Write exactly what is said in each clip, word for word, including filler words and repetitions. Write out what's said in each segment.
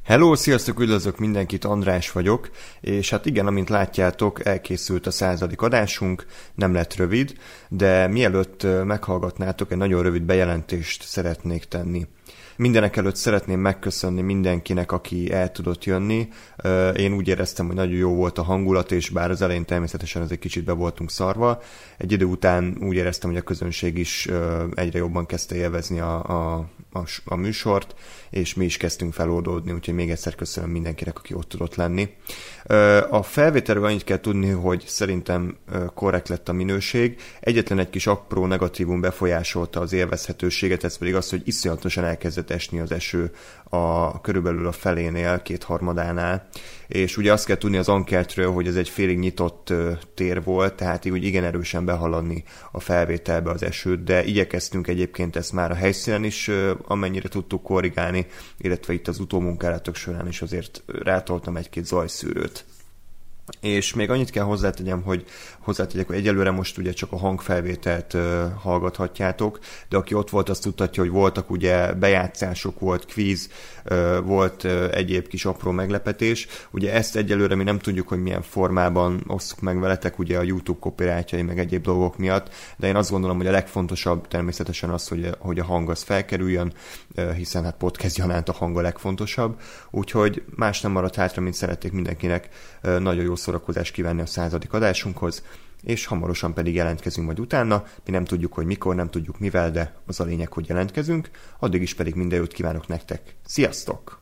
Hello, sziasztok, üdvözlök mindenkit, András vagyok, és hát igen, amint látjátok, elkészült a századik adásunk, nem lett rövid, de mielőtt meghallgatnátok, egy nagyon rövid bejelentést szeretnék tenni. Mindenekelőtt szeretném megköszönni mindenkinek, aki el tudott jönni. Én úgy éreztem, hogy nagyon jó volt a hangulat, és bár az elején természetesen ez egy kicsit be voltunk szarva, egy idő után úgy éreztem, hogy a közönség is egyre jobban kezdte élvezni a, a, a, a műsort, és mi is kezdtünk feloldódni, úgyhogy még egyszer köszönöm mindenkinek, aki ott tudott lenni. A felvételről annyit kell tudni, hogy szerintem korrekt lett a minőség. Egyetlen egy kis apró negatívum befolyásolta az élvezhetőséget, ez pedig az, hogy iszonyatosan elkezdett esni az eső a, körülbelül a felénél, kétharmadánál. És ugye azt kell tudni az ankertről, hogy ez egy félig nyitott tér volt, tehát így úgy igen erősen behaladni a felvételbe az esőt, de igyekeztünk egyébként ezt már a helyszínen is amennyire tudtuk korrigálni, illetve itt az utómunkálatok során is azért rátoltam egy-két zajszűrőt. És még annyit kell hozzátegyem, hogy hozzátegyek, hogy egyelőre most ugye csak a hangfelvételt uh, hallgathatjátok, de aki ott volt, azt tudhatja, hogy voltak ugye bejátszások, volt kvíz, uh, volt uh, egyéb kis apró meglepetés. Ugye ezt egyelőre mi nem tudjuk, hogy milyen formában osszuk meg veletek, ugye a YouTube copyrightjai meg egyéb dolgok miatt, de én azt gondolom, hogy a legfontosabb természetesen az, hogy, hogy a hang az felkerüljön, uh, hiszen hát podcast gyanánt a hang a legfontosabb, úgyhogy más nem maradt hátra, mint szeretnék mindenkinek uh, nagyon jó szórakozást kívánni a századik adásunkhoz, és hamarosan pedig jelentkezünk majd utána. Mi nem tudjuk, hogy mikor, nem tudjuk mivel, de az a lényeg, hogy jelentkezünk. Addig is pedig minden jót kívánok nektek. Sziasztok!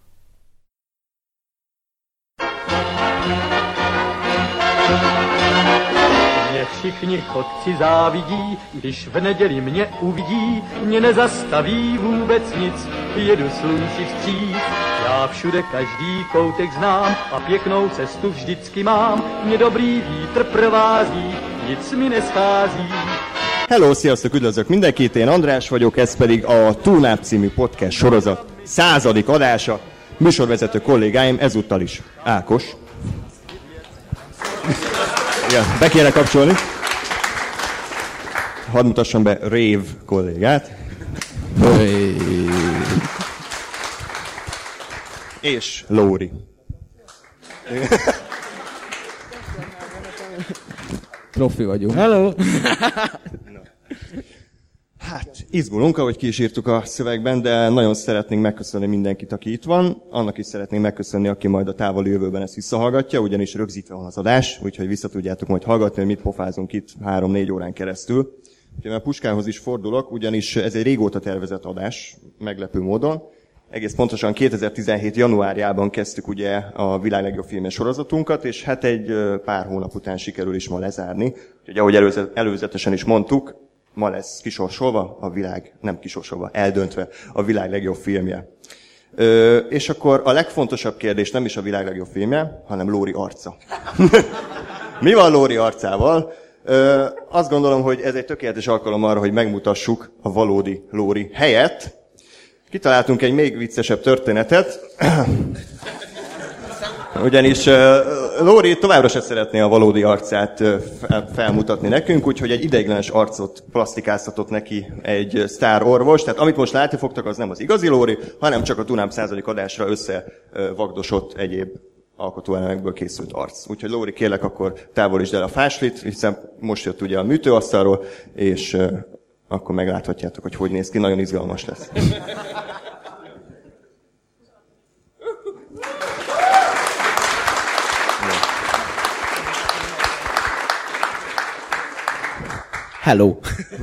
Mě všichni chodci závidí, když v neděli mě uvidí, mě nezastaví vůbec nic, jedu slunci vstříc. Já všude každý koutek znám a pěknou cestu vždycky mám, mě dobrý vítr provází, nic mi neschází. Hello, sziasztok, üdvözlök mindenkit, én András vagyok, ez pedig a Túlnáp című podcast sorozat századik adása. Műsorvezető kollégáim ezúttal is Ákos. Igen, be kéne kapcsolni. Hadd mutassam be Rév kollégát. Hey. És Lóri. Profi vagyunk. Hello! Hát, izgulunk, ahogy ki is írtuk a szövegben, de nagyon szeretnénk megköszönni mindenkit, aki itt van. Annak is szeretnénk megköszönni, aki majd a távoli jövőben ezt visszahallgatja, ugyanis rögzítve van az adás, úgyhogy vissza tudjátok majd hallgatni, hogy mit pofázunk itt három-négy órán keresztül. Úgyhogy a Puskához is fordulok, ugyanis ez egy régóta tervezett adás, meglepő módon. Egész pontosan kétezer-tizenhét januárjában kezdtük ugye a világ legjobb filmes sorozatunkat, és hát egy pár hónap után sikerül is ma lezárni. Úgyhogy ahogy előzet, előzetesen is mondtuk, ma lesz kisorsolva a világ, nem kisorsolva, eldöntve a világ legjobb filmje. Ö, és akkor a legfontosabb kérdés nem is a világ legjobb filmje, hanem Lóri arca. Mi van Lóri arcával? Ö, azt gondolom, hogy ez egy tökéletes alkalom arra, hogy megmutassuk a valódi Lóri helyett. Kitaláltunk egy még viccesebb történetet, ugyanis uh, Lóri továbbra sem szeretné a valódi arcát uh, felmutatni nekünk, úgyhogy egy ideiglenes arcot plastikáztatott neki egy sztár orvos. Tehát amit most látni fogtak, az nem az igazi Lóri, hanem csak a Túlnáp századik adásra összevagdosott uh, egyéb alkotóelemekből készült arc. Úgyhogy Lóri, kérlek, akkor távolítsd el a fáslit, hiszen most jött ugye a műtőasztalról, és uh, akkor megláthatjátok, hogy hogy néz ki, nagyon izgalmas lesz. Hello!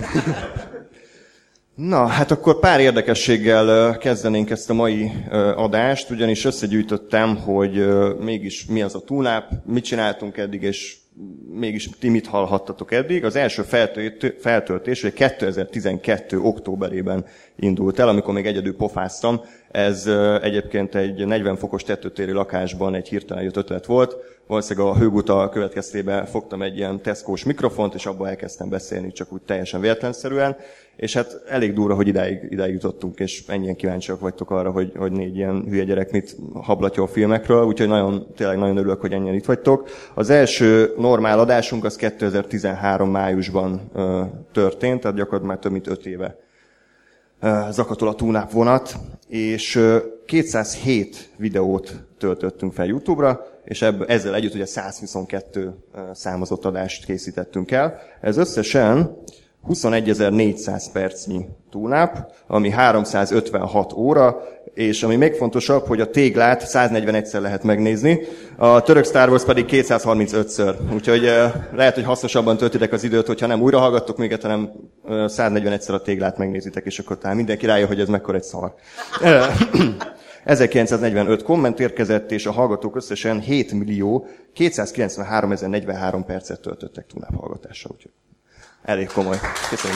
Na, hát akkor pár érdekességgel kezdenénk ezt a mai adást, ugyanis összegyűjtöttem, hogy mégis mi az a Túlnáp, mit csináltunk eddig, és mégis ti mit hallhattatok eddig. Az első feltöltés kétezer-tizenkettő októberében indult el, amikor még egyedül pofáztam. Ez egyébként egy negyven fokos tetőtéri lakásban egy hirtelen jött ötlet volt. Valószínűleg a hőguta következtében fogtam egy ilyen Tesco-s mikrofont, és abban elkezdtem beszélni, csak úgy teljesen véletlenszerűen. És hát elég durva, hogy idáig, idáig jutottunk, és ennyien kíváncsiak vagytok arra, hogy, hogy négy ilyen hülye gyerek mit hablatja a filmekről, úgyhogy nagyon, tényleg nagyon örülök, hogy ennyien itt vagytok. Az első normál adásunk az kétezer-tizenhárom májusban ö, történt, tehát gyakorlatilag már több mint öt éve Zakatola túnáp vonat, és kétszázhét videót töltöttünk fel YouTube-ra, és ebből, ezzel együtt ugye százhuszonkettő számozott adást készítettünk el. Ez összesen huszonegyezer-négyszáz percnyi túlnáp, ami háromszázötvenhat óra, és ami még fontosabb, hogy a téglát száznevenegyszer lehet megnézni, a török Star Wars pedig kétszázharmincötször. Úgyhogy lehet, hogy hasznosabban töltitek az időt, hogyha nem újra hallgattok minket, hanem száznevenegyszer a téglát megnézitek, és akkor talán mindenki rájön, hogy ez mekkora egy szar. ezerkilencszáznegyvenöt komment érkezett, és a hallgatók összesen hétmillió kétszázkilencvenháromezer negyvenhárom percet töltöttek túlnáp hallgatásra. Úgyhogy elég komoly. Köszönjük.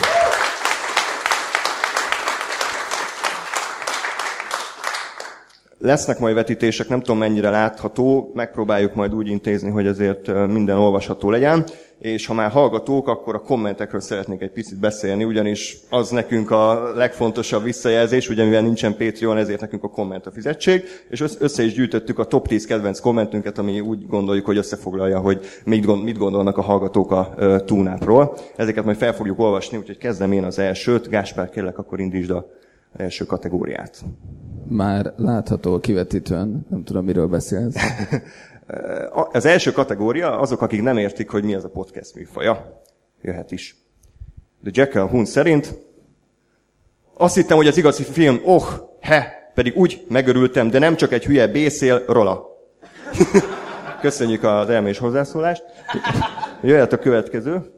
Lesznek majd vetítések, nem tudom mennyire látható, megpróbáljuk majd úgy intézni, hogy azért minden olvasható legyen, és ha már hallgatók, akkor a kommentekről szeretnék egy picit beszélni, ugyanis az nekünk a legfontosabb visszajelzés, ugye mivel nincsen Patreon, ezért nekünk a komment a fizetség, és össze is gyűjtöttük a top tíz kedvenc kommentünket, ami úgy gondoljuk, hogy összefoglalja, hogy mit gondolnak a hallgatók a túlnápról. Ezeket majd fel fogjuk olvasni, úgyhogy kezdem én az elsőt. Gáspár, kérlek, akkor indítsd a első kategóriát. Már látható a kivetítőn, nem tudom, miről beszélsz. Az első kategória azok, akik nem értik, hogy mi az a podcast műfaja. Jöhet is. The Jekyll Hun szerint azt hittem, hogy az igazi film, oh, he, pedig úgy megörültem, de nem csak egy hülye bészél róla. Köszönjük az elmés hozzászólást. Jöhet a következő.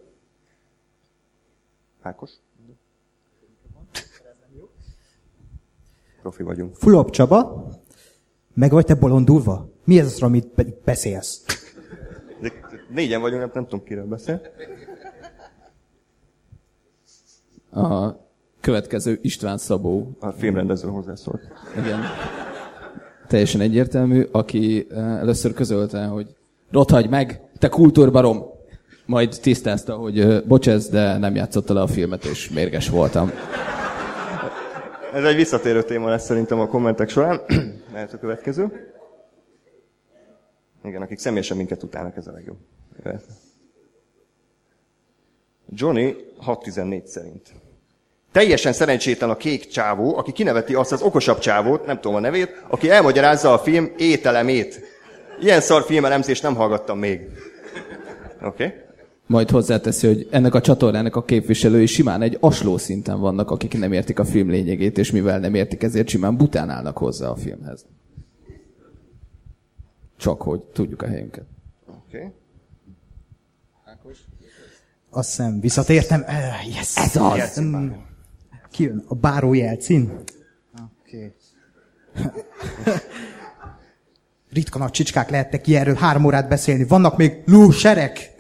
Ákos. Profi vagyunk. Fulop Csaba, meg vagy te bolondulva? Mi ez az, amit beszélsz? De négyen vagyunk, nem, nem tudom, kiről beszél. A következő István Szabó. A filmrendező hozzászólt. Igen. Teljesen egyértelmű, aki először közölte, hogy rothadj meg, te kultúrbarom. Majd tisztázta, hogy bocsánat, de nem játszotta le a filmet, és mérges voltam. Ez egy visszatérő téma lesz szerintem a kommentek során. Lehet a következő. Igen, akik személyesen minket utálnak, ez a legjobb. Johnny hat tizennégy szerint. Teljesen szerencsétlen a kék csávó, aki kineveti azt az okosabb csávót, nem tudom a nevét, aki elmagyarázza a film ételemét. Ilyen szar filmelemzést nem hallgattam még. Oké. Okay. Majd hozzáteszi, hogy ennek a csatornának a képviselői simán egy asló szinten vannak, akik nem értik a film lényegét, és mivel nem értik, ezért simán bután állnak hozzá a filmhez. Csak hogy tudjuk a helyünket. Oké. Okay. Azt hiszem, visszatértem. Uh, yes. Ez az! Yes. Mm. Ki jön? A Báró Jelcin? Oké. Okay. Ritka nagy csicskák lehettek ki erről három órát beszélni. Vannak még lúserek?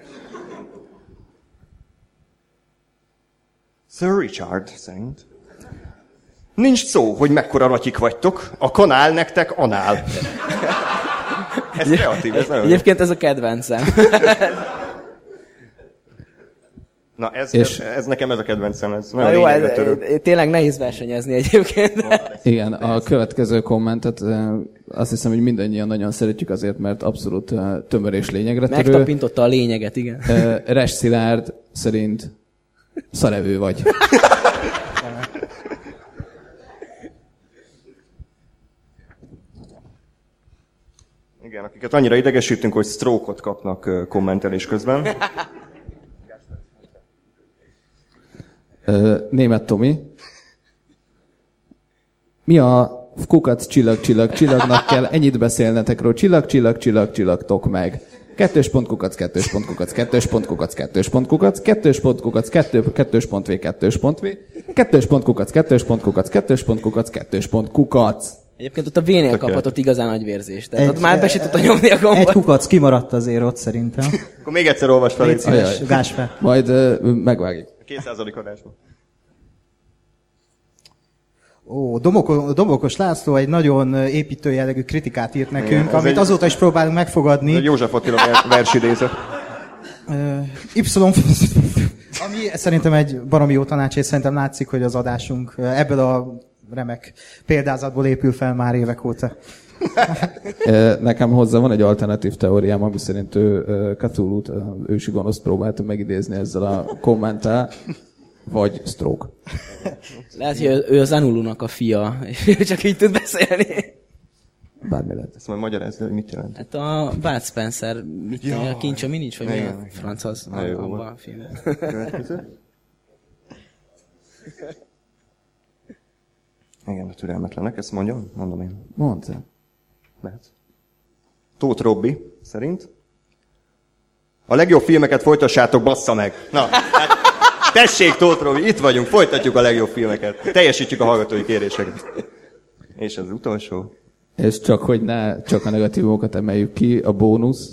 Sir Richard szerint. Nincs szó, hogy mekkora ratyik vagytok, a kanál nektek anál. Ez kreatív, ez nagyon Egyébként ez a kedvencem. Na, ez, ez, ez nekem ez a kedvencem, ez nagyon jó, ez, törő. Tényleg nehéz versenyezni egyébként. Igen, a következő kommentet azt hiszem, hogy mindannyian nagyon szeretjük azért, mert abszolút tömör és lényegre törő. Megtapintotta a lényeget, igen. Res Szilárd szerint szarevő vagy. Igen, akiket annyira idegesítünk, hogy stroke-ot kapnak kommentelés közben. Németh Tomi. Mi a kukac csillag, csillag, csillagnak kell ennyit beszélnetek róla. Csillag, csillag, csillag, csillagtok meg. Kettős pont kukac, kettős pont kukac, kettős pont kukac, kettős pont kukac, kettős pont kukac, kettős pont v, kettős pont v, kettős pont kukac, kettős pont kukac, kettős pont kukac, kettős pont kukac. Egyébként ott a V-nél kaphatott igazán nagy vérzést. Tehát egy, ott már be se tudta nyomni a gombot. Egy kukac kimaradt azért ott szerintem. Akkor még egyszer olvasd fel. Légy szíves, Gáspár. Majd uh, megvágjuk. kétszázadik adásban. Ó, Domoko, Domokos László egy nagyon építő jellegű kritikát írt nekünk, igen, amit egy, azóta is próbálunk megfogadni. Egy József Attila versidézet. Y, ami szerintem egy baromi jó tanács, és szerintem látszik, hogy az adásunk ebből a remek példázatból épül fel már évek óta. Nekem hozzá van egy alternatív teóriám, ami szerint ő Cthulhu-t, ősi gonoszt próbálta megidézni ezzel a kommenttel. Vagy stroke. Lehet, hogy ő az Anulunak a fia, és ő csak így tud beszélni. Bármi lehet. Ezt majd magyarázni, hogy mit jelent. Hát a Bud Spencer, mit Ja. ja. a kincs, ami nincs, vagy mi Igen, a igen. franc az Na jó, abban volt. a filmben. Következő. Igen, türelmetlenek, ezt mondjam? Mondom én. Mondd. Lehet. Tóth Robbi szerint. A legjobb filmeket folytassátok, bassza meg! Na, hát, tessék Tóth Robbi, itt vagyunk, folytatjuk a legjobb filmeket. Teljesítjük a hallgatói kéréseket. És az utolsó. És csak, hogy ne csak a negatívokat emeljük ki, a bónusz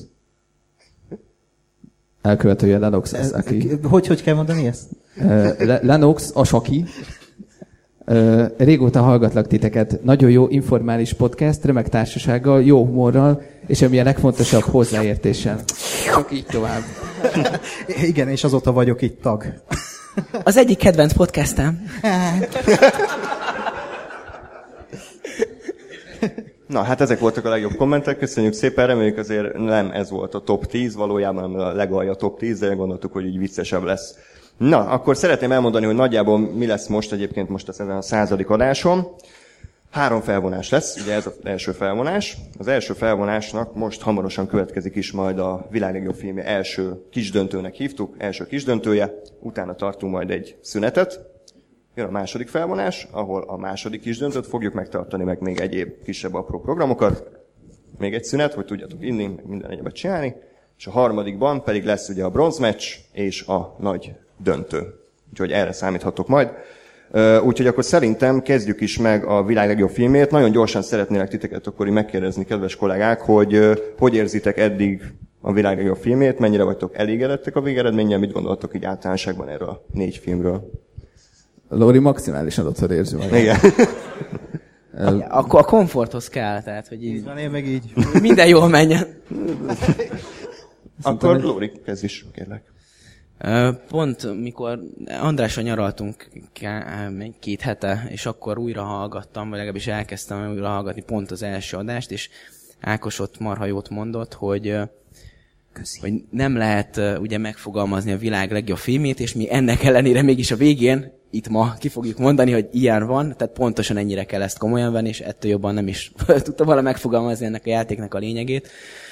elkövetője Lennox Asaki. Hogy, hogy kell mondani ezt? Le- Lennox Asaki. Régóta hallgatlak titeket. Nagyon jó informális podcast, remek társasággal, jó humorral, és ami a legfontosabb, hozzáértéssel. Csak így tovább. Igen, és azóta vagyok itt tag. Az egyik kedvenc podcastem. Na, hát ezek voltak a legjobb kommentek, köszönjük szépen, reméljük azért nem ez volt a top tíz, valójában hanem a legalja top tíz, de gondoltuk, hogy így viccesebb lesz. Na, akkor szeretném elmondani, hogy nagyjából mi lesz most egyébként most ezen a századik adáson. Három felvonás lesz, ugye ez az első felvonás. Az első felvonásnak most hamarosan következik is majd a világ legjobb filmje első kisdöntőnek hívtuk, első kisdöntője, utána tartunk majd egy szünetet. Jön a második felvonás, ahol a második kisdöntőt fogjuk megtartani, meg még egyéb kisebb apró programokat. Még egy szünet, hogy tudjatok inni, meg minden egyébet csinálni. És a harmadikban pedig lesz ugye a bronzmeccs és a nagy döntő. Úgyhogy erre számíthatok majd. Úgyhogy akkor szerintem kezdjük is meg a világ legjobb filmét. Nagyon gyorsan szeretnélek titeket akkor így megkérdezni, kedves kollégák, hogy hogy érzitek eddig a világ legjobb filmét, mennyire vagytok elégedettek a végeredménnyel, mit gondoltok így általánosságban erről a négy filmről? Lóri maximálisan otthon érzi magát. Igen. Akkor a komforthoz kell, tehát, hogy így Van, én meg így. minden jól menjen. Akkor Lóri, kezd is, kérlek. Pont mikor Andrással nyaraltunk két hete, és akkor újra hallgattam, vagy legalábbis elkezdtem újra hallgatni pont az első adást, és Ákos ott marha jót mondott, hogy, hogy nem lehet ugye megfogalmazni a világ legjobb filmét, és mi ennek ellenére mégis a végén, itt ma ki fogjuk mondani, hogy ilyen van, tehát pontosan ennyire kell ezt komolyan venni, és ettől jobban nem is tudtam volna megfogalmazni ennek a játéknak a lényegét,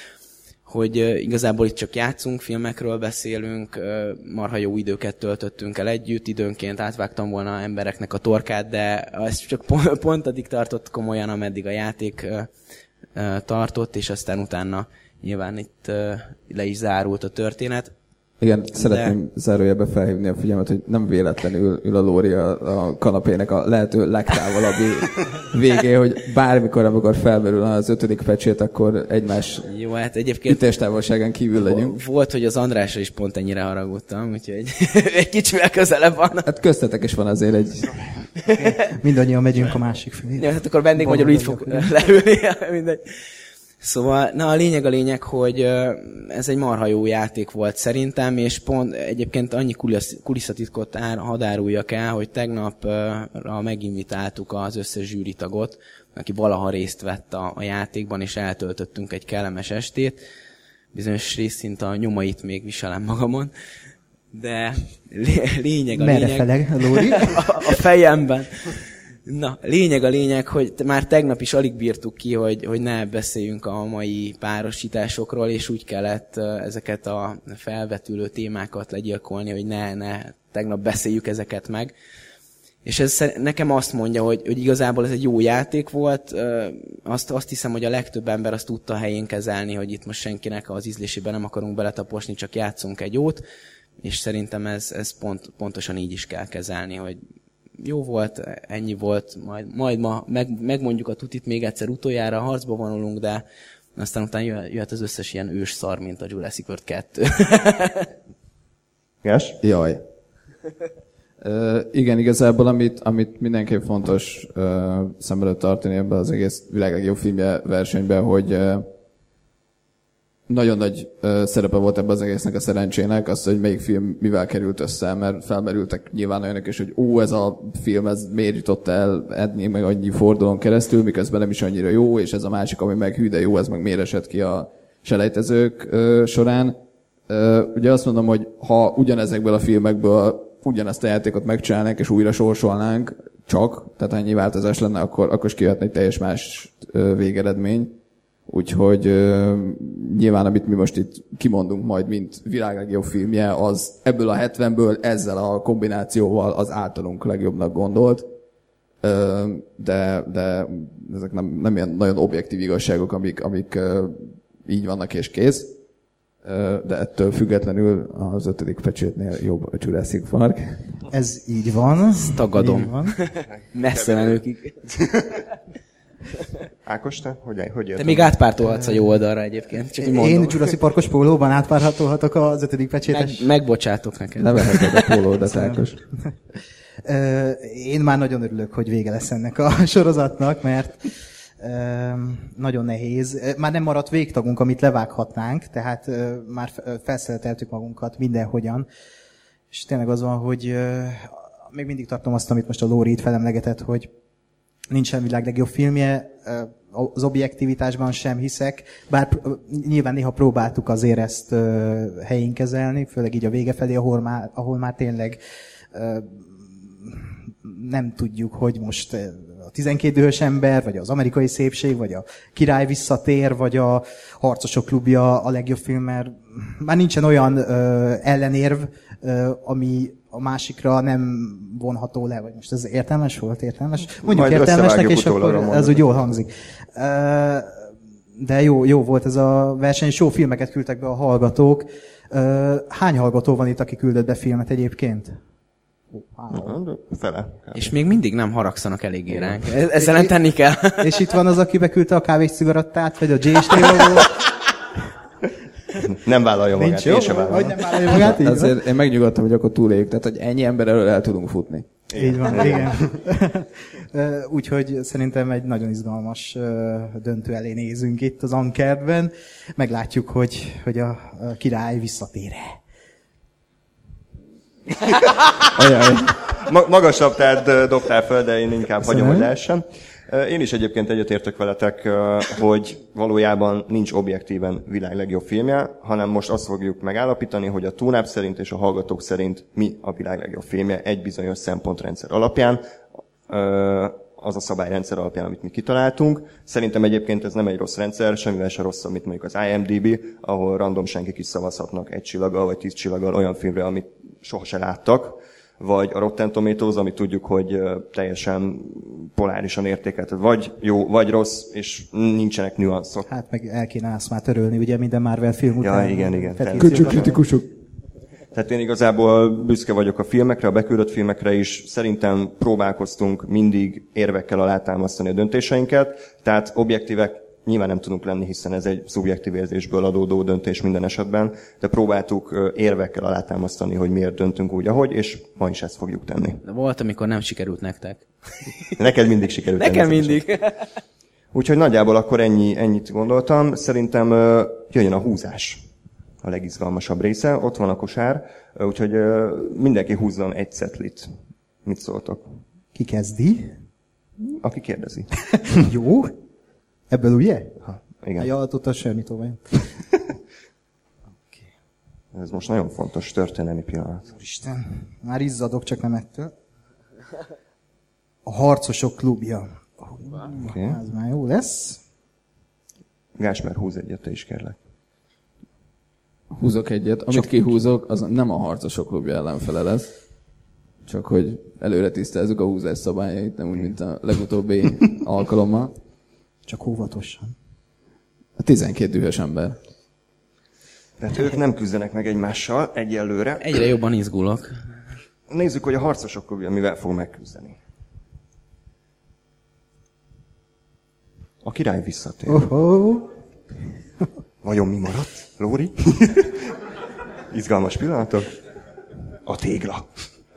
hogy uh, igazából itt csak játszunk, filmekről beszélünk, uh, marha jó időket töltöttünk el együtt, időnként átvágtam volna embereknek a torkát, de ez csak pont, pont addig tartott komolyan, ameddig a játék uh, uh, tartott, és aztán utána nyilván itt uh, le is zárult a történet. Igen, szeretném de... zárójelbe felhívni a figyelmet, hogy nem véletlenül ül a Lóri a, a kanapének a lehető legtávolabbi végé, hogy bármikor, amikor felmerül az ötödik pecsét, akkor egymás jó, hát egyébként ütéstávolságán kívül legyünk. Volt, hogy az Andrásra is pont ennyire haragudtam, úgyhogy egy kicsivel közelebb van. Hát köztetek is van azért egy... Mindannyian megyünk a másik felé. Ja, hát akkor vendég magyarul így fog leülni, mindegy. Szóval, na a lényeg a lényeg, hogy ez egy marha jó játék volt szerintem, és pont egyébként annyi kulisszatitkot hadd áruljak el, hogy tegnapra meginvitáltuk az összes zsűritagot, aki valaha részt vett a, a játékban, és eltöltöttünk egy kellemes estét. Bizonyos részint a nyomait még viselem magamon, de lényeg a Merre lényeg... fele, Lóri? A, a fejemben. Na, lényeg a lényeg, hogy már tegnap is alig bírtuk ki, hogy, hogy ne beszéljünk a mai párosításokról, és úgy kellett ezeket a felvetülő témákat legyilkolni, hogy ne, ne tegnap beszéljük ezeket meg. És ez nekem azt mondja, hogy, hogy igazából ez egy jó játék volt. Azt, azt hiszem, hogy a legtöbb ember azt tudta a helyén kezelni, hogy itt most senkinek az ízlésében nem akarunk beletaposni, csak játszunk egy jót. És szerintem ez, ez pont, pontosan így is kell kezelni, hogy jó volt, ennyi volt, majd, majd ma meg, megmondjuk a tutit még egyszer utoljára, harcba vonulunk, de aztán utána jöhet az összes ilyen ős szar, mint a Jurassic World kettő. Yes? Jaj. Uh, igen, igazából amit, amit mindenképp fontos uh, szem előtt tartani ebben az egész világ legjobb filmje versenyben, hogy uh, nagyon nagy uh, szerepe volt ebben az egésznek a szerencsének, az, hogy melyik film mivel került össze, mert felmerültek nyilván olyanok is, hogy ó, ez a film, ez miért jutott el eddig meg annyi fordulón keresztül, miközben nem is annyira jó, és ez a másik, ami meg hű, de jó, ez meg miért esett ki a selejtezők uh, során. Uh, ugye azt mondom, hogy ha ugyanezekből a filmekből ugyanazt a játékot megcsinálnánk, és újra sorsolnánk, csak, tehát ha ennyi változás lenne, akkor, akkor is kijöhetne egy teljes más végeredmény. Úgyhogy uh, nyilván, amit mi most itt kimondunk majd, mint világ legjobb filmje, az ebből a hetvenből ezzel a kombinációval az általunk legjobbnak gondolt. Uh, de, de ezek nem, nem ilyen nagyon objektív igazságok, amik, amik uh, így vannak és kész. Uh, de ettől függetlenül az ötödik pecsétnél jobb a Jurassic Park. Ez így van. Ezt tagadom. Így van. Messze menőkig. Ákos, te? Hogy, hogy Te még átpártolhatsz a jó oldalra egyébként. Csak Én Jurassic Parkos pólóban átpártolhatok az ötödik pecsétes. Meg, megbocsátok neked. Ne veheted a pólódat, Ákos. Én már nagyon örülök, hogy vége lesz ennek a sorozatnak, mert nagyon nehéz. Már nem maradt végtagunk, amit levághatnánk, tehát már felszeleteltük magunkat mindenhogyan. És tényleg az van, hogy még mindig tartom azt, amit most a Lóri itt felemlegetett, hogy nincsen világ legjobb filmje, az objektivitásban sem hiszek, bár nyilván néha próbáltuk azért ezt helyén kezelni, főleg így a vége felé, ahol már, ahol már tényleg nem tudjuk, hogy most a tizenkét dühös ember, vagy az Amerikai szépség, vagy a Király visszatér, vagy a Harcosok klubja a legjobb film, mert már nincsen olyan ö, ellenérv, ö, ami a másikra nem vonható le, vagy most ez értelmes volt, értelmes? Mondjuk Majd értelmesnek, és akkor ez úgy jól hangzik. Ö, de jó, jó volt ez a verseny, és jó filmeket küldtek be a hallgatók. Ö, hány hallgató van itt, aki küldött be filmet egyébként? Wow. Fele. És még mindig nem haragszanak eléggé ránk. Ezzel nem tenni kell. És itt van az, aki beküldte a kávés cigarattát, vagy a J S T-val. Nem vállalja magát, Nincs én jó, sem vállalom. hogy nem vállalja magát, így Azért van? Én megnyugodtam, hogy akkor túléljük, tehát hogy ennyi ember elől el tudunk futni. Így van, igen. Úgyhogy szerintem egy nagyon izgalmas döntő elé nézünk itt az Ankerben. Meglátjuk, hogy, hogy a király visszatér-e. Ajaj. Ma- magasabb tehát dobtál fel, de én inkább hagyom, hogy lehessen. Én is egyébként egyetértek veletek, hogy valójában nincs objektíven világ legjobb filmje, hanem most azt fogjuk megállapítani, hogy a túnáp szerint és a hallgatók szerint mi a világ legjobb filmje egy bizonyos szempontrendszer alapján, az a szabályrendszer alapján, amit mi kitaláltunk. Szerintem egyébként ez nem egy rossz rendszer, semmivel se rosszabb, mint mondjuk az I M D B, ahol random senkik is szavazhatnak egy csillaggal vagy tíz csillaggal olyan filmre, amit sohasem láttak, vagy a Rotten Tomatoes, amit tudjuk, hogy teljesen polárisan értékelt, vagy jó, vagy rossz, és nincsenek nüanszok. Hát meg el kéne azt már törölni, ugye minden Marvel film után. Ja, igen, igen. Köcsök kritikusok. Tehát én igazából büszke vagyok a filmekre, a beküldött filmekre is. Szerintem próbálkoztunk mindig érvekkel alátámasztani a döntéseinket, tehát objektívek nyilván nem tudunk lenni, hiszen ez egy szubjektív érzésből adódó döntés minden esetben, de próbáltuk érvekkel alátámasztani, hogy miért döntünk úgy, ahogy, és ma is ezt fogjuk tenni. De volt, amikor nem sikerült nektek. Neked mindig sikerült. Nekem mindig. Úgyhogy nagyjából akkor ennyi, ennyit gondoltam. Szerintem jöjjön a húzás. A legizgalmasabb része. Ott van a kosár, úgyhogy mindenki húzzon egy cetlit. Mit szóltok? Ki kezdi? Aki kérdezi. Jó. Ebből ugye? Ha, igen. Ja, tudta semmi tovább. Ez most nagyon fontos történelmi pillanat. Úristen, már izzadok, csak nem ettől. A Harcosok klubja. Okay. Ez már jó lesz. Gásper, húz egyet, te is kérlek. Húzok egyet. Amit Csak kihúzok, az nem a Harcosok klubja ellenfele lesz. Csak hogy előre tisztázzuk a húzás szabályait, nem úgy, mint a legutóbbi alkalommal. Csak óvatosan. A tizenkét dühös ember. Tehát ők nem küzdenek meg egymással egyelőre. Egyre jobban izgulok. Nézzük, hogy a Harcosok klubja mivel fog megküzdeni. A király visszatér. Oh-oh. Vajon mi maradt, Lóri? Izgalmas pillanatok. A tégla.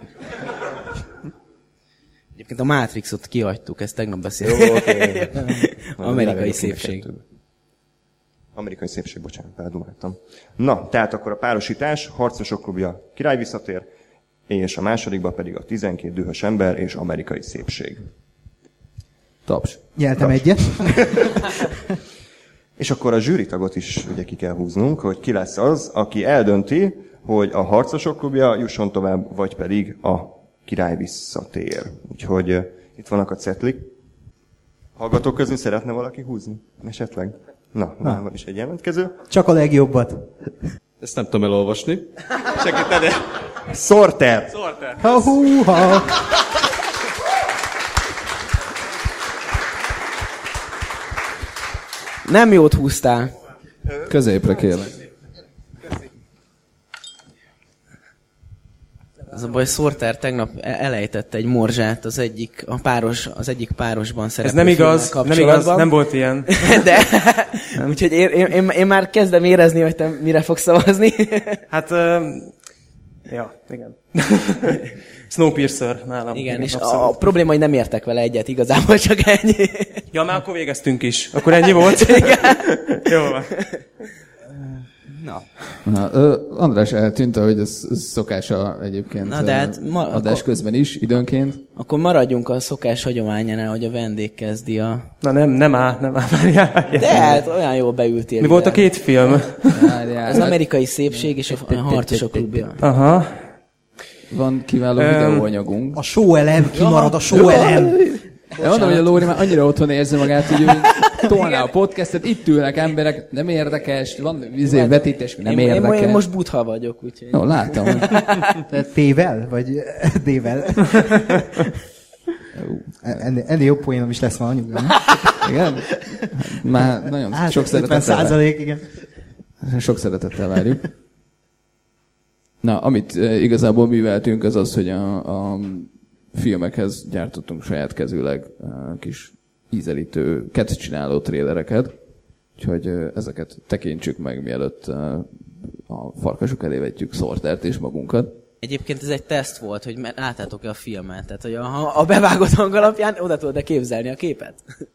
Egyébként a Matrixot kihagytuk, ezt tegnap beszéltünk. Jó, okay. Amerikai szépség. Amerikai szépség, bocsánat, beledumáltam. Na, tehát akkor a párosítás, Harcosok klubja, király visszatér, és a másodikban pedig a tizenkét dühös ember és amerikai szépség. Taps. Nyeltem Taps. egyet. És akkor a zsűritagot is ugye ki kell húznunk, hogy ki lesz az, aki eldönti, hogy a Harcosok klubja jusson tovább, vagy pedig a Király visszatér. Úgyhogy uh, itt vannak a cetlik. Hallgatók közül szeretne valaki húzni? Esetleg? Na, Na. már van is egy jelentkező. Csak a legjobbat. Ezt nem tudom elolvasni. Segíteni. Sorter. Sorter. Ha, hú, ha. Nem jót húztál. Középre kérlek. Az a baj, Sorter tegnap elejtette egy morzsát az egyik, a páros, az egyik párosban szereplő. Ez nem igaz, nem igaz, nem volt ilyen. De, úgyhogy én, én, én, én már kezdem érezni, hogy te mire fogsz szavazni. Hát, uh, ja, igen. Snowpiercer nálam. Igen, igen, és a, a probléma, hogy nem értek vele egyet, igazából csak ennyi. Ja, már akkor végeztünk is. Akkor ennyi volt? Igen. Jó van. Na. Na, ö, András eltűnt, ahogy ez, ez szokása egyébként. Na, de hát ma, adás akkor, közben is, időnként. Akkor maradjunk a szokás hagyományánál, hogy a vendég kezdi a... Na nem, nem áll, nem áll. De hát olyan jól beültél. Mi volt a két film? Várjál, az Amerikai Szépség és a Harcosok klubja. Aha. Van kiváló um, videóanyagunk. A sóelem, kimarad a sóelem. De mondom, hogy a Lóri már annyira otthon érzi magát, hogy tolná a podcastet, itt ülnek emberek, nem érdekes, van vizé, vetítés, nem én, érdekes. Én most butha vagyok, úgyhogy... No, látom. T-vel? Vagy D-vel? Ennél, ennél jobb poénom is lesz ma anyuga. Igen? Már nagyon hát, sok szeretettel százalék, igen. Sok szeretettel várjuk. Na, amit igazából műveltünk, az az, hogy a, a filmekhez gyártottunk saját kezűleg kis ízelítő, kettcsináló trélereket, úgyhogy ezeket tekintsük meg, mielőtt a farkasok elé vetjük Sortert és magunkat. Egyébként ez egy teszt volt, hogy láttátok-e a filmet? Tehát, hogy a, a bevágott hang alapján oda tudod-e képzelni a képet?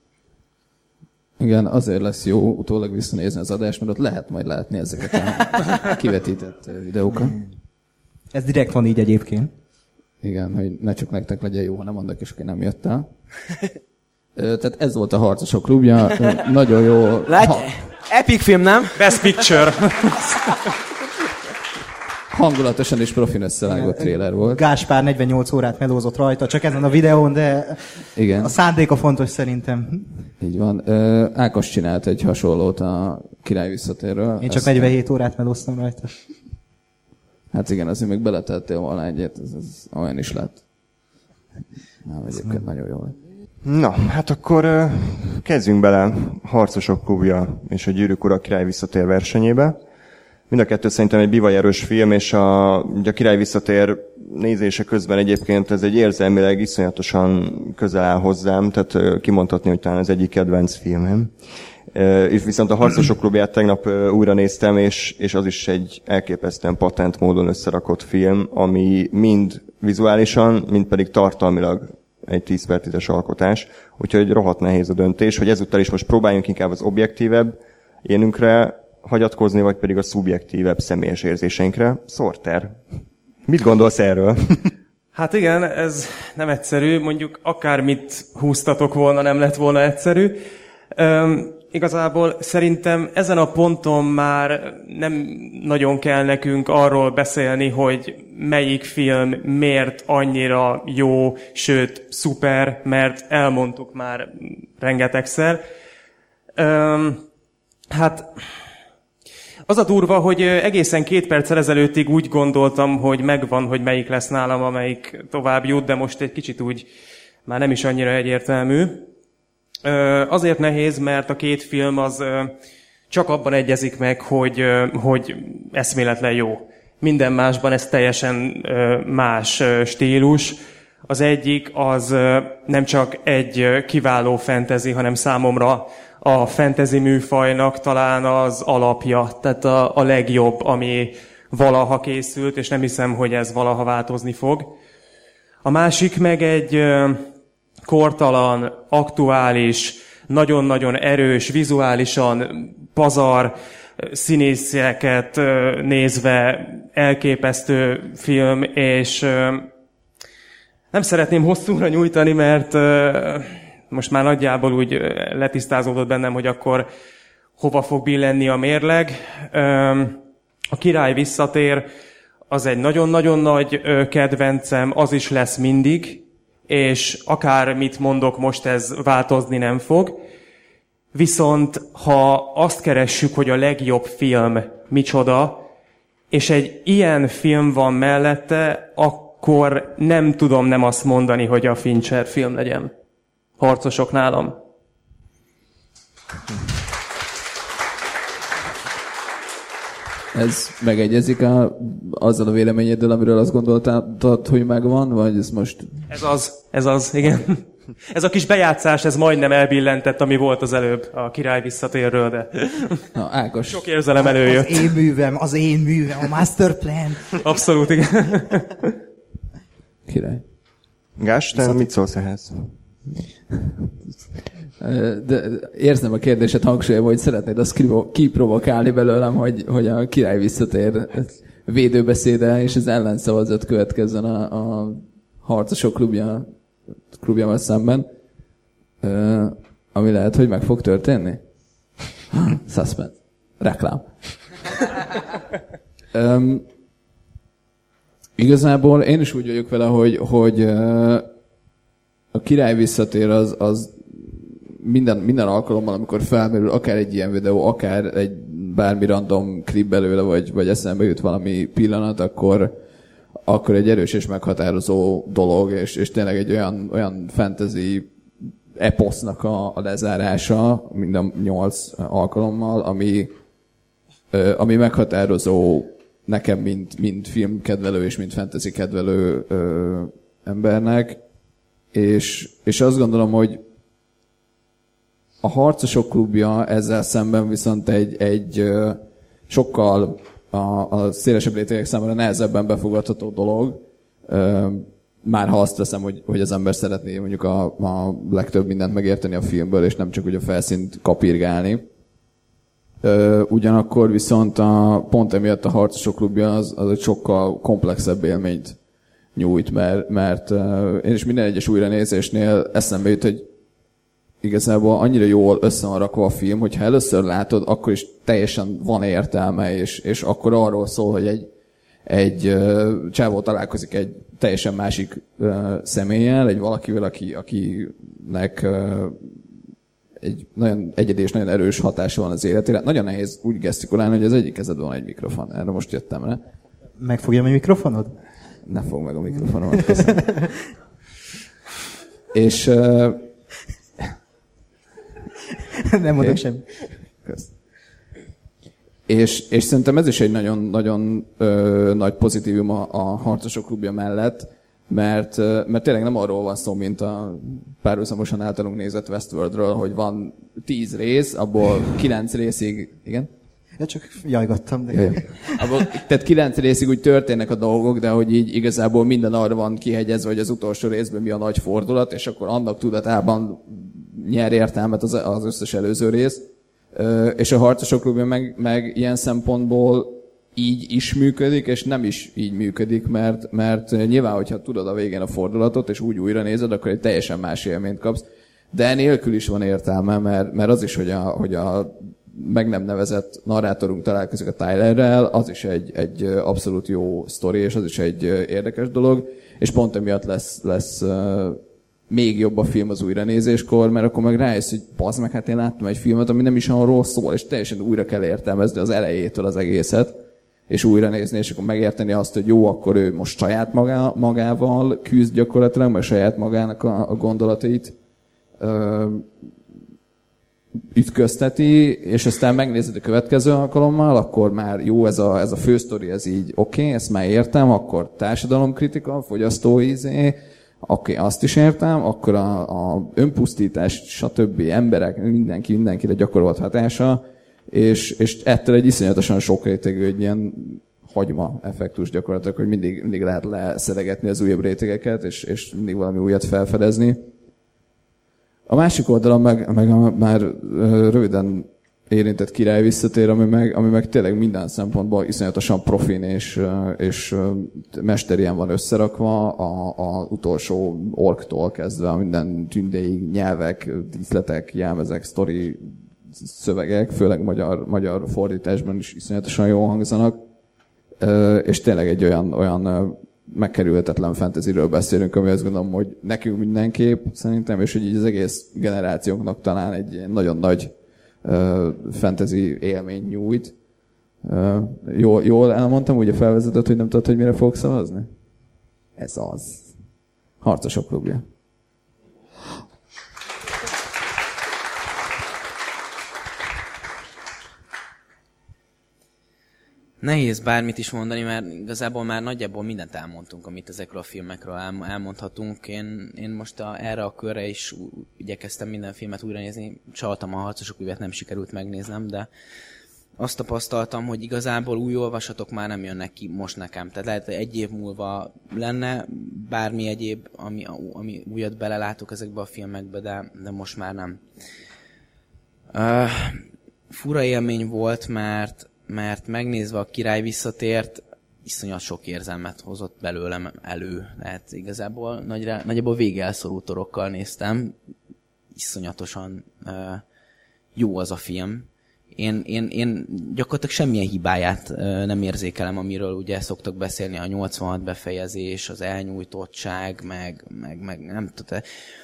Igen, azért lesz jó utólag visszanézni az adást, mert ott lehet majd látni ezeket a kivetített videókat. Ez direkt van így egyébként. Igen, hogy ne csak nektek legyen jó, hanem annak is, aki nem jött el. Tehát ez volt a Harcosok klubja. Nagyon jó. Látj, ha... epic film, nem? Best Picture. Hangulatosan és profin összevágott trailer volt. Gáspár negyvennyolc órát melózott rajta, csak ezen a videón, de igen. A szándéka fontos szerintem. Így van. Ákos csinált egy hasonlót a Király visszatérről. Én csak Ezt negyvenhét órát melóztam rajta. Hát igen, azért még beletettél volna egyet, ez, ez olyan is lett. Nem, egyébként nagyon jó lett. Na, hát akkor uh, kezdjünk bele Harcosok klubja és a Gyűrűk ura Király visszatér versenyébe. Mind a kettő szerintem egy bivajerős film, és a, a Király visszatér nézése közben egyébként ez egy érzelmileg iszonyatosan közel áll hozzám, tehát uh, kimondhatni, hogy talán az egyik kedvenc filmem. Uh, és viszont a Harcosok klubját tegnap uh, újra néztem, és, és az is egy elképesztően patent módon összerakott film, ami mind vizuálisan, mind pedig tartalmilag egy tíz per tízes alkotás. Úgyhogy rohadt nehéz a döntés, hogy ezúttal is most próbáljunk inkább az objektívebb énünkre hagyatkozni, vagy pedig a szubjektívebb személyes érzéseinkre. Sorter, mit gondolsz erről? Hát igen, ez nem egyszerű. Mondjuk akármit húztatok volna, nem lett volna egyszerű. Üm, igazából szerintem ezen a ponton már nem nagyon kell nekünk arról beszélni, hogy melyik film miért annyira jó, sőt, szuper, mert elmondtuk már rengetegszer. Üm, hát az a durva, hogy egészen két perccel ezelőttig úgy gondoltam, hogy megvan, hogy melyik lesz nálam, amelyik tovább jut, de most egy kicsit úgy már nem is annyira egyértelmű. Azért nehéz, mert a két film az csak abban egyezik meg, hogy, hogy eszméletlen jó. Minden másban ez teljesen más stílus. Az egyik az nem csak egy kiváló fantasy, hanem számomra a fantasy műfajnak talán az alapja, tehát a, a legjobb, ami valaha készült, és nem hiszem, hogy ez valaha változni fog. A másik meg egy kortalan, aktuális, nagyon-nagyon erős, vizuálisan pazar színészeket nézve elképesztő film, és nem szeretném hosszúra nyújtani, mert most már nagyjából úgy letisztázódott bennem, hogy akkor hova fog billenni a mérleg. A Király visszatér az egy nagyon-nagyon nagy ö, kedvencem, az is lesz mindig, és akármit mondok most, ez változni nem fog. Viszont ha azt keressük, hogy a legjobb film micsoda, és egy ilyen film van mellette, akkor nem tudom nem azt mondani, hogy a Fincher film legyen. Harcosok nálam. Ez megegyezik a, azzal a véleményeddel, amiről azt gondoltad, hogy megvan, vagy ez most... Ez az, ez az, igen. Ez a kis bejátszás, ez majdnem elbillentett, ami volt az előbb a Király visszatérről, de Na, Ákos. sok érzelem előjött. Az én művem, az én művem, a master plan. Abszolút, igen. Király. Gás, te mit szólsz ehhez? De érzem a kérdéset hangsúlyban, hogy szeretnéd azt kiprovokálni belőlem, hogy, hogy a Király visszatér védőbeszéde, és az ellenszavazat következzen a, a harcosok klubja, klubjával szemben, ami lehet, hogy meg fog történni. Suspense. Reklám. um, igazából én is úgy vagyok vele, hogy, hogy a Király visszatér az, az minden, minden alkalommal, amikor felmerül akár egy ilyen videó, akár egy bármi random klip belőle, vagy, vagy eszembe jut valami pillanat, akkor, akkor egy erős és meghatározó dolog, és, és tényleg egy olyan, olyan fantasy eposznak a, a lezárása minden nyolc alkalommal, ami, ami meghatározó nekem, mint, mint filmkedvelő és mint fantasy kedvelő ö, embernek, és, és azt gondolom, hogy a Harcosok klubja ezzel szemben viszont egy, egy sokkal a, a szélesebb rétegek számára nehezebben befogadható dolog. Már ha azt veszem, hogy, hogy az ember szeretné mondjuk a, a legtöbb mindent megérteni a filmből, és nem csak úgy a felszínt kapirgálni. Ugyanakkor viszont a, pont emiatt a Harcosok klubja az, az egy sokkal komplexebb élményt nyújt, mert, mert én is minden egyes újranézésnél eszembe jut, hogy igazából annyira jól össze van rakva a film, hogy ha először látod, akkor is teljesen van értelme, és, és akkor arról szól, hogy egy, egy uh, csávó találkozik egy teljesen másik uh, személlyel, egy valakivel, aki, akinek uh, egy nagyon egyedi és nagyon erős hatása van az életére. Nagyon nehéz úgy gesztikulálni, hogy az egyik kezedben van egy mikrofon. Erre most jöttem rá. Megfogjam a mikrofonod? Ne fogd meg a mikrofonomat, köszönöm. És... Uh, Nem mondok semmit. És, és szerintem ez is egy nagyon-nagyon nagy pozitívum a, a Harcosok klubja mellett, mert, mert tényleg nem arról van szó, mint a párhuzamosan általunk nézett Westworldről, hogy van tíz rész, abból kilenc részig... Igen? Ja, csak jajgattam. De... Jaj. Abból, tehát kilenc részig úgy történnek a dolgok, de hogy így igazából minden arra van kihegyezve, hogy az utolsó részben mi a nagy fordulat, és akkor annak tudatában nyer értelmet az, az összes előző rész. És a Harcosok klubja meg, meg ilyen szempontból így is működik, és nem is így működik, mert, mert nyilván, hogyha tudod a végén a fordulatot, és úgy újra nézed, akkor egy teljesen más élményt kapsz. De enélkül is van értelme, mert, mert az is, hogy a, hogy a meg nem nevezett narrátorunk találkozik a Tylerrel, az is egy, egy abszolút jó sztori, és az is egy érdekes dolog, és pont emiatt lesz, lesz uh, még jobb a film az újranézéskor, mert akkor meg rájössz, hogy bazd meg, hát én láttam egy filmet, ami nem is arról szól, és teljesen újra kell értelmezni az elejétől az egészet, és újra nézni, és akkor megérteni azt, hogy jó, akkor ő most saját magá, magával küzd gyakorlatilag, mert saját magának a, a gondolatait uh, ütközteti, és aztán megnézed a következő alkalommal, akkor már jó, ez a, ez a fősztori, ez így oké, okay, ezt már értem, akkor társadalomkritika, fogyasztói izé, oké, okay, azt is értem, akkor a, a önpusztítás, stb. Emberek, mindenki, mindenkire gyakorolt hatása, és, és ettől egy iszonyatosan sok rétegű, egy ilyen hagyma effektus gyakorlatilag, hogy mindig, mindig lehet leszedegetni az újabb rétegeket, és, és mindig valami újat felfedezni. A másik oldalon meg, meg a már röviden érintett Király visszatér, ami meg, ami meg tényleg minden szempontból iszonyatosan profin és, és mesterien van összerakva, a, a utolsó orktól kezdve a minden tündéig, nyelvek, díszletek, jelmezek, sztori, szövegek, főleg magyar, magyar fordításban is iszonyatosan jól hangzanak. és tényleg egy olyan, olyan megkerülhetetlen fantasyről beszélünk, ami azt gondolom, hogy nekünk mindenképp szerintem, és hogy így az egész generációnknak talán egy nagyon nagy fantasy élmény nyújt. Jól, jól elmondtam úgy a felvezetőt, hogy nem tudod, hogy mire fogok szavazni? Ez az. Harcosok klubja. Nehéz bármit is mondani, mert igazából már nagyjából mindent elmondtunk, amit ezekről a filmekről el, elmondhatunk. Én, én most a, erre a körre is igyekeztem minden filmet újra nézni. Csaltam a Harcosok klubját, nem sikerült megnéznem, de azt tapasztaltam, hogy igazából új olvasatok már nem jönnek ki most nekem. Tehát lehet, hogy egy év múlva lenne bármi egyéb, ami, ami újat belelátok ezekbe a filmekbe, de, de most már nem. Uh, fura élmény volt, mert mert megnézve a Király visszatért, iszonyat sok érzelmet hozott belőlem elő. Tehát igazából nagyra, nagyjából végelszorú torokkal néztem. Iszonyatosan uh, jó az a film. Én, én, én gyakorlatilag semmilyen hibáját uh, nem érzékelem, amiről ugye szoktak beszélni, a nyolcvanhat befejezés, az elnyújtottság, meg, meg, meg nem tudom.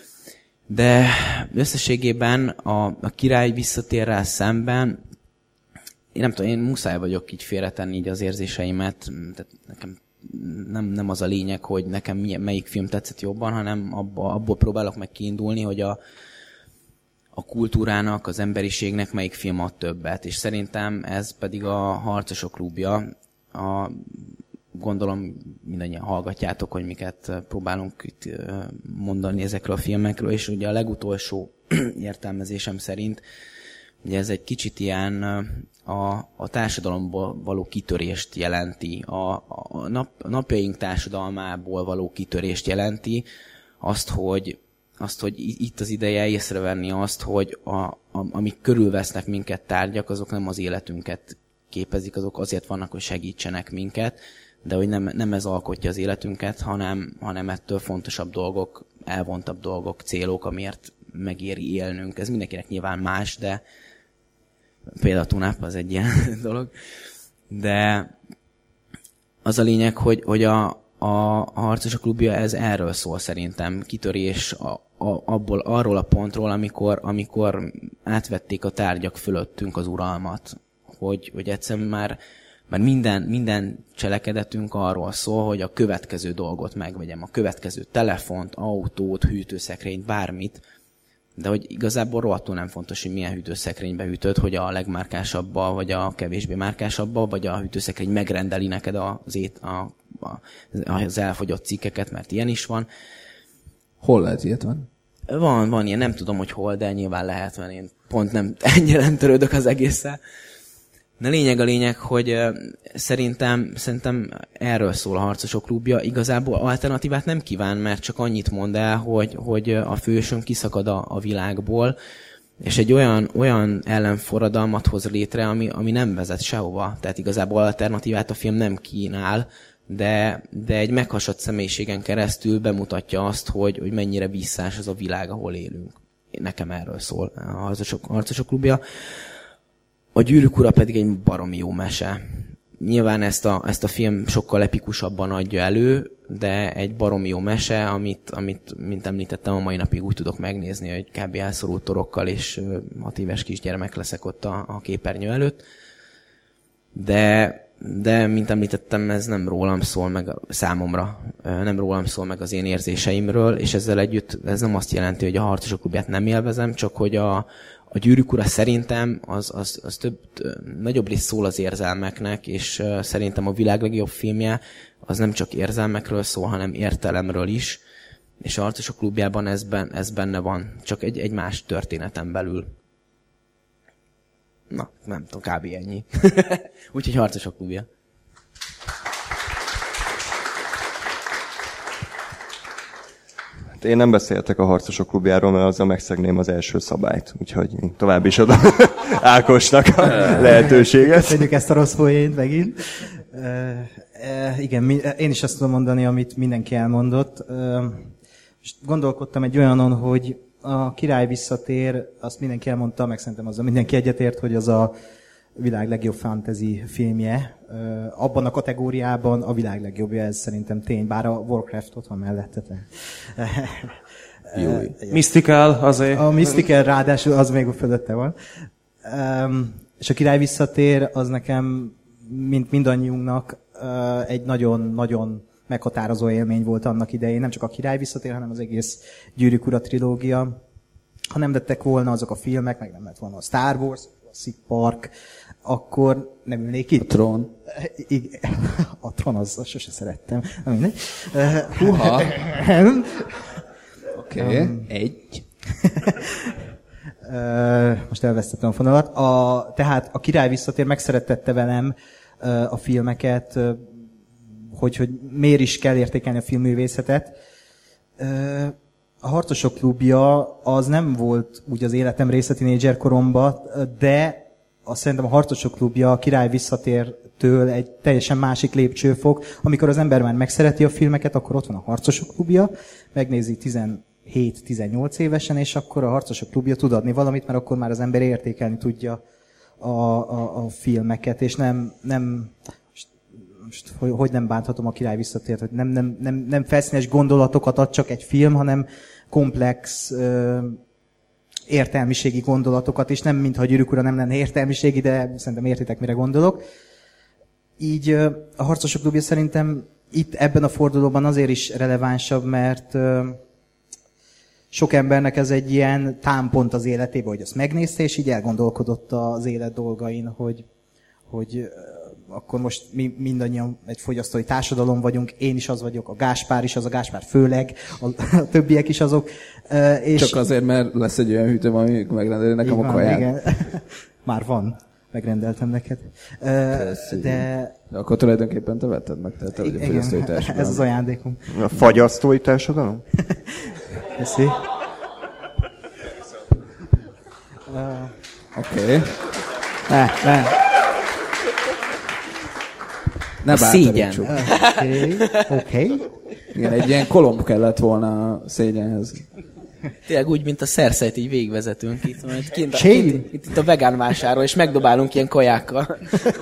De összességében a, a Király visszatér rá szemben, én nem tudom, én muszáj vagyok így félretenni így az érzéseimet, tehát nekem nem, nem az a lényeg, hogy nekem melyik film tetszett jobban, hanem abba, abból próbálok meg kiindulni, hogy a, a kultúrának, az emberiségnek melyik film ad többet, és szerintem ez pedig a Harcosok klubja. A, gondolom mindannyian hallgatjátok, hogy miket próbálunk itt mondani ezekről a filmekről, és ugye a legutolsó értelmezésem szerint ugye ez egy kicsit ilyen a, a társadalomból való kitörést jelenti, a, a, nap, a napjaink társadalmából való kitörést jelenti, azt, hogy, azt, hogy itt az ideje észrevenni azt, hogy a, a, amik körülvesznek minket tárgyak, azok nem az életünket képezik, azok azért vannak, hogy segítsenek minket, de hogy nem, nem ez alkotja az életünket, hanem, hanem ettől fontosabb dolgok, elvontabb dolgok, célok, amiért megéri élnünk. Ez mindenkinek nyilván más, de például a tunáp az egy ilyen dolog. De az a lényeg, hogy, hogy a, a, a Harcosok klubja ez erről szól szerintem. Kitörés a, a, abból, arról a pontról, amikor, amikor átvették a tárgyak fölöttünk az uralmat. Hogy, hogy egyszerűen már, már minden, minden cselekedetünk arról szól, hogy a következő dolgot megvegyem. A következő telefont, autót, hűtőszekrényt, bármit. De hogy igazából rohadtul nem fontos, hogy milyen hűtőszekrénybe hűtöd, hogy a legmárkásabba, vagy a kevésbé márkásabba, vagy a hűtőszekrény megrendeli neked az, ét, a, a, az elfogyott cikkeket, mert ilyen is van. Hol lehet ilyet van? Van, van ilyen, nem tudom, hogy hol, de nyilván lehet, mert én pont nem ennyire nem törődök az egésszel. De lényeg a lényeg, hogy uh, szerintem, szerintem erről szól a Harcosok klubja. Igazából alternatívát nem kíván, mert csak annyit mond el, hogy, hogy a fősön kiszakad a, a világból, és egy olyan, olyan ellenforradalmat hoz létre, ami, ami nem vezet sehova. Tehát igazából alternatívát a film nem kínál, de, de egy meghasadt személyiségen keresztül bemutatja azt, hogy, hogy mennyire visszás az a világ, ahol élünk. Nekem erről szól a Harcosok, Harcosok klubja. A Gyűrűk ura pedig egy baromi jó mese. Nyilván ezt a, ezt a film sokkal epikusabban adja elő, de egy baromi jó mese, amit, amit, mint említettem, a mai napig úgy tudok megnézni, hogy kb. Elszorult torokkal és hat éves kisgyermek leszek ott a, a képernyő előtt. De, de, mint említettem, ez nem rólam szól meg számomra. Nem rólam szól meg az én érzéseimről, és ezzel együtt ez nem azt jelenti, hogy a Harcosok klubját nem élvezem, csak hogy a A Gyűrűk ura szerintem az, az, az több, nagyobb rész szól az érzelmeknek, és uh, szerintem a világ legjobb filmje az nem csak érzelmekről szól, hanem értelemről is, és a Harcosok klubjában ez, ben, ez benne van, csak egy, egy más történeten belül. Na, nem tudom, kb. Ennyi. Úgyhogy Harcosok klubja. Én nem beszéltek a Harcosok klubjáról, mert azzal megszegném az első szabályt, úgyhogy tovább is adom Ákosnak a lehetőséget. Köszönjük ezt a rossz poént megint. Uh, uh, igen, mi, én is azt tudom mondani, amit mindenki elmondott. Uh, és gondolkodtam egy olyanon, hogy a Király visszatér, azt mindenki elmondta, meg szerintem azzal mindenki egyetért, hogy az a világ legjobb fantasy filmje. Abban a kategóriában a világ legjobbja, ez szerintem tény, bár a Warcraft ott van mellette. Jó. Mystical azért. A Mystical ráadásul az még fölötte van. És a Király visszatér, az nekem, mint mindannyiunknak egy nagyon-nagyon meghatározó élmény volt annak idején. Nem csak a Király visszatér, hanem az egész Gyűrűk Ura trilógia. Ha nem lettek volna azok a filmek, meg nem lett volna a Star Wars, a Jurassic Park, akkor nem ülnék itt. A Tron. A Tron, az, az sose szerettem. Húha. Oké, okay. um, egy. Most elvesztettem a fonalat. A, tehát a Király visszatér megszerettette velem a filmeket, hogy, hogy miért is kell értékelni a filmművészetet. A Harcosok klubja az nem volt úgy az életem része tínédzser koromban, de azt szerintem a Harcosok klubja a Király visszatértől egy teljesen másik lépcsőfok. Amikor az ember már megszereti a filmeket, akkor ott van a Harcosok klubja, megnézi tizenhét-tizennyolc évesen, és akkor a Harcosok klubja tud adni valamit, mert akkor már az ember értékelni tudja a, a, a filmeket, és nem, nem most, hogy, hogy nem bánthatom a Király visszatért, hogy nem, nem, nem, nem felszínes gondolatokat ad csak egy film, hanem komplex ö, értelmiségi gondolatokat, és nem mintha a Gyűrűk Ura nem lenne értelmiségi, de szerintem értitek, mire gondolok. Így ö, a Harcosok klubja szerintem itt ebben a fordulóban azért is relevánsabb, mert ö, sok embernek ez egy ilyen támpont az életében, hogy azt megnézte, és így elgondolkodott az élet dolgain, hogy, hogy akkor most mi mindannyian egy fogyasztói társadalom vagyunk, én is az vagyok, a Gáspár is az, a Gáspár főleg, a, a többiek is azok. És csak azért, mert lesz egy olyan hűtőm, ami megrendeli nekem van, a kaját. Igen. Már van, megrendeltem neked. Köszi. De... de akkor tulajdonképpen te vetted meg, tehát te vagy a fogyasztói társadalom. Ez az ajándékom. A fagyasztói társadalom? Köszi. Oké. Okay. Ne, ne. Ne szégyen. Oké. Okay. Igen, egy ilyen kolomb kellett volna a szégyenhez. Tényleg úgy, mint a Szerszeit így végvezetünk itt. Itt, kint, a, itt, itt, itt a vegán vásáról, és megdobálunk ilyen kajákkal.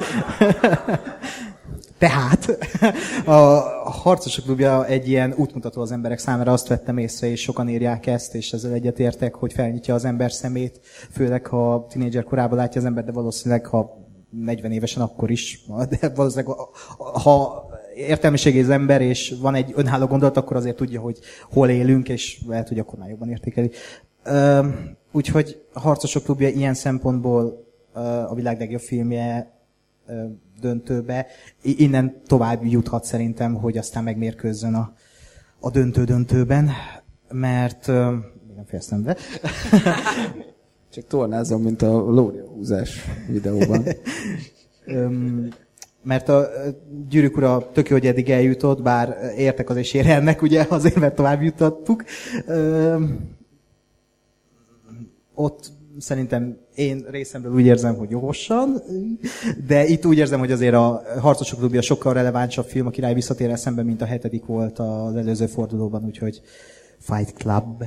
Tehát a Harcosok klubja egy ilyen útmutató az emberek számára, azt vettem észre, és sokan írják ezt, és ezzel egyetértek, hogy felnyitja az ember szemét, főleg ha tínédzser korában látja az ember, de valószínűleg ha negyven évesen akkor is, de valószínűleg ha értelmiségi az ember, és van egy önálló gondolat, akkor azért tudja, hogy hol élünk, és lehet, hogy akkor már jobban értékeli. Úgyhogy a Harcosok klubja ilyen szempontból a világ legjobb filmje döntőbe. Innen tovább juthat szerintem, hogy aztán megmérkőzzön a, a döntő-döntőben, mert nem fejeztem be. Csak tornázom, mint a lóriahúzás videóban. Mert a Gyűrűk Ura tök jó, hogy eddig eljutott, bár értek az és érelnek, ugye, azért, mert tovább jutottuk. Ott szerintem én részemről úgy érzem, hogy jogosan, de itt úgy érzem, hogy azért a Harcosok klubja sokkal relevánsabb film a Király visszatér eszembe, mint a hetedik volt az előző fordulóban, úgyhogy Fight Club.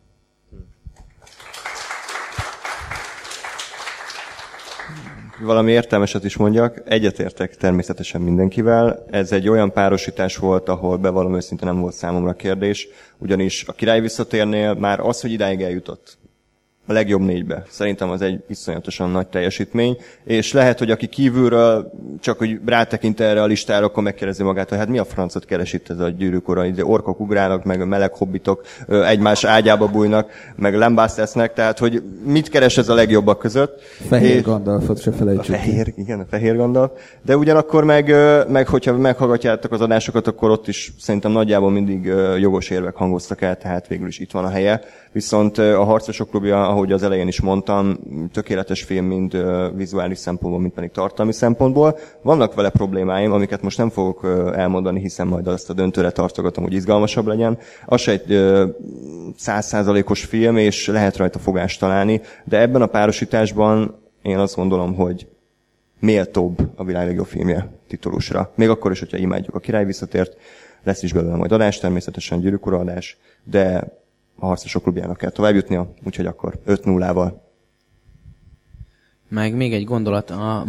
Valami értelmeset is mondjak, egyetértek természetesen mindenkivel. Ez egy olyan párosítás volt, ahol bevallom őszintén nem volt számomra kérdés, ugyanis a Király visszatérnél már az, hogy idáig eljutott a legjobb négybe. Szerintem az egy iszonyatosan nagy teljesítmény, és lehet, hogy aki kívülről csak hogy rátekint erre a listára, akkor megkérdezi magát, hogy hát mi a francot keres itt ez a Gyűrűk Ura, ide orkok ugrálnak, meg a meleg hobbitok egymás ágyába bújnak, meg lembászt esznek, tehát hogy mit keres ez a legjobbak között. Fehér és... Gandalfot se felejtsük. A fehér, igen, a fehér Gandalf. De ugyanakkor meg, meg hogyha meghallgatjátok az adásokat, akkor ott is szerintem nagyjából mindig jogos érvek hangoztak el, tehát végül is itt van a helye. Viszont a Harcosok klubja, ahogy az elején is mondtam, tökéletes film mind vizuális szempontból, mind pedig tartalmi szempontból. Vannak vele problémáim, amiket most nem fogok elmondani, hiszen majd azt a döntőre tartogatom, hogy izgalmasabb legyen. Az se egy száz százalékos film, és lehet rajta fogást találni, de ebben a párosításban én azt gondolom, hogy méltóbb a világ legjobb filmje titulusra. Még akkor is, hogyha imádjuk a Király visszatért, lesz is belőle majd adás, természetesen Gyűrűk Ura adás, de a Harcosok klubjának kell tovább jutnia, úgyhogy akkor öt nullával. Meg még egy gondolat a...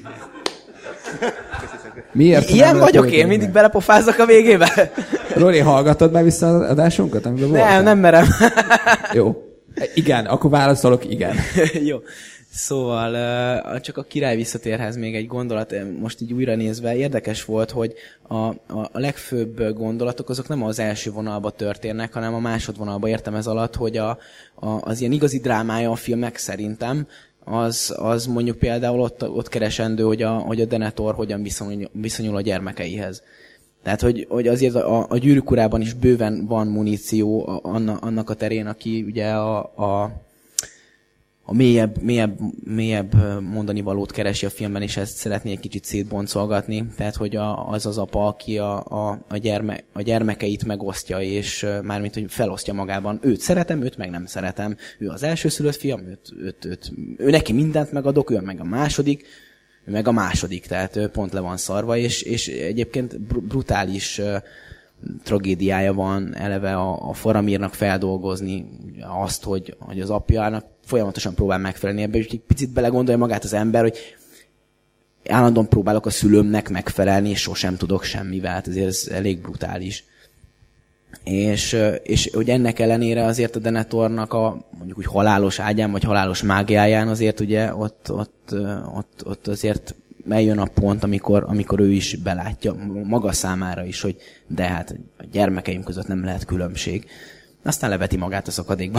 Miért Ilyen vagyok én, mindig belepofázzak a végébe. Roli, hallgatod meg vissza az adásunkat, amiben voltál? Nem, nem merem. Jó. Igen, akkor válaszolok igen. Jó. Szóval csak a Király visszatérhez még egy gondolat, most így újra nézve érdekes volt, hogy a, a, a legfőbb gondolatok azok nem az első vonalba történnek, hanem a másodvonalba értem ez alatt, hogy a, a, az ilyen igazi drámája a filmek szerintem, az, az mondjuk például ott, ott keresendő, hogy a, hogy a Denethor hogyan viszonyul, viszonyul a gyermekeihez. Tehát, hogy, hogy azért a, a Gyűrűk urában is bőven van muníció anna, annak a terén, aki ugye a, a, a mélyebb, mélyebb, mélyebb mondani valót keresi a filmben, és ezt szeretné egy kicsit szétboncolgatni. Tehát, hogy a, az az apa, aki a, a, a, gyerme, a gyermekeit megosztja, és mármint, hogy felosztja magában. Őt szeretem, őt meg nem szeretem. Ő az elsőszülött fiam, őt, őt, őt, ő neki mindent megadok, ő meg a második, ő meg a második, tehát ő pont le van szarva, és, és egyébként brutális uh, tragédiája van eleve a, a Faramirnak feldolgozni azt, hogy, hogy az apjának folyamatosan próbál megfelelni ebbe, és egy picit belegondolja magát az ember, hogy állandóan próbálok a szülőmnek megfelelni, és sosem tudok semmivel, hát ezért ez elég brutális. És, és hogy ennek ellenére azért a Denethornak a mondjuk úgy halálos ágyán, vagy halálos mágiáján azért ugye ott, ott, ott, ott azért eljön a pont, amikor, amikor ő is belátja maga számára is, hogy de hát a gyermekeim között nem lehet különbség. Aztán leveti magát a szakadékban.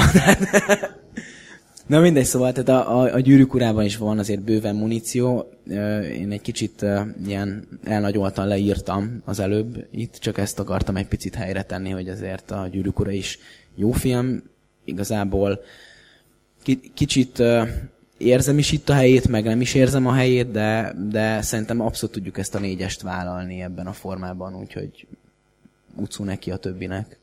Na mindegy, szóval tehát a, a, a Gyűrűk urában is van azért bőven muníció. Én egy kicsit ilyen elnagyoltan leírtam az előbb itt, csak ezt akartam egy picit helyre tenni, hogy azért a Gyűrűk ura is jó film. Igazából kicsit érzem is itt a helyét, meg nem is érzem a helyét, de, de szerintem abszolút tudjuk ezt a négyest vállalni ebben a formában, úgyhogy utcú neki a többinek.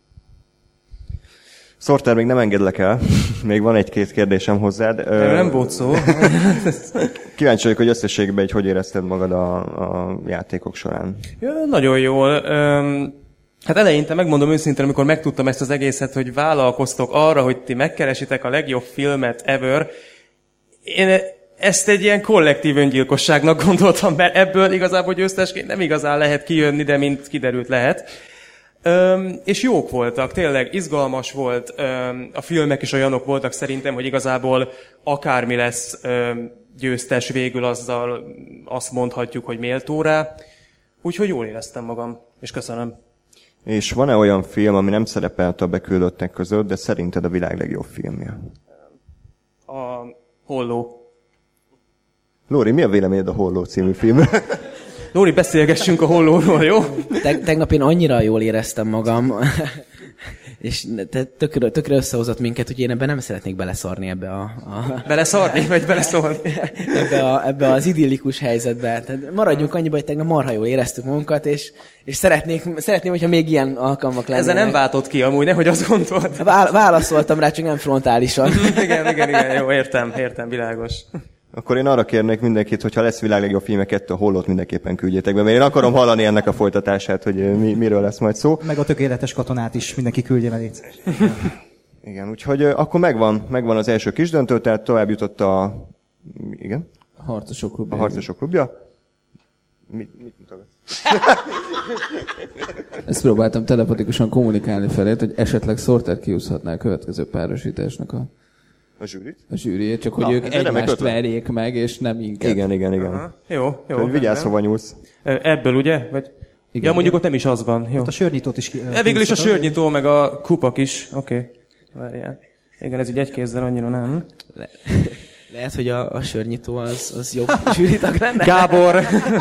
Sorter, még nem engedlek el. Még van egy-két kérdésem hozzád. Erről nem volt szó. Kíváncsi vagyok, hogy összességben egy hogy érezted magad a, a játékok során. Ja, nagyon jól. Hát eleinte megmondom őszintén, amikor megtudtam ezt az egészet, hogy vállalkoztok arra, hogy ti megkeresitek a legjobb filmet ever, én ezt egy ilyen kollektív öngyilkosságnak gondoltam, mert ebből igazából győztesként nem igazán lehet kijönni, de mint kiderült lehet. Öm, és jók voltak, tényleg izgalmas volt, öm, a filmek is olyanok voltak szerintem, hogy igazából akármi lesz öm, győztes végül, azzal azt mondhatjuk, hogy méltó rá. Úgyhogy jól éreztem magam, és köszönöm. És van-e olyan film, ami nem szerepelt a beküldöttek között, de szerinted a világ legjobb filmje? A Holló. Lóri, mi a véleményed a Holló című filmről? Lóri, beszélgessünk a Hollóról, jó? Te- tegnap én annyira jól éreztem magam, és te tökre, tökre összehozott minket, hogy én ebben nem szeretnék beleszarni ebbe a... a... Beleszarni, vagy beleszólni? ebbe, a, ebbe az idillikus helyzetbe. Tehát maradjunk annyiba, hogy tegnap marha jól éreztük magunkat, és, és szeretnék, szeretném, hogyha még ilyen alkalmak lennének. Ezzel nem váltott ki amúgy, nehogy azt gondolt. Vá- válaszoltam rá, csak nem frontálisan. igen, igen, igen, jó, értem, értem, világos. Akkor én arra kérnék mindenkit, hogyha lesz világ legjobb filme kettő, a Hollót mindenképpen küldjétek be, mert én akarom hallani ennek a folytatását, hogy mi, miről lesz majd szó. Meg a tökéletes katonát is mindenki küldje el itt. Igen, úgyhogy akkor megvan, megvan az első kisdöntő, tehát tovább jutott a... Igen? A Harcosok klubja. A Harcosok klubja. Mit, mit mutogat? Ezt próbáltam telepatikusan kommunikálni felét, hogy esetleg Sorter kiúszhatná a következő párosításnak a... A zsűrit? A zsűriét, csak hogy Na, ők egymást verjék meg, és nem inkább. Igen, igen, igen. Aha. Jó, jó. Hogy vigyázz, hova nyúlsz. Ebből, ugye? Vagy... Igen, ja, mondjuk ott nem is az van. Jó. Ott a sörnyitót is... E, végül is a sörnyitó, meg a kupak is. Oké. Okay. Várjál. Igen, ez így egy kézzel annyira nem. Le- lehet, hogy a, a sörnyitó az, az jobb zsűritag lenne? Gábor!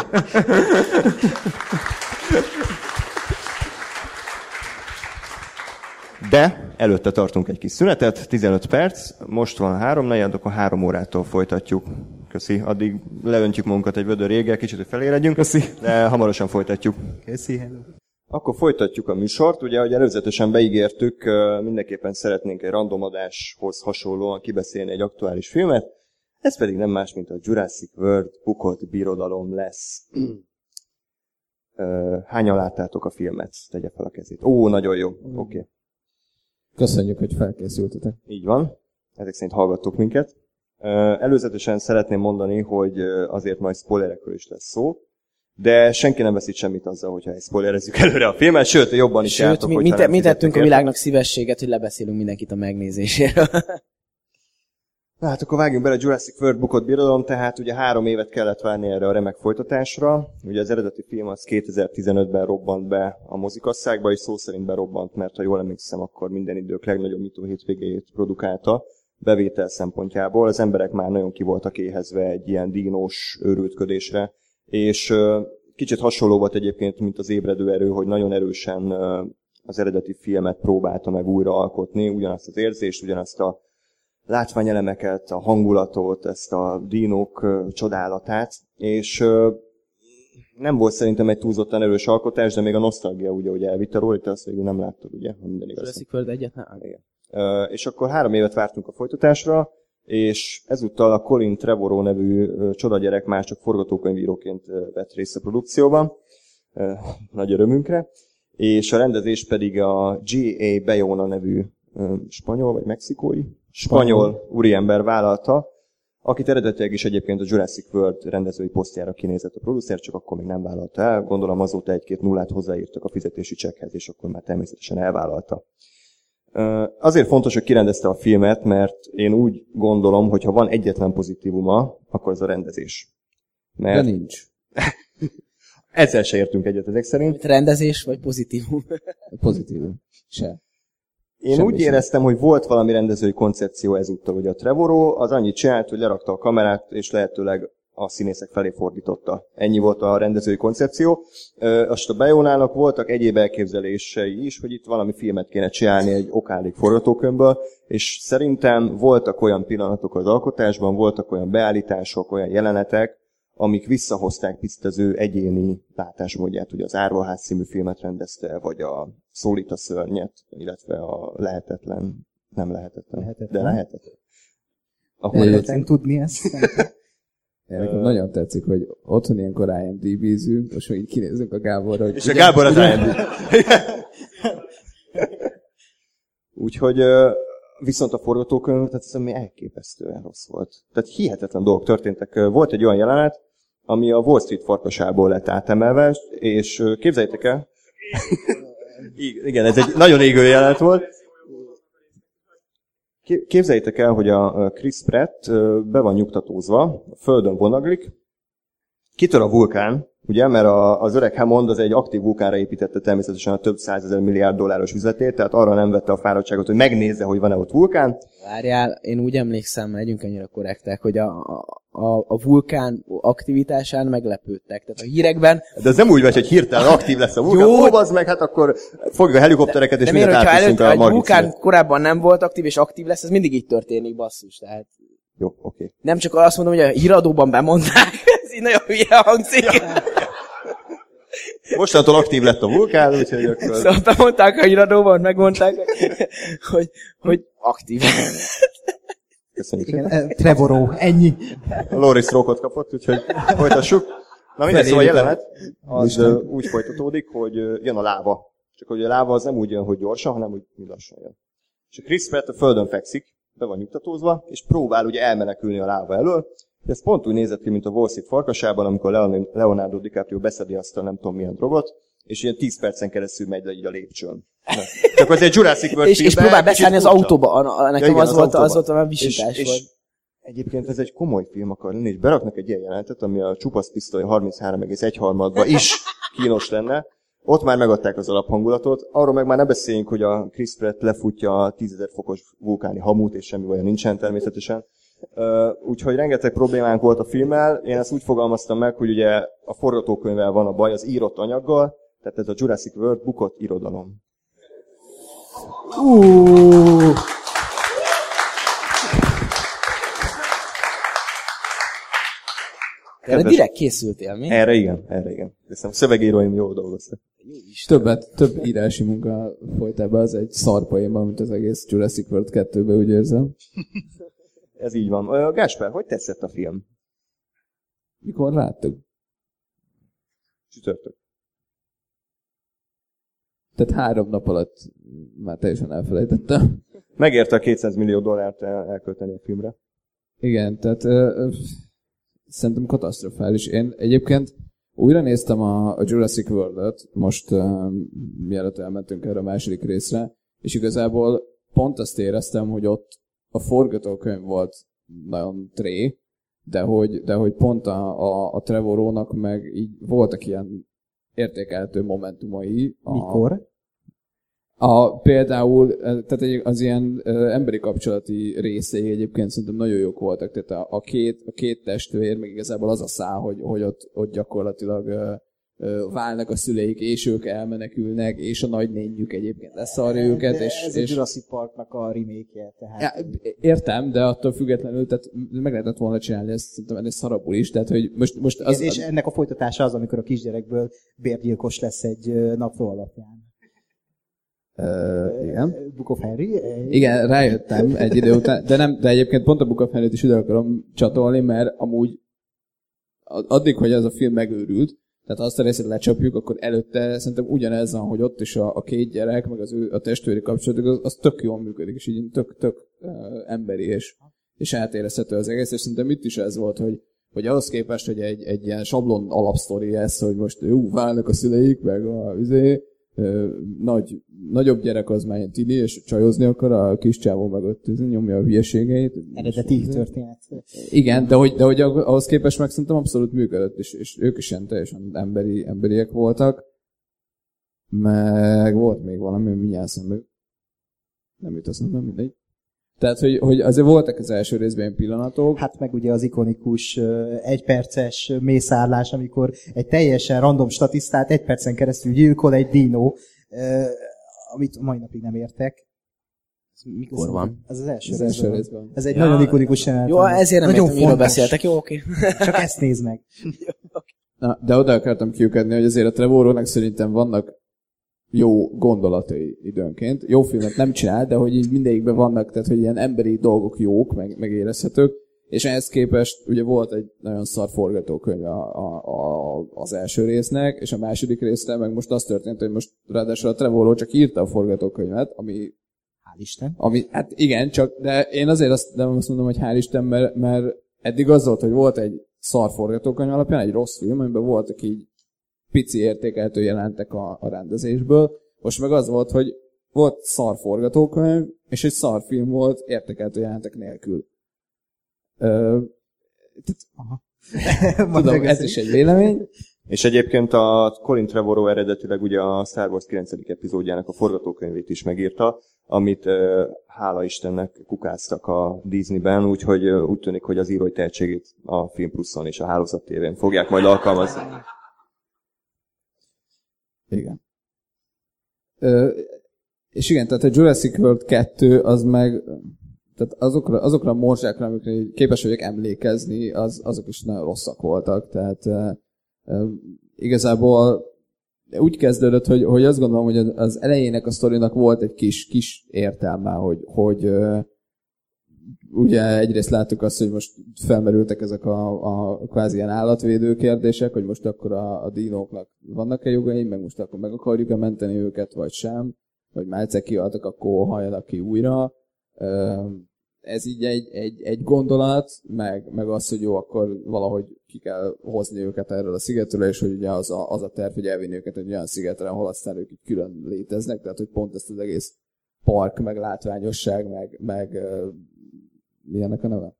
De előtte tartunk egy kis szünetet, tizenöt perc, most van háromnegyed, akkor három órától folytatjuk. Köszi, addig leöntjük magunkat egy vödör jéggel, kicsit, hogy feléredjünk. Köszi. De hamarosan folytatjuk. Köszi, hello. Akkor folytatjuk a műsort, ugye, ahogy előzetesen beígértük, mindenképpen szeretnénk egy randomadáshoz hasonlóan kibeszélni egy aktuális filmet, ez pedig nem más, mint a Jurassic World Bukott Birodalom lesz. Hányan láttátok a filmet? Tegye fel a kezét. Ó, nagyon jó. Oké. Okay. Köszönjük, hogy felkészültetek. Így van. Ezek szerint hallgattok minket. Előzetesen szeretném mondani, hogy azért majd spoilerekről is lesz szó, de senki nem veszít semmit azzal, hogyha spoilerezzük előre a filmet, sőt, jobban is jártok, Sőt, mi, mi, te, mi tettünk a világnak szívességet, hogy lebeszélünk mindenkit a megnézéséről. Hát akkor vágjunk bele, Jurassic World Bukott Birodalom, tehát ugye három évet kellett várni erre a remek folytatásra. Ugye az eredeti film az kétezer-tizenötben robbant be a mozikasszákba, és szó szerint berobbant, mert ha jól emlékszem, akkor minden idők legnagyobb mitó hétvégéjét produkálta bevétel szempontjából. Az emberek már nagyon ki voltak éhezve egy ilyen dinós őrültködésre, és kicsit hasonló volt egyébként, mint az Ébredő erő, hogy nagyon erősen az eredeti filmet próbálta meg újra alkotni, ugyanazt az érzést, ugyanazt a látványelemeket, a hangulatot, ezt a dinók csodálatát, és nem volt szerintem egy túlzottan erős alkotás, de még a nosztalgia ugye, ugye elvitte róla, te azt végül nem láttad, ugye, ha minden igaz. Jurassic World egyet nem? Igen. És akkor három évet vártunk a folytatásra, és ezúttal a Colin Trevorrow nevű csodagyerek már csak forgatókönyvíróként vett részt a produkcióban, nagy örömünkre, és a rendezés pedig a G A Bayona nevű spanyol vagy mexikói spanyol úriember vállalta, akit eredetileg is egyébként a Jurassic World rendezői posztjára kinézett a producer, csak akkor még nem vállalta el. Gondolom azóta egy-két nullát hozzáírtak a fizetési csekkhez, és akkor már természetesen elvállalta. Azért fontos, hogy kirendezte a filmet, mert én úgy gondolom, hogy ha van egyetlen pozitívuma, akkor ez a rendezés. Mert... De nincs. Ezzel se értünk egyet ezek szerint. Rendezés vagy pozitívum? Pozitívum. Se. Én Semmi úgy sem. éreztem, hogy volt valami rendezői koncepció ezúttal, hogy a Trevorrow az annyit csinált, hogy lerakta a kamerát, és lehetőleg a színészek felé fordította. Ennyi volt a rendezői koncepció. Azt a Bayonának voltak egyéb elképzelései is, hogy itt valami filmet kéne csinálni egy okálik forgatókönyvből, és szerintem voltak olyan pillanatok az alkotásban, voltak olyan beállítások, olyan jelenetek, amik visszahozták picit az ő egyéni látásmódját. Ugye az Árvaház című filmet rendezte, vagy a Szólít a szörnyet, illetve a Lehetetlen, nem lehetetlen, lehetetlen. de lehetetlen. Lehetetlen tudni ezt. Nekem nagyon tetszik, hogy otthon ilyenkor I M D B-zünk, most így kinézzünk a Gáborra. Hogy és a Gábor az I M D B. Úgyhogy viszont a forgatókönyv, tehát ez ami elképesztően rossz volt. Tehát hihetetlen dolgok történtek. Volt egy olyan jelenet, ami a Wall Street farkasából lett átemelve, és képzeljétek el, igen, ez egy nagyon égő jelenet volt. Képzeljétek el, hogy a Chris Pratt be van nyugtatózva, a földön vonaglik, kitör a vulkán, ugye, mert az öreg Hammond az egy aktív vulkánra építette természetesen a több százezer milliárd dolláros üzletét, tehát arra nem vette a fáradtságot, hogy megnézze, hogy van-e ott vulkán. Várjál, én úgy emlékszem, legyünk annyira korrektek, hogy a, a, a vulkán aktivitásán meglepődtek. Tehát a hírekben... De ez nem úgy vagy, hogy hirtelen aktív lesz a vulkán. Jó, az meg, hát akkor fogjuk a helikoptereket, és mindent átviszünk a Margit. A vulkán korábban nem volt aktív, és aktív lesz, ez mindig így történik, basszus. Tehát... Jó, oké. Okay. Nem csak azt mondom, hogy a híradóban bemondták, ez így nagyon hülye hangzik. Mostantól aktív lett a vulkán, úgyhogy akkor... Szóval bemondták a híradóban, megmondták, hogy, hogy aktív. Köszönjük. Igen, Trevorrow, ennyi. A Laurie Strokot kapott, úgyhogy folytassuk. Na mindegy, szóval a jelenet az úgy folytatódik, hogy jön a láva. Csak hogy a láva az nem úgy jön, hogy gyorsan, hanem úgy lassan jön. És a Chris Pratt a földön fekszik, be van nyugtatózva, és próbál ugye elmenekülni a láva elől. Ez pont úgy nézett ki, mint a Wall Street farkasában, amikor Leonardo DiCaprio beszedi azt a nem tudom milyen drogot, és ilyen tíz percen keresztül megy le így a lépcsőn. Csak az egy Jurassic World és, és próbál beszállni az autóba, a, a, nekem ja, igen, az, az, volt, az volt a visítás és, volt. És egyébként ez egy komoly film akar lenni, és beraknak egy ilyen jelenetet, ami a Csupasz pisztoly harminchárom egész egy harmadban is kínos lenne. Ott már megadták az alaphangulatot, arról meg már ne beszéljünk, hogy a Chris Pratt lefutja a tízezer fokos vulkáni hamut, és semmi baja nincsen természetesen. Uh, úgyhogy rengeteg problémánk volt a filmmel. Én ezt úgy fogalmaztam meg, hogy ugye a forgatókönyvvel van a baj, az írott anyaggal, tehát ez a Jurassic World bukott irodalom. Uh. Erre direkt készültél, mi? Erre igen, erre igen. Hiszem, a szövegíróim jól dolgoztak. Többet, több írási munka folyt ebbe, az egy szarpoénban, mint az egész Jurassic World kettőben, úgy érzem. Ez így van. Gáspár, hogy tetszett a film? Mikor láttuk? Csütörtök. Tehát három nap alatt már teljesen elfelejtettem. Megérte a kétszáz millió dollárt el- elkölteni a filmre. Igen, tehát ö, szerintem katasztrofális. Én egyébként újra néztem a, a Jurassic World-öt, most uh, mielőtt elmentünk erre a második részre, és igazából pont azt éreztem, hogy ott a forgatókönyv volt nagyon tré, de hogy, de hogy pont a, a, a Trevorónak meg így voltak ilyen értékelhető momentumai. A, Mikor? A, például tehát az ilyen emberi kapcsolati részei egyébként szerintem nagyon jók voltak. Tehát a, a, két, a két testvér, meg igazából az a szál, hogy, hogy ott, ott gyakorlatilag ö, ö, válnak a szüleik, és ők elmenekülnek, és a nagynényük egyébként leszarja őket. De és, ez és... a Jurassic Parknak a remake-je. Tehát... Ja, értem, de attól függetlenül, tehát meg lehetett volna csinálni ezt, szerintem ennél szarabul is. Tehát, hogy most, most az, és ennek a folytatása az, amikor a kisgyerekből bérgyilkos lesz egy napló alapján. Uh, igen. Book of Henry? Igen, rájöttem egy idő után, de, nem, de egyébként pont a Book of Henryt is ide akarom csatolni, mert amúgy addig, hogy ez a film megőrült, tehát azt a részét lecsapjuk, akkor előtte szerintem ugyanez van, hogy ott is a, a két gyerek, meg az ő, a testvéri kapcsolatok, az, az tök jól működik, és így tök, tök uh, emberi, és, és átérezhető az egész, és szerintem itt is ez volt, hogy, hogy ahhoz képest, hogy egy, egy ilyen sablon alapsztori ez, hogy most jó, válnak a szüleik, meg a üzé, Nagy, nagyobb gyerek az már ilyen tini, és csajozni akar, a kis csávó meg ott nyomja a hülyeségeit. Eredeti történet. Igen, de hogy, de hogy ahhoz képest meg szerintem abszolút működött, és, és ők is ilyen teljesen emberi, emberiek voltak. Meg volt még valami, mindjárt szembe. Nem jut eszembe, mindegy. Tehát, hogy, hogy azért voltak az első részben ilyen pillanatok. Hát meg ugye az ikonikus egyperces mészárlás, amikor egy teljesen random statisztát egy percen keresztül gyilkol egy dinó, amit mai napig nem értek. Mikor ez van? Ez az első, az részben. első részben. Ez egy ja, nagyon ikonikus jelenet. Jó, ezért nem nagyon értem, miről beszéltek. Jó, oké. Csak ezt nézd meg. Na, de oda akartam kiukadni, hogy azért a Trevorrónak szerintem vannak jó gondolatai időnként. Jó filmet nem csinál, de hogy így mindegyikben vannak, tehát hogy ilyen emberi dolgok jók, meg, megérezhetők, és ehhez képest ugye volt egy nagyon szar forgatókönyv a, a, a, az első résznek, és a második részre meg most az történt, hogy most ráadásul a Trevorró csak írta a forgatókönyvet, ami hál' Isten. Ami, hát igen, csak, de én azért azt, nem azt mondom, hogy hál' Isten, mert, mert eddig az volt, hogy volt egy szar forgatókönyv alapján, egy rossz film, amiben voltak így pici értékeltő jelentek a, a rendezésből. Most meg az volt, hogy volt szar forgatókönyv, és egy szar film volt értékeltő jelentek nélkül. Ö, Aha. Tudom, ez is egy vélemény. És egyébként a Colin Trevorrow eredetileg ugye a Star Wars kilencedik epizódjának a forgatókönyvét is megírta, amit hála Istennek kukáztak a Disneyben, úgyhogy úgy tűnik, hogy az írói tehetségét a Film Pluszon és a Hálózat tévén fogják majd alkalmazni. Igen. Ö, és igen, tehát a Jurassic World kettő az meg, tehát azokra, azokra a morzsákra, amikre képes vagyok emlékezni, az, azok is nagyon rosszak voltak. Tehát ö, ö, igazából úgy kezdődött, hogy, hogy azt gondolom, hogy az elejének a sztorinak volt egy kis, kis értelme, hogy, hogy ö, ugye egyrészt láttuk azt, hogy most felmerültek ezek a, a kvázi ilyen állatvédő kérdések, hogy most akkor a, a dinóknak vannak-e jogaim, meg most akkor meg akarjuk-e menteni őket, vagy sem, vagy már egyszer kihaltak, akkor halljanak ki újra. Ez így egy, egy, egy gondolat, meg, meg az, hogy jó, akkor valahogy ki kell hozni őket erről a szigetről, és hogy ugye az a, az a terv, hogy elvinni őket egy olyan szigetre, ahol aztán ők így külön léteznek, tehát hogy pont ezt az egész park, meg látványosság, meg, meg mi ennek a neve?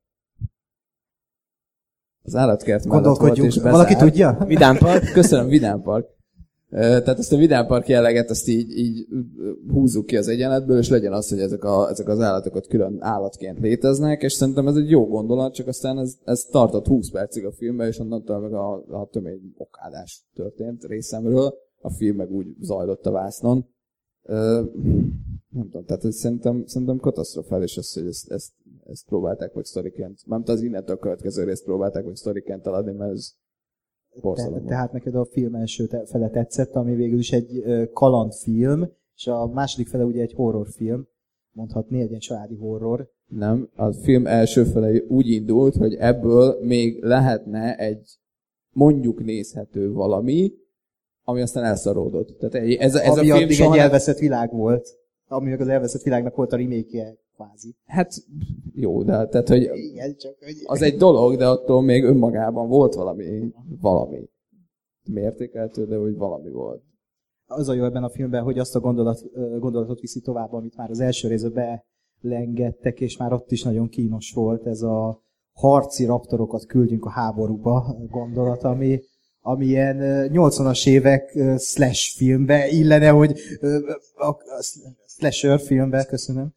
Az állatkert mellett volt és bezárt. Valaki tudja? Vidám Park. Köszönöm, Vidám Park. Tehát ezt a Vidám Park jelleget, ezt így, így húzzuk ki az egyenletből, és legyen az, hogy ezek, a, ezek az állatok ott külön állatként léteznek, és szerintem ez egy jó gondolat, csak aztán ez, ez tartott húsz percig a filmben, és onnantól meg a, a tömény okádás történt részemről. A film meg úgy zajlott a vásznon. Nem tudom, tehát ez szerintem, szerintem katasztrofális az, hogy ezt, ezt, ezt próbálták meg sztoriként. Mármint az innentől a következő részt próbálták meg sztoriként eladni, mert ez Te, tehát neked a film első fele tetszett, ami végül is egy kalandfilm, és a második fele ugye egy horrorfilm, mondhatni, egy ilyen családi horror. Nem, a film első fele úgy indult, hogy ebből még lehetne egy mondjuk nézhető valami, ami aztán elszaródott. Tehát ez, ez ami a film addig soha egy nem... elveszett világ volt, ami meg az elveszett világnak volt a remake-je kvázi. Hát jó, de tehát, hogy Igen, csak, hogy... az egy dolog, de attól még önmagában volt valami, valami mértékeltő, de hogy valami volt. Az a jó ebben a filmben, hogy azt a gondolat, gondolatot viszi tovább, amit már az első részben belengedtek, és már ott is nagyon kínos volt ez a harci raptorokat küldjünk a háborúba gondolat, ami, ami ilyen nyolcvanas évek slash filmbe illene, hogy a slasher filmbe, köszönöm.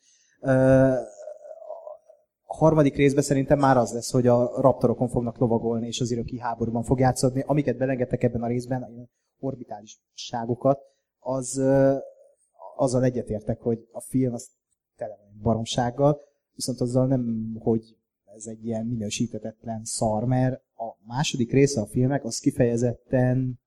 A harmadik részben szerintem már az lesz, hogy a raptorokon fognak lovagolni, és az iraki háborúban fog játszódni. Amiket belengedtek ebben a részben, a orbitálisságokat, az, azzal egyetértek, hogy a film az tele van baromsággal, viszont azzal nem, hogy ez egy ilyen minősítetetlen szar, mert a második része a filmek az kifejezetten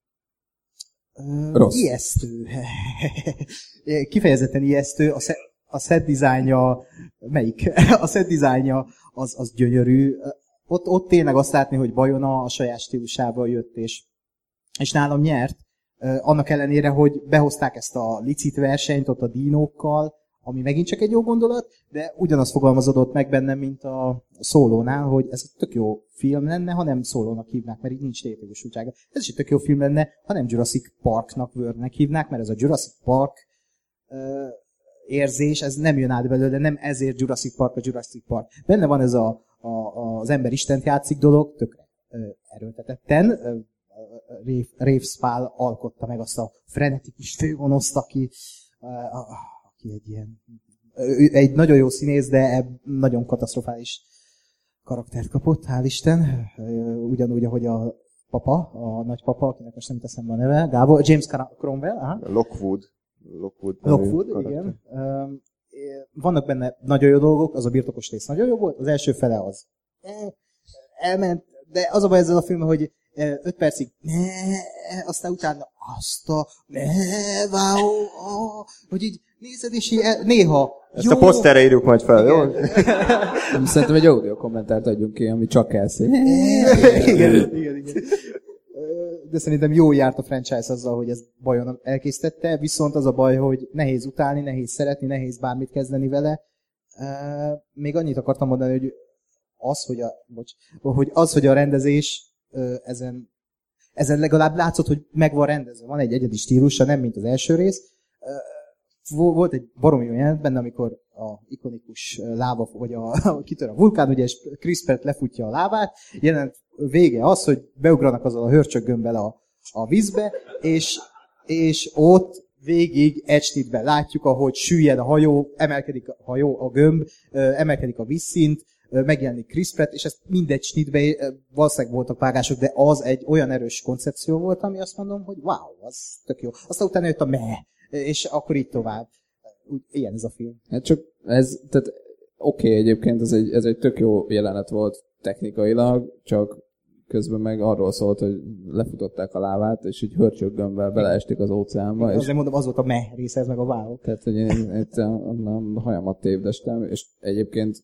Rossz. ijesztő. kifejezetten ijesztő. A, sze, a set dizájnja, melyik? a set dizájnja az, az gyönyörű. Ott, ott tényleg azt látni, hogy Bayona a saját stílusával jött, és, és nálam nyert. Annak ellenére, hogy behozták ezt a licit versenyt ott a dinókkal, ami megint csak egy jó gondolat, de ugyanaz fogalmazódott meg bennem, mint a szólónál, hogy ez egy tök jó film lenne, ha nem szólónak hívnák, mert így nincs létjogosultsága. Ez is egy tök jó film lenne, ha nem Jurassic Parknak, Worldnek hívnák, mert ez a Jurassic Park uh, érzés, ez nem jön át belőle, nem ezért Jurassic Park a Jurassic Park. Benne van ez a, a, az ember Istent játszik dolog, tökre uh, erőltetetten, uh, Rafe Spall alkotta meg azt a frenetikus főgonoszt, aki, uh, aki egy ilyen, egy nagyon jó színész, de nagyon katasztrofális karaktert kapott, hál' Isten. Ugyanúgy, ahogy a papa, a nagypapa, akinek most nem teszem a neve, Gábor, James Cromwell. Aha. Lockwood. Lockwood, Lockwood, igen. Vannak benne nagyon jó dolgok, az a birtokos rész nagyon jó volt, az első fele az elment, de az a baj ezzel a filmmel, hogy öt percig, ne, aztán utána azt a, ne, wow, oh, hogy így nézed, és így, néha, ezt jó, a poszterre írjuk majd fel, jó? Szerintem egy audio kommentárt adjunk ki, ami csak elszél. igen, igen, igen. De szerintem jó járt a franchise azzal, hogy ez Bajon elkészítette, viszont az a baj, hogy nehéz utálni, nehéz szeretni, nehéz bármit kezdeni vele. Még annyit akartam mondani, hogy az, hogy a, bocs, hogy az, hogy a rendezés ezen, ezen legalább látszott, hogy meg van rendezve. Van egy egyedi stílusa, nem mint az első rész. Volt egy baromi jó jelent benne, amikor a ikonikus láva, vagy a, a kitör a vulkán, ugye, és Chris Pratt lefutja a lábát. Jelent vége az, hogy beugranak azzal a hörcsöggömbbel a, a vízbe, és, és ott végig egy snitben látjuk, ahogy süllyed a hajó, emelkedik a hajó, a gömb, emelkedik a vízszint, megjelenik Chris Pratt, és ezt mindegy snitben, valószínűleg voltak vágások, de az egy olyan erős koncepció volt, ami azt mondom, hogy wow, az tök jó. Aztán utána jött a meh, és akkor így tovább. Úgy, ilyen ez a film. Hát csak ez, tehát oké, okay, egyébként ez egy, ez egy tök jó jelenet volt technikailag, csak közben meg arról szólt, hogy lefutották a lávát, és így hörcsöggömbbel beleesték az óceánba. Azért és... mondom, az volt a meh része, ez meg a wow. Tehát, hogy én itt a hajamat tévdestem, és egyébként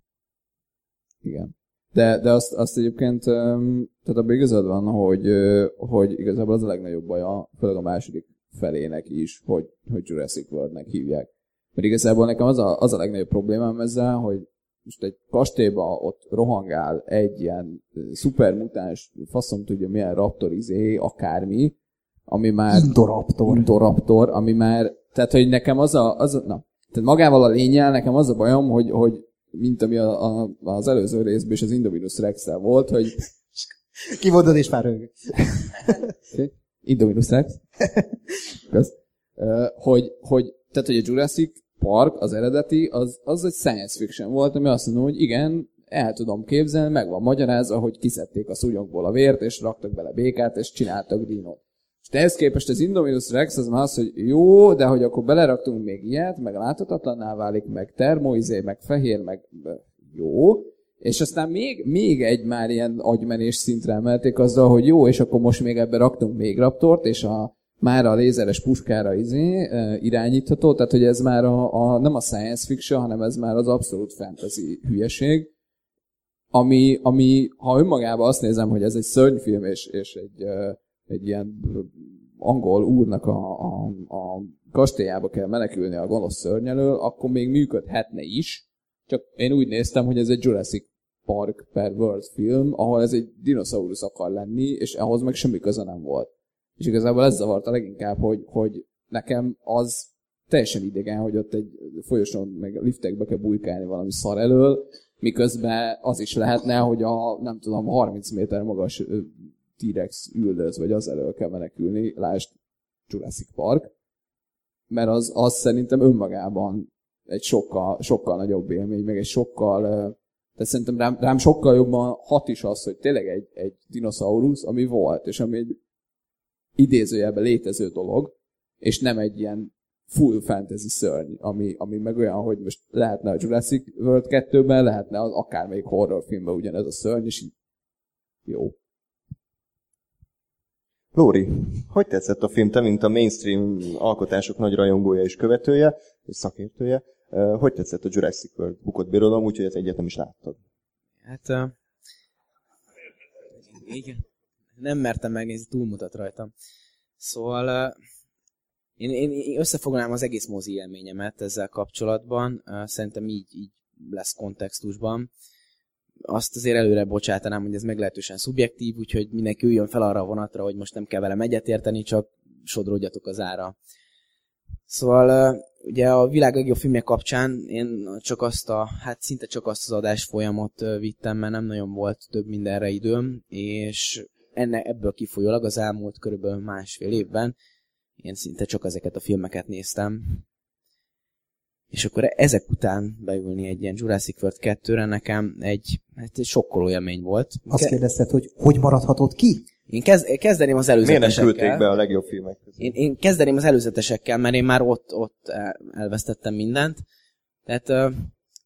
igen. De, de azt, azt egyébként, tehát abban igazad van, hogy, hogy igazából az a legnagyobb baja, főleg a második felének is, hogy, hogy Jurassic Worldnek hívják. Mert igazából nekem az a, az a legnagyobb problémám ezzel, hogy most egy kastélyban ott rohangál egy ilyen szupermutáns, faszom tudja milyen raptorizé, akármi, ami már... Indoraptor. Indoraptor, ami már... Tehát, hogy nekem az a... Az a na, tehát magával a lényel, nekem az a bajom, hogy, hogy mint ami a, a, az előző részben is az Indominus Rex-el volt, hogy... Kivondod és már rögök. Okay. Indominus Rex. Kösz. Uh, hogy, hogy, tehát, hogy a Jurassic Park, az eredeti, az, az egy science fiction volt, ami azt mondom, hogy igen, el tudom képzelni, meg van magyarázva, hogy kiszedték a szúnyogból a vért, és raktak bele békát, és csináltak dinót. És ehhez képest az Indominus Rex az már az, hogy jó, de hogy akkor beleraktunk még ilyet, meg láthatatlanná válik, meg termoizé, meg fehér, meg jó. És aztán még, még egy már ilyen agymenés szintre emelték azzal, hogy jó, és akkor most még ebbe raktunk még raptort, és a, már a lézeres puskára izé, irányítható, tehát hogy ez már a, a, nem a science fiction, hanem ez már az abszolút fantasy hülyeség, ami, ami ha önmagában azt nézem, hogy ez egy szörnyfilm, és, és egy, egy ilyen angol úrnak a, a, a kastélyába kell menekülni a gonosz szörny elől, akkor még működhetne is, Csak én úgy néztem, hogy ez egy Jurassic Park per World film, ahol ez egy dinoszaurusz akar lenni, és ahhoz meg semmi köze nem volt. És igazából ez zavarta leginkább, hogy, hogy nekem az teljesen idegen, hogy ott egy folyosón meg liftekbe kell bujkálni valami szar elől, miközben az is lehetne, hogy a, nem tudom, harminc méter magas T-Rex üldöz, vagy az elől kell menekülni, lásd Jurassic Park, mert az, az szerintem önmagában egy sokkal, sokkal nagyobb élmény, meg egy sokkal, tehát szerintem rám, rám sokkal jobban hat is az, hogy tényleg egy, egy dinoszaurusz, ami volt, és ami egy idézőjelben létező dolog, és nem egy ilyen full fantasy szörny, ami, ami meg olyan, hogy most lehetne a Jurassic World kettőben, lehetne az akármelyik horrorfilmben ugyanez a szörny, és így jó. Lóri, hogy tetszett a film? Te, mint a mainstream alkotások nagy rajongója és követője, és szakértője, hogy tetszett a Jurassic World Bukott Birodalom, úgyhogy ezt egyet nem is láttad? Hát, uh, igen, nem mertem megnézni, túlmutat rajtam. Szóval uh, én, én összefoglalnám az egész mozi élményemet ezzel kapcsolatban, uh, szerintem így, így lesz kontextusban. Azt azért előre bocsátanám, hogy ez meglehetősen szubjektív, úgyhogy mindenki üljön fel arra a vonatra, hogy most nem kell velem egyetérteni, csak sodródjatok az ára. Szóval ugye a világ legjobb filmje kapcsán én csak azt a, hát szinte csak azt az adásfolyamot vittem, mert nem nagyon volt több mindenre időm, és enne, ebből kifolyólag az elmúlt körülbelül másfél évben én szinte csak ezeket a filmeket néztem. És akkor ezek után beülni egy ilyen Jurassic World kettőre nekem egy, hát egy sokkoló élmény volt. Azt kérdezted, hogy hogy maradhatod ki? Én kezd, kezdeném az előzetesekkel. Miért nem küldték be a legjobb filmek közül? Én, én kezdeném az előzetesekkel, mert én már ott, ott elvesztettem mindent. Tehát uh,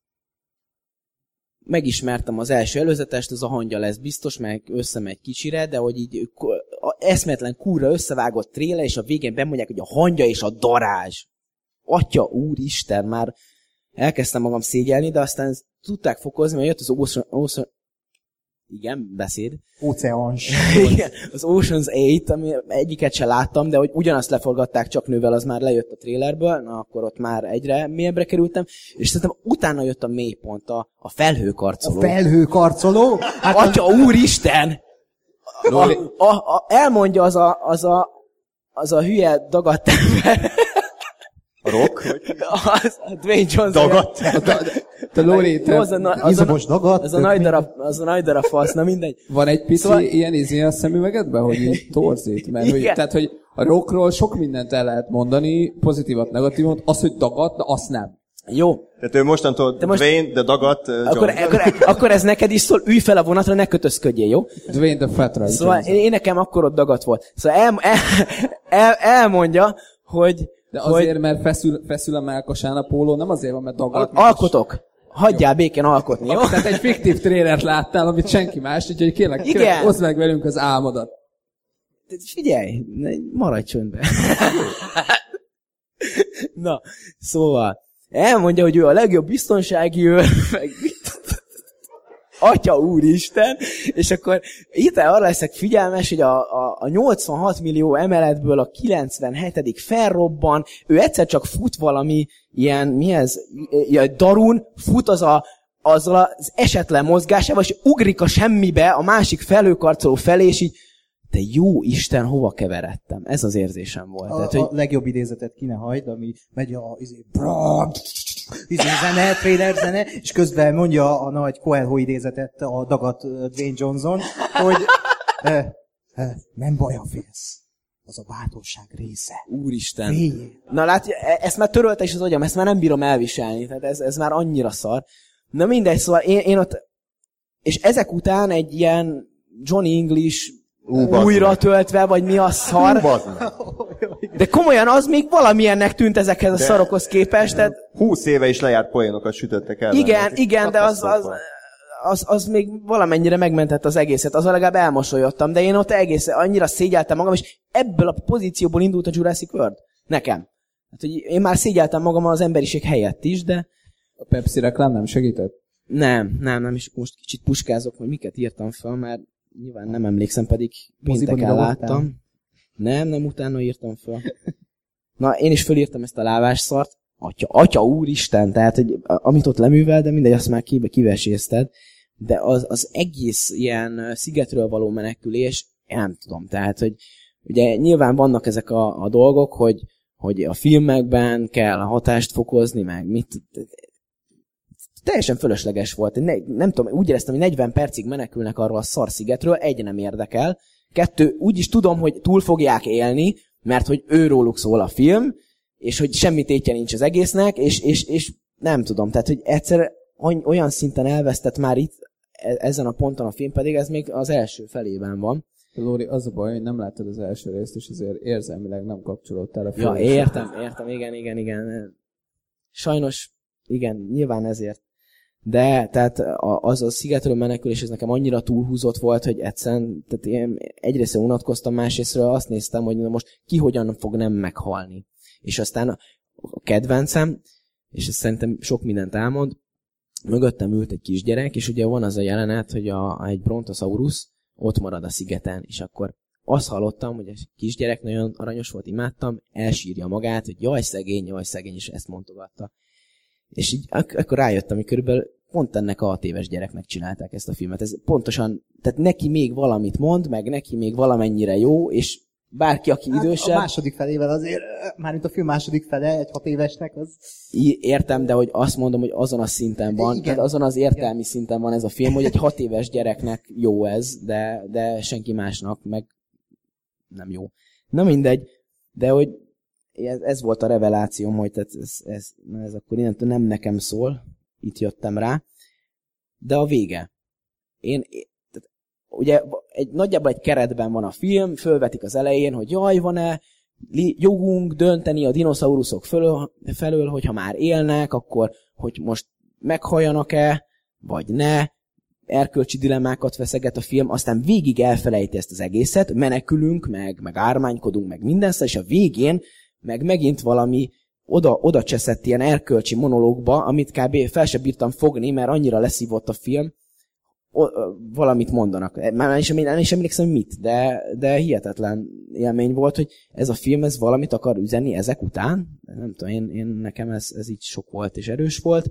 megismertem az első előzetest, az a hangya lesz biztos, meg összemegy kicsire, de hogy így eszméletlen kurra összevágott tréle, és a végén bemondják, hogy a hangya és a darázs. Atya, úristen, már elkezdtem magam szégyelni, de aztán tudták fokozni, mert jött az Ocean... Ocean igen, beszéd. Óceáns. Igen, az Ocean's eight, ami egyiket se láttam, de hogy ugyanazt leforgatták csak nővel, az már lejött a trailerből, na akkor ott már egyre mélyebbre kerültem, és szerintem utána jött a mélypont, a, a felhőkarcoló. A felhőkarcoló? Hát Atya, a... úristen! A, a, a, elmondja az a, az a, az a hülye dagadt ember. A Rock? Az, a Dwayne Johnson. Dagadt? Te Lóri, te... Az a, izomos dagadt. Az a nagy darab, az a nagy darab fasz, na mindegy. Van egy pici szóval... ilyen izé a szemüvegedben, hogy így torzít, mert hogy, tehát, hogy a Rockról sok mindent el lehet mondani, pozitívat, negatívat, az, hogy dagadt, de azt nem. Jó. Tehát ő mostantól most... Dwayne, de dagadt uh, akkor, akkor, akkor ez neked is szól, ülj fel a vonatra, ne kötözködjél, jó? Dwayne the Fat Right. Szóval én, én nekem akkor ott dagadt volt. Szóval el, el, el, elmondja, hogy... De azért, hogy... mert feszül, feszül a melkasán a póló, nem azért van, mert dagadt. Alkotok. Hagyjál békén alkotni, jó? Tehát egy fiktív trélert láttál, amit senki más, úgyhogy kérlek, kérlek, oszd meg velünk az álmodat. Figyelj, maradj csöndbe. Na, szóval, elmondja, hogy ő a legjobb biztonsági őr, meg Atya úristen, és akkor itt arra leszek figyelmes, hogy a, a, a nyolcvanhat millió emeletből a kilencvenhetedik felrobban, ő egyszer csak fut valami ilyen, mi ez, ja, darun, fut az a, azzal az esetlen mozgásával, és ugrik a semmibe a másik felhőkarcoló felé, és így, de jó Isten, hova keveredtem? Ez az érzésem volt. A, Tehát, a hogy... legjobb idézetet ki ne hagyd, ami megy a izé, bra, izé zene, trailer zene, és közben mondja a nagy Coelho idézetet a dagadt Dwayne Johnson, hogy eh, eh, nem baj, ha félsz. Az a bátorság része. Úristen. Féljél. Na látja, ezt már törölte is az agyam, ezt már nem bírom elviselni. Tehát ez, ez már annyira szar. Na mindegy, szóval én, én ott... És ezek után egy ilyen Johnny English Uh, újra töltve, vagy mi a szar. De komolyan az még valamilyennek tűnt ezekhez a szarokhoz képest. Tehát... húsz éve is lejárt poénokat sütöttek el. Igen, igen, de az, az, az, az még valamennyire megmentett az egészet. Azon legalább elmosolyodtam, de én ott egész annyira szégyeltem magam, és ebből a pozícióból indult a Jurassic World. Nekem. Hát, hogy én már szégyeltem magam az emberiség helyett is, de... A Pepsi reklám nem segített? Nem, nem, nem, és most kicsit puskázok, hogy miket írtam fel, mert nyilván nem emlékszem, pedig pénteken láttam. Nem, nem utána írtam fel. Na, én is fölírtam ezt a lávásszart. atya, atya úristen, tehát, hogy amit ott leművel, de mindegy, azt már kivesézted, de az, az egész ilyen szigetről való menekülés, én nem tudom, tehát, hogy ugye nyilván vannak ezek a, a dolgok, hogy, hogy a filmekben kell a hatást fokozni, meg mit, teljesen fölösleges volt. Ne, nem tudom, úgy éreztem, hogy negyven percig menekülnek arról a szar szigetről, egy nem érdekel, kettő, úgyis tudom, hogy túl fogják élni, mert hogy őróluk szól a film, és hogy semmi tétje nincs az egésznek, és, és, és nem tudom, tehát, hogy egyszer olyan szinten elvesztett már itt, ezen a ponton a film, pedig ez még az első felében van. Lóri, az a baj, hogy nem láttad az első részt, és azért érzelmileg nem kapcsolódtál a film. Ja, értem, értem, igen, igen, igen. Sajnos, igen, nyilván ezért. De, tehát az a szigetről menekülés, ez nekem annyira túlhúzott volt, hogy egyszerűen, tehát én egyrészt unatkoztam, másrésztről azt néztem, hogy most ki hogyan fog nem meghalni. És aztán a, a kedvencem, és ez szerintem sok mindent elmond, mögöttem ült egy kisgyerek, és ugye van az a jelenet, hogy a, egy brontosaurus ott marad a szigeten, és akkor azt hallottam, hogy a kisgyerek nagyon aranyos volt, imádtam, elsírja magát, hogy jaj szegény, jaj szegény, és ezt mondogatta. És így ak- akkor rájöttem, hogy körülbelül pont ennek a hat éves gyereknek csinálták ezt a filmet. Ez pontosan, tehát neki még valamit mond, meg neki még valamennyire jó, és bárki, aki hát idősebb... A második felével azért, mármint a film második fele, egy hat évesnek az... Értem, de hogy azt mondom, hogy azon a szinten van, igen, tehát azon az értelmi igen. szinten van ez a film, hogy egy hat éves gyereknek jó ez, de, de senki másnak meg nem jó. Na mindegy, de hogy ez, ez volt a revelációm, hogy ez, ez, ez, ez akkor innentől nem nekem szól, itt jöttem rá, de a vége. Én... Ugye egy, nagyjából egy keretben van a film, fölvetik az elején, hogy jaj, van-e jogunk dönteni a dinoszauruszok felől, felől, hogyha már élnek, akkor hogy most meghalljanak-e, vagy ne, erkölcsi dilemmákat feszeget a film, aztán végig elfelejti ezt az egészet, menekülünk, meg, meg ármánykodunk, meg mindenszer, és a végén meg megint valami oda, oda cseszett ilyen erkölcsi monológba, amit kb. Fel sem bírtam fogni, mert annyira leszívott a film, valamit mondanak. Már nem is, nem is emlékszem, hogy mit, de, de hihetetlen élmény volt, hogy ez a film, ez valamit akar üzenni ezek után. Nem tudom, én, én nekem ez, ez így sok volt és erős volt.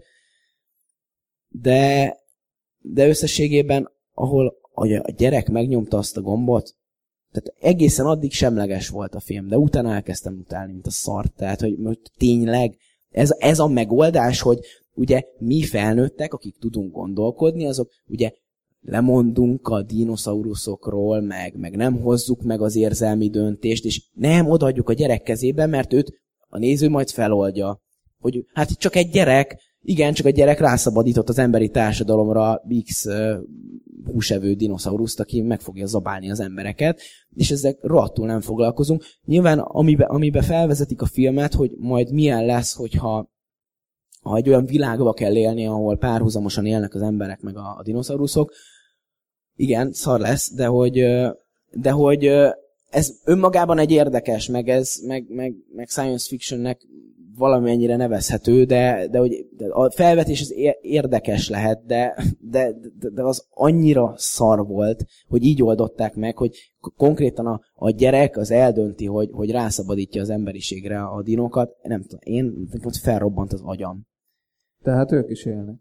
De, de összességében, ahol a gyerek megnyomta azt a gombot, tehát egészen addig semleges volt a film, de utána elkezdtem utálni, mint a szart. Tehát, hogy, hogy tényleg ez, ez a megoldás, hogy ugye mi felnőttek, akik tudunk gondolkodni, azok ugye lemondunk a dinoszauruszokról, meg, meg nem hozzuk meg az érzelmi döntést, és nem odaadjuk a gyerek kezébe, mert őt a néző majd feloldja. Hogy hát csak egy gyerek, igen, csak a gyerek rászabadított az emberi társadalomra X uh, húsevő dinoszauruszt, aki meg fogja zabálni az embereket, és ezzel rohadtul nem foglalkozunk. Nyilván amibe, amibe felvezetik a filmet, hogy majd milyen lesz, hogyha ha egy olyan világba kell élni, ahol párhuzamosan élnek az emberek meg a, a dinoszauruszok, igen, szar lesz, de hogy, de hogy ez önmagában egy érdekes, meg ez, meg, meg, meg science fictionnek valamennyire nevezhető, de, de, hogy, de a felvetés az érdekes lehet, de, de, de, de az annyira szar volt, hogy így oldották meg, hogy konkrétan a, a gyerek az eldönti, hogy, hogy rászabadítja az emberiségre a dinokat. Nem tudom, én felrobbant az agyam. De hát ők is élnek.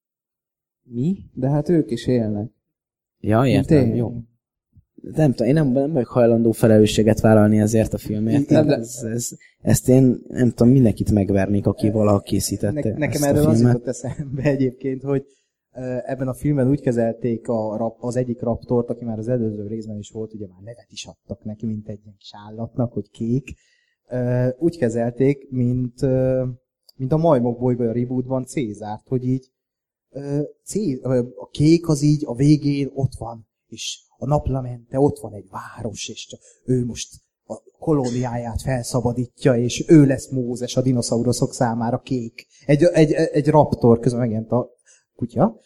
Mi? De hát ők is élnek. Ja, értem, jó. Nem tudom, én nem, nem vagyok hajlandó felelősséget vállalni ezért a filmért. De... Ez, ez, ezt én nem tudom, mindenkit megvernék, aki valaha készítette ne, Nekem ezt erről a az filmet. jutott eszembe egyébként, hogy ebben a filmben úgy kezelték a rap, az egyik raptort, aki már az előző részben is volt, ugye már nevet is adtak neki, mint egy ilyen kis állatnak, hogy kék. Úgy kezelték, mint, mint a Majmok bolygója rebootban Cézárt, hogy így Céz, a kék az így a végén ott van, és a naplemente ott van egy város, és csak ő most a kolóniáját felszabadítja, és ő lesz Mózes a dinoszauruszok számára kék. Egy, egy, egy raptor, közben megint a kutya.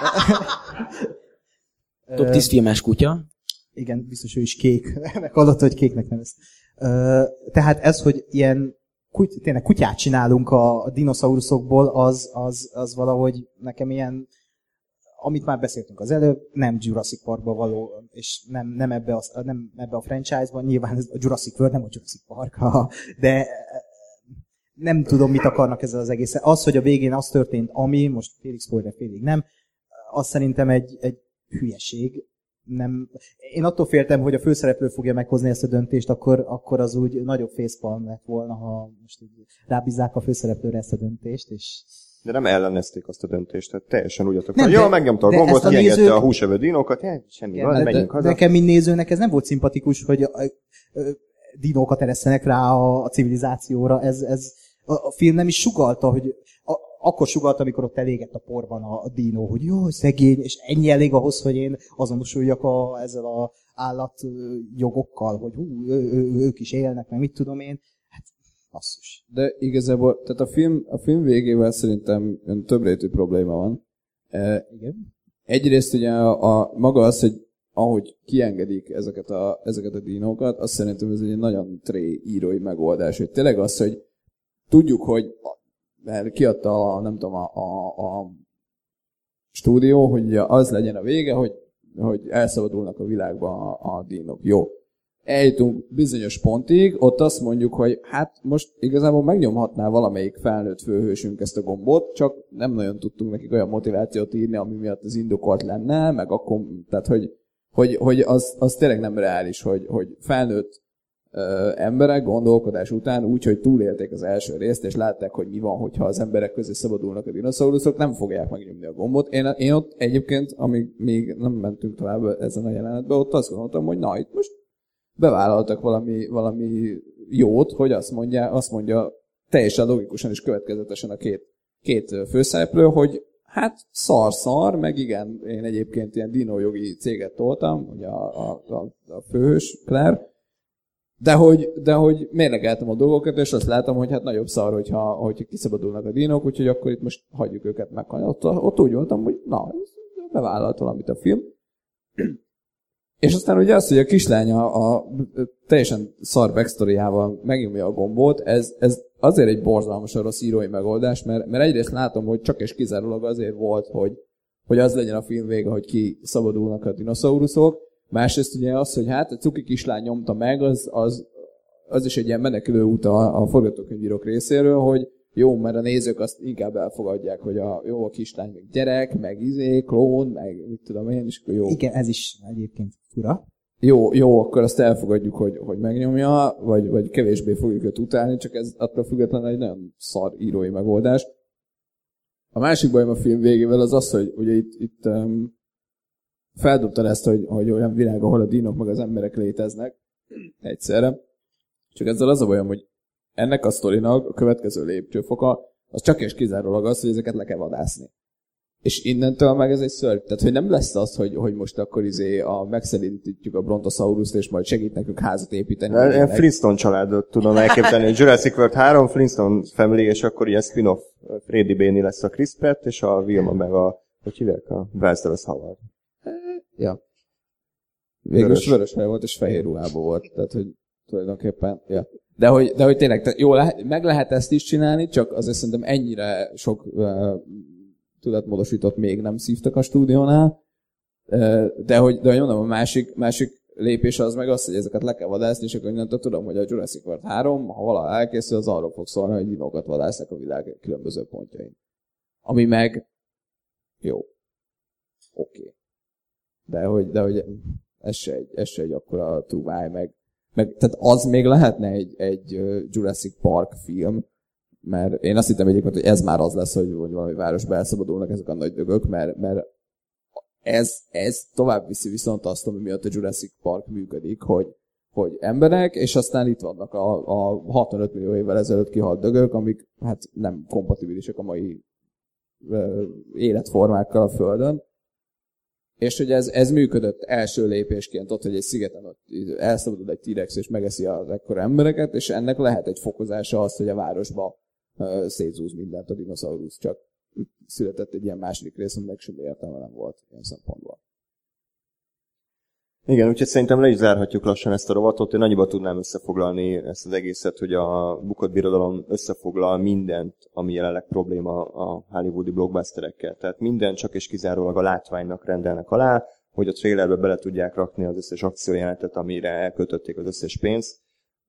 Top tíz filmes kutya. Igen, biztos ő is kék. Meghallott, hogy kéknek nevez. Tehát ez, hogy ilyen kuty, tényleg kutyát csinálunk a dinoszauruszokból, az, az, az valahogy nekem ilyen, amit már beszéltünk az előbb, nem Jurassic Parkba való, és nem, nem, ebbe, a, nem ebbe a franchise-ban, nyilván ez a Jurassic World, nem a Jurassic Park, de, nem tudom, mit akarnak ezzel az egészen. Az, hogy a végén az történt, ami, most félig spoiler, félig nem, az szerintem egy, egy hülyeség. Nem. Én attól féltem, hogy a főszereplő fogja meghozni ezt a döntést, akkor, akkor az úgy nagyobb facepalm lett volna, ha most így rábízzák a főszereplőre ezt a döntést, és... De nem ellenezték azt a döntést, tehát teljesen úgy adtak. Nem, Jó, de- megnyomta a de gombot, ezt a kiengedte nézők- a húsevő dinókat, ja, semmi Igen, van, de- menjünk de haza. Nekem, mint nézőnek, ez nem volt szimpatikus, hogy a, a, a dinókat eresztenek rá a, a civilizációra. Ez, ez, a, a film nem is sugalta, hogy a, akkor sugalta, amikor ott elégett a porban a, a dinó, hogy jó, szegény, és ennyi elég ahhoz, hogy én azonosuljak a, ezzel a állatjogokkal, hogy hú, ő, ő, ők is élnek, meg mit tudom én. Hát, basszus. De igazából, tehát a film, a film végével szerintem több rétű probléma van. E, Igen. Egyrészt ugye a, a maga az, hogy ahogy kiengedik ezeket a, ezeket a dinókat, azt szerintem ez egy nagyon tré írói megoldás. Hogy tényleg az, hogy tudjuk, hogy mert kiadta a, nem tudom, a, a, a stúdió, hogy az legyen a vége, hogy, hogy elszabadulnak a világban a, a dinók. Jó. Eljutunk bizonyos pontig, ott azt mondjuk, hogy hát most igazából megnyomhatná valamelyik felnőtt főhősünk ezt a gombot, csak nem nagyon tudtunk nekik olyan motivációt írni, ami miatt az indokolt lenne, meg akkor, tehát hogy, hogy, hogy az, az tényleg nem reális, hogy, hogy felnőtt ö, emberek gondolkodás után úgy, hogy túlélték az első részt, és látták, hogy mi van, hogyha az emberek közé szabadulnak a dinoszauruszok, nem fogják megnyomni a gombot. Én, én ott egyébként, amíg még nem mentünk tovább ezen a jelenetben, ott azt gondoltam, hogy na, itt most bevállaltak valami, valami jót, hogy azt mondja, azt mondja teljesen logikusan és következetesen a két, két főszereplő, hogy hát szar-szar, meg igen, én egyébként ilyen dinójogi céget toltam, ugye a, a, a, a főhős, Claire, de hogy, de hogy mérlegeltem a dolgokat, és azt látom, hogy hát nagyobb szar, hogyha, hogyha kiszabadulnak a dinók, úgyhogy akkor itt most hagyjuk őket meghalni. Ott, ott úgy voltam, hogy na, bevállalt valamit a film. És aztán ugye az, hogy a kislány a, a teljesen szar backstoryjával megnyomja a gombot, ez, ez azért egy borzalmasan rossz írói megoldás, mert, mert egyrészt látom, hogy csak és kizárólag azért volt, hogy, hogy az legyen a film vége, hogy ki szabadulnak a dinoszauruszok. Másrészt ugye az, hogy hát a cuki kislány nyomta meg, az, az, az is egy ilyen menekülő út a, a forgatókönyvírók részéről, hogy jó, mert a nézők azt inkább elfogadják, hogy a, jó, a kislány meg gyerek, meg izé, klón, meg mit tudom én, és akkor jó. Igen, ez is egyébként fura. Jó, jó, akkor azt elfogadjuk, hogy, hogy megnyomja, vagy, vagy kevésbé fogjuk őt utálni, csak ez attól függetlenül egy nagyon szar írói megoldás. A másik bajom a film végével az az, hogy ugye itt, itt um, feldobtad ezt, hogy, hogy olyan világ, ahol a dinok meg az emberek léteznek egyszerre. Csak ezzel az a bajom, hogy ennek a sztorinak a következő lépcsőfoka az csak és kizárólag az, hogy ezeket le kell vadászni. És innentől meg ez egy szörny. Tehát, hogy nem lesz az, hogy, hogy most akkor izé a, megszelídítjük a Brontosaurust, és majd segít nekünk házat építeni. Én Flintstone családot tudom elképzelni. Jurassic World három, Flintstone Family, és akkor ilyen spin-off Freddy Béni lesz a Chris Pratt, és a Wilma meg a, hogy hívják, a Bryce Dallas Howard. Ja. Végül Vörös. is vörös hely volt, és fehér ruhában volt. Tehát, hogy tulajdonképpen, ja. De hogy, de hogy tényleg, jó, lehet, meg lehet ezt is csinálni, csak azért szerintem ennyire sok uh, tudatmódosított még nem szívtak a stúdiónál. Uh, de hogy, de hogy mondom, a másik, másik lépés az meg az, hogy ezeket le kell vadászni, és akkor innentől tudom, hogy a Jurassic World három, ha valaha elkészül, az arról fog szólni, hogy dinókat vadásznak a világ különböző pontjain. Ami meg jó. Oké. Okay. De hogy, de hogy ez se egy, ez se egy akkora trúváj, meg Meg, tehát az még lehetne egy, egy Jurassic Park film, mert én azt hittem egyébként, hogy ez már az lesz, hogy, hogy valami városba elszabadulnak ezek a nagy dögök, mert, mert ez, ez tovább viszi viszont azt, ami miatt a Jurassic Park működik, hogy, hogy emberek, és aztán itt vannak a, a hatvanöt millió évvel ezelőtt kihalt dögök, amik hát nem kompatibilisek a mai ö, életformákkal a Földön. És hogy ez, ez működött első lépésként ott, hogy egy szigeten ott elszabadul egy T-rex és megeszi az ekkora embereket, és ennek lehet egy fokozása az, hogy a városba uh, szétzúz mindent a dinoszaurusz, csak született egy ilyen második rész, aminek semmi értelme nem volt ilyen szempontból. Igen, úgyhogy szerintem le is zárhatjuk lassan ezt a rovatot. Én annyiba tudnám összefoglalni ezt az egészet, hogy a bukott birodalom összefoglal mindent, ami jelenleg probléma a hollywoodi blockbusterekkel. Tehát minden csak és kizárólag a látványnak rendelnek alá, hogy a trailerbe bele tudják rakni az összes akciójelenetet, amire elköltötték az összes pénzt.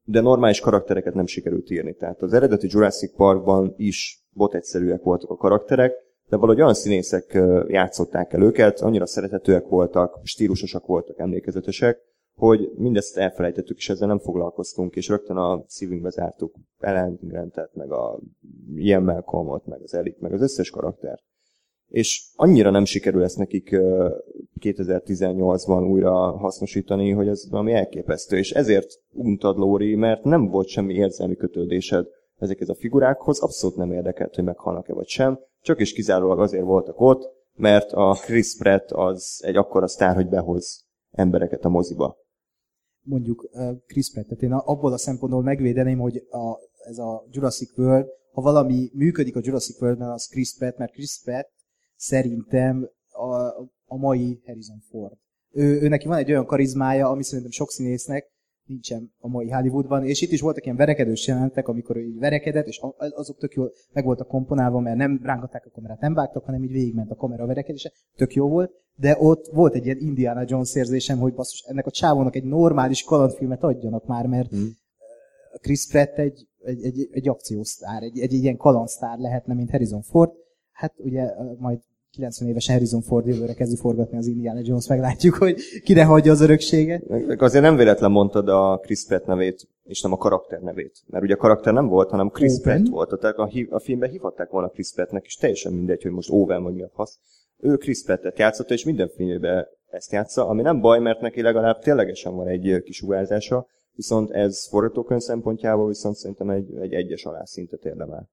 de normális karaktereket nem sikerült írni. Tehát az eredeti Jurassic Parkban is botegyszerűek voltak a karakterek, de valahogy olyan színészek játszották el őket, annyira szerethetőek voltak, stílusosak voltak, emlékezetesek, hogy mindezt elfelejtettük, és ezzel nem foglalkoztunk, és rögtön a szívünkbe zártuk Alan Grantet, meg a Ian Malcolmot, meg az Ellie, meg az összes karaktert. És annyira nem sikerül ezt nekik kétezer-tizennyolcban újra hasznosítani, hogy ez valami elképesztő. És ezért untad, Lóri, mert nem volt semmi érzelmi kötődésed ezekhez a figurákhoz, abszolút nem érdekelt, hogy meghalnak-e vagy sem, csak és kizárólag azért voltak ott, mert a Chris Pratt az egy akkora sztár, hogy behoz embereket a moziba. Mondjuk Chris Pratt-et én abból a szempontból megvédeném, hogy a, ez a Jurassic World, ha valami működik a Jurassic Worldben, az Chris Pratt, mert Chris Pratt szerintem a, a mai Harrison Ford. Ő, ő neki van egy olyan karizmája, ami szerintem sok színésznek nincsen a mai Hollywoodban, és itt is voltak ilyen verekedős jelentek, amikor ő így verekedett, és azok tök jól meg voltak komponálva, mert nem rángatták a kamerát, nem vágtak, hanem így végigment a kamera verekedése, tök jó volt, de ott volt egy ilyen Indiana Jones érzésem, hogy basszus, ennek a csávónak egy normális kalandfilmet adjanak már, mert hmm. Chris Pratt egy, egy, egy, egy akciósztár, egy, egy ilyen kalandsztár lehetne, mint Harrison Ford. Hát ugye majd kilencven évesen Harrison Ford jövőre kezdi forgatni az Indiana Jones, meglátjuk, hogy kire hagyja az örökséget. Meg azért nem véletlen mondtad a Chris Pratt nevét, és nem a karakter nevét. Mert ugye a karakter nem volt, hanem Chris Owen. Pratt volt. Tehát a, a filmben hívhatták volna Chris Prattnek, és teljesen mindegy, hogy most Owen vagy mi a fasz. Ő Chris Prattet játszotta, és minden filmében ezt játsza, ami nem baj, mert neki legalább ténylegesen van egy kisugárzása, viszont ez forgatókönyv szempontjából viszont szerintem egy, egy egyes alá szintet érdemel.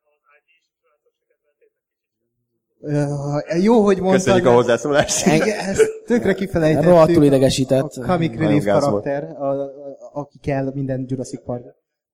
Uh, jó, hogy mondtad. Köszönjük a hozzászólást. Ezt tökre kifelejtettük. Rohadtul idegesített. A comic relief karakter, a, a, aki kell minden Jurassic Park.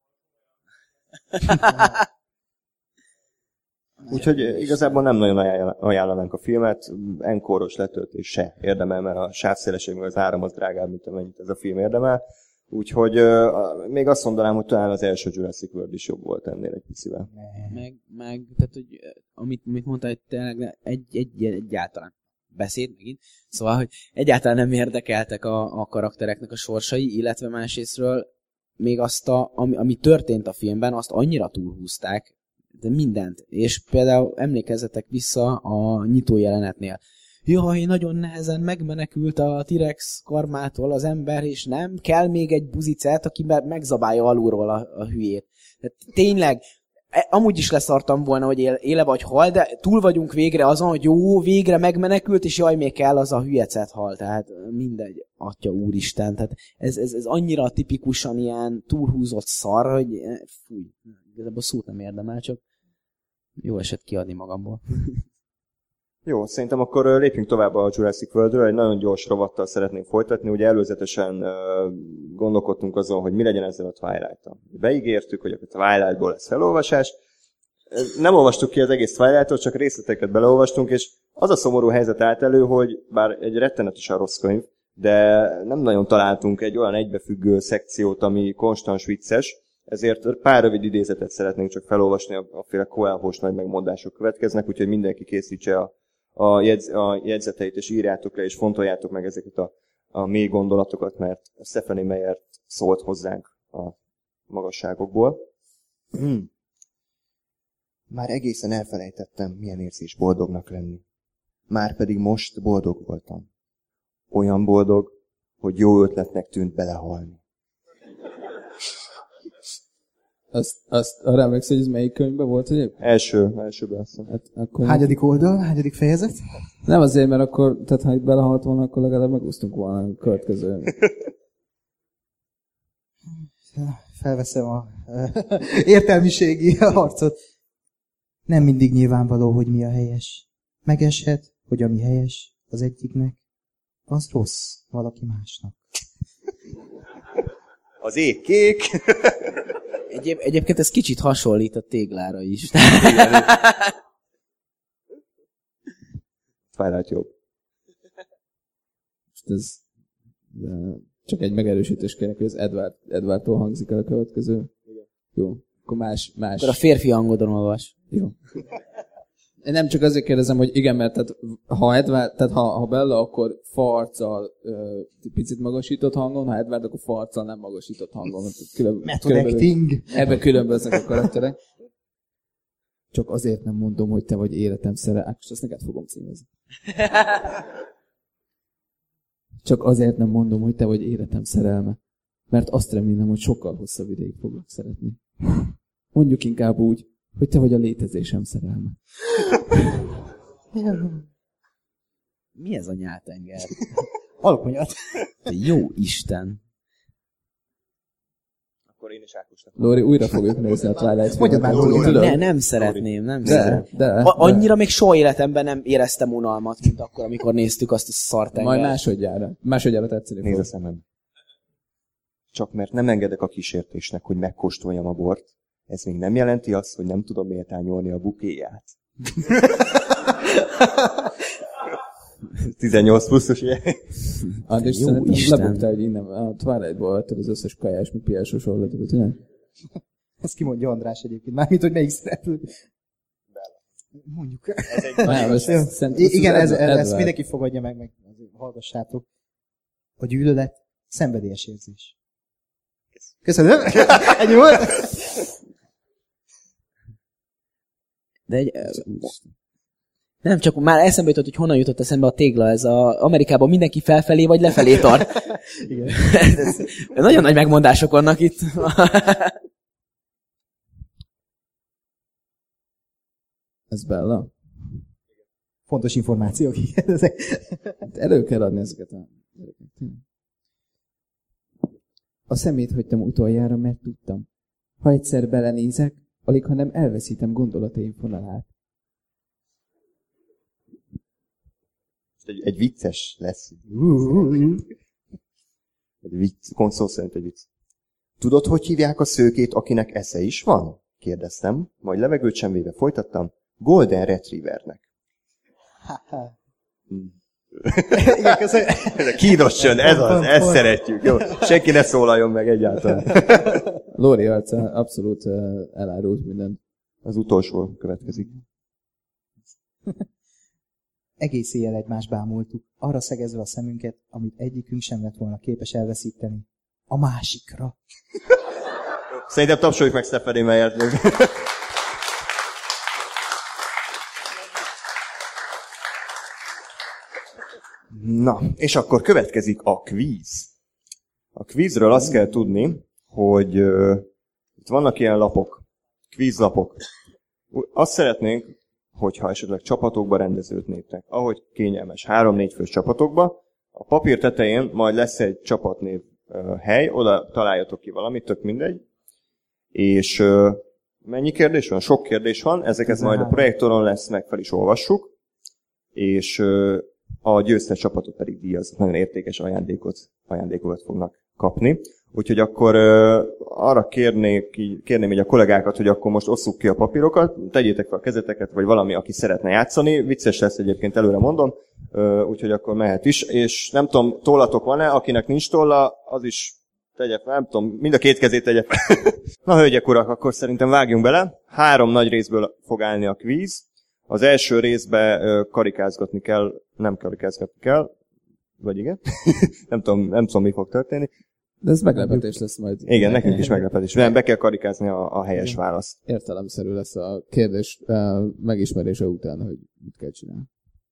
Úgyhogy igazából nem nagyon ajánlanánk a filmet, enkoros letöltés se érdemel, mert a sávszélesség meg az áram az drágább, mint amennyit ez a film érdemel. Úgyhogy uh, még azt mondanám, hogy talán az első Jurassic World is jobb volt ennél egy picivel. Meg, meg tehát, hogy amit, amit mondtál, hogy tényleg egy, egy, egyáltalán beszéd megint, szóval, hogy egyáltalán nem érdekeltek a, a karaktereknek a sorsai, illetve másrésztről még azt, a, ami, ami történt a filmben, azt annyira túlhúzták, de mindent. És például emlékezzetek vissza a nyitó jelenetnél. Jaj, nagyon nehezen megmenekült a T-Rex karmától az ember, és nem kell még egy buzicet, aki megzabálja alulról a, a hülyét. Tehát tényleg, amúgy is leszartam volna, hogy él, éle vagy hal, de túl vagyunk végre azon, hogy jó, végre megmenekült, és jaj, még kell az a hülyecet hal. Tehát mindegy, atya úristen. Tehát ez, ez, ez annyira tipikusan ilyen túlhúzott szar, hogy fúj, igazából szót nem érdemel, csak jó esett kiadni magamból. Jó, szerintem akkor lépjünk tovább a Jurassic Worldről, egy nagyon gyors rovattal szeretnénk folytatni. Ugye előzetesen uh, gondolkodtunk azon, hogy mi legyen ezzel a Twilight-tal. Beígértük, hogy a Twilight-ból lesz felolvasás. Nem olvastuk ki az egész Twilight-ot, csak részleteket beleolvastunk, és az a szomorú helyzet állt elő, hogy bár egy rettenetesen rossz könyv, de nem nagyon találtunk egy olyan egybefüggő szekciót, ami konstans vicces, ezért pár rövid idézetet szeretnénk csak felolvasni, a féle Coelho-s nagy megmondások következnek, úgyhogy mindenki készítse a A, jegyz, a jegyzeteit, és írjátok le, és fontoljátok meg ezeket a, a mély gondolatokat, mert Stephenie Meyer szólt hozzánk a magasságokból. Hmm. Már egészen elfelejtettem, milyen érzés boldognak lenni. Már pedig most boldog voltam. Olyan boldog, hogy jó ötletnek tűnt belehalni. Azt, azt arra emlékszel, hogy ez melyik könyvben volt egyébként? Első, elsőben azt hiszem. Hát, akkor hányadik oldal, hányadik fejezet? Nem azért, mert akkor, tehát ha itt belehalt volna, akkor legalább megúsztunk volna a következő. Felveszem a értelmiségi harcot. Nem mindig nyilvánvaló, hogy mi a helyes. Megeshet, hogy ami helyes az egyiknek, az rossz valaki másnak. Az ég kék. Egyéb, egyébként ez kicsit hasonlít a téglára is. Twilight jobb. Ez csak egy megerősítés kérnek, hogy ez Edward, Edwardtól hangzik el a következő. Igen. Jó. Akkor más, más. Akkor a férfi hangodon olvas. Jó. Én nem csak azért kérdezem, hogy igen, mert tehát, ha, Edward, tehát ha, ha Bella, akkor farccal ö, picit magasított hangon, ha Edward, akkor farccal nem magasított hangon. Különb- Method acting. Ebben különböznek a karakterek. Csak azért nem mondom, hogy te vagy életem szere. Ákos, azt neked fogom címezni. Csak azért nem mondom, hogy te vagy életem szerelme. Mert azt remélem, hogy sokkal hosszabb ideig foglak szeretni. Mondjuk inkább úgy, hogy te vagy a létezésem szerelme. Mi ez a nyáltenger? Alkonyat. Jó Isten. Akkor én is Ákosnak. Lóri, újra fogjuk nézni a Twilight Mondjad már, Lóri. filmet. Ne, nem szeretném, nem De, szeretném. de, A- annyira még soha életemben nem éreztem unalmat, mint akkor, amikor néztük azt a szartengert. Majd másodjára. Másodjára tetszeni Nézd a fog. szemem. Csak mert nem engedek a kísértésnek, hogy megkóstoljam a bort, ez még nem jelenti azt, hogy nem tudom méltányolni a bukéját. tizennyolc pluszos ilyen. András, Jó szerintem Isten. lebukta, hogy innen a Twilight-ból adtad az összes kajás, meg piásos orlatokat, ugye? Ezt kimondja András egyébként. Mármint, hogy melyik szereplő. Mondjuk. Ez egy Nem, ezt- Jó. szerintem ez Igen, az ez, Edward- ez, ezt Edward. mindenki fogadja meg, meg azért hallgassátok. A gyűlölet szenvedélyes érzés. Köszönöm. Ennyi volt. De egy... Nem, csak már eszembe jutott, hogy honnan jutott eszembe a tégla. Ez a Amerikában mindenki felfelé vagy lefelé tart. Igen. Ez, nagyon nagy megmondások vannak itt. Ez Bella. Fontos információk. Igen, ezek. Hát elő kell adni ezeket a gyerekek. A szemét hagytam utoljára, mert tudtam. Ha egyszer belenézek, alig ha nem elveszítem gondolataim vonalát. Egy, egy vicces lesz. Egy vicc, konszol szerint egy vicc. Tudod, hogy hívják a szőkét, akinek esze is van? Kérdeztem, majd levegőt sem véve folytattam. Golden Retrievernek. Igen, köszönöm. Ez a kínos csönd, ez az, ezt szeretjük. Jó, senki ne szólaljon meg egyáltalán. Lóri arca abszolút uh, elárult mindent. Az utolsó következik. Egész éjjel egymást bámultuk, arra szegezve a szemünket, amit egyikünk sem lett volna képes elveszíteni. A másikra. Szerintem tapsoljuk meg Stephanie Meyert. Na, és akkor következik a kvíz. A kvízről azt kell tudni, hogy uh, itt vannak ilyen lapok, kvízlapok. Azt szeretnénk, hogyha esetleg csapatokba rendeződnétek, ahogy kényelmes, három-négy fős csapatokba, a papír tetején majd lesz egy csapatnév uh, hely, oda találjatok ki valamit, tök mindegy, és uh, mennyi kérdés van? Sok kérdés van, ezeket majd a projektoron lesz, meg fel is olvassuk, és uh, a győztes csapatot pedig díjaz, nagyon értékes ajándékot, ajándékokat fognak kapni. Úgyhogy akkor uh, arra kérnék, kérném így a kollégákat, hogy akkor most osszuk ki a papírokat, tegyétek fel a kezeteket, vagy valami, aki szeretne játszani. Vicces lesz egyébként, előre mondom, uh, úgyhogy akkor mehet is. És nem tudom, tollatok van-e, akinek nincs tolla, az is tegye fel, nem tudom, mind a két kezét tegye fel. Na, hölgyek, urak, akkor szerintem vágjunk bele. Három nagy részből fog állni a kvíz. Az első részbe uh, karikázgatni kell, nem karikázgatni kell, vagy igen, nem, tudom, nem tudom, mi fog történni. De ez meglepetés lesz majd. Igen, nekünk is meglepetés. Nem, be kell karikázni a, a helyes választ. Értelemszerű lesz a kérdés uh, megismerése után, hogy mit kell csinálni.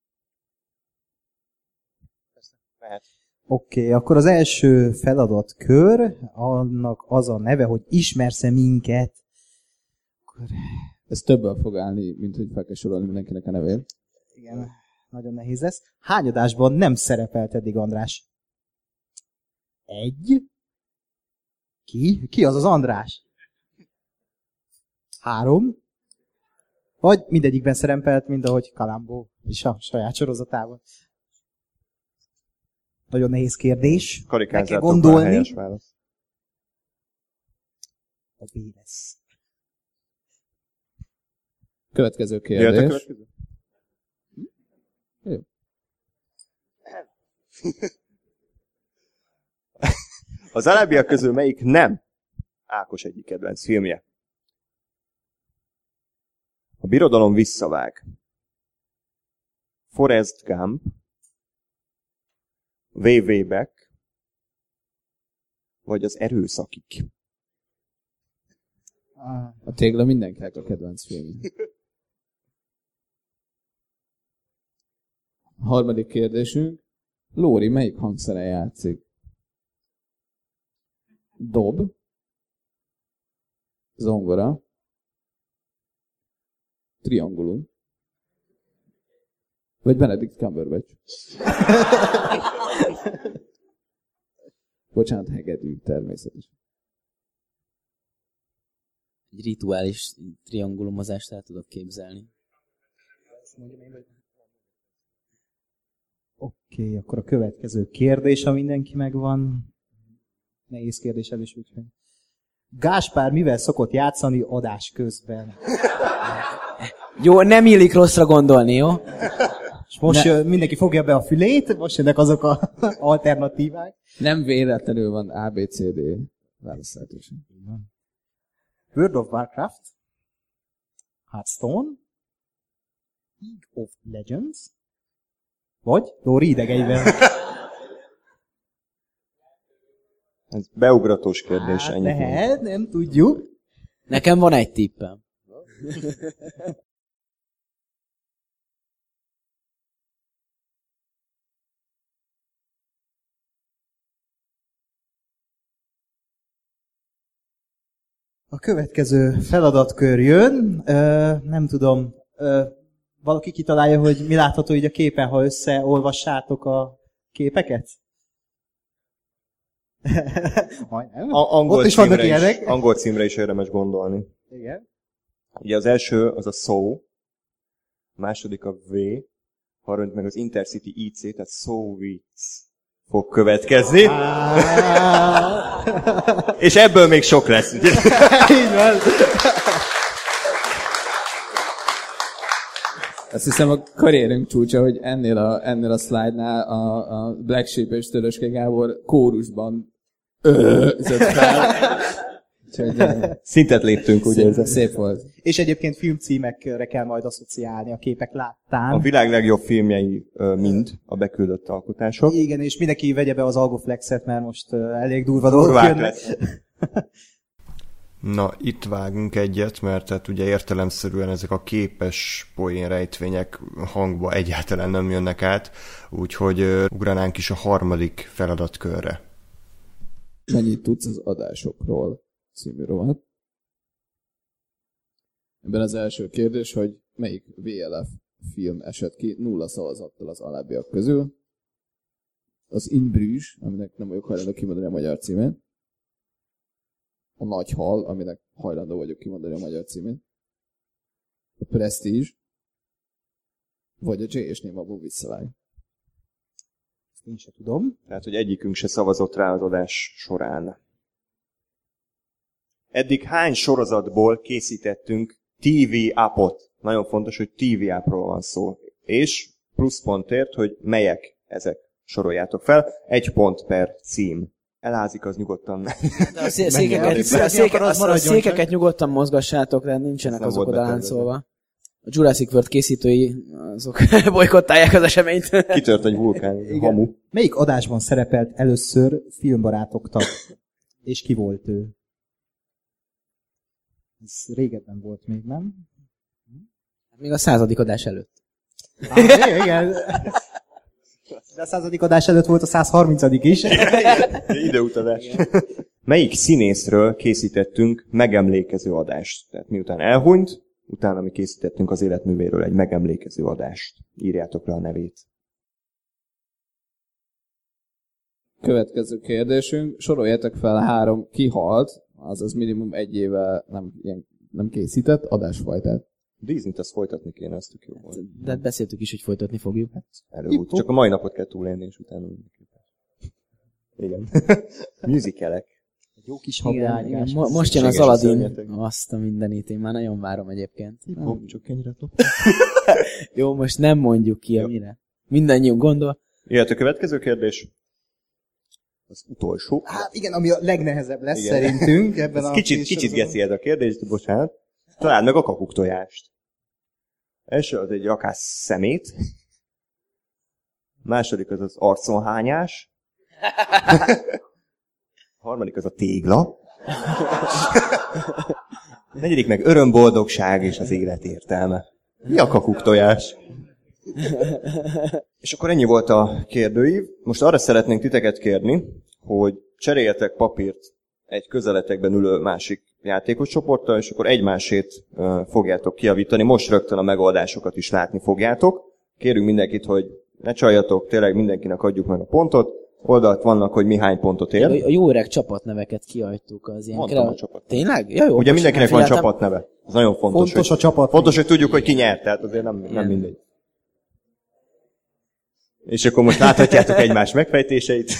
Oké, okay, akkor az első feladatkör, annak az a neve, hogy ismersz-e minket? Akkor... Ez többen fog állni, mint hogy fel kell sorolni mindenkinek a nevét. Igen, nagyon nehéz lesz. Hányadásban nem szerepelt eddig András? Egy. Ki? Ki az az András? Három. Vagy mindegyikben szerepelt, mint ahogy Kalambó is a saját sorozatában. Nagyon nehéz kérdés. Meg kell Karikázzátok a gondolni. helyes választ. A B lesz. Következő Jöhet a kérdés. következő? Jó. Az alábbiak közül melyik nem Ákos egyik kedvenc filmje? A birodalom visszavág. Forrest Gump, Way Way Back, vagy az Erőszakig? A Tégla mindenkinek a kedvenc filmje. A harmadik kérdésünk. Lóri melyik hangszeren játszik? Dob, zongora, triangulum, vagy Benedict Cumberbatch. Bocsánat, hegedű természetesen. Egy rituális triangulumozást el tudok képzelni. Oké, okay, akkor a következő kérdés, ha mindenki megvan. Nehéz kérdés ez is, úgyhogy. Gáspár mivel szokott játszani adás közben? Jó, nem illik rosszra gondolni, jó? És most ne. Mindenki fogja be a fülét, most jönnek azok az alternatívák. Nem véletlenül van A, B, C, D választások. World of Warcraft, Hearthstone, League of Legends, vagy Lóri idegeivel. Ez beugratós kérdés. Hát lehet, nem tudjuk. Nekem van egy tippem. A következő feladatkör jön. Ö, nem tudom, ö, valaki kitalálja, hogy mi látható így a képen, ha összeolvassátok a képeket? A- angol, Ott is vannak címre ilyenek. is, angol címre is érdemes gondolni. Igen. Ugye az első az a Soul, a második a V, a harmadik meg az Intercity I C, tehát Soviets fog következni. És ebből még sok lesz. Ugye? Így van. Azt hiszem a karrierünk csúcsa, hogy ennél a, ennél a slide-nál a, a Black Sheep és Töröske Gábor kórusban özött fel. Szintet léptünk, úgy érzem. Szép volt. És egyébként filmcímekre kell majd asszociálni a képek láttán. A világ legjobb filmjei mind a beküldött alkotások. Igen, és mindenki vegye be az Algoflexet, mert most elég durva dolgok Durvák jönnek. lesz. Na, itt vágunk egyet, mert tehát ugye értelemszerűen ezek a képes poénrejtvények hangba egyáltalán nem jönnek át, úgyhogy uh, ugranánk is a harmadik feladatkörre. Mennyit tudsz az adásokról című rovat? Ebben az első kérdés, hogy melyik V L F film esett ki nulla szavazattal az alábbiak közül. Az In Bruges, aminek nem vagyok hajlandó kimondani a magyar címét. A Nagy Hal, aminek hajlandó vagyok kimondani a magyar címét. A Prestige, vagy a J és Némabó visszavág. Ezt én sem tudom. Tehát, hogy egyikünk se szavazott rá az adás során. Eddig hány sorozatból készítettünk té vé appot? Nagyon fontos, hogy té vé appról van szó. És pluszpontért, hogy melyek ezek. Soroljátok fel. Egy pont per cím. Elházik az nyugodtan. De a szé- székeket, a széke, a, a székeket nyugodtan mozgassátok, de nincsenek azok oda láncolva. A Jurassic World készítői azok bolykottálják az eseményt. Kitört egy vulkán, hamu. Melyik adásban szerepelt először Filmbarátok tag? És ki volt ő? Ez régebben volt még, nem? Még a századik adás előtt. Ah, igen. De a századik adás előtt volt a százharmincadik is. Időutazás. Melyik színészről készítettünk megemlékező adást? Tehát miután elhunyt, utána mi készítettünk az életművéről egy megemlékező adást. Írjátok le a nevét. Következő kérdésünk. Soroljátok fel három kihalt, azaz minimum egy éve nem, ilyen, nem készített adásfajtát. Disney-t azt folytatni kéne, azt tök jó volt. De beszéltük is, hogy folytatni fogjuk. Előbb. Csak a mai napot kell túlélni, és utána mindenképpen. Igen. Musicalek. Jó kis Igen, hablány. igen. Mo- most jön az Aladdin. Azt a mindenit, én már nagyon várom egyébként. Hip-hop, csak ennyire top. Jó, most nem mondjuk ki, amire. Mindannyiunk gondol. Jöhet a következő kérdés. Az utolsó. Hát igen, ami a legnehezebb lesz Igen. szerintünk ebben Ez a... kicsit, kicsit geci ez a kérdés, de bocsánat. Találd meg a kakuktojást. Első az egy rakás szemét, második az az arconhányás, a harmadik az a tégla, a negyedik meg örömboldogság és az élet értelme. Mi a kakuktojás? És akkor ennyi volt a kérdőív. Most arra szeretnénk titeket kérni, hogy cseréljetek papírt egy közeletekben ülő másik játékos csoporttal, és akkor egymásét uh, fogjátok kijavítani. Most rögtön a megoldásokat is látni fogjátok. Kérünk mindenkit, hogy ne csaljatok, tényleg mindenkinek adjuk meg a pontot. Oldalt vannak, hogy mi hány pontot ér. A jó öreg csapatneveket kiadtuk az ilyen. Mondtam a csapat. Tényleg? Ja, jó, ugye mindenkinek van figyeltem. csapatneve. Ez nagyon fontos. Fontos hogy, a csapat. Fontos, hogy tudjuk, hogy ki nyert, tehát azért nem, nem mindegy. És akkor most láthatjátok egymás megfejtéseit.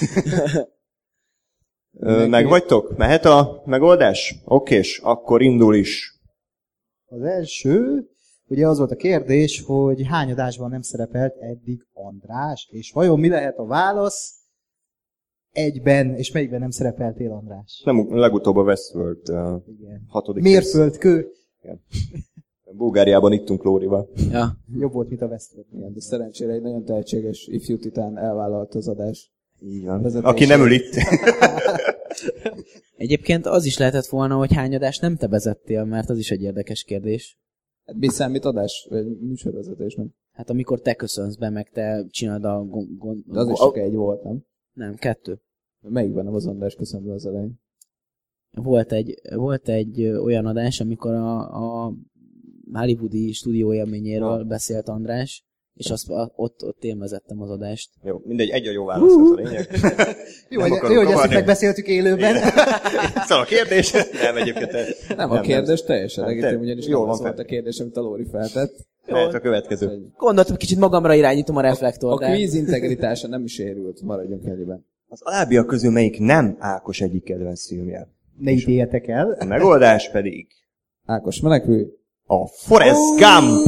Megvagytok? Mehet a megoldás? Okés, akkor indul is. Az első, ugye az volt a kérdés, hogy hány adásban nem szerepelt eddig András, és vajon mi lehet a válasz? Egyben, és melyikben nem szerepeltél, András? Nem, legutóbb a Westworld uh, hatodik rész. Mérföldkő. Igen. Bulgáriában ittunk Lórival. Ja. Jobb volt, mint a Westworld. Igen, de szerencsére egy nagyon tehetséges ifjú titán elvállalt az adás. Így van. Aki nem ül itt. Egyébként az is lehetett volna, hogy hány adást nem te vezettél, mert az is egy érdekes kérdés. Hát mi számít adás? Vagy műsorvezetésnek? Hát amikor te köszönsz be, meg te csinálod a gond... Gon- de az is csak egy volt, nem? Nem, kettő. Melyikben nem az András köszön be az elején? Volt egy, volt egy olyan adás, amikor a, a hollywoodi stúdió élményéről Na. beszélt András, és azt, ott, ott én vezettem az adást. Jó, mindegy, egy a jó válasz, ez a lényeg. Jó, hogy, jó, hogy ezt megbeszéltük élőben. Szóval a kérdés? Nem, egyébként. Nem, nem a kérdés nem. Teljesen legitim, ugyanis jó, nem az volt a kérdés, amit a Lóri feltett. Lehet a következő. Gondoltam, kicsit magamra irányítom a reflektort. A, a kvíz integritása nem is érült, maradjunk ennyiben. Az alábbiak közül melyik nem Ákos egyik kedvenc filmje? Ne ítéljetek el. A megoldás pedig... Ákos menekülj. A Forrest Gump!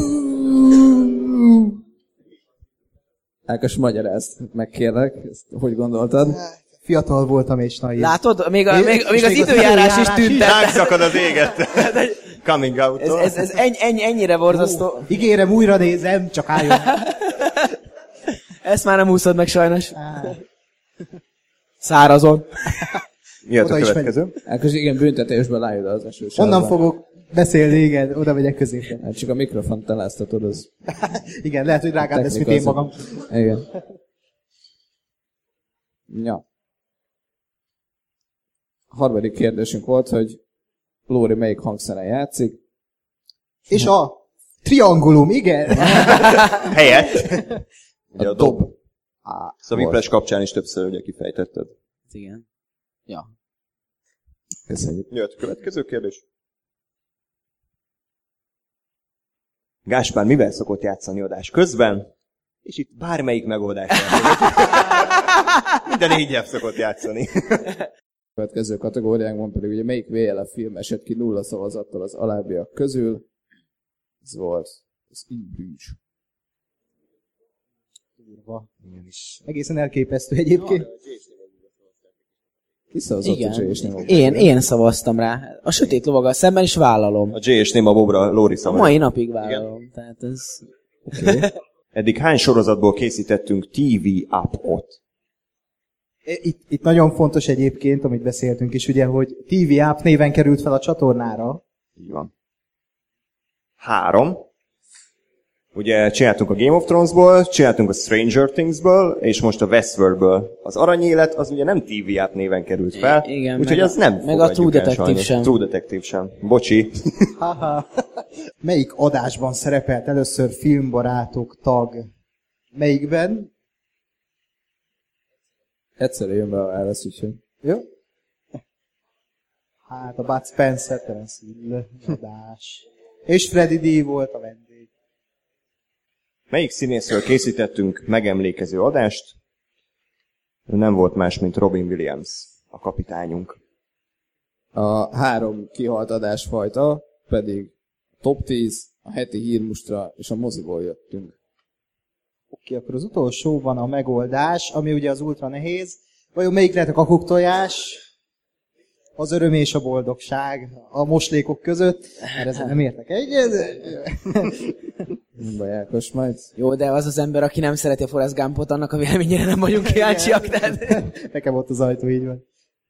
Ákos, magyarázd, megkérlek, ezt hogy gondoltad? Fiatal voltam és naív. Látod? Még, a, még, még az időjárás is tűnt. Megszakad az éget. Coming out. Ez, ez, ez ennyi, ennyi, ennyire borzasztó. Uh, ígérem, újra nézem, csak álljon. Ezt már nem úszod meg sajnos. Szárazon. Jöhet a következő. Ákos, igen, büntetésben lájod az esős. Onnan fogok beszélni, igen, oda megyek középre. Hát csak a mikrofont találtatod, az... Igen, lehet, hogy drágább lesz, mint én magam. Igen. Ja. A harmadik kérdésünk volt, hogy Lóri melyik hangszeren játszik. És a triangulum, igen. Helyett. A, a dob. Á, szóval Whiplash kapcsán is többször ugye kifejtetted. Igen. Ja. Köszönjük. Jöhet a következő kérdés. Gáspár mivel szokott játszani adás közben? És itt bármelyik megoldás. Minden négyel szokott játszani. A következő kategóriánkban pedig ugye melyik vé el ef film esett ki nulla szavazattal az alábbiak közül. Ez volt az Inbridge. Egészen elképesztő egyébként. Ki szavazott a J és Nemo? Én, én szavaztam rá. A sötét lovaggal szemben is vállalom. A J és Nemo Bobra Lóri szavaz. Mai napig vállalom. Igen. Tehát ez... Okay. Eddig hány sorozatból készítettünk té vé appot? Itt, itt nagyon fontos egyébként, amit beszéltünk is, ugye, hogy té vé app néven került fel a csatornára. Így van. Három. Ugye csináltunk a Game of Thronesból, csináltunk a Stranger Thingsből, és most a Westworldből. Az Aranyélet az ugye nem té vé app néven került fel, igen, úgyhogy az nem meg a True Detective sem. True Detective sem. Bocsi. Haha. Melyik adásban szerepelt először Filmbarátok tag? Melyikben? Egyszerű jön be a válasz, úgyhogy. Jó? Hát a Bud Spencer, Terence Hill adás. És Freddy D. volt a vendég. Melyik színészről készítettünk megemlékező adást? Ő nem volt más, mint Robin Williams, a kapitányunk. A három kihalt adásfajta pedig a top tíz, a heti hírmustra és a moziból jöttünk. Oké, akkor az utolsó van a megoldás, ami ugye az ultra nehéz. Vajon melyik lehet a kakuktojás? Az öröm és a boldogság a moslékok között, mert ezzel nem értek egyet. Baj, Ákos, majd. Jó, de az az ember, aki nem szereti a Forrest Gumpot, annak a véleményére nem vagyunk kíváncsiak. Tehát... Nekem ott az ajtó, így van.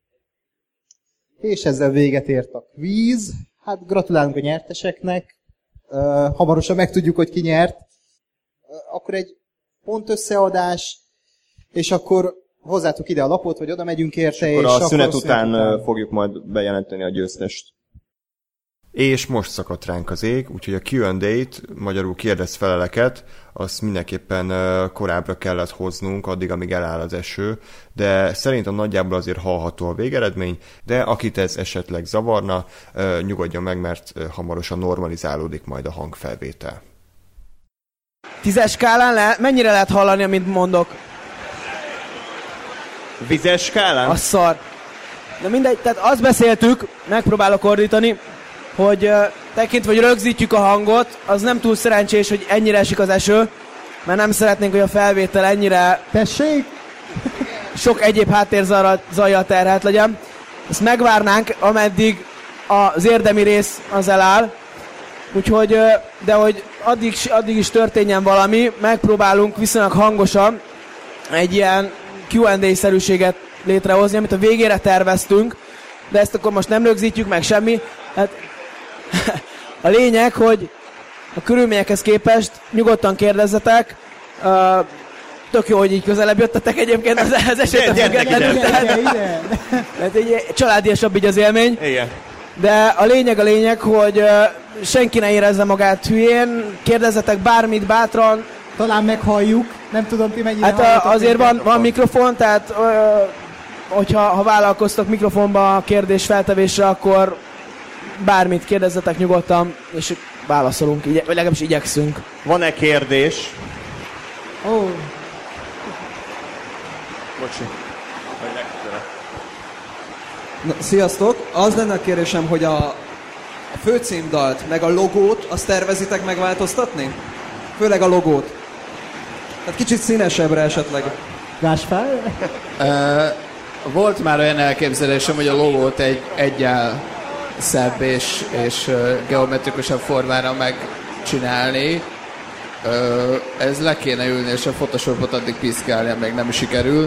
És ezzel véget ért a kvíz. Hát gratulálunk a nyerteseknek. Uh, hamarosan megtudjuk, hogy ki nyert. Uh, akkor egy pont összeadás, és akkor hozzátok ide a lapot, vagy oda megyünk érte. És, és akkor a szünet után, után fogjuk majd bejelenteni a győztest. És most szakadt ránk az ég, úgyhogy a Q and A-t, magyarul kérdezfeleleket, azt mindenképpen korábbra kellett hoznunk, addig, amíg eláll az eső, de szerintem nagyjából azért hallható a végeredmény, de akit ez esetleg zavarna, nyugodjon meg, mert hamarosan normalizálódik majd a hangfelvétel. Tízes skálán le- mennyire lehet hallani, amit mondok? Vizes skálán? A szar. Na mindegy, tehát azt beszéltük, megpróbálok ordítani, hogy uh, tekintve, hogy rögzítjük a hangot, az nem túl szerencsés, hogy ennyire esik az eső, mert nem szeretnénk, hogy a felvétel ennyire... Tessék! Sok egyéb háttérzajjal terhelt legyen. Ezt megvárnánk, ameddig az érdemi rész az eláll. Úgyhogy, uh, de hogy addig, addig is történjen valami, megpróbálunk viszonylag hangosan egy ilyen Q and A-szerűséget létrehozni, amit a végére terveztünk, de ezt akkor most nem rögzítjük meg semmi. Hát, a lényeg, hogy a körülményekhez képest nyugodtan kérdezzetek. Uh, tök jó, hogy így közelebb jöttetek egyébként az, az esetre függetlenül. Tehát így családiasabb így az élmény. Igen. De a lényeg a lényeg, hogy uh, senki ne érezze magát hülyén, kérdezzetek bármit bátran. Talán meghalljuk, nem tudom ti mennyire Hát uh, azért van, van mikrofon, tehát uh, hogyha ha vállalkoztok mikrofonba a kérdés feltevésre, akkor bármit kérdezzetek nyugodtan, és válaszolunk, vagy legalábbis igyekszünk. Van-e kérdés? Ó. Oh. Bocsi. Na, sziasztok! Az lenne a kérdésem, hogy a, a főcímdalt, meg a logót, azt tervezitek megváltoztatni? Főleg a logót. Tehát kicsit színesebbre esetleg. Gáspár? Uh, volt már olyan elképzelésem, hogy a logót egy egyel szebb és, és uh, geometrikusabb formára megcsinálni. Uh, ez le kéne ülni, és a Photoshopot addig piszkálni, amíg nem sikerül.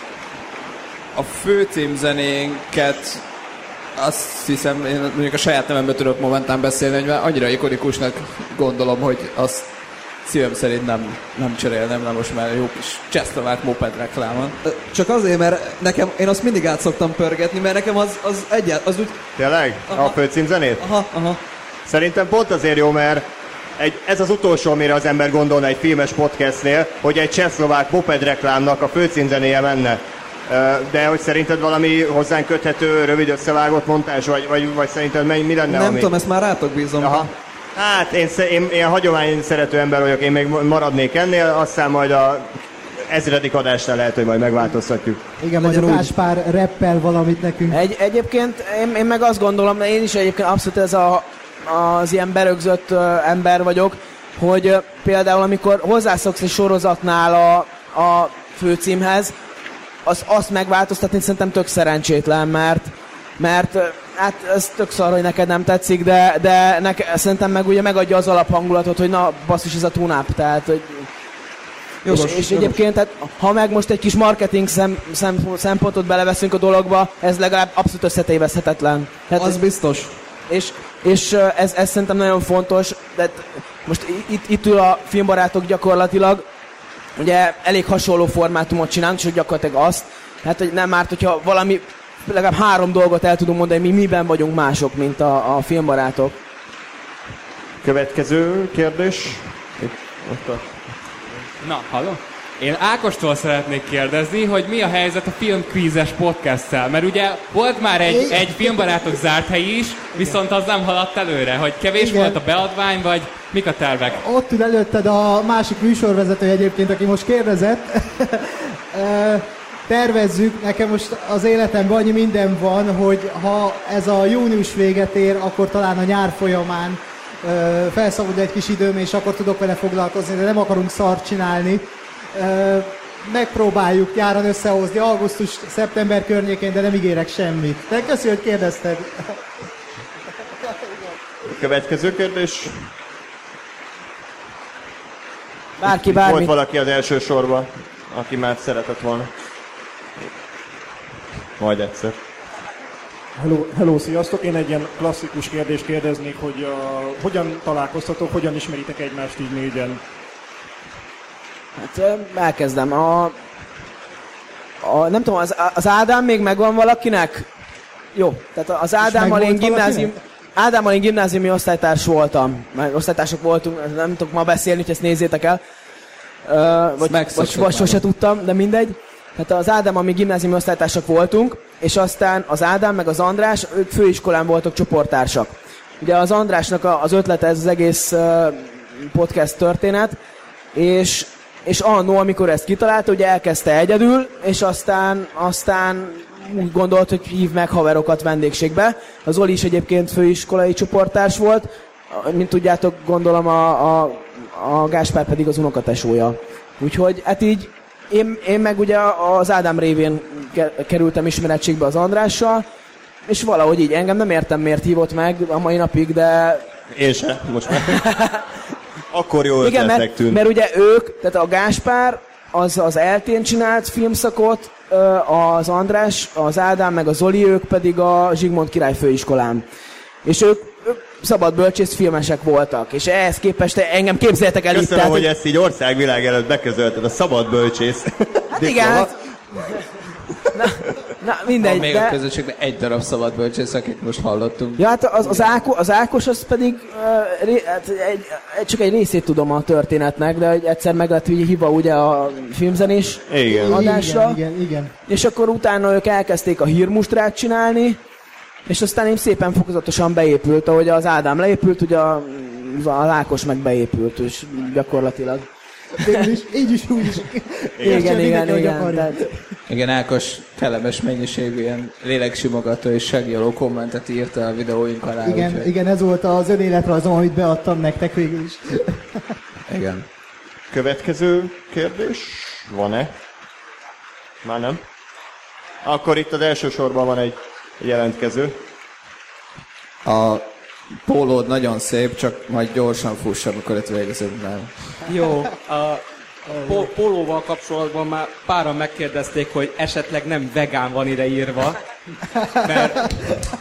A főcímzenénket azt hiszem, én mondjuk a saját nevemben tudok momentán beszélni, hogy már annyira ikonikusnak gondolom, hogy azt szívem szerint nem, nem cserélnem, nem most már jó kis csehszlovák moped reklámon. Csak azért, mert nekem, én azt mindig át szoktam pörgetni, mert nekem az, az egyet, az úgy... Tényleg? Aha. A főcímzenét? Aha, aha. Szerintem pont azért jó, mert egy, ez az utolsó, amire az ember gondolna egy filmes podcastnél, hogy egy csehszlovák moped reklámnak a főcímzenéje menne. De hogy szerinted valami hozzánk köthető, rövid összevágott montázs, vagy, vagy, vagy szerinted mi lenne? Nem ami... tudom, ezt már rátok bízom. Aha. Hát én, én, én hagyomány szerető ember vagyok, én még maradnék ennél, aztán majd a ezredik adásnál lehet, hogy majd megváltoztatjuk. Igen, majd a Gáspár rappel valamit nekünk. Egy, egyébként én, én meg azt gondolom, én is egyébként abszolút ez a, az ilyen berögzött uh, ember vagyok, hogy uh, például amikor hozzászoksz egy sorozatnál a, a főcímhez, az, azt megváltoztatni szerintem tök szerencsétlen, mert, mert hát ez tök szar, hogy neked nem tetszik, de, de neke, szerintem meg ugye megadja az alaphangulatot, hogy na basszus, ez a tune-up, tehát hogy jogos, és, és jogos. Egyébként, tehát, ha meg most egy kis marketing szem, szem, szempontot beleveszünk a dologba, ez legalább abszolút összetéveszthetetlen. Tehát, az biztos. És, és ez, ez szerintem nagyon fontos, de most itt, itt ül a filmbarátok gyakorlatilag, ugye elég hasonló formátumot csinálunk, és gyakorlatilag azt, hát hogy nem árt, hogyha valami, legalább három dolgot el tudunk mondani, mi miben vagyunk mások, mint a, a filmbarátok. Következő kérdés. Itt, ott a... Na, hallom? Én Ákostól szeretnék kérdezni, hogy mi a helyzet a filmkvízes podcasttel, mert ugye volt már egy, egy filmbarátok zárt hely is, viszont az nem haladt előre, hogy kevés igen. volt a beadvány, vagy mik a tervek? Ott ül előtted a másik műsorvezető egyébként, aki most kérdezett. Tervezzük, nekem most az életemben annyi minden van, hogy ha ez a június véget ér, akkor talán a nyár folyamán felszabadul egy kis időm, és akkor tudok vele foglalkozni, de nem akarunk szart csinálni. Megpróbáljuk nyáron összehozni augusztus-szeptember környékén, de nem ígérek semmit. De köszi, hogy kérdezted. Következő kérdés. Bárki, bármi. Volt valaki az első sorban, aki már szeretett volna. Majd egyszer. Hello, hello, sziasztok! Én egy ilyen klasszikus kérdést kérdeznék, hogy uh, hogyan találkoztatok, hogyan ismeritek egymást így négyen? Hát elkezdem. A, a, nem tudom, az, az Ádám még megvan valakinek? Jó, tehát az Ádámmal én gimnázium... Ádámmal én gimnáziumi osztálytárs voltam. Mert osztálytársak voltunk, nem tudok ma beszélni, hogy ezt nézzétek el. Uh, vagy, vagy, vagy sose tudtam, de mindegy. Tehát az Ádámmal mi gimnáziumi osztálytársak voltunk, és aztán az Ádám meg az András, ők főiskolán voltak csoporttársak. Ugye az Andrásnak az ötlete ez az egész uh, podcast történet, és, és annó, amikor ezt kitalálta, ugye elkezdte egyedül, és aztán, aztán úgy gondolt, hogy hív meg haverokat vendégségbe. Az Oli is egyébként főiskolai csoporttárs volt, mint tudjátok, gondolom a, a, a Gáspár pedig az unokatesója. Úgyhogy hát így én, én meg ugye az Ádám révén kerültem ismerettségbe az Andrással, és valahogy így engem nem értem, miért hívott meg a mai napig, de... Én se, most már. Akkor jó igen, ötletnek mert, tűnt. mert ugye ők, tehát a Gáspár az az eltén csinált filmszakot, az András, az Ádám meg az Zoli, ők pedig a Zsigmond Király főiskolán. És ők, ők szabadbölcsész filmesek voltak, és ehhez képest engem képzeltek el itt. Köszönöm, hogy ezt így országvilág előtt beközölted, a szabadbölcsész. Igen, hát... Na, na mindegy, van még de... a közösségben egy darab szabadbölcsész, akit most hallottunk. Ja, hát az, az, Áko, az Ákos az pedig uh, ré, hát egy, egy, csak egy részét tudom a történetnek, de egyszer meg lett hiba ugye a filmzenés igen. adásra. Igen, igen, igen. És akkor utána ők elkezdték a hírmustrát csinálni, és aztán én szépen fokozatosan beépült, ahogy az Ádám leépült, ugye a, az Ákos meg beépült, és gyakorlatilag. Is, így is, úgy is. Igen, igen, igen. igen tehát... Igen, Ákos kellemes mennyiségű ilyen léleksimogató és segítő kommentet írta a videóink alá. Igen, úgyhogy... igen, ez volt az önéletrajzom, amit beadtam nektek végül is. Igen. Következő kérdés? Van-e? Már nem? Akkor itt az első sorban van egy jelentkező. A pólód nagyon szép, csak majd gyorsan fuss, amikor itt végzünk már. Jó, a po- pólóval kapcsolatban már páran megkérdezték, hogy esetleg nem vegán van ide írva, mert...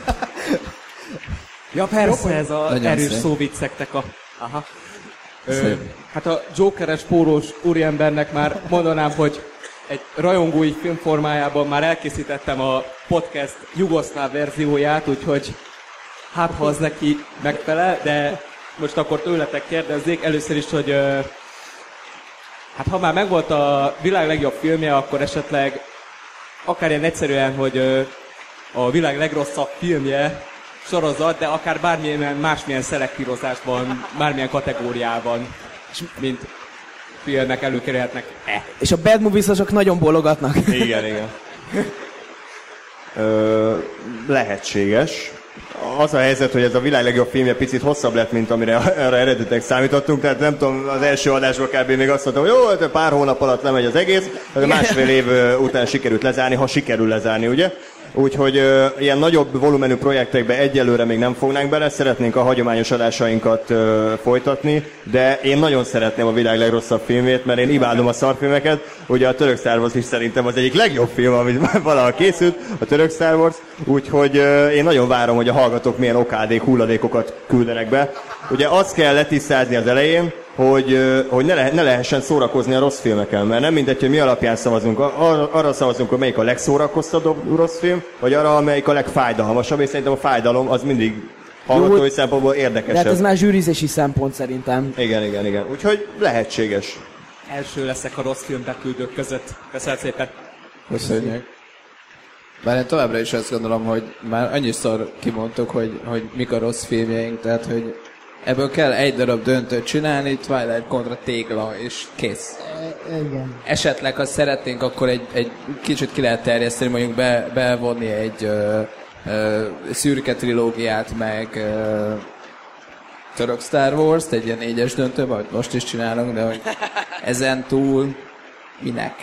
Ja persze, ez az nagyon erős szép. szóviccektek a... Aha. Ö, hát a Jokeres pólós úriembernek már mondanám, hogy egy rajongói filmformájában már elkészítettem a podcast jugoszláv verzióját, úgyhogy hát ha az neki megfelel, de most akkor tőletek kérdezzék először is, hogy ö, hát ha már megvolt a világ legjobb filmje, akkor esetleg akár ilyen egyszerűen, hogy ö, a világ legrosszabb filmje sorozat, de akár bármilyen másmilyen szelektírozásban, bármilyen kategóriában, mint filmek előkerülhetnek-e. És a bad movies-osok nagyon bólogatnak. Igen, igen. Ö, lehetséges. Az a helyzet, hogy ez a világ legjobb filmje picit hosszabb lett, mint amire arra eredetileg számítottunk, tehát nem tudom, az első adásból kb. Még azt mondtam, hogy jó, hát pár hónap alatt lemegy az egész, de másfél év után sikerült lezárni, ha sikerül lezárni, ugye? Úgyhogy ö, ilyen nagyobb volumenű projektekbe egyelőre még nem fognánk bele, szeretnénk a hagyományos adásainkat ö, folytatni, de én nagyon szeretném a világ legrosszabb filmét, mert én imádom a szarfilmeket. Ugye a török Star Wars is szerintem az egyik legjobb film, amit valaha készült, a török Star Wars, úgyhogy ö, én nagyon várom, hogy a hallgatók milyen okádék, hulladékokat küldenek be. Ugye azt kell letisztázni az elején, hogy, hogy ne, le, ne lehessen szórakozni a rossz filmeken, mert nem mindegy, hogy mi alapján szavazunk. Ar, arra szavazunk, hogy melyik a legszórakoztatóbb rossz film, vagy arra, amelyik a legfájdalmasabb, és szerintem a fájdalom az mindig hallgatói szempontból érdekesebb. De hát ez már zsűrizési szempont szerintem. Igen, igen, igen. Úgyhogy lehetséges. Első leszek a rossz filmbeküldők között. Köszönöm szépen. Köszönjük. Bár én továbbra is azt gondolom, hogy már annyiszor kimondtuk, hogy, hogy mik a rossz filmjeink, tehát hogy ebből kell egy darab döntőt csinálni, Twilight kontra Tégla, és kész. E, igen. Esetleg, ha szeretnénk, akkor egy, egy kicsit ki lehet terjeszteni, mondjuk be, bevonni egy ö, ö, szürke trilógiát, meg ö, török Star Wars-t, egy ilyen négyes döntő, vagy most is csinálunk, de hogy ezen túl minek?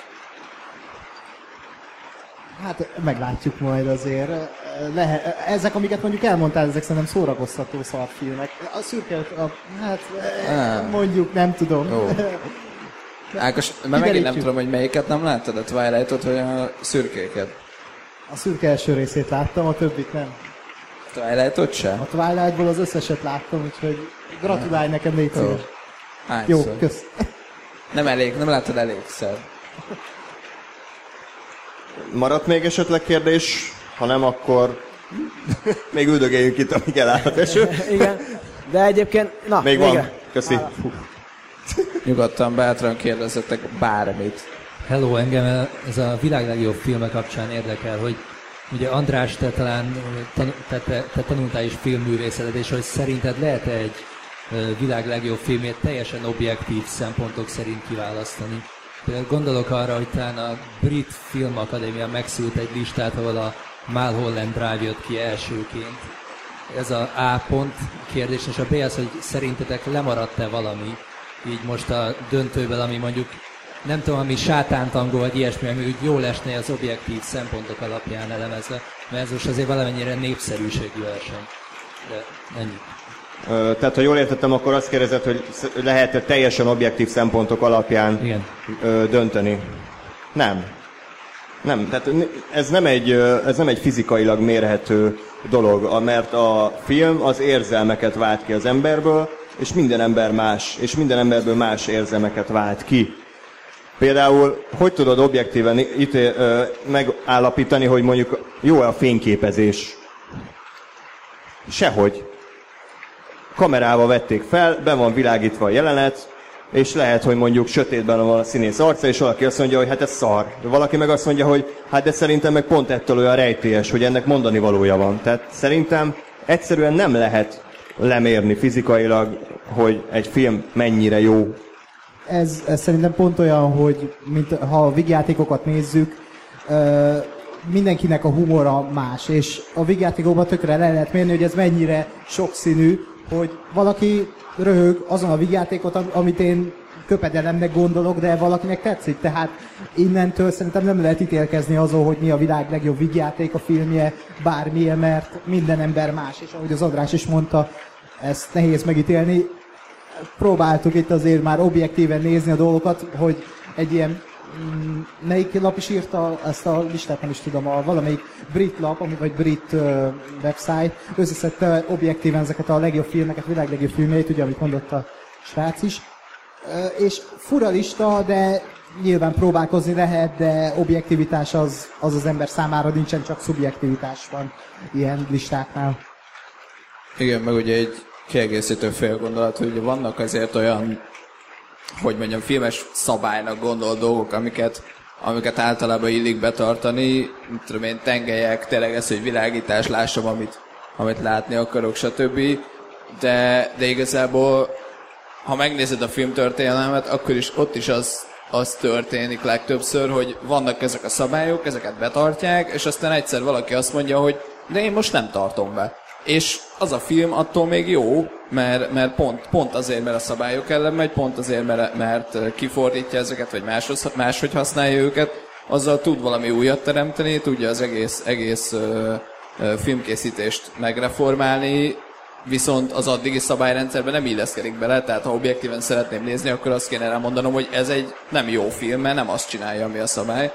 Hát meglátjuk majd azért. Lehet, ezek, amiket mondjuk elmondtál, ezek szerintem szórakoztató szarfilmek. A szürke, a, hát ah. mondjuk nem tudom. Oh. Ákos, mert megint nem tudom, hogy melyiket nem láttad, a Twilight-ot, vagy a szürkéket. A szürke első részét láttam, a többit nem. A Twilight-ot sem? A Twilight-ból az összeset láttam, úgyhogy gratulálj nekem, légy szíves. Jó, kösz. Nem elég, nem láttad elégszer. Maradt még esetleg kérdés? Ha nem, akkor még üldögéljünk itt, amíg eláll a eső. Igen, de egyébként, na, még végre. van. Köszi. Nyugodtan, bátran kérdezzetek bármit. Hello, engem ez a világ legjobb filme kapcsán érdekel, hogy ugye András, te talán tan- te, te, te tanultál is filmművészetet, és hogy szerinted lehet-e egy világ legjobb filmét teljesen objektív szempontok szerint kiválasztani? Például gondolok arra, hogy talán a Brit Filmakadémia megszült egy listát, ahol a Mulholland Drive jött ki elsőként. Ez a A pont kérdés, és a B az, hogy szerintetek lemaradt-e valami így most a döntőből, ami mondjuk nem tudom, ami sátántangó, vagy ilyesmi, ami úgy jól esne az objektív szempontok alapján elemezve, mert ez most azért valamennyire népszerűségű verseny. De ennyi. Ö, tehát, ha jól értettem, akkor azt kérdezed, hogy lehet-e teljesen objektív szempontok alapján Igen. Ö, dönteni? Nem. Nem, tehát ez nem, egy, ez nem egy fizikailag mérhető dolog, mert a film az érzelmeket vált ki az emberből, és minden ember más, és minden emberből más érzelmeket vált ki. Például, hogy tudod objektíven ítél, ö, megállapítani, hogy mondjuk jó-e a fényképezés? Sehogy. Kamerával vették fel, be van világítva a jelenet, és lehet, hogy mondjuk sötétben van a színész arca, és valaki azt mondja, hogy hát ez szar. De valaki meg azt mondja, hogy hát de szerintem meg pont ettől olyan rejtélyes, hogy ennek mondani valója van. Tehát szerintem egyszerűen nem lehet lemérni fizikailag, hogy egy film mennyire jó. Ez, ez szerintem pont olyan, hogy mint ha a vígjátékokat nézzük, ö, mindenkinek a humora más, és a vígjátékokban tökre le lehet mérni, hogy ez mennyire sokszínű, hogy valaki röhög azon a vígjátékot, amit én köpedelemnek gondolok, de valakinek tetszik. Tehát innentől szerintem nem lehet ítélkezni azon, hogy mi a világ legjobb vígjáték, a filmje, bármilyen, mert minden ember más, és ahogy az András is mondta, ezt nehéz megítélni. Próbáltuk itt azért már objektíven nézni a dolgokat, hogy egy ilyen, mm, melyik lap is írta ezt a listát, nem is tudom, a valamelyik brit lap, vagy brit uh, website, összeszedte objektíven ezeket a legjobb filmeket, világ legjobb filmjeit, ugye, amit mondott a srác is. Uh, és fura lista, de nyilván próbálkozni lehet, de objektivitás az az, az ember számára nincsen, csak szubjektivitás van ilyen listáknál. Igen, meg ugye egy kiegészítő fél gondolat, hogy vannak azért olyan, hogy mondjam, filmes szabálynak gondol dolgok, amiket, amiket általában illik betartani, tudom én, tengelyek, tényleg ez, hogy világítás, lássam, amit, amit látni akarok, stb. De, de igazából, ha megnézed a filmtörténelmet, akkor is ott is az, az történik legtöbbször, hogy vannak ezek a szabályok, ezeket betartják, és aztán egyszer valaki azt mondja, hogy de én most nem tartom be. És az a film attól még jó, mert, mert pont, pont azért, mert a szabályok ellen megy, pont azért, mert, mert kifordítja ezeket, vagy máshoz, máshogy használja őket, azzal tud valami újat teremteni, tudja az egész, egész ö, ö, filmkészítést megreformálni, viszont az addigi szabályrendszerben nem illeszkedik bele, tehát ha objektíven szeretném nézni, akkor azt kéne elmondanom, hogy ez egy nem jó film, mert nem azt csinálja, ami a szabály.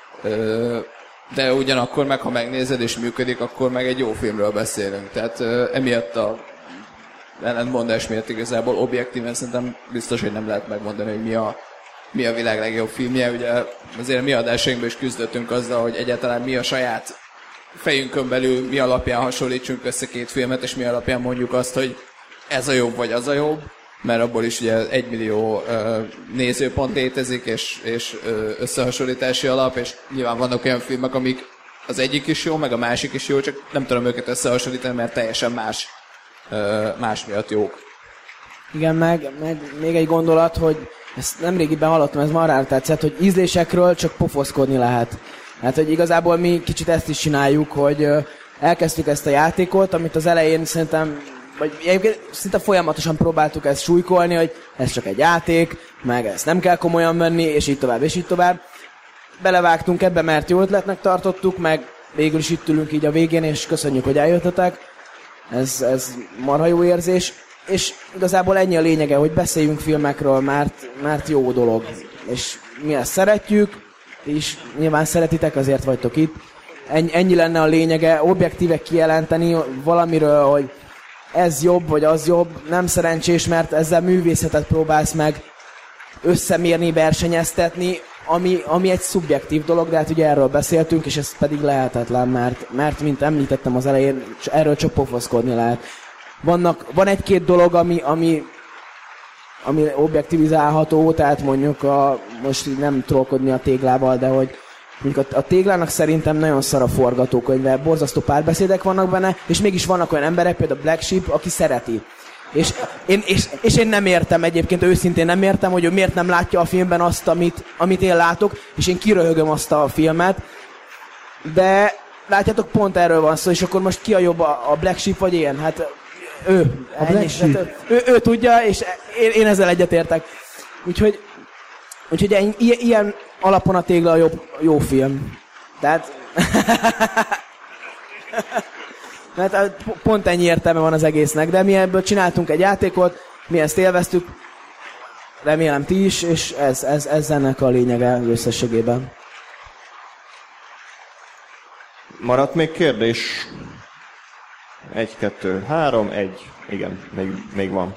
Ö, De ugyanakkor meg, ha megnézed és működik, akkor meg egy jó filmről beszélünk. Tehát uh, emiatt a ellentmondás miatt igazából objektíven szerintem biztos, hogy nem lehet megmondani, hogy mi a, mi a világ legjobb filmje. Ugye azért mi adásainkban is küzdöttünk azzal, hogy egyáltalán mi a saját fejünkön belül, mi alapján hasonlítsunk össze két filmet, és mi alapján mondjuk azt, hogy ez a jobb vagy az a jobb. Mert abból is ugye egymillió uh, nézőpont létezik, és, és uh, összehasonlítási alap, és nyilván vannak olyan filmek, amik az egyik is jó, meg a másik is jó, csak nem tudom őket összehasonlítani, mert teljesen más, uh, más miatt jók. Igen, meg, meg még egy gondolat, hogy ezt nemrégiben hallottam, ez marhára tetszett, hogy ízlésekről csak pofoszkodni lehet. Hát, hogy igazából mi kicsit ezt is csináljuk, hogy uh, elkezdtük ezt a játékot, amit az elején szerintem vagy egyébként szinte folyamatosan próbáltuk ezt súlykolni, hogy ez csak egy játék, meg ezt nem kell komolyan venni, és így tovább, és így tovább. Belevágtunk ebbe, mert jó ötletnek tartottuk, meg végül is itt ülünk így a végén, és köszönjük, hogy eljöttetek. Ez, ez marha jó érzés. És igazából ennyi a lényege, hogy beszéljünk filmekről, mert, mert jó dolog. és mi ezt szeretjük, és nyilván szeretitek, azért vagytok itt. Ennyi, ennyi lenne a lényege, objektíve kijelenteni valamiről, hogy ez jobb, vagy az jobb, nem szerencsés, mert ezzel művészetet próbálsz meg összemérni, versenyeztetni, ami, ami egy szubjektív dolog, de hát ugye erről beszéltünk, és ez pedig lehetetlen, mert, mert mint említettem az elején, erről csak pofoszkodni lehet. Vannak, van egy-két dolog, ami, ami, ami objektivizálható, tehát mondjuk a, most így nem trollkodni a téglával, de hogy mondjuk a, a téglának szerintem nagyon szar a forgatókönyve, borzasztó párbeszédek vannak benne, és mégis vannak olyan emberek, például Black Sheep, aki szereti. És én, és, és én nem értem egyébként, őszintén nem értem, hogy ő miért nem látja a filmben azt, amit, amit én látok, és én kiröhögöm azt a filmet, de látjátok, pont erről van szó, és akkor most ki a jobb, a Black Sheep vagy én? Hát ő. A Black Sheep. Hát, ő, ő tudja, és én, én ezzel egyetértek. Úgyhogy, úgyhogy ilyen, ilyen alapon a Tégla a jobb, jó film. Tehát... Mert pont ennyi értelme van az egésznek, de mi ebből csináltunk egy játékot, mi ezt élveztük, remélem ti is, és ez, ez, ez ennek a lényege összességében. Maradt még kérdés? Egy, kettő, három, egy. Igen, még, még van.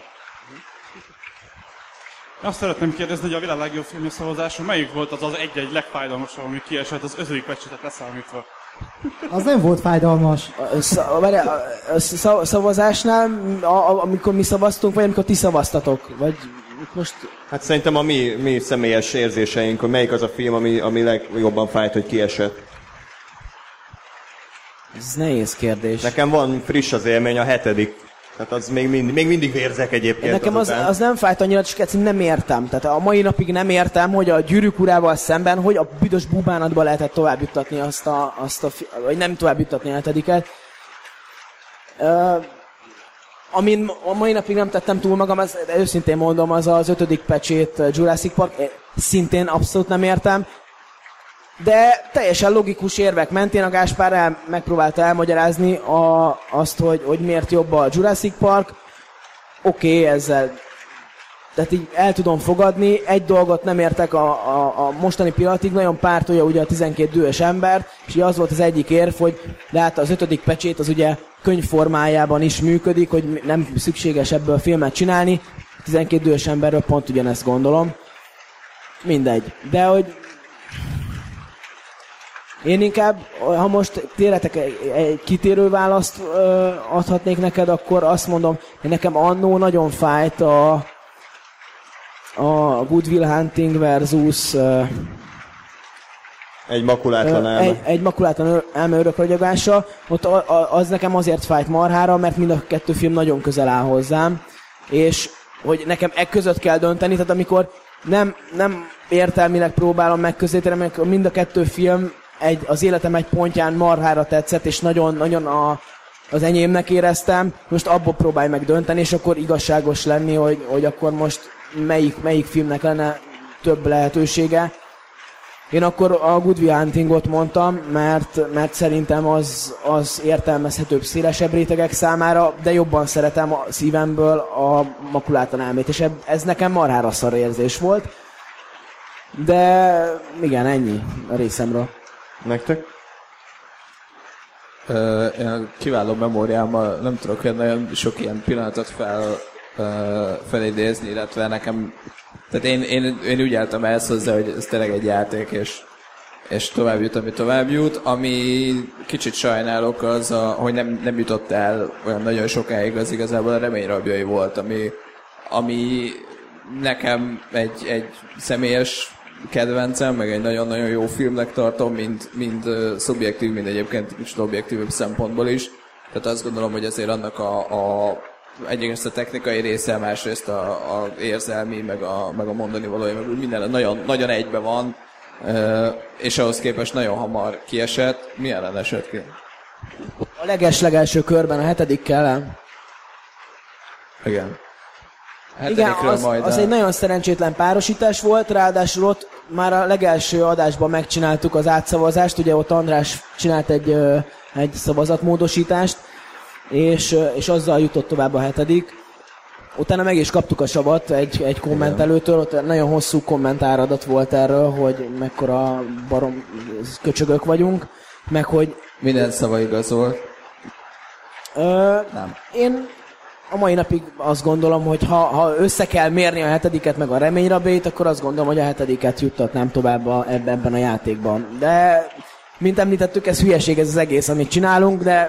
Azt szeretném kérdezni, hogy a világ legjobb filmje szavazáson melyik volt az az egy-egy legfájdalmasabb, ami kiesett az ötödik pecsétet leszámítva? Az nem volt fájdalmas. A szavazásnál, amikor mi szavaztunk, vagy amikor ti szavaztatok? Vagy most... Hát szerintem a mi, mi személyes érzéseink, hogy melyik az a film, ami, ami legjobban fájt, hogy kiesett. Ez nehéz kérdés. Nekem van friss az élmény, a hetedik. Tehát az még mindig, még mindig vérzek egyébként. Nekem az, az nem fájt annyira, csak egyszerűen nem értem. Tehát a mai napig nem értem, hogy a Gyűrűk urával szemben, hogy a büdös búbánatba lehetett tovább juttatni azt a, azt a, vagy nem tovább juttatni a hetediket. Uh, amin a mai napig nem tettem túl magam, az, őszintén mondom, az az ötödik pecsét Jurassic Park, szintén abszolút nem értem. De teljesen logikus érvek mentén a Gáspár el, megpróbálta elmagyarázni a, azt, hogy, hogy miért jobb a Jurassic Park. Oké, okay, ezzel tehát így el tudom fogadni. Egy dolgot nem értek a, a, a mostani pillanatig, nagyon pártolja ugye a tizenkét dühös ember, és az volt az egyik érv, hogy de hát az ötödik pecsét az ugye könyvformájában is működik, hogy nem szükséges ebből filmet csinálni. A tizenkét dühös emberről pont ugyanezt gondolom. Mindegy. De hogy én inkább, ha most tényletek egy kitérő választ ö, adhatnék neked, akkor azt mondom, hogy nekem annó nagyon fájt a, a Good Will Hunting versus ö, egy makulátlan elme. Egy, egy makulátlan elme örökragyagása. Ott a, a, az nekem azért fájt marhára, mert mind a kettő film nagyon közel áll hozzám, és hogy nekem e között kell dönteni, tehát amikor nem, nem értelmileg próbálom megközelíteni, mert mind a kettő film egy, az életem egy pontján marhára tetszett, és nagyon-nagyon a, az enyémnek éreztem. Most abból próbálj meg dönteni, és akkor igazságos lenni, hogy, hogy akkor most melyik, melyik filmnek lenne több lehetősége. Én akkor a Good Will Huntingot mondtam, mert, mert szerintem az, az értelmezhetőbb szélesebb rétegek számára, de jobban szeretem a szívemből a makulátlan elmét, és ez nekem marhára szar érzés volt. De igen, ennyi a részemről. Nektek? Ö, én kiváló memóriámmal nem tudok nagyon sok ilyen pillanatot fel, ö, felidézni, illetve nekem, tehát én, én, én úgy álltam ehhez hozzá, hogy ez tényleg egy játék, és, és tovább jut, ami tovább jut. Ami kicsit sajnálok az, a, hogy nem, nem jutott el olyan nagyon sokáig, az igazából a Reményrabjai volt, ami, ami nekem egy, egy személyes kedvencem, meg egy nagyon-nagyon jó filmnek tartom, mind, mind uh, szubjektív, mind egyébként kicsit objektívebb szempontból is. Tehát azt gondolom, hogy azért annak a, a egyrészt a technikai része, másrészt a, a érzelmi, meg a, meg a mondani valója, meg úgy minden nagyon, nagyon egybe van, uh, és ahhoz képest nagyon hamar kiesett. Milyen lenne esett ki? A leges-legelső körben, a hetedikkel. Igen. Igen, az, majd az a... egy nagyon szerencsétlen párosítás volt, ráadásul ott már a legelső adásban megcsináltuk az átszavazást, ugye ott András csinált egy, egy szavazatmódosítást, és, és azzal jutott tovább a hetedik. utána meg is kaptuk a savat egy, egy kommentelőtől, ott nagyon hosszú kommentáradat volt erről, hogy mekkora barom köcsögök vagyunk, meg hogy... Minden szava igaz volt. Ö, Nem. Én a mai napig azt gondolom, hogy ha, ha össze kell mérni a hetediket meg a reményrabét, akkor azt gondolom, hogy a hetediket juttatnám tovább a, ebben a játékban. De, mint említettük, ez hülyeség ez az egész, amit csinálunk, de...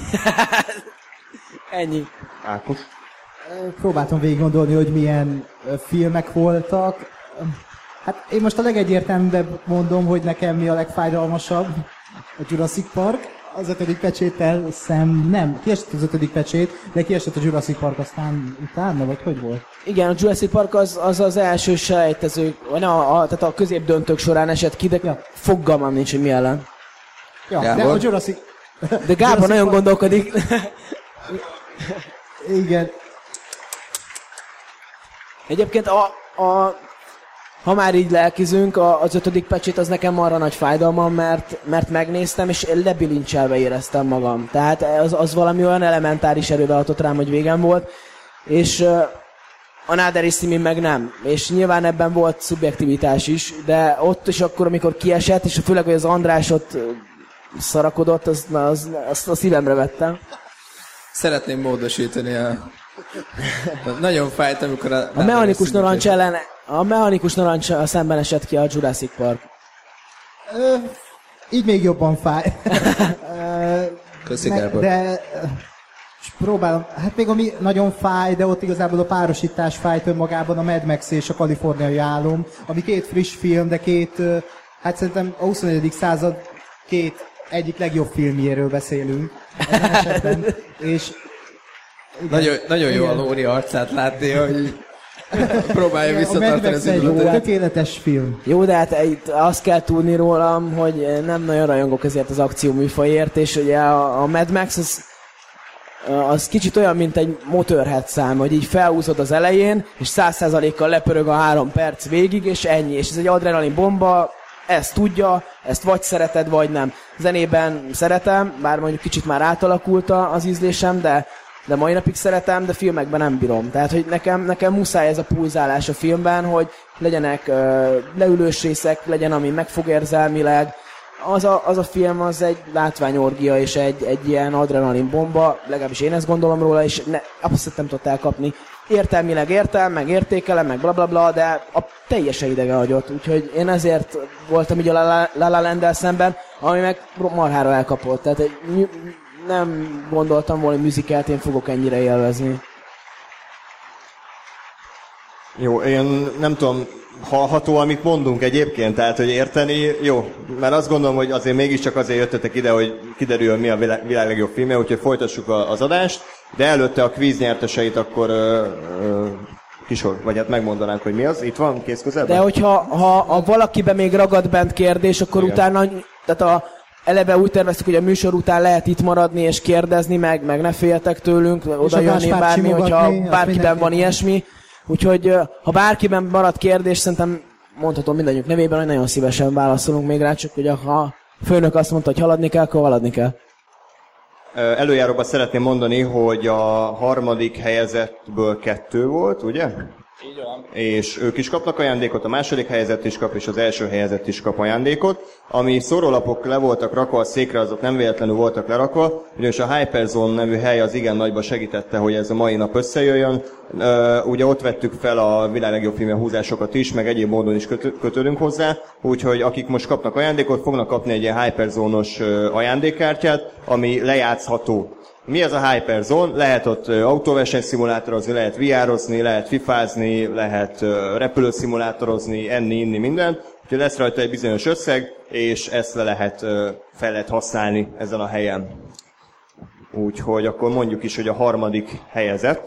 Ennyi. Ákos. Próbáltam végig gondolni, hogy milyen filmek voltak. Hát én most a legegyértelműbb mondom, hogy nekem mi a legfájdalmasabb. A Jurassic Park. Az ötödik pecséttel szem... Nem, kiesett az ötödik pecsét, de kiesett a Jurassic Park aztán utána, vagy hogy volt? Igen, a Jurassic Park az az, az első sejtező, vagy a, a, tehát a középdöntők során esett ki, de ja. Fogalmam nincs, hogy mi ellen. Ja, de a Jurassic... De Gábor nagyon Park... gondolkodik. Igen. Egyébként a, a, ha már így lelkizünk, a, az ötödik pecsét az nekem arra nagy fájdalmam, mert, mert megnéztem, és lebilincselve éreztem magam. Tehát az, az valami olyan elementáris erőbe hatott rám, hogy végem volt, és uh, a Náder és Szimin meg nem. És nyilván ebben volt szubjektivitás is, de ott is akkor, amikor kiesett, és főleg, hogy az András ott szarakodott, az, az, azt a szívemre vettem. Szeretném módosítani a... Nagyon fájt, amikor a... A mechanikus narancs ellen, a mechanikus narancs szemben esett ki a Jurassic Park. Ö, így még jobban fáj. Köszi, Gábor. De próbálom, hát még ami nagyon fáj, de ott igazából a párosítás fájt önmagában, a Mad Max és a Kaliforniai álom, ami két friss film, de két, hát szerintem a huszonegyedik század két egyik legjobb filmjéről beszélünk. Esetben, és igen, nagyon, nagyon jó a Lóri arcát látni, hogy próbálja visszatartani az indulatot. Tökéletes film. Jó, de hát itt azt kell tudni rólam, hogy nem nagyon rajongok ezért az akcióműfajért, és ugye a, a Mad Max az, az kicsit olyan, mint egy Motorhead szám, hogy így felhúzod az elején, és száz százalékkal lepörög a három perc végig, és ennyi. És ez egy adrenalin bomba, ezt tudja, ezt vagy szereted, vagy nem. Zenében szeretem, bár mondjuk kicsit már átalakult az ízlésem, de de mai napig szeretem, de filmekben nem bírom. Tehát, hogy nekem, nekem muszáj ez a pulzálás a filmben, hogy legyenek uh, leülős részek, legyen, ami megfog érzelmileg. Az a, az a film az egy látványorgia és egy, egy ilyen adrenalin bomba, legalábbis én ezt gondolom róla, és ne, abszolút nem tudott elkapni. Értelmileg értem, meg értékelem, meg blablabla, bla, bla, de a teljesen idege hagyott. Úgyhogy én ezért voltam így a La La, La Land-del szemben, ami meg marhára elkapott. Tehát egy, nem gondoltam volna, hogy musicalt én fogok ennyire élvezni. Jó, én nem tudom, hallható, amit mondunk egyébként, tehát, hogy érteni, jó, mert azt gondolom, hogy azért mégiscsak azért jöttetek ide, hogy kiderül, mi a világ, világ legjobb filmje, úgyhogy folytassuk a, az adást, de előtte a kvíz nyerteseit akkor ö, ö, kisor, vagy hát megmondanánk, hogy mi az, itt van, kész közelben? De hogyha ha, ha valakiben még ragad bent kérdés, akkor igen. Utána, tehát a eleve úgy terveztük, hogy a műsor után lehet itt maradni és kérdezni, meg, meg ne féljetek tőlünk, oda jönni bármi, hogyha bárkiben van ilyesmi. Úgyhogy ha bárkiben marad kérdés, szerintem mondhatom mindannyiuk nevében, hogy nagyon szívesen válaszolunk még rá, csak hogy ha a főnök azt mondta, hogy haladni kell, akkor haladni kell. Előjáróban szeretném mondani, hogy a harmadik helyezettből kettő volt, ugye? Így van. És ők is kapnak ajándékot, a második helyezett is kap, és az első helyezett is kap ajándékot. Ami szórólapok le voltak rakva a székre, azok nem véletlenül voltak lerakva, ugyanis a Hyperzone nevű hely az igen nagyba segítette, hogy ez a mai nap összejöjjön. Ugye ott vettük fel a világ legjobb filmje húzásokat is, meg egyéb módon is kötődünk hozzá, úgyhogy akik most kapnak ajándékot, fognak kapni egy ilyen Hyperzone-os ajándékkártyát, ami lejátszható. Mi az a Hyperzone? Lehet ott autóversenyszimulátorozni, lehet vé er-ozni, lehet fifázni, lehet repülőszimulátorozni, enni, inni, minden. Úgyhogy lesz rajta egy bizonyos összeg, és ezt le lehet, fel lehet használni ezen a helyen. Úgyhogy akkor mondjuk is, hogy a harmadik helyezett.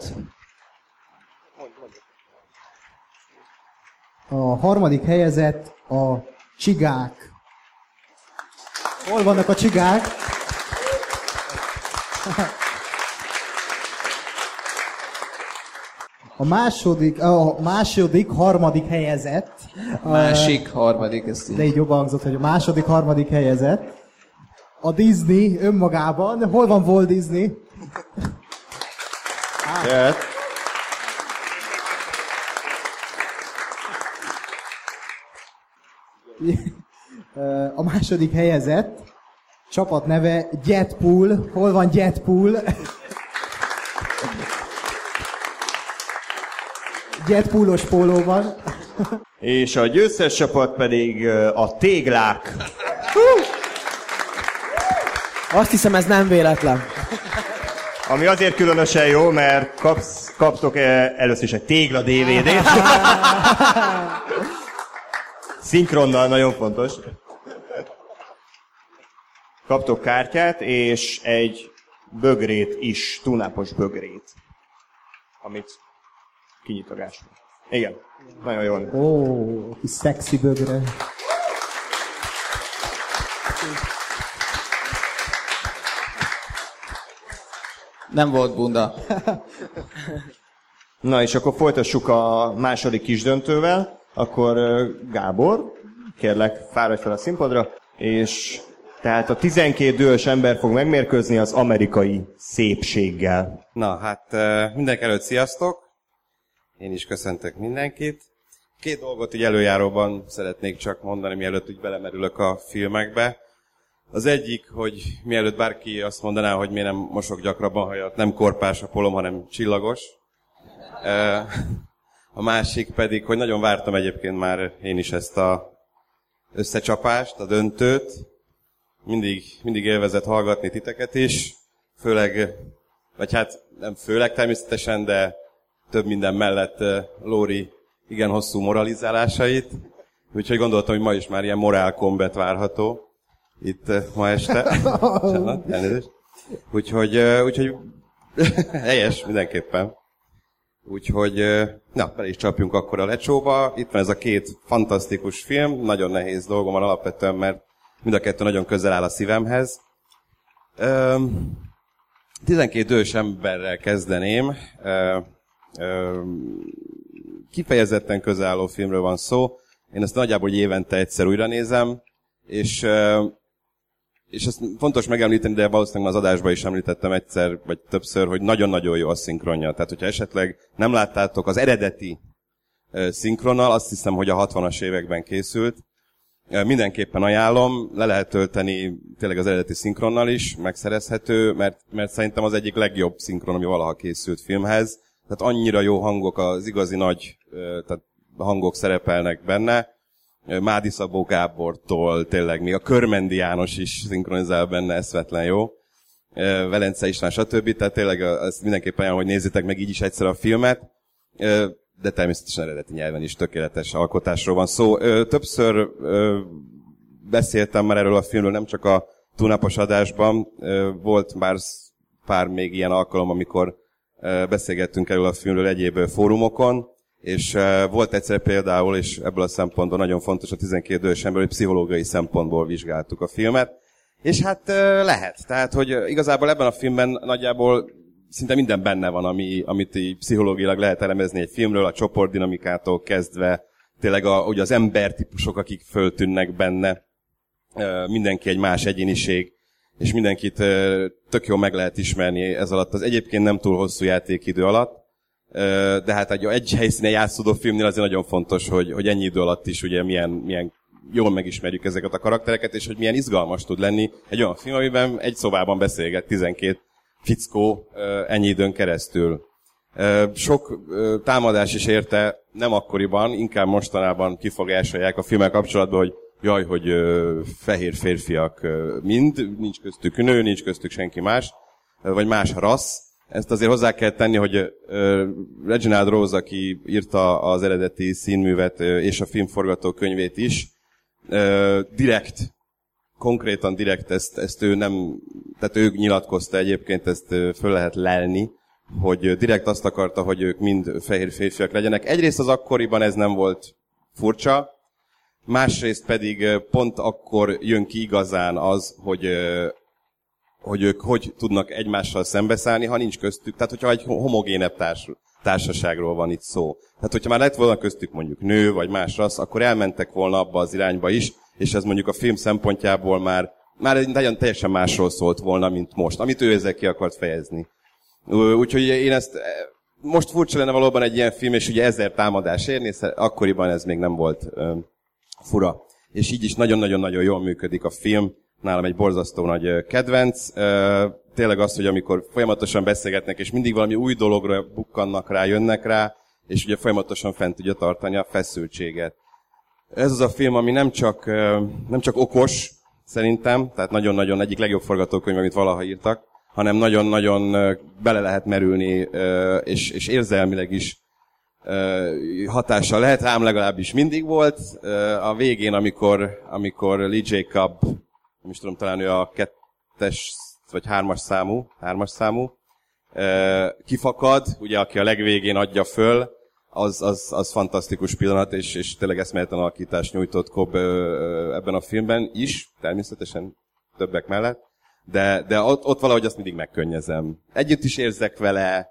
A harmadik helyezett a csigák. Hol vannak a csigák? A második, a második, harmadik helyezett. Másik, harmadik, ezt így. De így jobban hangzott, hogy a második, harmadik helyezett. A Disney önmagában. Hol van Walt Disney? Jöhet. A második helyezett csapat neve Jetpool. Hol van Jetpool? Jetpoolos pólóban. És a győztes csapat pedig a Téglák. Azt hiszem, ez nem véletlen. Ami azért különösen jó, mert kapsz, kaptok először is egy tégla dé vé dét. Szinkronnal, nagyon fontos. Kaptok kártyát, és egy bögrét is, túlnápos bögrét. Amit kinyitogásunk. Igen, nagyon jól. Ó, kis szexi bögre. Nem volt bunda. Na és akkor folytassuk a második kisdöntővel. Akkor Gábor, kérlek, fáradj fel a színpadra, és tehát a tizenkét dühös ember fog megmérkőzni az amerikai szépséggel. Na, hát mindenek előtt sziasztok! Én is köszöntök mindenkit. Két dolgot így előjáróban szeretnék csak mondani, mielőtt úgy belemerülök a filmekbe. Az egyik, hogy mielőtt bárki azt mondaná, hogy miért nem mosok gyakrabban hajat, nem korpás a polom, hanem csillagos. A másik pedig, hogy nagyon vártam egyébként már én is ezt a összecsapást, a döntőt. Mindig, mindig élvezett hallgatni titeket is, főleg, vagy hát nem főleg természetesen, de több minden mellett Lóri igen hosszú moralizálásait. Úgyhogy gondoltam, hogy ma is már ilyen morál combat várható. Itt ma este. Bocsánat, elnézést. Úgyhogy, úgyhogy helyes mindenképpen. Úgyhogy, na, bele is csapjunk akkor a lecsóba. Itt van ez a két fantasztikus film. Nagyon nehéz dolgom van alapvetően, mert mind a kettő nagyon közel áll a szívemhez. tizenkét dühös emberrel kezdeném. Kifejezetten közel álló filmről van szó. Én ezt nagyjából évente egyszer újra nézem, és, és ezt fontos megemlíteni, de valószínűleg az adásban is említettem egyszer, vagy többször, hogy nagyon-nagyon jó a szinkronja. Tehát, hogyha esetleg nem láttátok az eredeti szinkronnal, azt hiszem, hogy a hatvanas években készült. Mindenképpen ajánlom, le lehet tölteni tényleg az eredeti szinkronnal is, megszerezhető, mert, mert szerintem az egyik legjobb szinkron, ami valaha készült filmhez. Tehát annyira jó hangok, az igazi nagy tehát hangok szerepelnek benne. Mádi Szabó Gábortól tényleg még a Körmendi János is szinkronizál benne, eszvetlen jó. Velence István, stb. Tehát tényleg ezt mindenképpen ajánlom, hogy nézzétek meg így is egyszer a filmet. De természetesen eredeti nyelven is tökéletes alkotásról van szó. Többször beszéltem már erről a filmről, nem csak a túlnapos adásban. Volt már pár még ilyen alkalom, amikor beszélgettünk erről a filmről egyéb fórumokon, és volt egyszer például, és ebből a szempontból nagyon fontos a tizenkét dühös ember, hogy pszichológiai szempontból vizsgáltuk a filmet. És hát lehet. Tehát, hogy igazából ebben a filmben nagyjából szinte minden benne van, ami, amit így pszichológiailag lehet elemezni egy filmről, a csoportdinamikától kezdve, tényleg a, ugye az embertípusok, akik föltűnnek benne, mindenki egy más egyéniség, és mindenkit tök jól meg lehet ismerni ez alatt az egyébként nem túl hosszú játékidő alatt, de hát egy, egy helyszínen játszódó filmnél azért nagyon fontos, hogy, hogy ennyi idő alatt is ugye milyen, milyen jól megismerjük ezeket a karaktereket, és hogy milyen izgalmas tud lenni egy olyan film, amiben egy szobában beszélget tizenkét fickó ennyi időn keresztül. Sok támadás is érte, nem akkoriban, inkább mostanában kifogásolják a filmmel kapcsolatban, hogy jaj, hogy fehér férfiak mind, nincs köztük nő, nincs köztük senki más, vagy más rassz. Ezt azért hozzá kell tenni, hogy Reginald Rose, aki írta az eredeti színművet és a filmforgatókönyvét is, direkt, konkrétan direkt ezt, ezt ő nem, tehát ő nyilatkozta egyébként, ezt föl lehet lelni, hogy direkt azt akarta, hogy ők mind fehér férfiak legyenek. Egyrészt az akkoriban ez nem volt furcsa, másrészt pedig pont akkor jön ki igazán az, hogy, hogy ők hogy tudnak egymással szembeszállni, ha nincs köztük. Tehát, hogyha egy homogénebb társ, társaságról van itt szó. Tehát, hogyha már lett volna köztük mondjuk nő vagy más rassz, akkor elmentek volna abba az irányba is, és ez mondjuk a film szempontjából már, már egy nagyon teljesen másról szólt volna, mint most, amit ő ezzel ki akart fejezni. Úgyhogy én ezt, most furcsa lenne valóban egy ilyen film, és ugye ezer támadás érni, akkoriban ez még nem volt ö, fura. és így is nagyon-nagyon-nagyon jól működik a film. Nálam egy borzasztó nagy kedvenc. Tényleg az, hogy amikor folyamatosan beszélgetnek, és mindig valami új dologra bukkannak rá, jönnek rá, és ugye folyamatosan fent tudja tartani a feszültséget. Ez az a film, ami nem csak, nem csak okos, szerintem, tehát nagyon-nagyon egyik legjobb forgatókönyv, amit valaha írtak, hanem nagyon-nagyon bele lehet merülni, és, és érzelmileg is hatással lehet, rám legalábbis mindig volt. A végén, amikor, amikor Lee Jacob, nem is tudom, talán ő a kettes vagy hármas számú, hármas számú, kifakad, ugye, aki a legvégén adja föl, az, az, az fantasztikus pillanat, és, és tényleg eszméletlen alakítást nyújtott Cobb ebben a filmben is, természetesen többek mellett, de, de ott, ott valahogy azt mindig megkönnyezem. Együtt is érzek vele,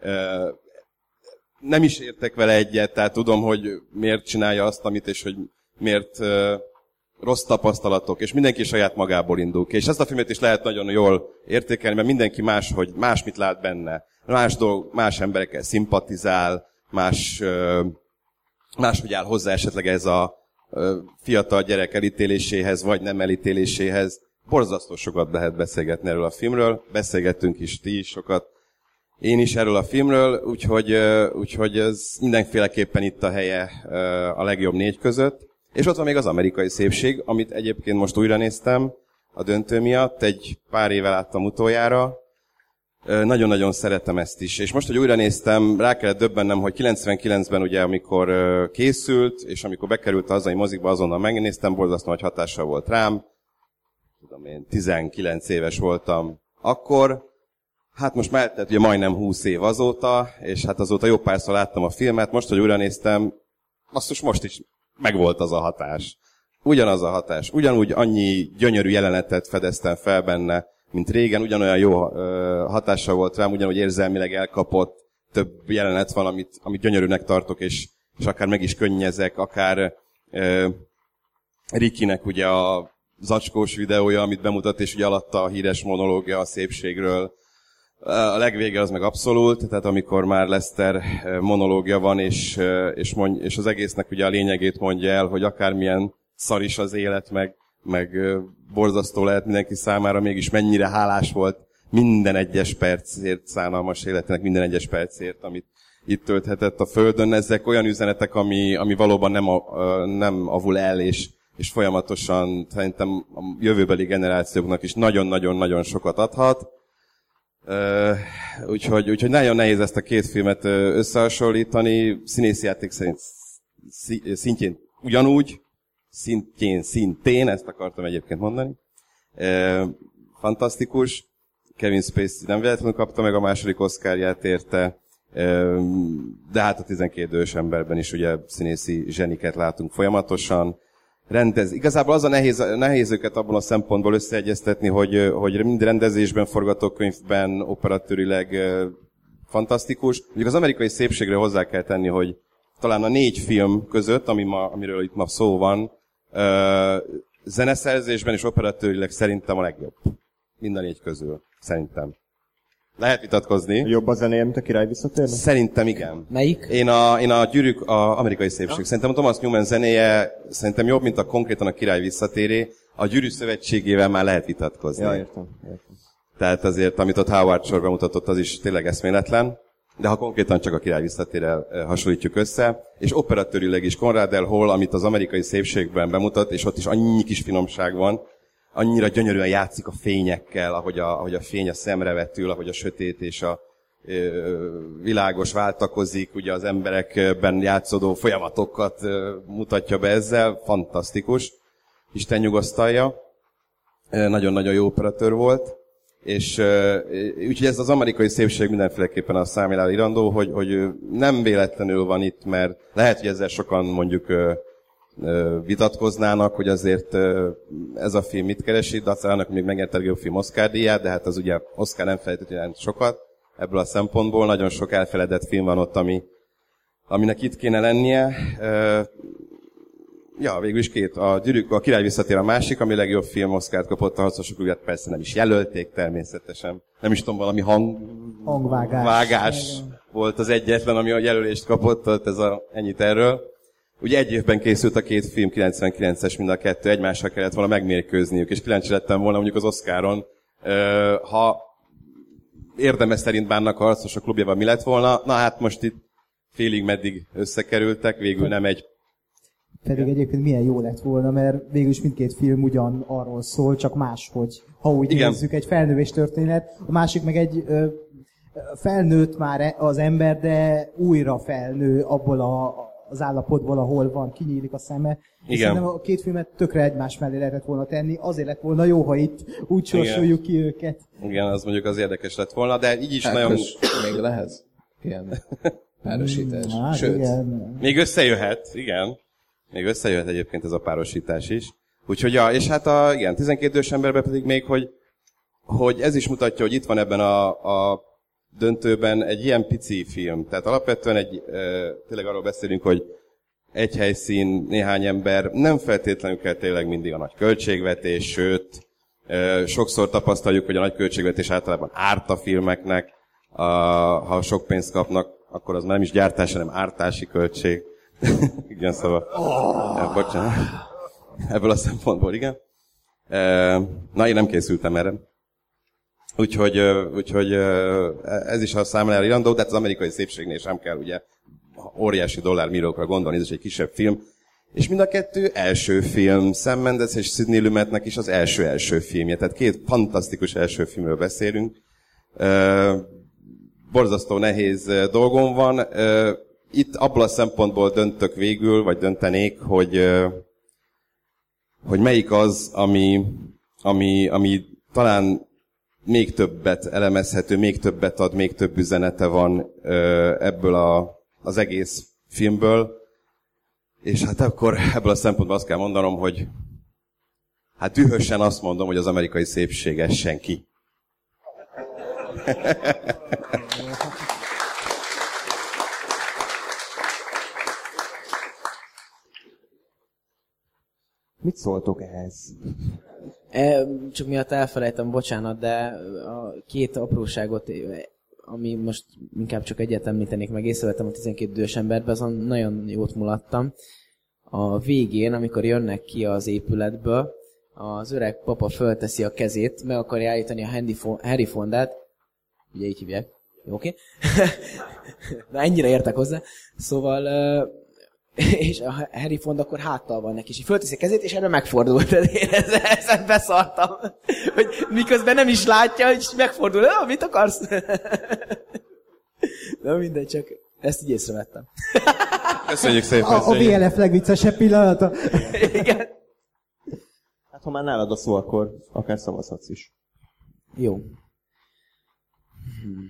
nem is értek vele egyet, tehát tudom, hogy miért csinálja azt, amit, és hogy miért rossz tapasztalatok, és mindenki saját magából indul ki. És ezt a filmet is lehet nagyon jól értékelni, mert mindenki máshogy, másmit lát benne. Más, dolg, más emberekkel szimpatizál, más, máshogy áll hozzá esetleg ez a fiatal gyerek elítéléséhez, vagy nem elítéléséhez. Borzasztó sokat lehet beszélgetni erről a filmről. Beszélgettünk is ti is sokat. Én is erről a filmről, úgyhogy, úgyhogy ez mindenféleképpen itt a helye a legjobb négy között. És ott van még az Amerikai szépség, amit egyébként most újra néztem a döntő miatt, egy pár éve láttam utoljára. Nagyon-nagyon szeretem ezt is. És most, hogy újra néztem, rá kellett döbbennem, hogy kilencvenkilencben ugye, amikor készült, és amikor bekerült a hazai mozikba, azonnal megnéztem, borzasztó nagy hatással volt rám. Tudom én, tizenkilenc éves voltam akkor. Hát most már tehát ugye majdnem húsz év azóta, és hát azóta jó párszor láttam a filmet. Most, hogy újra néztem, azt most is megvolt az a hatás. Ugyanaz a hatás. Ugyanúgy annyi gyönyörű jelenetet fedeztem fel benne, mint régen, ugyanolyan jó hatással volt rám, ugyanúgy érzelmileg elkapott, több jelenet van, amit, amit gyönyörűnek tartok, és, és akár meg is könnyezek, akár uh, Rickynek ugye a zacskós videója, amit bemutat, és ugye alatta a híres monológia a szépségről. A legvége az meg abszolút, tehát amikor már Lester monológia van, és, és, mondj, és az egésznek ugye a lényegét mondja el, hogy akármilyen szar is az élet, meg, meg borzasztó lehet mindenki számára, mégis mennyire hálás volt minden egyes percért, szánalmas életének minden egyes percért, amit itt tölthetett a Földön. Ezek olyan üzenetek, ami, ami valóban nem, nem avul el, és, és folyamatosan szerintem a jövőbeli generációknak is nagyon-nagyon-nagyon sokat adhat. Uh, úgyhogy, úgyhogy nagyon nehéz ezt a két filmet összehasonlítani. Színészi játék szerint szintjén ugyanúgy, szintjén szintén, ezt akartam egyébként mondani. Uh, fantasztikus. Kevin Spacey nem véletlenül kapta meg a második Oscarját érte, uh, de hát a tizenkét ős emberben is ugye színészi zseniket látunk folyamatosan. Rendez. Igazából az a nehéz, nehéz őket abban a szempontból összeegyeztetni, hogy, hogy mind rendezésben, forgatókönyvben, operatőrileg fantasztikus. Mondjuk az Amerikai szépségre hozzá kell tenni, hogy talán a négy film között, ami ma, amiről itt ma szó van, zeneszerzésben és operatőrileg szerintem a legjobb. Mind a négy közül, szerintem. Lehet vitatkozni. Jobb a zenéje, mint a Király visszatérne? Szerintem igen. Melyik? Én a, én a gyűrűk, a Amerikai szépség. Ja. Szerintem a Thomas Newman zenéje szerintem jobb, mint a konkrétan a Király visszatéré. A Gyűrű szövetségével már lehet vitatkozni. Ja, értem. értem. Tehát azért, amit ott Howard sorban mutatott, az is tényleg eszméletlen. De ha konkrétan csak a Király visszatérrel hasonlítjuk össze, és operatőrileg is Conrad L. Hall, amit az Amerikai szépségben bemutat, és ott is annyi kis finomság van, annyira gyönyörűen játszik a fényekkel, ahogy a, ahogy a fény a szemre vetül, ahogy a sötét és a ö, világos váltakozik, ugye az emberekben játszódó folyamatokat ö, mutatja be ezzel, fantasztikus, Isten nyugosztalja, nagyon-nagyon jó operatőr volt, és ö, úgyhogy ez az Amerikai szépség mindenféleképpen a számjára irandó, hogy, hogy nem véletlenül van itt, mert lehet, hogy ezzel sokan mondjuk ö, vitatkoznának, hogy azért ez a film mit keresi, de aztán annak még megnyerte a legjobb film Oscar-díját, de hát az ugye Oscar nem feltétlenül jelent sokat ebből a szempontból. Nagyon sok elfeledett film van ott, ami, aminek itt kéne lennie. Ja, végül is két. A Gyűrűk, a Király visszatér a másik, ami legjobb film Oscart kapott, a Harcosok ujját persze nem is jelölték természetesen. Nem is tudom, valami hang... hangvágás vágás volt az egyetlen, ami a jelölést kapott, ez a, ennyit erről. ugye egy évben készült a két film, kilencvenkilences mind a kettő, egymással kellett volna megmérkőzniük, és kíváncsi lettem volna mondjuk az Oscaron, ha érdemes szerint bánnak a harcosok klubjában mi lett volna, na hát most itt félig meddig összekerültek, végül nem egy. Pedig egyébként milyen jó lett volna, mert végülis mindkét film ugyan arról szól, csak máshogy. Ha úgy Igen. nézzük, egy felnővés történet, a másik meg egy ö, felnőtt már az ember, de újra felnő abból a, az állapotból, ahol van, kinyílik a szeme. És szerintem a két filmet tökre egymás mellé lehetett volna tenni, azért lett volna jó, ha itt úgy sorsoljuk ki őket. Igen, az mondjuk az érdekes lett volna, de így is hát nagyon... Még lehez ilyen párosítás. Mm, hát Sőt, igen. még összejöhet, igen. Még összejöhet egyébként ez a párosítás is. Úgyhogy, ja, és hát a igen, tizenkét idős emberben pedig még, hogy, hogy ez is mutatja, hogy itt van ebben a, a döntőben egy ilyen pici film. Tehát alapvetően egy, e, tényleg arról beszélünk, hogy egy helyszín, néhány ember, nem feltétlenül kell tényleg mindig a nagy költségvetés, sőt, e, sokszor tapasztaljuk, hogy a nagy költségvetés általában árt a filmeknek, a, ha sok pénzt kapnak, akkor az már nem is gyártás, hanem ártási költség. Igen, szóval. Oh. Ja, bocsánat. Ebből a szempontból, igen. E, na, én nem készültem erre. Úgyhogy, úgyhogy ez is a számlára irandó, de hát az Amerikai Szépségnél sem kell, ugye, óriási dollármilliókra gondolni, ez is egy kisebb film. És mind a kettő első film, Sam Mendes és Sidney Lumetnek is az első-első filmje, tehát két fantasztikus első filmről beszélünk. E, borzasztó nehéz dolgom van. E, itt abból a szempontból döntök végül, vagy döntenék, hogy, hogy melyik az, ami, ami, ami talán még többet elemezhető, még többet ad, még több üzenete van ebből a, az egész filmből. És hát akkor ebből a szempontból azt kell mondanom, hogy hát dühösen azt mondom, hogy az Amerikai Szépség essen ki. Mit szóltok ehhez? E, csak miatt elfelejtem, bocsánat, de a két apróságot, ami most inkább csak egyet említenék, meg észrevettem a tizenkét idős emberbe, azon nagyon jót mulattam. A végén, amikor jönnek ki az épületből, az öreg papa fölteszi a kezét, meg akarja állítani a Harry Fondát, ugye így hívják, jó, oké? Na ennyire értek hozzá. Szóval... és a Harry Fond akkor háttal van neki, és így fölteszi a kezét, és erre megfordult. Én ezen beszartam. Hogy miközben nem is látja, és megfordul. Na, mit akarsz? Na mindegy, csak ezt így észrevettem. Köszönjük szépen. A, a vé el ef legviccesebb pillanata. Igen. Hát ha már nálad a szó, akkor akár szavazhatsz is. Jó. Hmm.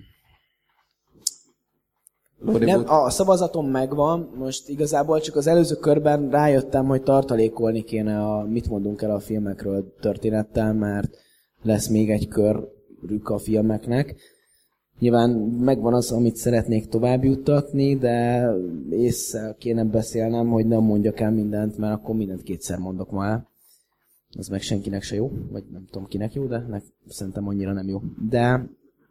Nem, a szavazatom megvan, most igazából csak az előző körben rájöttem, hogy tartalékolni kéne a mit mondunk el a filmekről történettel, mert lesz még egy körük a filmeknek. Nyilván megvan az, amit szeretnék tovább juttatni, de észre kéne beszélnem, hogy nem mondjak el mindent, mert akkor mindent kétszer mondok ma el. Az meg senkinek se jó, vagy nem tudom kinek jó, de nek, szerintem annyira nem jó. De...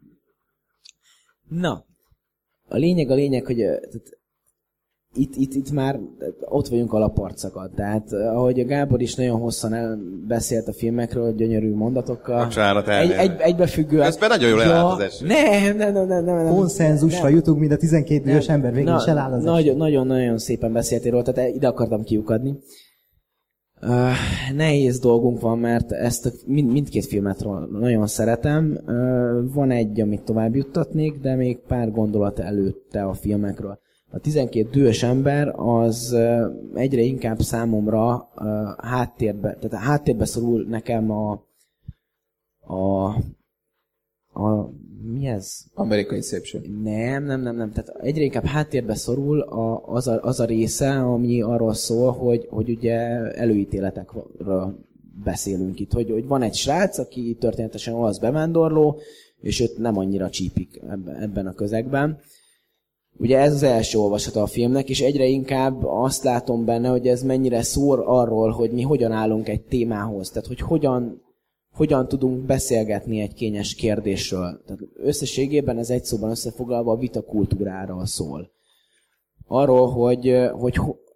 Na... A lényeg a lényeg, hogy tehát, itt, itt, itt már ott vagyunk a laparcakat. Tehát ahogy a Gábor is nagyon hosszan beszélt a filmekről, gyönyörű mondatokkal. Bocsánat, egy, egy, egybefüggően. Közben nagyon jól eláll az eső. Nem, nem, nem, nem, nem. Konszenzusra jutunk, mint a tizenkét idős ember, végül is eláll az nagyon, nagyon, nagyon szépen beszéltél róla, tehát ide akartam kiukadni. Uh, nehéz dolgunk van, mert ezt a, mind, mindkét filmet nagyon szeretem. Uh, van egy, amit tovább juttatnék, de még pár gondolat előtte a filmekről. A tizenkét dühös ember az uh, egyre inkább számomra uh, háttérbe, tehát a háttérbe szorul nekem a, a, a mi ez? Amerikai Szépség. Nem, nem, nem, nem. Tehát egyre inkább háttérbe szorul a, az, a, az a része, ami arról szól, hogy, hogy ugye előítéletekről beszélünk itt. Hogy, hogy van egy srác, aki történetesen olasz bevándorló, és őt nem annyira csípik ebben a közegben. Ugye ez az első olvasata a filmnek, és egyre inkább azt látom benne, hogy ez mennyire szól arról, hogy mi hogyan állunk egy témához. Tehát, hogy hogyan... hogyan tudunk beszélgetni egy kényes kérdésről. Tehát összességében ez egy szóban összefoglalva a vitakultúráról szól. Arról, hogy, hogy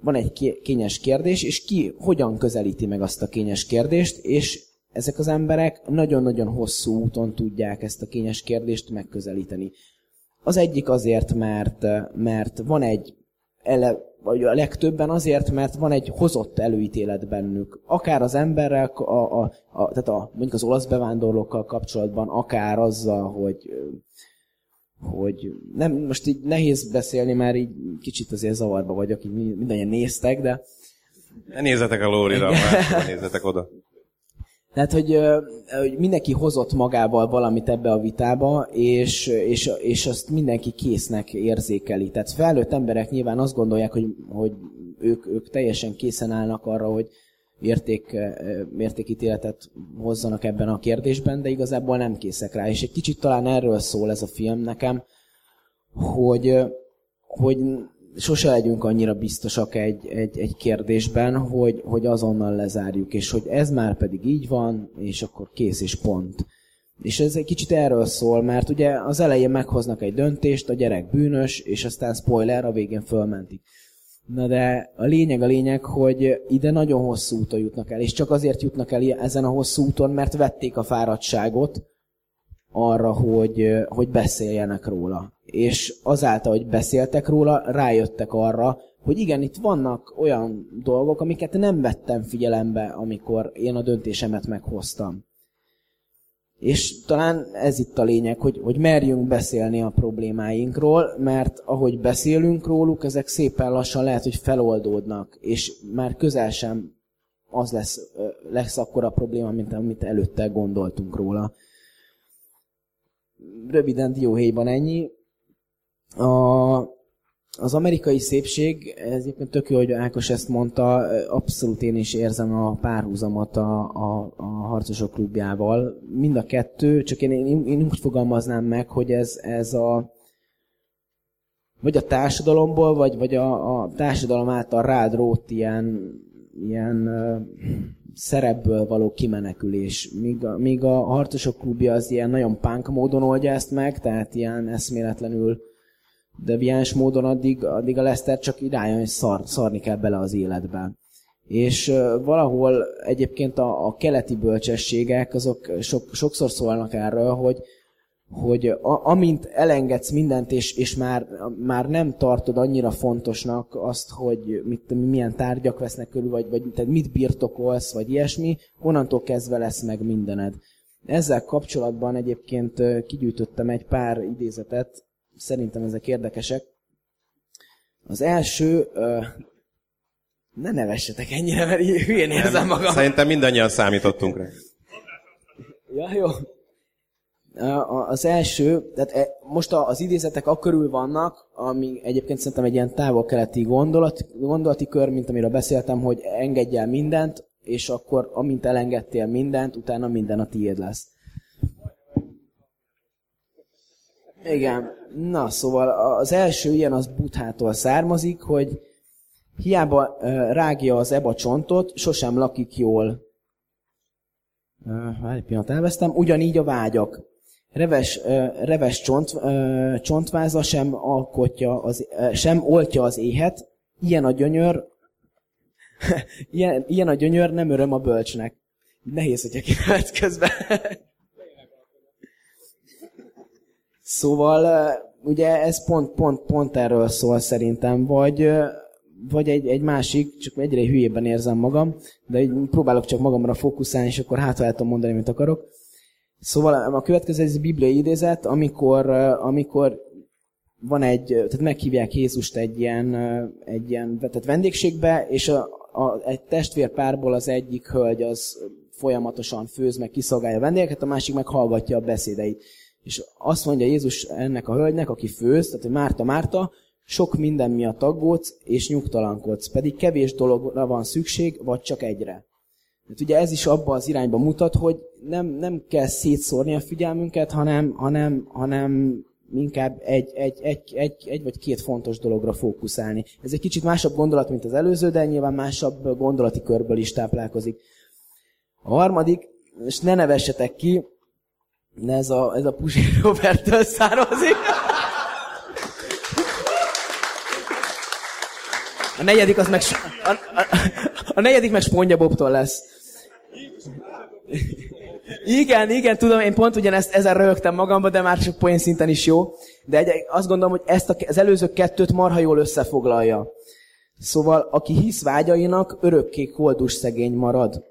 van egy kényes kérdés, és ki hogyan közelíti meg azt a kényes kérdést, és ezek az emberek nagyon-nagyon hosszú úton tudják ezt a kényes kérdést megközelíteni. Az egyik azért, mert, mert van egy, ele, vagy a legtöbben azért, mert van egy hozott előítélet bennük. Akár az emberrel, a, a, a, tehát a, mondjuk az olasz bevándorlókkal kapcsolatban, akár azzal, hogy, hogy nem, most így nehéz beszélni, mert így kicsit azért zavarba vagyok, így mindannyian néztek, de... Ne nézzetek a Lórira, már nézzetek oda. Tehát, hogy, hogy mindenki hozott magával valamit ebbe a vitába, és, és, és azt mindenki késznek érzékeli. Tehát felnőtt emberek nyilván azt gondolják, hogy, hogy ők, ők teljesen készen állnak arra, hogy érték, értékítéletet hozzanak ebben a kérdésben, de igazából nem készek rá. És egy kicsit talán erről szól ez a film nekem, hogy, hogy sose legyünk annyira biztosak egy, egy, egy kérdésben, hogy, hogy azonnal lezárjuk, és hogy ez már pedig így van, és akkor kész és pont. És ez egy kicsit erről szól, mert ugye az elején meghoznak egy döntést, a gyerek bűnös, és aztán spoiler, a végén fölmentik. Na de a lényeg a lényeg, hogy ide nagyon hosszú úton jutnak el, és csak azért jutnak el ezen a hosszú úton, mert vették a fáradtságot arra, hogy, hogy beszéljenek róla. És azáltal, hogy beszéltek róla, rájöttek arra, hogy igen, itt vannak olyan dolgok, amiket nem vettem figyelembe, amikor én a döntésemet meghoztam. És talán ez itt a lényeg, hogy, hogy merjünk beszélni a problémáinkról, mert ahogy beszélünk róluk, ezek szépen lassan lehet, hogy feloldódnak, és már közel sem az lesz, lesz akkora probléma, mint amit előtte gondoltunk róla. Röviden dióhéjban ennyi. A, az amerikai szépség, ez éppen tök jó, hogy Ákos ezt mondta, abszolút én is érzem a párhuzamot a, a, a Harcosok klubjával. Mind a kettő, csak én, én, én úgy fogalmaznám meg, hogy ez, ez a vagy a társadalomból, vagy, vagy a, a társadalom által rád rótt ilyen, ilyen uh, szerepből való kimenekülés. Míg a, míg a Harcosok klubja az ilyen nagyon punk módon oldja ezt meg, tehát ilyen eszméletlenül deviáns módon addig, addig a Lester csak rájön, hogy szar, szarni kell bele az életbe. És uh, valahol egyébként a, a keleti bölcsességek azok sok, sokszor szólnak erről, hogy, hogy a, amint elengedsz mindent, és, és már, már nem tartod annyira fontosnak azt, hogy mit, milyen tárgyak vesznek körül, vagy, vagy tehát mit birtokolsz, vagy ilyesmi, onnantól kezdve lesz meg mindened. Ezzel kapcsolatban egyébként kigyűjtöttem egy pár idézetet, szerintem ezek érdekesek. Az első, uh, ne nevessetek ennyire, mert hülyén érzem magam. Szerintem mindannyian számítottunk rá. Ja, jó. Az első, tehát most az idézetek akkörül vannak, ami egyébként szerintem egy ilyen távol-keleti gondolat, gondolati kör, mint amiről beszéltem, hogy engedj el mindent, és akkor amint elengedtél mindent, utána minden a tiéd lesz. Igen. Na, szóval az első ilyen az Buddhától származik, hogy hiába rágja az eba csontot, sosem lakik jól. Várj egy pillanat, elvesztem. Ugyanígy a vágyak. Reves, reves csont, csontváza sem alkotja, az, sem oltja az éhet. Ilyen a gyönyör, ilyen, ilyen a gyönyör nem öröm a bölcsnek. Nehéz, hogyha kivált közben. Szóval, ugye ez pont, pont, pont erről szól szerintem, vagy, vagy egy, egy másik, csak egyre hülyében érzem magam, de így próbálok csak magamra fókuszálni, és akkor hát el tudom mondani, amit akarok. Szóval a következő ez bibliai idézet, amikor, amikor van egy, tehát meghívják Jézust egy ilyen, egy ilyen tehát vendégségbe, és a, a, egy testvérpárból az egyik hölgy az folyamatosan főz, meg kiszolgálja a vendégeket, a másik meg hallgatja a beszédeit. És azt mondja Jézus ennek a hölgynek, aki főz, tehát hogy Márta, Márta, sok minden miatt aggódsz és nyugtalankodsz, pedig kevés dologra van szükség, vagy csak egyre. Tehát ugye ez is abba az irányba mutat, hogy nem, nem kell szétszórni a figyelmünket, hanem, hanem, hanem inkább egy, egy, egy, egy, egy vagy két fontos dologra fókuszálni. Ez egy kicsit másabb gondolat, mint az előző, de nyilván másabb gondolati körből is táplálkozik. A harmadik, és ne nevessetek ki, de ez a, ez a Puzsér Roberttől származik. A negyedik az meg... A, a, a negyedik meg SpongeBobtól lesz. Igen, igen, tudom, én pont ugyanezt ezzel röhögtem magamba, de már csak poén szinten is jó. De egy, azt gondolom, hogy ezt a, az előző kettőt marha jól összefoglalja. Szóval, aki hisz vágyainak, örökké koldus szegény marad.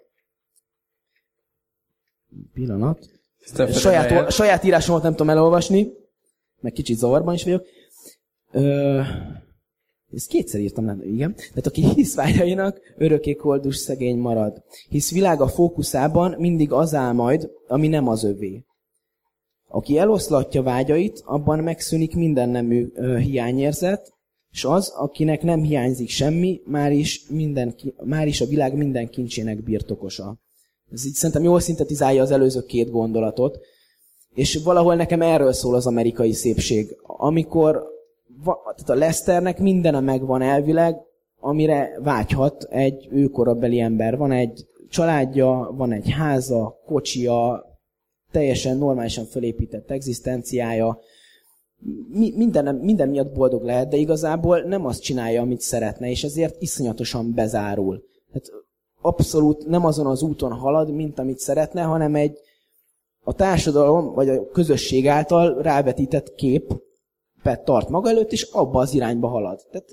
Pillanat. Saját, saját írásomat nem tudom elolvasni, meg kicsit zavarban is vagyok. Ö, ezt kétszer írtam, nem? Igen. Tehát aki hisz vágyainak, örökké koldus szegény marad. Hisz világa fókuszában mindig az áll majd, ami nem az övé. Aki eloszlatja vágyait, abban megszűnik minden nemű ö, hiányérzet, és az, akinek nem hiányzik semmi, már is, minden, már is a világ minden kincsének birtokosa. Ez így szerintem jól szintetizálja az előző két gondolatot, és valahol nekem erről szól az amerikai szépség. Amikor tehát a Lesternek mindene megvan elvileg, amire vágyhat egy őkorabeli ember. Van egy családja, van egy háza, kocsia, teljesen normálisan fölépített egzisztenciája. Mi, minden, minden miatt boldog lehet, de igazából nem azt csinálja, amit szeretne, és ezért iszonyatosan bezárul. Tehát abszolút nem azon az úton halad, mint amit szeretne, hanem egy a társadalom, vagy a közösség által rávetített képet tart maga előtt, és abba az irányba halad. Tehát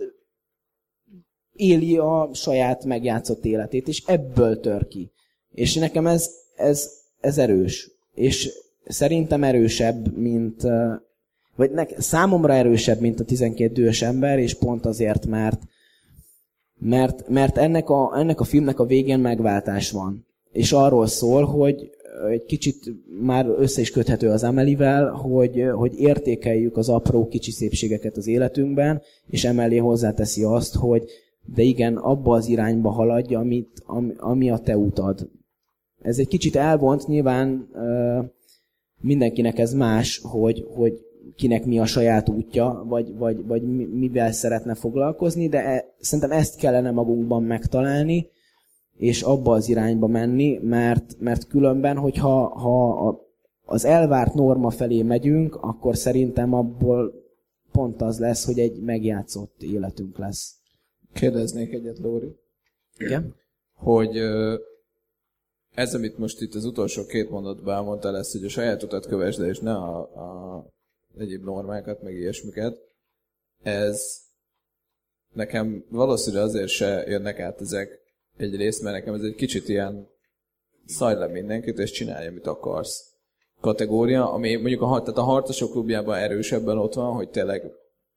éli a saját megjátszott életét, és ebből tör ki. És nekem ez, ez, ez erős. És szerintem erősebb, mint... vagy nek, számomra erősebb, mint a tizenkét dühös ember, és pont azért, mert mert, mert ennek, a, ennek a filmnek a végén megváltás van. És arról szól, hogy egy kicsit már össze is köthető az Amelie-vel, hogy, hogy értékeljük az apró kicsi szépségeket az életünkben, és emellé hozzáteszi azt, hogy de igen, abba az irányba haladj, amit, ami, ami a te utad. Ez egy kicsit elvont, nyilván uh, mindenkinek ez más, hogy, hogy kinek mi a saját útja, vagy, vagy, vagy mivel szeretne foglalkozni, de e, szerintem ezt kellene magunkban megtalálni, és abba az irányba menni, mert, mert különben, hogyha ha az elvárt norma felé megyünk, akkor szerintem abból pont az lesz, hogy egy megjátszott életünk lesz. Kérdeznék egyet, Lóri. Igen? Hogy ez, amit most itt az utolsó két mondatban elmondtál, lesz, hogy a saját utat kövesd, és ne a, a egyéb normákat, meg ilyesmiket. Ez nekem valószínűleg azért se jönnek át ezek egyrészt, mert nekem ez egy kicsit ilyen szaj le mindenkit, és csinálj, amit akarsz kategória, ami mondjuk a, tehát a harcosok klubjában erősebben ott van, hogy tényleg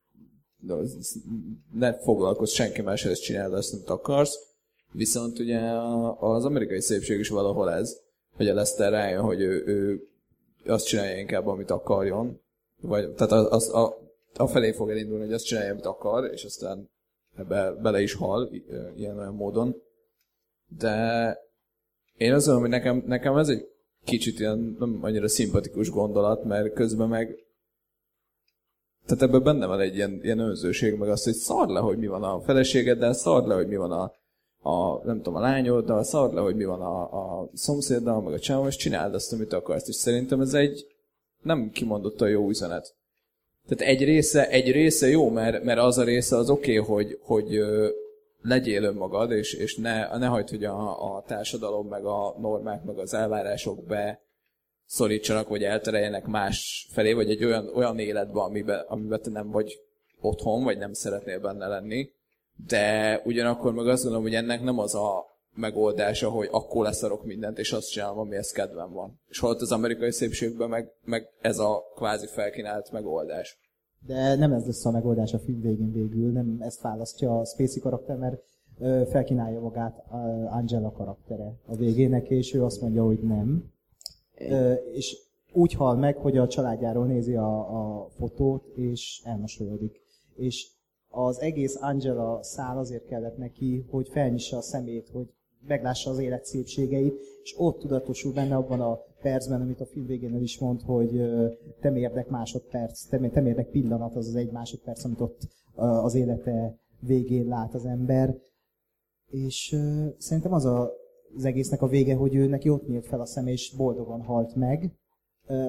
ne foglalkozz senki más, ezt csinálod azt, amit akarsz. Viszont ugye az amerikai szépség is valahol ez, hogy a Lester rájön, hogy ő, ő azt csinálja inkább, amit akarjon. Vagy, tehát az, az, a, a felé fog elindulni, hogy azt csinálja, amit akar, és aztán ebbe bele is hal ilyen-olyan módon. De én azt mondom, hogy nekem, nekem ez egy kicsit ilyen nem annyira szimpatikus gondolat, mert közben meg tehát ebben benne van egy ilyen, ilyen önzőség, meg azt, hogy szard le, hogy mi van a feleségeddel, szard le, hogy mi van a, a nem tudom, a lányoddal, szard le, hogy mi van a, a szomszéddal, meg a csávon, és csináld azt, amit akarsz. És szerintem ez egy nem kimondottan jó üzenet. Tehát egy része, egy része jó, mert, mert az a része az oké, okay, hogy, hogy ö, legyél önmagad, és, és ne, ne hagyd, hogy a, a társadalom, meg a normák, meg az elvárások be szorítsanak, vagy eltereljenek más felé, vagy egy olyan, olyan életbe, amiben, amiben te nem vagy otthon, vagy nem szeretnél benne lenni. De ugyanakkor meg azt gondolom, hogy ennek nem az a megoldása, hogy akkor leszarok mindent, és azt csinálom, amihez kedvem van. És holott az amerikai szépségben meg, meg ez a kvázi felkínált megoldás. De nem ez lesz a megoldás a film végén végül, nem ezt választja a Spacey karakter, mert felkínálja magát Angela karaktere a végének, és ő azt mondja, hogy nem. Ö, és úgy hal meg, hogy a családjáról nézi a, a fotót, és elmosolyodik. És az egész Angela szál azért kellett neki, hogy felnyissa a szemét, hogy meglássa az élet szépségeit, és ott tudatosul benne abban a percben, amit a film végén el is mond, hogy temérdek másodperc, temérdek pillanat, az az egy másodperc, amit ott az élete végén lát az ember. És uh, szerintem az a, az egésznek a vége, hogy ő neki ott nyílt fel a szeme, és boldogan halt meg. Uh,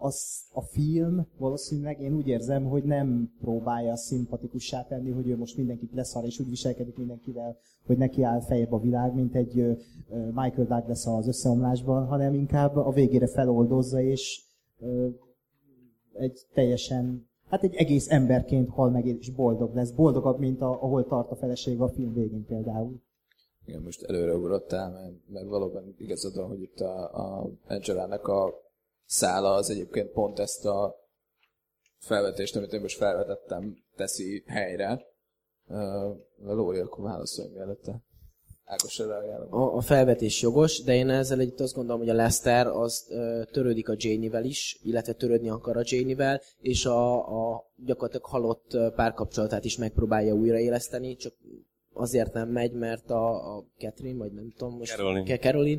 az a film valószínűleg én úgy érzem, hogy nem próbálja szimpatikussá tenni, hogy ő most mindenkit leszar, és úgy viselkedik mindenkivel, hogy neki áll feljebb a világ, mint egy Michael Douglas az Összeomlásban, hanem inkább a végére feloldozza, és egy teljesen, hát egy egész emberként hal meg, és boldog lesz. Boldogabb, mint a, ahol tart a feleség a film végén például. Igen, most előreugrottál, mert, mert valóban igazad van, hogy itt a, a Angelának a szála az egyébként pont ezt a felvetést, amit én most felvetettem, teszi helyre. Uh, Lóri, akkor válaszolj mielőtte. Ákosra reagálok. A, a felvetés jogos, de én ezzel együtt azt gondolom, hogy a Lester az uh, törődik a Janie-vel is, illetve törődni akar a Janie-vel, és a, a gyakorlatilag halott párkapcsolatát is megpróbálja újraéleszteni, csak azért nem megy, mert a, a Catherine, vagy nem tudom most... Caroline. Caroline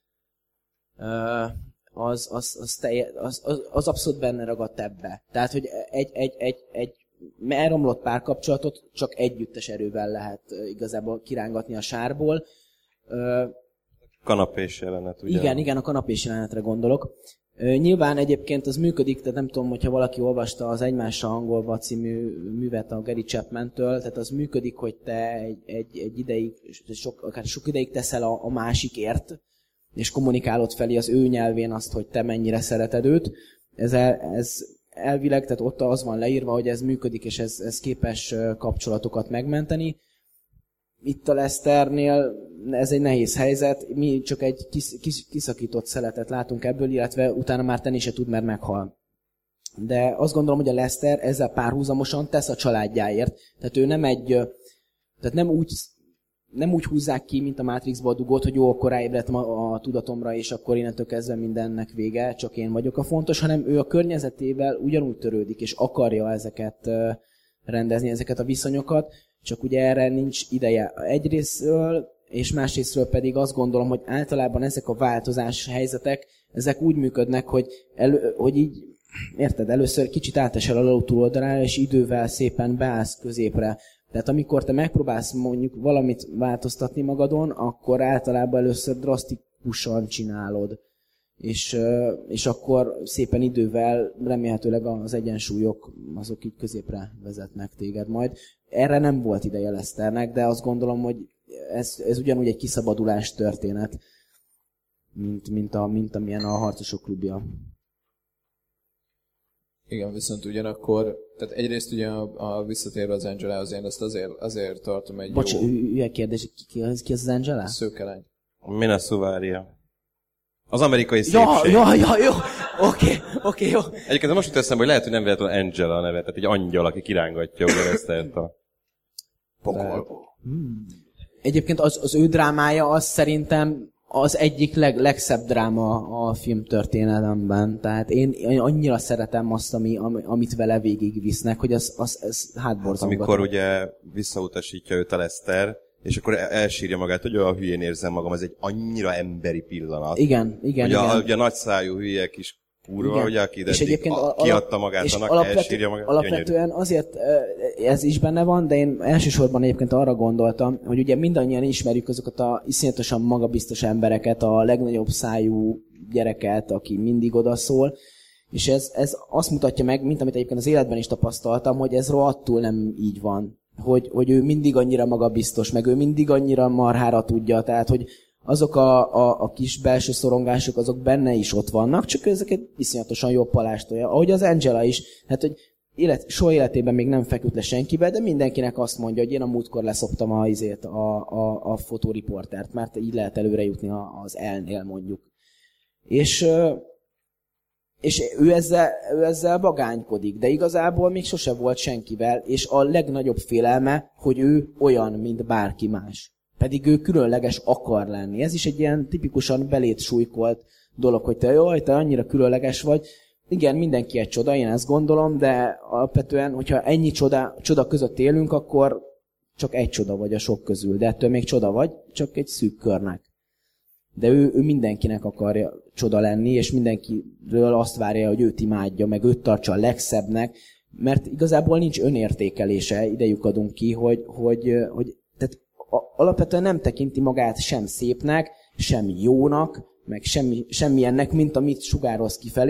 uh, az, az, az, telje, az, az, az abszolút benne ragadt ebbe. Tehát, hogy egy, egy, egy, egy elromlott párkapcsolatot csak együttes erővel lehet uh, igazából kirángatni a sárból. Uh, kanapés jelenet, ugye? Igen, igen, a kanapés jelenetre gondolok. Uh, nyilván egyébként az működik, tehát nem tudom, hogyha valaki olvasta az Egymással hangolva című művet a Gary Chapman-től, tehát az működik, hogy te egy, egy, egy ideig, sok, akár sok ideig teszel a, a másikért, és kommunikálod felé az ő nyelvén azt, hogy te mennyire szereted őt. Ez, el, ez elvileg, tehát ott az van leírva, hogy ez működik, és ez, ez képes kapcsolatokat megmenteni. Itt a Lesternél ez egy nehéz helyzet, mi csak egy kis, kis, kiszakított szeletet látunk ebből, illetve utána már tenni se tud, mert meghal. De azt gondolom, hogy a Lester ezzel párhuzamosan tesz a családjáért. Tehát ő nem egy, tehát nem úgy, nem úgy húzzák ki, mint a Matrixba a dugót, hogy jó, akkor ráébredtem a, a tudatomra, és akkor innentől kezdve mindennek vége, csak én vagyok a fontos, hanem ő a környezetével ugyanúgy törődik, és akarja ezeket rendezni, ezeket a viszonyokat, csak ugye erre nincs ideje egyrésztről, és másrésztről pedig azt gondolom, hogy általában ezek a változás helyzetek, ezek úgy működnek, hogy, elő, hogy így, érted, először kicsit átesel a ló túloldalára, és idővel szépen beállsz középre. Tehát amikor te megpróbálsz mondjuk valamit változtatni magadon, akkor általában először drasztikusan csinálod. És, és akkor szépen idővel remélhetőleg az egyensúlyok azok így középre vezetnek téged majd. Erre nem volt ideje Lesternek, de azt gondolom, hogy ez, ez ugyanúgy egy kiszabadulás történet, mint, mint, a, mint amilyen a Harcosok klubja. Igen, viszont ugyanakkor, tehát egyrészt ugye a, a visszatérve az Angelához, én azt azért, azért tartom egy Bocs, jó... Bocs, hülye kérdés, ki, ki, az, ki az az Angela? Szőkelány. Mina Suvaria. Az amerikai szépség. Ja, ja, ja, jó. Oké, okay, oké, okay, jó. Egyébként most jut eszembe, hogy lehet, hogy nem véletlenül Angela a neve, tehát egy angyal, aki kirángatja a Lestert a pokolba. Hmm. Egyébként az, az ő drámája az szerintem az egyik leg, legszebb dráma a filmtörténelemben. Tehát én, én annyira szeretem azt, ami, amit vele végigvisznek, hogy az, az, az hátborzongató. Amikor ugye visszautasítja őt a Lester, és akkor elsírja magát, hogy olyan hülyén érzem magam, ez egy annyira emberi pillanat. Igen, igen, ugye igen. A, ugye a nagyszájú hülye kis kurva, igen. Ugye, aki és egyébként a, kiadta magát, és annak alapvető, elsírja magát. Alapvetően gyönyörű. Azért ez is benne van, de én elsősorban egyébként arra gondoltam, hogy ugye mindannyian ismerjük azokat a iszonyatosan magabiztos embereket, a legnagyobb szájú gyereket, aki mindig odaszól, és ez, ez azt mutatja meg, mint amit egyébként az életben is tapasztaltam, hogy ez rohadtul nem így van. Hogy, hogy ő mindig annyira magabiztos, meg ő mindig annyira marhára tudja, tehát hogy azok a, a, a kis belső szorongások, azok benne is ott vannak, csak ezeket iszonyatosan jobb palástolja. Ahogy az Angela is, hát hogy élet, soha életében még nem feküdt le senkibe, de mindenkinek azt mondja, hogy én a múltkor leszoptam a, azért, a, a, a fotóriportert, mert így lehet előre jutni az elnél mondjuk. És... És ő ezzel, ő ezzel bagánykodik, de igazából még sose volt senkivel, és a legnagyobb félelme, hogy ő olyan, mint bárki más. Pedig ő különleges akar lenni. Ez is egy ilyen tipikusan belét súlykolt dolog, hogy te jaj, te annyira különleges vagy. Igen, mindenki egy csoda, én ezt gondolom, de alapvetően, hogyha ennyi csoda, csoda között élünk, akkor csak egy csoda vagy a sok közül, de ettől még csoda vagy, csak egy szűk körnek. De ő, ő mindenkinek akarja csoda lenni, és mindenkiről azt várja, hogy őt imádja, meg őt tartsa a legszebbnek, mert igazából nincs önértékelése, ide lyukadunk ki, hogy, hogy, hogy tehát alapvetően nem tekinti magát sem szépnek, sem jónak, meg semmi, semmilyennek, mint amit sugároz kifelé,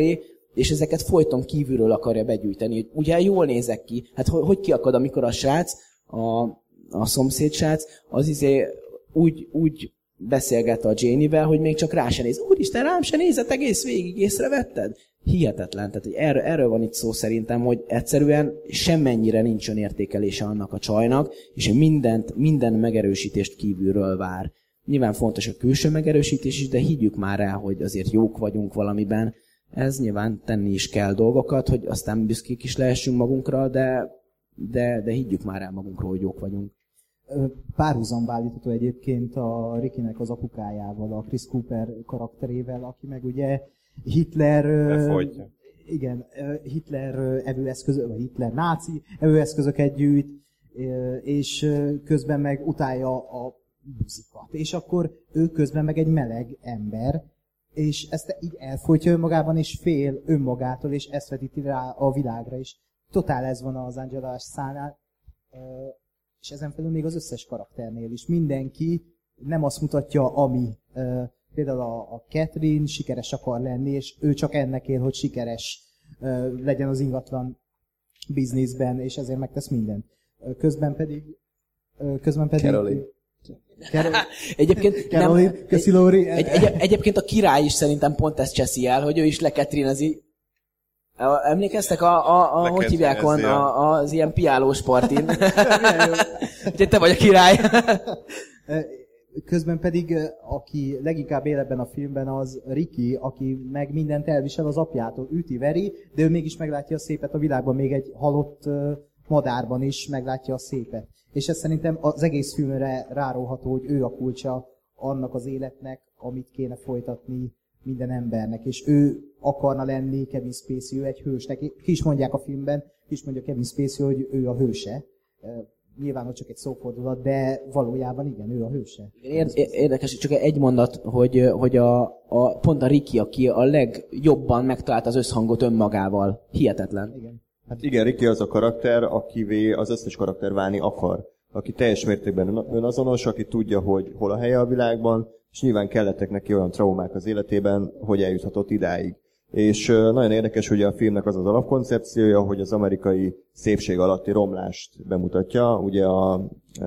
és ezeket folyton kívülről akarja begyűjteni, hogy ugye jól nézek ki. Hát hogy, hogy kiakad, amikor a srác, a, a szomszéd srác, az izé úgy, úgy beszélget a Janie-vel, hogy még csak rá se néz. Úristen, rám se nézett egész végig, észrevetted? Hihetetlen. Tehát hogy erről, erről van itt szó szerintem, hogy egyszerűen semmennyire nincs önértékelése annak a csajnak, és mindent, minden megerősítést kívülről vár. Nyilván fontos a külső megerősítés is, de higgyük már el, hogy azért jók vagyunk valamiben. Ez nyilván tenni is kell dolgokat, hogy aztán büszkék is lehessünk magunkra, de, de, de higgyük már el magunkról, hogy jók vagyunk. Párhuzamba állítható egyébként a Rickynek az apukájával, a Chris Cooper karakterével, aki meg ugye Hitler... Befolytja. Igen, Hitler evőeszközök, vagy Hitler náci evőeszközöket gyűjt, és közben meg utálja a buzikat. És akkor ő közben meg egy meleg ember, és ezt így elfolytja önmagában, és fél önmagától, és ezt vetíti rá a világra is. Totál ez van az Angela szánál, és ezen felül még az összes karakternél is. Mindenki nem azt mutatja, ami például a, a Catherine sikeres akar lenni, és ő csak ennek él, hogy sikeres legyen az ingatlan bizniszben, és ezért megtesz mindent. Közben pedig... Közben pedig... Caroline. Egyébként, Caroline, nem, egy, egy, egy, egyébként a király is szerintem pont ezt cseszi el, hogy ő is leketrinezi. Emlékeztek, a, a, a hogy hívják van, a, az ilyen piálós partin? Úgyhogy te vagy a király. Közben pedig, aki leginkább él ebben a filmben, az Ricky, aki meg mindent elvisel az apjától, üti, veri, de ő mégis meglátja a szépet a világban, még egy halott madárban is meglátja a szépet. És ez szerintem az egész filmre ráróható, hogy ő a kulcsa annak az életnek, amit kéne folytatni minden embernek. És ő akarna lenni Kevin Spacey, ő egy hősnek. Ki is mondják a filmben, ki is mondja Kevin Spacey, hogy ő a hőse. Nyilván, hogy csak egy szófordulat, de valójában igen, ő a hőse. Érdekes, csak egy mondat, hogy, hogy a, a, pont a Ricky, aki a legjobban megtalálta az összhangot önmagával. Hihetetlen. Igen. Hát igen, Ricky az a karakter, akivé az összes karakter válni akar. Aki teljes mértékben önazonos, aki tudja, hogy hol a helye a világban, és nyilván kellettek neki olyan traumák az életében, hogy eljuthatott idáig. És nagyon érdekes, hogy a filmnek az az alapkoncepciója, hogy az amerikai szépség alatti romlást bemutatja, ugye a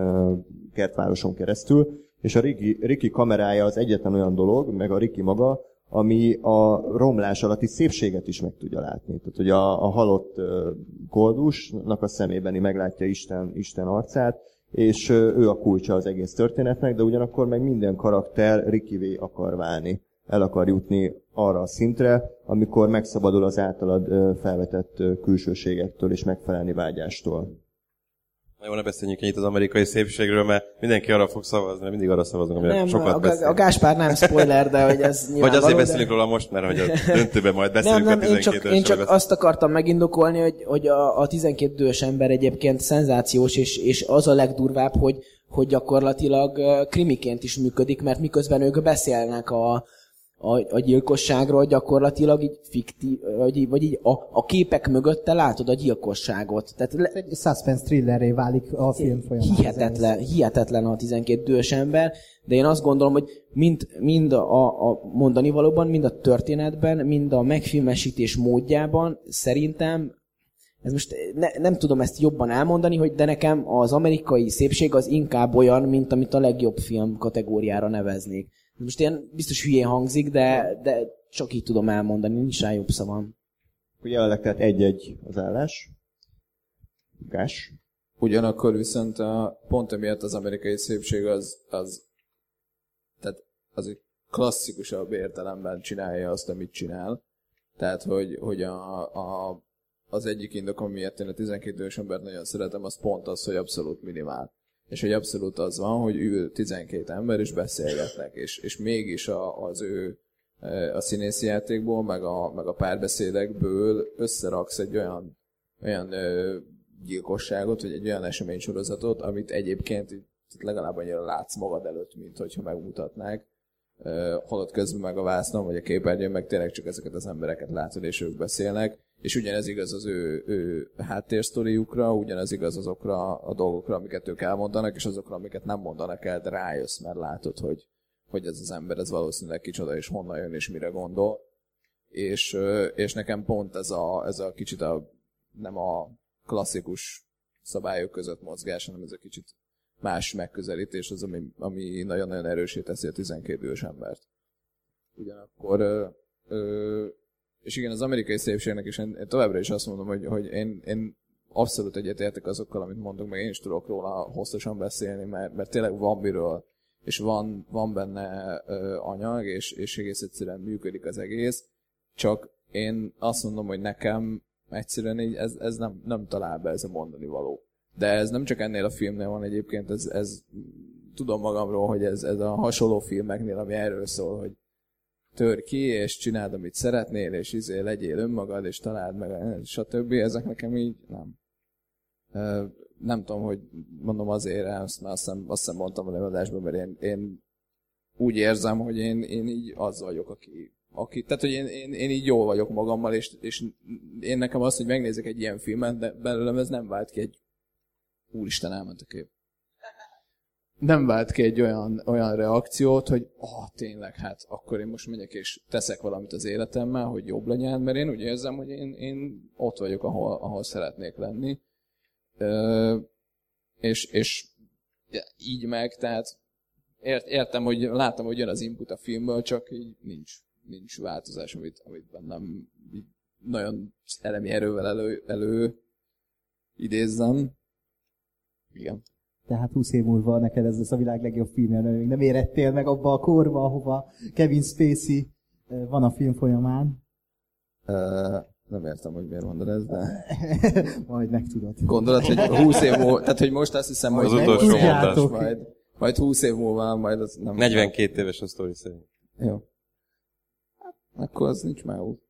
kertvároson keresztül, és a Ricky, Ricky kamerája az egyetlen olyan dolog, meg a Ricky maga, ami a romlás alatti szépséget is meg tudja látni. Tehát, hogy a, a halott koldusnak a szemében meglátja Isten, Isten arcát, és ő a kulcsa az egész történetnek, de ugyanakkor meg minden karakter Rickyvé akar válni. El akar jutni arra a szintre, amikor megszabadul az általad felvetett külsőségektől és megfelelni vágyástól. Na jó, ne beszéljünk ennyit az amerikai szépségről, mert mindenki arra fog szavazni, mert mindig arra szavazunk, amire nem, sokat a, beszélünk. A Gáspár nem spoiler, de hogy ez nyilván vagy azért való, beszélünk de... róla most, mert hogy a döntőben majd beszélünk nem, nem, a én csak, én csak azt akartam megindokolni, hogy, hogy a, a tizenkét idős ember egyébként szenzációs, és, és az a legdurvább, hogy, hogy gyakorlatilag krimiként is működik, mert miközben ők beszélnek a A, a gyilkosságról gyakorlatilag így fiktív, vagy, vagy így a, a képek mögötte látod a gyilkosságot. Tehát le, egy suspense thrillerré válik a film folyamán. Hihetetlen, hihetetlen a tizenkét idős ember, de én azt gondolom, hogy mind, mind a, a mondani valóban, mind a történetben, mind a megfilmesítés módjában szerintem, ez most ne, nem tudom ezt jobban elmondani, hogy de nekem az amerikai szépség az inkább olyan, mint amit a legjobb film kategóriára neveznék. Most ilyen biztos hülyén hangzik, de, de csak így tudom elmondani, nincs rá jobb szavam. Jelenleg tehát egy-egy az állás. Gás. Ugyanakkor viszont a, pont emiatt az amerikai szépség az, az, tehát az egy klasszikusabb értelemben csinálja azt, amit csinál. Tehát, hogy, hogy a, a, az egyik indokom, miatt én a tizenkét idős embert nagyon szeretem, az pont az, hogy abszolút minimál. És hogy abszolút az van, hogy ül tizenkét ember, és beszélgetnek, és, és mégis a, az ő a színészi játékból, meg a, meg a párbeszédekből összeraksz egy olyan, olyan ö, gyilkosságot, vagy egy olyan eseménysorozatot, amit egyébként legalább annyira látsz magad előtt, mint hogyha megmutatnák. Holott közben meg a vásznon, vagy a képernyőn, meg tényleg csak ezeket az embereket látod, és ők beszélnek. És ugyanez igaz az ő, ő háttérsztoriukra, ugyanez igaz azokra a dolgokra, amiket ők elmondanak, és azokra, amiket nem mondanak el, de rájössz, mert látod, hogy, hogy ez az ember, ez valószínűleg kicsoda, és honnan jön, és mire gondol. és, és nekem pont ez a, ez a kicsit a, nem a klasszikus szabályok között mozgás, hanem ez a kicsit más megközelítés az, ami, ami nagyon-nagyon erősé teszi a tizenkét ős embert. Ugyanakkor, ö, ö, és igen, az amerikai szépségnek is én, én továbbra is azt mondom, hogy, hogy én, én abszolút egyetértek azokkal, amit mondunk, meg én is tudok róla hosszasan beszélni, mert, mert tényleg van miről, és van, van benne ö, anyag, és, és egész egyszerűen működik az egész, csak én azt mondom, hogy nekem egyszerűen így ez, ez nem, nem talál be ez a mondani való. De ez nem csak ennél a filmnél van egyébként, ez, ez tudom magamról, hogy ez, ez a hasonló filmeknél, ami erről szól, hogy tör ki, és csináld, amit szeretnél, és izé, legyél önmagad, és találd meg, stb. Ezek nekem így nem. Nem tudom, hogy mondom azért, azt, azt, hiszem, azt hiszem mondtam a előadásban, mert én, én úgy érzem, hogy én, én így az vagyok, aki, aki tehát, hogy én, én, én így jól vagyok magammal, és, és én nekem az, hogy megnézek egy ilyen filmet, de belőlem ez nem vált ki egy úristen, elment a kép. Nem vált ki egy olyan, olyan reakciót, hogy ah, tényleg, hát akkor én most megyek és teszek valamit az életemmel, hogy jobb legyen, mert én úgy érzem, hogy én, én ott vagyok, ahol, ahol szeretnék lenni. Ö, és, és így meg, tehát ért, értem, hogy látom, hogy jön az input a filmből, csak így nincs, nincs változás, amit, amit bennem így nagyon elemi erővel elő, elő idézzem. Igen. Tehát húsz év múlva neked ez lesz a világ legjobb filmje, mert még nem érettél meg abba a korba, ahova Kevin Spacey van a film folyamán. Uh, nem értem, hogy miért mondod ezt, de... Majd megtudod. Gondolod, hogy húsz év múlva, tehát hogy most azt hiszem, az hogy utolsó mondás. Majd, majd húsz év múlva, majd az nem... negyvenkét éves a sztori szerint. Jó. Akkor az nincs már út.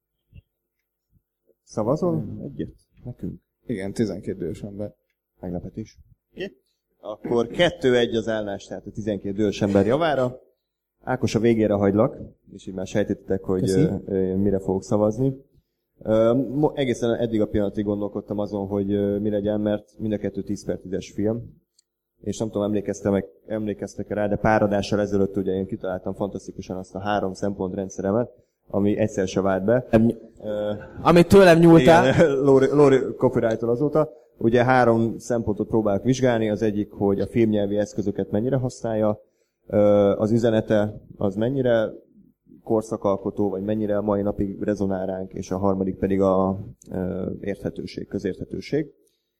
Szavazol? Egyet? Nekünk? Igen, tizenkét idős ember. Meglepetés. Okay. Akkor kettő egy az állás, tehát a tizenkét idős ember javára. Ákos, a végére hagylak, és így már sejtettek, hogy Köszi. mire fogok szavazni. Uh, egészen eddig a pillanatig gondolkodtam azon, hogy uh, mi legyen, mert mind a kettő tíz per tízes film. És nem tudom, emlékeztem, emlékeztek rá, de pár adással ezelőtt ugye én kitaláltam fantasztikusan azt a három szempontrendszeremet, ami egyszer se vált be. Uh, Amit tőlem nyúltál. Igen, Lori, Lori copyright-ol azóta. Ugye három szempontot próbálok vizsgálni, az egyik, hogy a filmnyelvi eszközöket mennyire használja, az üzenete az mennyire korszakalkotó, vagy mennyire a mai napig rezonál ránk, és a harmadik pedig a érthetőség, közérthetőség.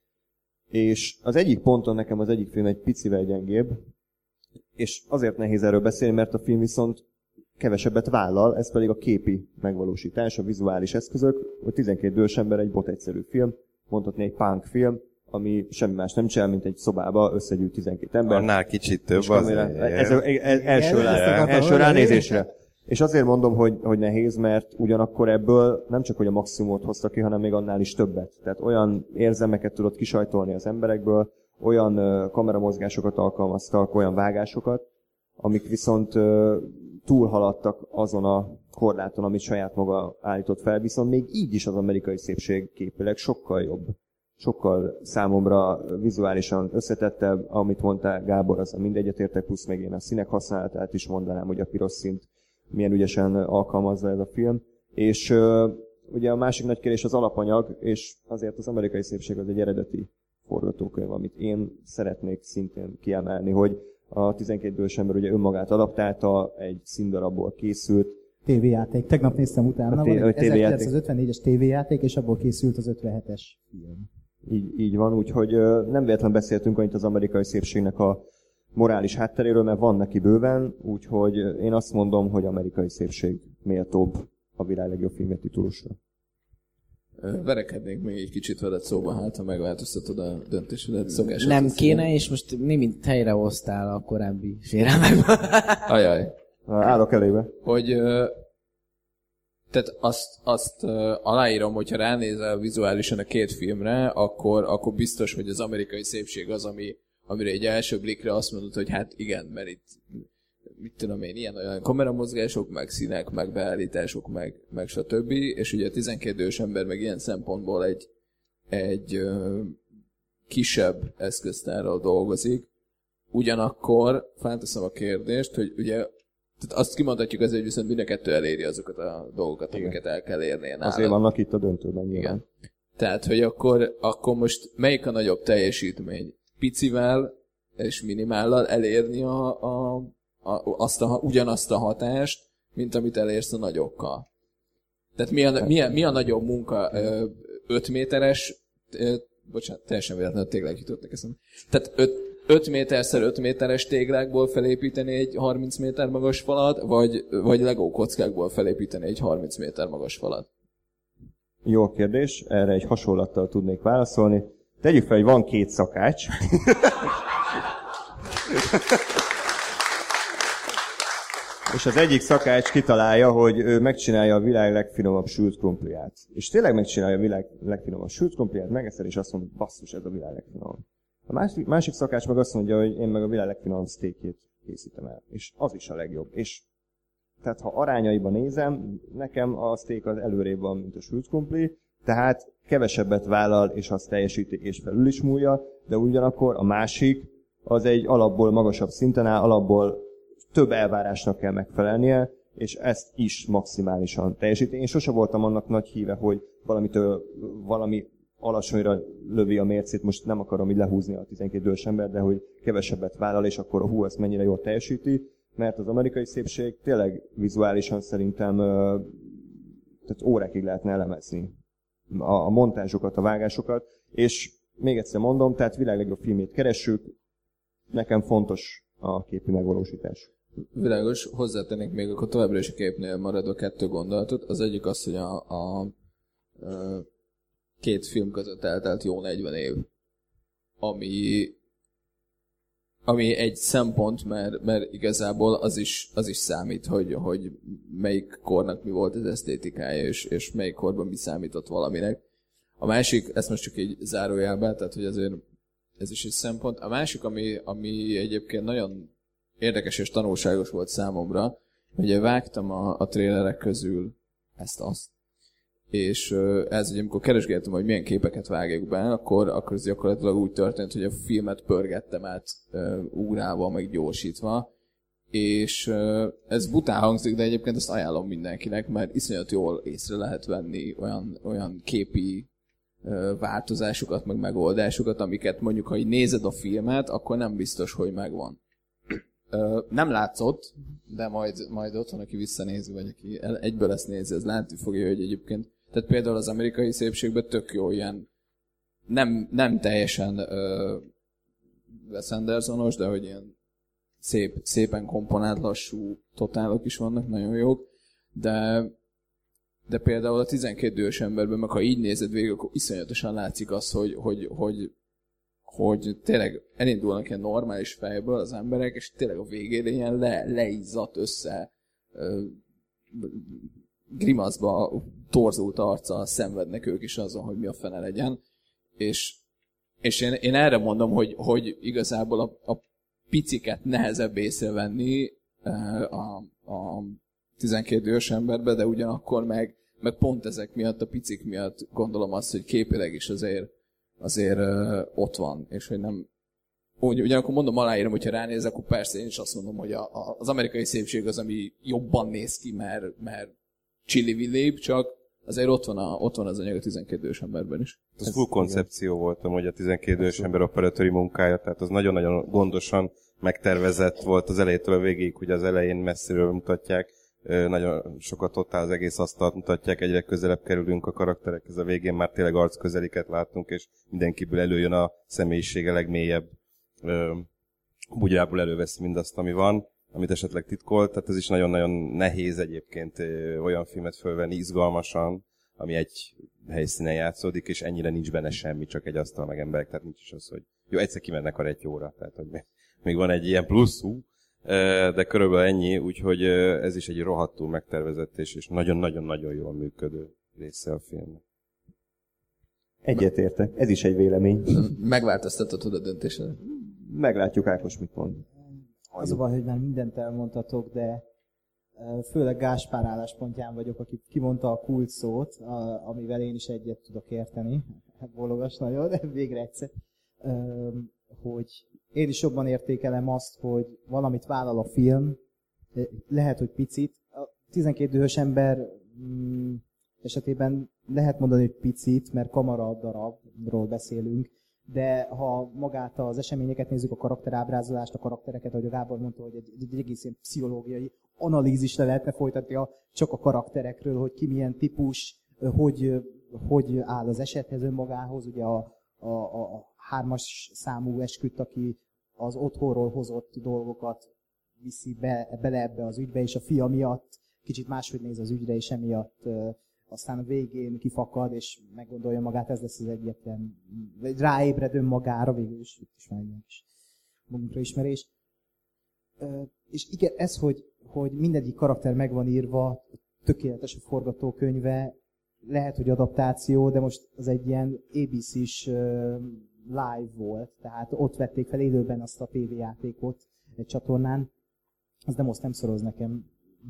És az egyik ponton nekem az egyik film egy picivel gyengébb, és azért nehéz erről beszélni, mert a film viszont kevesebbet vállal, ez pedig a képi megvalósítás, a vizuális eszközök, hogy tizenkét idős ember egy bot egyszerű film, mondhatni egy punk film, ami semmi más nem csinál, mint egy szobába összegyűjt tizenkét ember. Annál kicsit több az. Ez, ez, ez első, rá, első ránézésre. És azért mondom, hogy, hogy nehéz, mert ugyanakkor ebből nem csak hogy a maximumot hozta ki, hanem még annál is többet. Tehát olyan érzelmeket tudott kisajtolni az emberekből, olyan uh, kameramozgásokat alkalmaztak, olyan vágásokat, amik viszont uh, túlhaladtak azon a korláton, amit saját maga állított fel, viszont még így is az amerikai szépség képileg sokkal jobb. Sokkal számomra vizuálisan összetettebb, amit mondtál Gábor, az mindegyet értek, plusz meg én a színek használatát is mondanám, hogy a piros színt milyen ügyesen alkalmazza ez a film. És uh, ugye a másik nagy kérdés az alapanyag, és azért az amerikai szépség az egy eredeti forgatókönyv, amit én szeretnék szintén kiemelni, hogy a tizenkét idős ember ugye önmagát adaptálta, egy színdarabból készült. tévéjáték. Tegnap néztem utána, van egy ezerkilencszázötvennégyes tévéjáték, és abból készült az ötvenhetes film. Így, így van, úgyhogy nem véletlen beszéltünk annyit az amerikai szépségnek a morális hátteréről, mert van neki bőven, úgyhogy én azt mondom, hogy amerikai szépség méltóbb a világ legjobb filmje titulusra. Verekednék még egy kicsit veled szóba, hát ha megváltoztatod a döntésedet. Szokás nem kéne, szépen. És most mi mint helyrehoztál a korábbi sérelmekben. Ajaj. Állok elébe. Hogy tehát azt, azt aláírom, hogyha ránézel vizuálisan a két filmre, akkor, akkor biztos, hogy az amerikai szépség az, ami, amire egy első blikre azt mondod, hogy hát igen, mert itt mit tudom én, ilyen olyan kameramozgások, meg színek, meg beállítások, meg, meg stb. És ugye a tizenkét idős ember meg ilyen szempontból egy, egy ö, kisebb eszköztárral dolgozik. Ugyanakkor felteszem a kérdést, hogy ugye Tehát azt kimondhatjuk azért, hogy viszont mind a kettő eléri azokat a dolgokat, igen, amiket el kell érnie nála. Azért vannak itt a döntőben nyilván. Igen. Tehát, hogy akkor, akkor most melyik a nagyobb teljesítmény? Picivel és minimállal elérni a, a, a, azt a, ugyanazt a hatást, mint amit elérsz a nagyokkal. Tehát mi a, mi a, mi a nagyobb munka? öt méteres, bocsánat, teljesen véletlenül téglák jutottak eszembe. Tehát öt méterszer öt méteres téglákból felépíteni egy harminc méter magas falat, vagy, vagy Lego kockákból felépíteni egy harminc méter magas falat? Jó kérdés, erre egy hasonlattal tudnék válaszolni. Tegyük fel, hogy van két szakács. És az egyik szakács kitalálja, hogy ő megcsinálja a világ legfinomabb sült krumpliát. És tényleg megcsinálja a világ legfinomabb sült krumpliát, megeszel, és azt mondja, basszus, ez a világ legfinomabb. A másik, másik szakács meg azt mondja, hogy én meg a világ legfinomabb sztékjét készítem el. És az is a legjobb. És tehát ha arányaiban nézem, nekem a szték az előrébb van, mint a sült krumpli, tehát kevesebbet vállal, és azt teljesíti, és felül is múlja, de ugyanakkor a másik az egy alapból magasabb szinten áll, alapból több elvárásnak kell megfelelnie, és ezt is maximálisan teljesíti. Én sose voltam annak nagy híve, hogy valamitől valami alacsonyra lövi a mércét, most nem akarom így lehúzni a tizenkét dős ember, de hogy kevesebbet vállal, és akkor a hú, ezt mennyire jól teljesíti, mert az amerikai szépség tényleg vizuálisan szerintem tehát órákig lehetne elemezni a, a montázsokat, a vágásokat, és még egyszer mondom, tehát világ legjobb filmét keressük, nekem fontos a képi megvalósítás. Világos, hozzátennék még akkor továbbra is a képnél maradva kettő gondolatot. Az egyik az, hogy a, a, a két film között eltelt jó negyven év, ami, ami egy szempont, mert, mert igazából az is, az is számít, hogy, hogy melyik kornak mi volt az esztétikája, és, és melyik korban mi számított valaminek. A másik, ezt most csak így zárójelben, tehát hogy azért ez is egy szempont. A másik, ami, ami egyébként nagyon érdekes és tanulságos volt számomra, hogy vágtam a, a trélerek közül ezt-azt, és ez ugye, amikor keresgéltem, hogy milyen képeket vágjuk be, akkor, akkor ez gyakorlatilag úgy történt, hogy a filmet pörgettem át ugrálva, meg gyorsítva, és ez bután hangzik, de egyébként ezt ajánlom mindenkinek, mert iszonyat jól észre lehet venni olyan, olyan képi változásokat, meg megoldásokat, amiket mondjuk, ha így nézed a filmet, akkor nem biztos, hogy megvan. Nem látszott, de majd, majd otthon, aki visszanézi, vagy aki egyből ezt nézi, ez látni fogja, hogy egyébként, tehát például az amerikai szépségben tök jó ilyen, nem, nem teljesen uh, Wes Andersonos, de hogy ilyen szép, szépen komponált, lassú totálok is vannak, nagyon jók, de de például a tizenkét dős emberben, meg ha így nézed végig, akkor iszonyatosan látszik az, hogy, hogy, hogy, hogy tényleg elindulnak ilyen normális fejből az emberek, és tényleg a végére ilyen le, leizzadt össze uh, grimaszba torzult arccal szenvednek ők is azon, hogy mi a fene legyen. És, és én, én erre mondom, hogy, hogy igazából a, a piciket nehezebb észrevenni uh, a, a tizenkét dős emberbe, de ugyanakkor meg, meg pont ezek miatt, a picik miatt gondolom azt, hogy képileg is azért, azért uh, ott van, és hogy nem... Úgy, ugyanakkor mondom, aláírom, hogyha ránézek, akkor persze én is azt mondom, hogy a, a, az amerikai szépség az, ami jobban néz ki, mert, mert chili-villébb, csak azért ott van, a, ott van az anyag a tizenkét dős emberben is. Ez full koncepció volt, hogy a tizenkét dős ember operatőri munkája, tehát az nagyon-nagyon gondosan megtervezett volt az elejétől a végig, hogy az elején messziről mutatják, nagyon sokat ott áll az egész asztalt mutatják, egyre közelebb kerülünk a karakterekhez, a végén már tényleg arcközeliket látunk, és mindenkiből előjön a személyisége legmélyebb bugyából elővesz mindazt, ami van, amit esetleg titkolt, tehát ez is nagyon-nagyon nehéz egyébként olyan filmet fölvenni izgalmasan, ami egy helyszínen játszódik, és ennyire nincs benne semmi, csak egy asztal meg emberek, tehát nincs is az, hogy jó, egyszer kimennek a egy óra, tehát hogy még van egy ilyen pluszú, de körülbelül ennyi, úgyhogy ez is egy rohadtul megtervezett és, és nagyon-nagyon-nagyon jól működő része a filmnek. Egyetértek, ez is egy vélemény. Megváltoztatod a döntésedet? Meglátjuk, Ákos mit mond. Az a baj, hogy már mindent elmondhatok, de főleg Gáspár álláspontján vagyok, aki kimondta a kult szót, amivel én is egyet tudok érteni. Bólogas nagyon, de végre egyszer. Hogy én is jobban értékelem azt, hogy valamit vállal a film, Lehet, hogy picit. A tizenkét dühös ember mm, esetében lehet mondani, hogy picit, mert kamara darabról beszélünk, de ha magát az eseményeket nézzük, a karakterábrázolást, a karaktereket, ahogy a Gábor mondta, hogy egy, egy egész ilyen pszichológiai analízisre lehetne folytatni a, csak a karakterekről, hogy ki milyen típus, hogy, hogy áll az esethez önmagához, ugye a, a, a hármas számú esküdt, aki az otthonról hozott dolgokat viszi be, bele ebbe az ügybe, és a fia miatt kicsit máshogy néz az ügyre, és emiatt aztán a végén kifakad, és meggondolja magát, ez lesz az egyetlen, vagy ráébred önmagára, végül is, itt is már egy kis magunkra ismerés. És igen, ez, hogy, hogy mindegyik karakter meg van írva, tökéletes a forgatókönyve, lehet, hogy adaptáció, de most az egy ilyen á bé cés live volt, tehát ott vették fel élőben azt a tévéjátékot egy csatornán, az nem azt nem szoroz nekem,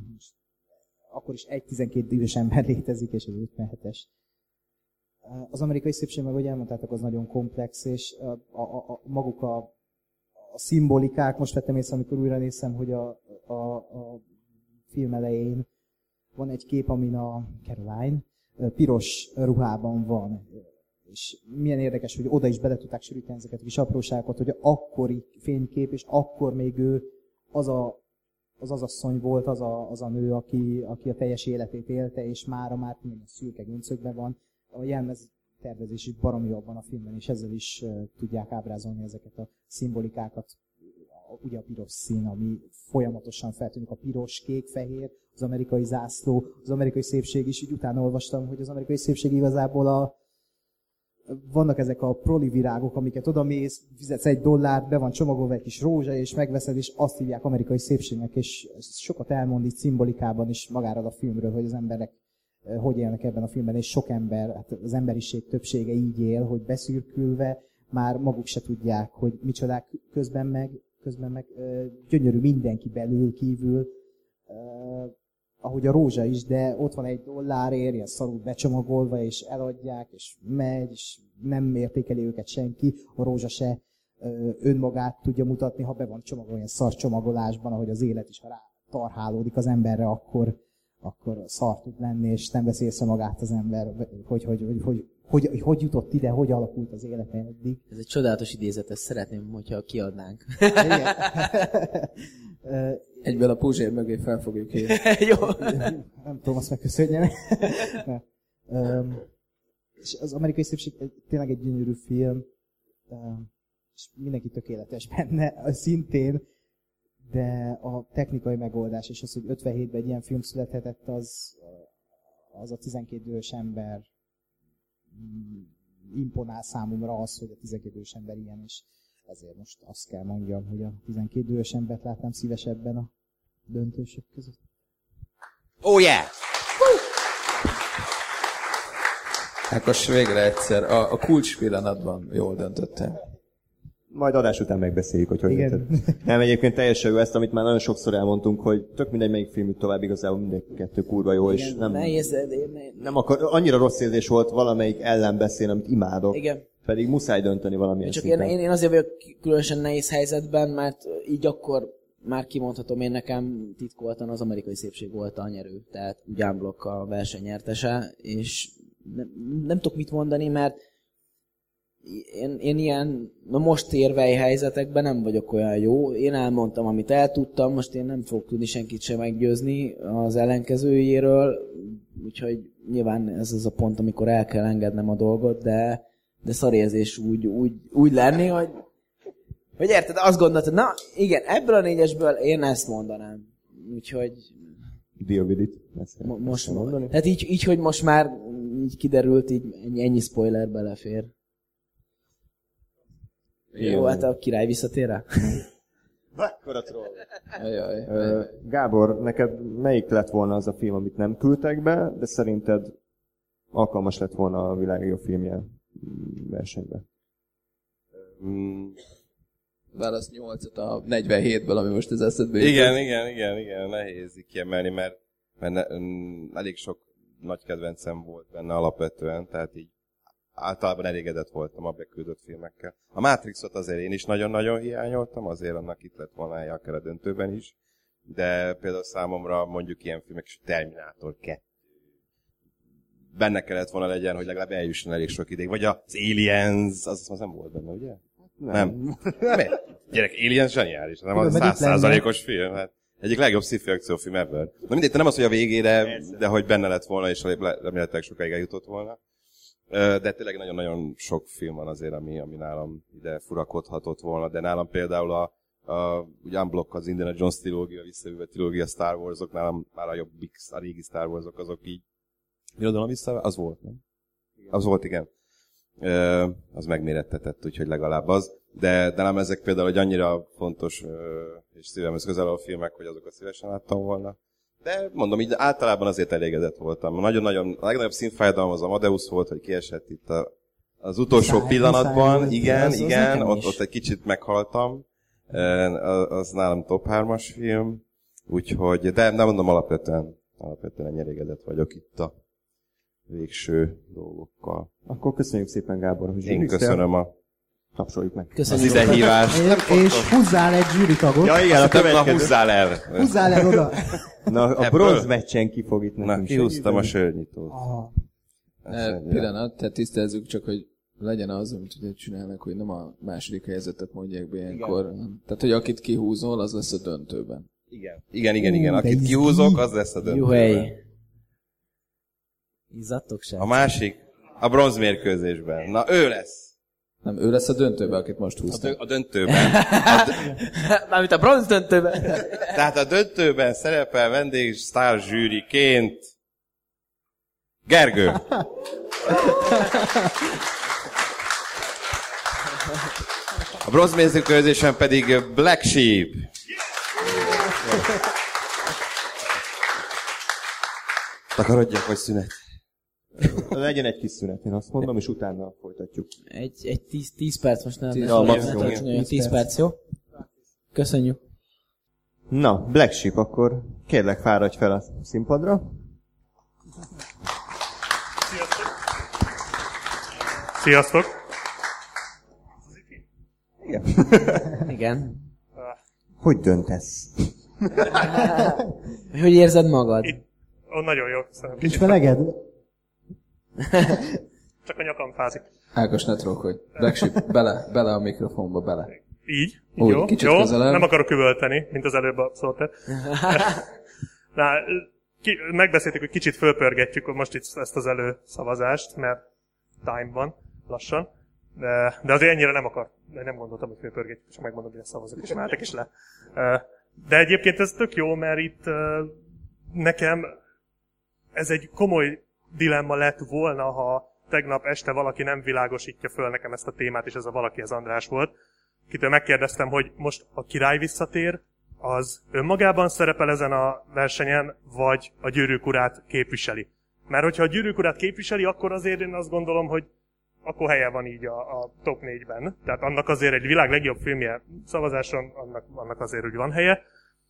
akkor is egy tizenkét dühös ember létezik, és ez ötvenhetes. Az amerikai szépség, meg ahogy elmondtátok, az nagyon komplex, és a, a, a, maguk a, a szimbolikák, most vettem észre, amikor újra nézem, hogy a, a, a film elején van egy kép, amin a Caroline piros ruhában van. És milyen érdekes, hogy oda is bele tudták sűríteni ezeket a kis apróságokat, hogy akkori fénykép, és akkor még ő az a, az, az asszony volt, az a, az a nő, aki, aki a teljes életét élte, és mára már minden szürke göncökben van. A jelmez tervezés is baromi abban a filmben, és ezzel is uh, tudják ábrázolni ezeket a szimbolikákat. Ugye a piros szín, ami folyamatosan feltűnik, a piros, kék, fehér, az amerikai zászló, az amerikai szépség is, így utána olvastam, hogy az amerikai szépség igazából a vannak ezek a proli virágok, amiket odamész, fizetsz egy dollárt, be van csomagolva egy kis rózsa, és megveszed, és azt hívják amerikai szépségnek, és ez sokat elmond itt szimbolikában is magáról a filmről, hogy az emberek hogy élnek ebben a filmben, és sok ember, hát az emberiség többsége így él, hogy beszürkülve már maguk se tudják, hogy micsodák, közben meg, közben meg gyönyörű mindenki belül, kívül, ahogy a rózsa is, de ott van egy dollárért, ilyen szarul becsomagolva, és eladják, és megy, és nem értékeli őket senki. A rózsa se ö, önmagát tudja mutatni, ha be van csomagolva ilyen szar csomagolásban, ahogy az élet is, ha rá tarhálódik az emberre, akkor, akkor szar tud lenni, és nem veszi észre magát az ember, hogy hogy, hogy, hogy, hogy, hogy, hogy jutott ide, hogy alakult az élete eddig. Ez egy csodálatos idézet, ezt szeretném, hogyha kiadnánk. Egyből a Puzsér mögé fel fogjuk írni. Jó. Nem tudom, azt megköszönjenek. És az amerikai szépség tényleg egy gyönyörű film, és mindenki tökéletes benne, szintén, de a technikai megoldás, és az, hogy ötvenhétben egy ilyen film születhetett, az, az a tizenkét dühös ember imponál számomra az, hogy a tizenkét dühös ember ilyen, és ezért most azt kell mondjam, hogy a tizenkét dühös embert látnám szívesebben a döntősök között. Oh yeah! Ákos, végre egyszer a, a kulcs pillanatban jól döntöttem. Majd adás után megbeszéljük, hogy hogy Igen. döntött. Nem, egyébként teljesen jó ezt, amit már nagyon sokszor elmondtunk, hogy tök mindegy, melyik filmük tovább, igazából mindkettő kurva jó, és nem, Nehéz, de én... nem akar, annyira rossz érzés volt valamelyik ellen beszélni, amit imádok. Igen. Pedig muszáj dönteni valamilyen Csak szinten. én, én azért vagyok különösen nehéz helyzetben, mert így akkor már kimondhatom, én nekem titkoltan az amerikai szépség volt a nyerő. Tehát ugyanblokk a verseny nyertese, és nem, nem tudok mit mondani, mert én, én ilyen, na most érvei helyzetekben nem vagyok olyan jó. Én elmondtam, amit el tudtam, most én nem fogok tudni senkit sem meggyőzni az ellenkezőjéről, úgyhogy nyilván ez az a pont, amikor el kell engednem a dolgot, de de szarérzés úgy, úgy, úgy lenni, hogy, hogy érted, azt gondoltad, na igen, ebből a négyesből én ezt mondanám. Úgyhogy... Deal with it. Mo- most mondani. Tehát így, így, hogy most már így kiderült, így ennyi, ennyi spoiler belefér. Jó, Jó hát a király visszatér rá? Mekkora troll. Gábor, neked melyik lett volna az a film, amit nem küldtek be, de szerinted alkalmas lett volna a világ legjobb filmje versenyben? Mm. Válasz nyolcat a negyvenhétből, ami most az eszedbe jutott. Igen, igen, igen, igen, nehéz így kiemelni, mert, mert ne, m, elég sok nagy kedvencem volt benne alapvetően, tehát így általában elégedett voltam a beküldött filmekkel. A Matrixot azért én is nagyon-nagyon hiányoltam, azért annak itt lett volna helye akár a döntőben is, de például számomra mondjuk ilyen filmek is, Terminátor kettő. Benne kellett volna legyen, hogy legalább eljusson elég sok ideig. Vagy az Aliens, az, az nem volt benne, ugye? Nem. nem. Gyerek, Aliens zseniális, nem az száz százalékos film. Hát egyik legjobb sci-fi akciófilm ever. Na mindegy, nem az, hogy a végére, de hogy benne lett volna, és remélhetőleg sokáig eljutott volna. De tényleg nagyon-nagyon sok film van azért, ami, ami nálam ide furakodhatott volna, de nálam például a, a ugye Unblock, az Indiana Jones trilógia, visszajövő trilógia, Star Wars-ok, nálam már a jobbik, a régi Star Wars-ok, azok így Irodalom vissza, az volt, nem? Az volt, igen. Ö, az megmérettetett, úgyhogy legalább az. De, de nem ezek például, hogy annyira fontos ö, és szívemhez közel a filmek, hogy azokat szívesen láttam volna. De mondom, így általában azért elégedett voltam. Nagyon-nagyon, a legnagyobb színfájdalom az Amadeus volt, hogy kiesett itt a, az utolsó Muszáj, pillanatban. Muszáj, igen, az, igen, az ott, ott egy kicsit meghaltam. Az, az nálam top hármas film. Úgyhogy, de nem mondom, alapvetően, alapvetően ennyi elégedett vagyok itt a végső dolgokkal. Akkor köszönjük szépen, Gábor, hogy én köszönöm a... Tapsoljuk meg. Köszönjük az idehívást. És, és húzzál egy zsűritagot. Ja, igen, a következő. Húzzál el. Húzzál el oda. Na, a bronz meccsen ki fog itt nekünk. Na, kihúztam a sörnyitót. E, pillanat, tehát tisztázzuk csak, hogy legyen az, amit ugye csinálnak, hogy nem a második helyzetet mondják be ilyenkor. Igen. Tehát, hogy akit kihúzol, az lesz a döntőben. Igen, igen, igen. igen. Akit kihúzok, az lesz a döntőben. Juhely. Izzadtok sem. A másik, a bronzmérkőzésben. Na, ő lesz. Nem, ő lesz a döntőben, akit most húztam. A, dö- a döntőben. Mármint a bronz döntőben. Tehát a döntőben szerepel vendég sztár zsűriként Gergő. A bronzmérkőzésen pedig Black Sheep. Takarodjak, vagy szünet? Legyen egy kis szünet, én azt mondom, és utána folytatjuk. Egy, egy tíz, tíz perc most nem. Tíz, ja, maximum. tíz, tíz perc, jó? Köszönjük. Na, Black Sheep, akkor kérlek fáradj fel a színpadra. Sziasztok! Igen. Igen. Hogy döntesz? Hogy érzed magad? Itt, ó, nagyon jó. Köszönöm. Nincs meleged? Csak a nyakam fázik. Ákos, ne trollkodj. Black Sheep, bele, bele a mikrofonba, bele. Így? Úgy, jó, kicsit jó. közelebb. Nem akarok üvölteni, mint az előbb szóltál. Na, ki, megbeszéltük, hogy kicsit fölpörgetjük most itt ezt az előszavazást, mert time van, lassan. De, de azért ennyire nem akar. De nem gondoltam, hogy fölpörgetjük, és megmondom, hogy szavazok, és mehetek is le. De egyébként ez tök jó, mert itt nekem ez egy komoly dilemma lett volna, ha tegnap este valaki nem világosítja föl nekem ezt a témát, és ez a valaki az András volt. Kitől megkérdeztem, hogy most a Király visszatér, az önmagában szerepel ezen a versenyen, vagy a Gyűrűk urát képviseli. Mert hogyha a Gyűrűk urát képviseli, akkor azért én azt gondolom, hogy akkor helye van így a, a top négyben. Tehát annak azért egy világ legjobb filmje szavazáson, annak, annak azért úgy van helye.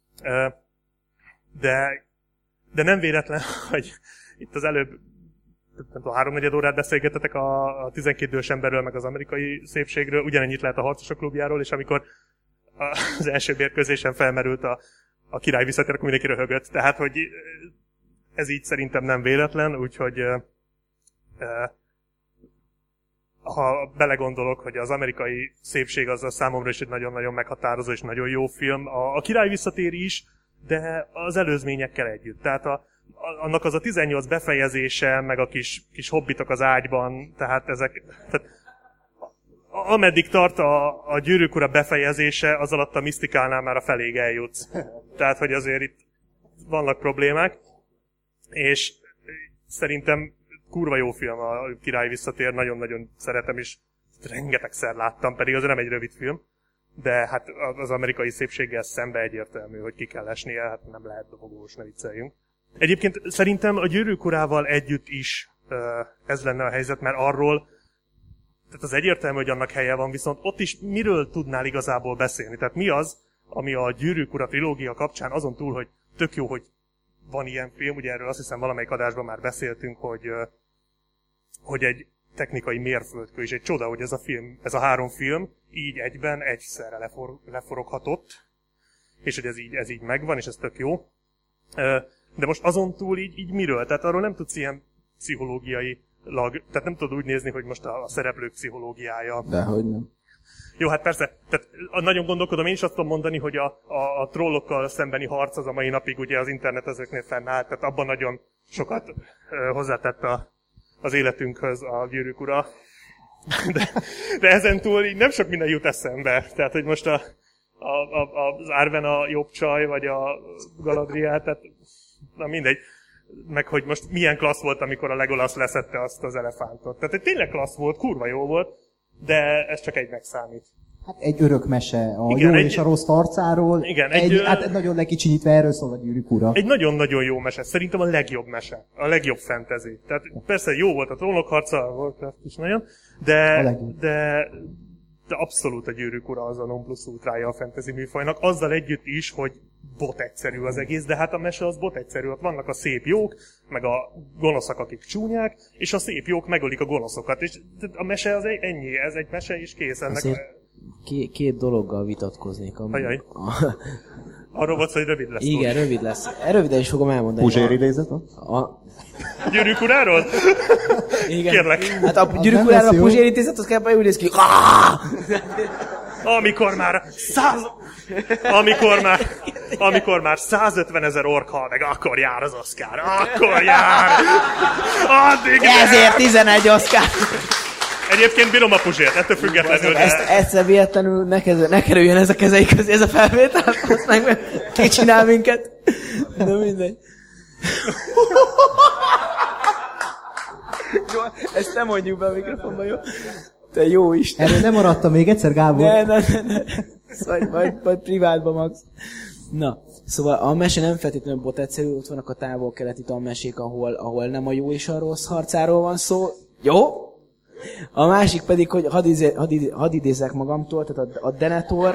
De, de nem véletlen, hogy itt az előbb nem tudom, háromnegyed órát beszélgetetek a, a tizenkét idős emberről, meg az amerikai szépségről, ugyanennyit lehet a Harcosok klubjáról, és amikor az első mérkőzésen felmerült a, a Király visszatér, akkor mindenki röhögött. Tehát, hogy ez így szerintem nem véletlen, úgyhogy ha belegondolok, hogy az amerikai szépség az a számomra is egy nagyon-nagyon meghatározó és nagyon jó film. A, a Király visszatér is, de az előzményekkel együtt. Tehát a, a, annak az a tizennyolc befejezése, meg a kis, kis hobbitok az ágyban, tehát ezek... Tehát, ameddig tart a, a Gyűrűk ura befejezése, az alatt a misztikálnál már a feléig eljutsz. Tehát, hogy azért itt vannak problémák, és szerintem kurva jó film a Király visszatér, nagyon-nagyon szeretem, és rengetegszer láttam, pedig az nem egy rövid film, de hát az amerikai szépséggel szembe egyértelmű, hogy ki kell esnie, hát nem lehet dobogós, ne vicceljünk. Egyébként szerintem a Gyűrűk urával együtt is ez lenne a helyzet, mert arról, tehát az egyértelmű, hogy annak helye van, viszont ott is miről tudnál igazából beszélni? Tehát mi az, ami a Gyűrűk ura trilógia kapcsán azon túl, hogy tök jó, hogy van ilyen film, ugye erről azt hiszem valamelyik adásban már beszéltünk, hogy, hogy egy technikai mérföldkő, és egy csoda, hogy ez a film, ez a három film így egyben egyszerre lefor, leforoghatott, és hogy ez így, ez így megvan, és ez tök jó. De most azon túl így, így miről? Tehát arról nem tudsz ilyen pszichológiai lag, tehát nem tudod úgy nézni, hogy most a, a szereplők pszichológiája. Dehogy nem. Jó, hát persze, tehát nagyon gondolkodom, én is azt tudom mondani, hogy a, a, a trollokkal szembeni harc az a mai napig ugye az internet ezeknél fennállt, tehát abban nagyon sokat ö, hozzátett a, az életünkhöz a Gyűrűk ura. De, de ezen túl így nem sok minden jut eszembe. Tehát, hogy most a, a, a, az Arwen a jobb csaj, vagy a Galadriel, tehát na mindegy. Meg hogy most milyen klassz volt, amikor a Legolas leszette azt az elefántot. Tehát tényleg klassz volt, kurva jó volt, de ez csak egynek számít. Hát egy örök mese a igen, jó egy, és a rossz harcáról. Igen, egy, egy, hát nagyon lekicsinyítve erről szól a Gyűrűk ura. Egy nagyon-nagyon jó mese. Szerintem a legjobb mese. A legjobb fantasy. Tehát persze jó volt a Trónok harca, volt is nagyon, de, de, de abszolút a Gyűrűk ura az a non plus ultrája a fantasy műfajnak. Azzal együtt is, hogy bot egyszerű az egész, de hát a mese az bot egyszerű. Ott vannak a szép jók, meg a gonoszak, akik csúnyák, és a szép jók megölik a gonoszokat. És a mese az ennyi, ez egy mese, és kész. Ennek Két, két dologgal vitatkoznék. Ami... Ajaj. Arról volt, hogy rövid lesz. Igen, úgy. rövid lesz. Röviden is fogom elmondani. Puzsér idézet? A... Gyűrűk uráról? Igen. Kérlek. Hát a Gyűrűk uráról a Puzsér idézet, az kell úgy néz ki. Amikor már száz... Amikor már... Amikor már százötven ezer ork hal meg, akkor jár az Oscar. Akkor jár! Addig Ezért tizenegy Oscar. Egyébként bírom a Puzsért, ettől függetlenül. De... Ezt egyszer véletlenül ne, kez, ne kerüljön ez a kezei közé, ez a felvétel, azt meg kicsinál minket. De mindegy. Jó, ezt nem mondjuk be a mikrofonba, jó? Te jó Isten. Erről nem maradtam még egyszer, Gábor. Ne, ne, ne, ne. Vagy, vagy, vagy privátban, Max. Na, szóval a mese nem feltétlenül bot egyszerű, ott vannak a távol-keleti tanmesék, ahol, ahol nem a jó és a rossz harcáról van szó. Jó? A másik pedig, hogy hadd, izé, hadd, hadd idézzek magamtól, tehát a, a Denethor...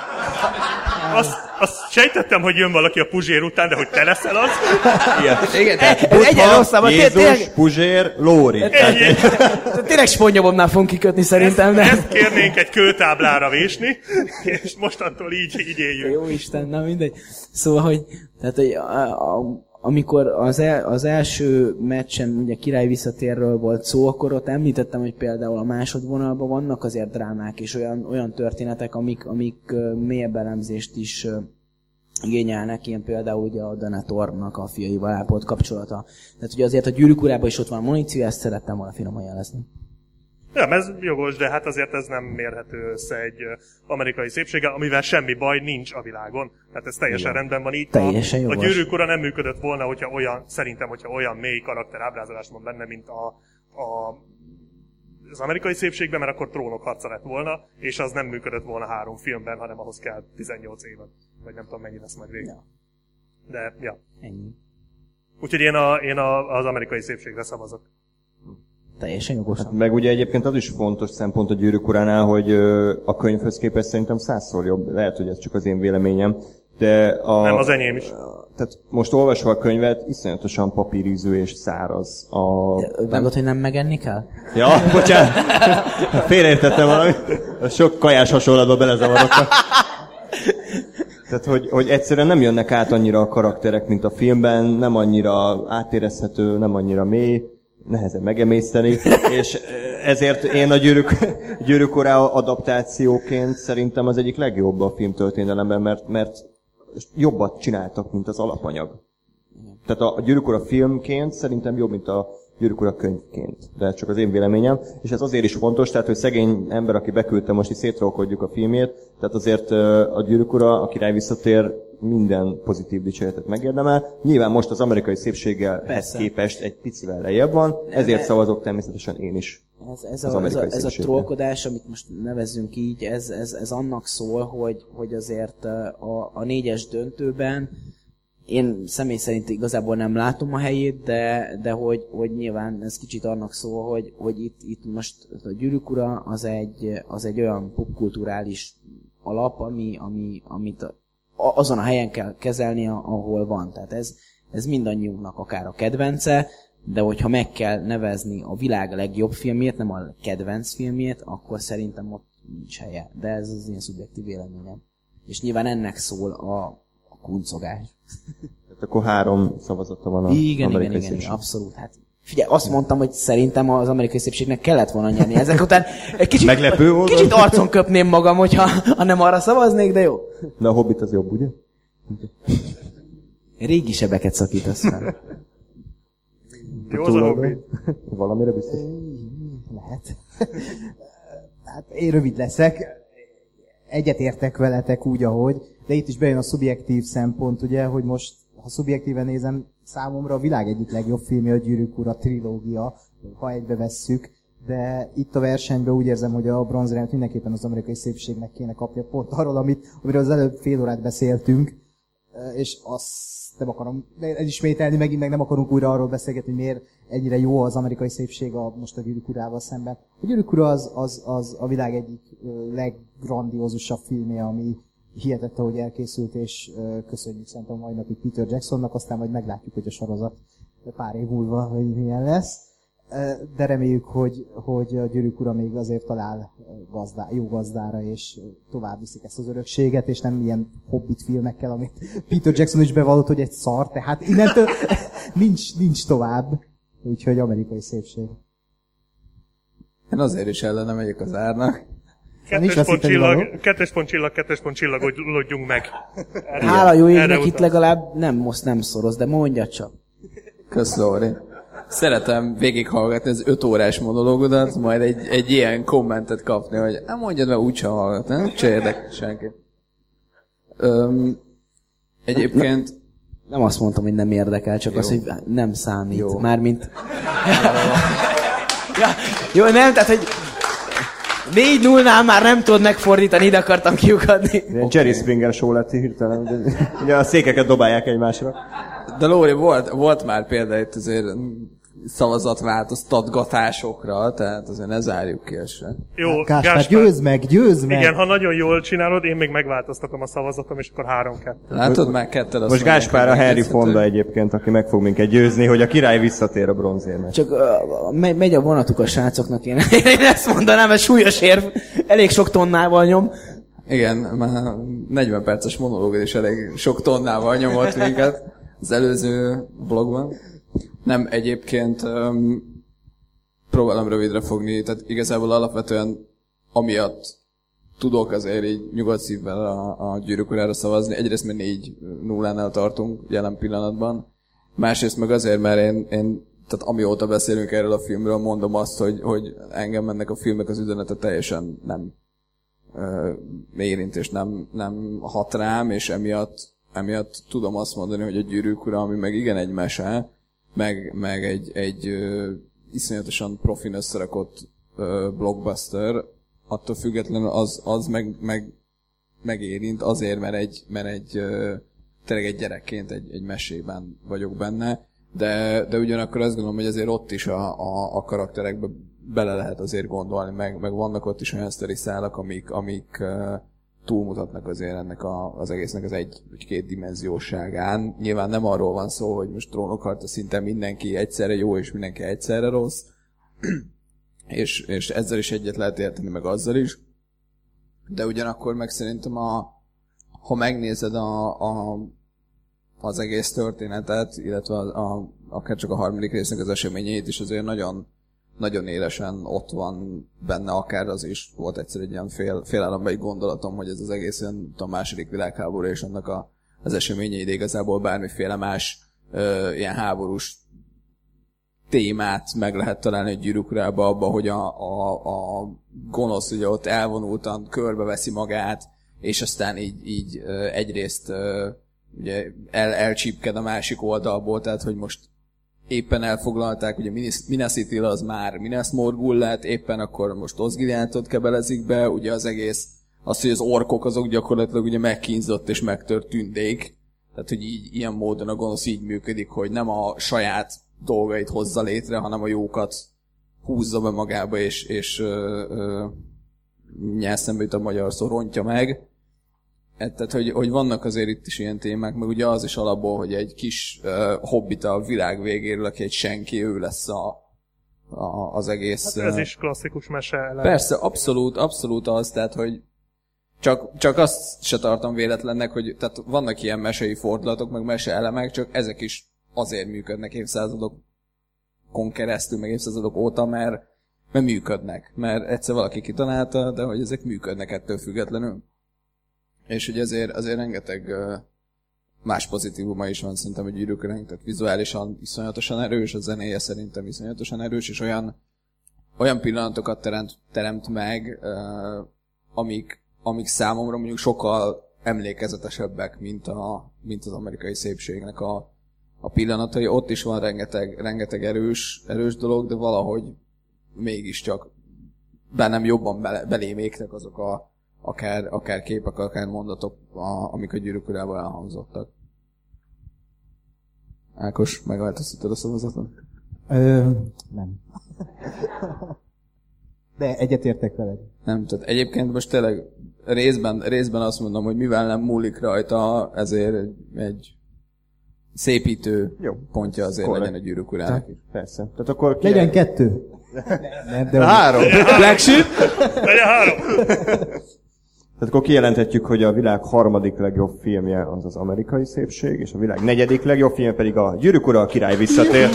Azt, azt sejtettem, hogy jön valaki a Puzsér után, de hogy te leszel az? Igen. Igen, tehát ez egyen rosszabb. Jézus, Puzsér, Lóri. Tényleg sponyobomnál fogunk kikötni szerintem. Ezt, ezt kérnénk egy kőtáblára vésni, és mostantól így, így éljünk. Jó Isten, na mindegy. Szóval, hogy, tehát, hogy a, a, amikor az, el, az első meccsen ugye Király visszatérről volt szó, akkor ott említettem, hogy például a másodvonalban vannak azért drámák és olyan, olyan történetek, amik, amik mélyebb elemzést is igényelnek, ilyen például ugye a Denethornak a fiaival ápolt kapcsolata. Tehát ugye azért a Gyűrűk urában is ott van a muníció, ezt szerettem volna finoman jelezni. Ja, ez jogos, de hát azért ez nem mérhető össze egy amerikai szépséggel, amivel semmi baj nincs a világon. Tehát ez teljesen igen. rendben van így. Teljesen a, jogos. A Gyűrűk ura nem működött volna, hogyha olyan, szerintem, hogyha olyan mély karakter ábrázolás van benne, mint a, a, az amerikai szépségben, mert akkor Trónok harca lett volna, és az nem működött volna három filmben, hanem ahhoz kell tizennyolc évet. Vagy nem tudom, mennyi lesz majd végig. Ja. De, ja. Ennyi. Úgyhogy én, a, én a, az amerikai szépségre szavazok. Teljesen jogosan. Hát meg ugye egyébként az is fontos szempont a Gyűrűk uránál, hogy a könyvhöz képest szerintem százszor jobb. Lehet, hogy ez csak az én véleményem. De a, nem, az enyém is. Tehát most olvasva a könyvet, iszonyatosan papírízű és száraz. A... Vágod, hogy nem megenni kell? Ja, bocsánat. Félreértettem valamit. Sok kajás hasonlatba belezavarodtam. Tehát, hogy, hogy egyszerűen nem jönnek át annyira a karakterek, mint a filmben, nem annyira átérezhető, nem annyira mély, nehezen megemészteni, és ezért én a Gyűrűk, Gyűrűk ura adaptációként szerintem az egyik legjobb a filmtörténelemben, mert, mert jobbat csináltak, mint az alapanyag. Tehát a, a Gyűrűk ura filmként szerintem jobb, mint a Gyűrűk ura könyvként. De csak az én véleményem. És ez azért is fontos, tehát, hogy szegény ember, aki beküldte, most is szétrolkodjuk a filmét, tehát azért a Gyűrűk ura, a Király visszatér, minden pozitív dicséretet megérdemel. Nyilván most az amerikai szépséggel képest egy picivel lejjebb van, ezért szavazok természetesen én is. Ez, ez, a, ez, a, ez a trollkodás, amit most nevezzünk így, ez, ez, ez annak szól, hogy, hogy azért a, a négyes döntőben én személy szerint igazából nem látom a helyét, de, de hogy, hogy nyilván ez kicsit annak szól, hogy, hogy itt, itt most a Gyűrűk ura az egy, az egy olyan popkulturális alap, ami, ami, amit a, azon a helyen kell kezelni, ahol van. Tehát ez, ez mindannyiunknak akár a kedvence, de hogyha meg kell nevezni a világ legjobb filmjét, nem a kedvenc filmjét, akkor szerintem ott nincs helye. De ez az én szubjektív véleményem. És nyilván ennek szól a, a kuncogás. Tehát akkor három szavazata van a igen, amerikai igen, szépség. igen, abszolút. Hát, figyelj, azt mondtam, hogy szerintem az amerikai szépségnek kellett volna nyerni. Ezek után egy kicsit, Meglepő volt. kicsit arcon köpném magam, hogyha ha nem arra szavaznék, de jó. De a Hobbit az jobb, ugye? Régi sebeket szakítasz fel. Jó az a Hobbit. Valamire biztos. Lehet. Hát én rövid leszek. Egyetértek veletek úgy, ahogy, de itt is bejön a szubjektív szempont, ugye, hogy most, ha szubjektíven nézem, számomra a világ egyik legjobb filmje a Gyűrűk Ura trilógia, ha egybe vesszük, de itt a versenyben úgy érzem, hogy a bronzérmet mindenképpen az amerikai szépségnek kéne kapja pont arról, amit, amiről az előbb fél órát beszéltünk, és azt nem akarom elismételni, megint meg nem akarunk újra arról beszélgetni, hogy miért ennyire jó az amerikai szépség a, most a Gyűrűk Urával szemben. A Gyűrűk Ura az, az, az a világ egyik leggrandiózusabb filmje, ami hihetett, ahogy elkészült, és köszönjük szerintem a mai napig Peter Jacksonnak, aztán majd meglátjuk, hogy a sorozat pár év múlva, hogy milyen lesz. De reméljük, hogy, hogy a Gyűrűk Ura még azért talál gazdá, jó gazdára, és tovább viszik ezt az örökséget, és nem ilyen Hobbit filmekkel, amit Peter Jackson is bevallott, hogy egy szar, tehát innentől nincs, nincs tovább. Úgyhogy amerikai szépség. Én azért is ellene megyek az árnak. Kettős pont csillag, kettős pont csillag, kettős pont csillagodjunk meg. Erre, Hála jó égnek, erre itt legalább nem, most nem szoroz, de mondja csak. Kösz, Lóri. Szeretem végighallgatni az öt órás monológodat, majd egy, egy ilyen kommentet kapni, hogy nem mondjad, mert úgysem hallgat, nem? Se érdekel senki. Öm, egyébként... Nem azt mondtam, hogy nem érdekel, csak jó. Az, hogy nem számít. Jó. Mármint... ja, jó, nem, tehát, hogy négy nullnál már nem tudod megfordítani, ide akartam kiukadni. Okay. Jerry Springer show lett hirtelen. Ugye a székeket dobálják egymásra. De Lóri, volt, volt már például itt azért szavazatváltoztatgatásokra, tehát azért ne zárjuk ki ezt se. Jó, Gáspár, Gáspár, győzd meg, győzd meg! Igen, ha nagyon jól csinálod, én még megváltoztatom a szavazatom, és akkor három-kettő. Látod, már ketted azt most Gáspár a Harry Fonda egyébként, aki meg fog minket győzni, hogy a király visszatér a bronzérnek. Csak uh, megy a vonatuk a srácoknak, én, én ezt mondanám, ez súlyos érv, elég sok tonnával nyom. Igen, már negyven perces monológod is elég sok tonnával nyomott minket az előző blogban. Nem, egyébként um, próbálom rövidre fogni, tehát igazából alapvetően amiatt tudok azért így nyugodt szívvel a, a Gyűrűk Urára szavazni. Egyrészt mert négy nullánál tartunk jelen pillanatban. Másrészt meg azért, mert én, én tehát amióta beszélünk erről a filmről, mondom azt, hogy, hogy engem ennek a filmnek az üzenete teljesen nem uh, érint, és nem, nem hat rám, és emiatt, emiatt tudom azt mondani, hogy a Gyűrűk Ura, ami meg igen egy mese, meg, meg egy, egy uh, iszonyatosan profin összerakott uh, blockbuster, attól függetlenül az, az meg, meg, megérint azért, mert egy, mert egy uh, tényleg egy gyerekként egy, egy mesében vagyok benne, de, de ugyanakkor azt gondolom, hogy azért ott is a, a, a karakterekbe bele lehet azért gondolni, meg, meg vannak ott is olyan sztori szálak, amik, amik uh, túlmutatnak azért ennek a, az egésznek az egy vagy két dimenzióságán. Nyilván nem arról van szó, hogy most trónokharca szinten mindenki egyszerre jó, és mindenki egyszerre rossz, és, és ezzel is egyet lehet érteni, meg azzal is. De ugyanakkor meg szerintem, a, ha megnézed a, a, az egész történetet, illetve a, a, akár csak a harmadik résznek az eseményeit is, azért nagyon, nagyon élesen ott van benne, akár az is volt egyszer egy ilyen fél, félállambeli gondolatom, hogy ez az egész ilyen, a második világháború és annak a, az eseményei, de igazából bármiféle más ö, ilyen háborús témát meg lehet találni egy Gyűrűk Urába, abba, hogy a, a, a gonosz ugye ott elvonultan körbeveszi magát, és aztán így, így egyrészt ugye el, elcsípked a másik oldalból, tehát hogy most éppen elfoglalták, ugye Minas Ithil az már Minas Morgul lett, éppen akkor most Osgiliathot kebelezik be, ugye az egész, az, hogy az orkok azok gyakorlatilag ugye megkínzott és megtört tündék, tehát hogy így, ilyen módon a gonosz így működik, hogy nem a saját dolgait hozza létre, hanem a jókat húzza be magába, és, és ö, ö, nyelszembe jut a magyar szó, rontja meg. Tehát, hogy, hogy vannak azért itt is ilyen témák, meg ugye az is alapból, hogy egy kis uh, hobbit a világ végéről, aki egy senki, ő lesz a, a, az egész... Hát ez is klasszikus mese. Persze, abszolút, abszolút az, tehát, hogy Csak, csak azt se tartom véletlennek, hogy tehát vannak ilyen mesei fordulatok, meg meseelemek, csak ezek is azért működnek évszázadokon keresztül, meg évszázadok óta, mert, mert működnek. Mert egyszer valaki kitalálta, de hogy ezek működnek ettől függetlenül. És hogy azért, azért rengeteg más pozitívuma is van szerintem a Gyűrűk Urának, tehát vizuálisan iszonyatosan erős, a zenéje szerintem iszonyatosan erős, és olyan, olyan pillanatokat teremt, teremt meg, amik, amik számomra mondjuk sokkal emlékezetesebbek, mint, a, mint az Amerikai Szépségnek a, a pillanatai. Ott is van rengeteg, rengeteg erős, erős dolog, de valahogy mégiscsak bennem jobban bele, belém égtek azok a akár, akár képek, akár mondatok, a, amik a Gyűrűk Urában elhangzottak. Ákos, megváltoztattad a szavazatot? Ö, nem. De egyetértek veled. Nem, tehát egyébként most tényleg részben, részben azt mondom, hogy mivel nem múlik rajta, ezért egy, egy szépítő Jó. pontja azért Korrekt. Legyen a Gyűrűk Urának. Persze. Tehát akkor ki legyen kettő. Nem, de három. Black Sheep? Legyen három. Tehát akkor kijelenthetjük, hogy a világ harmadik legjobb filmje az az Amerikai Szépség, és a világ negyedik legjobb filmje pedig a Gyűrűk Ura, a Király visszatér.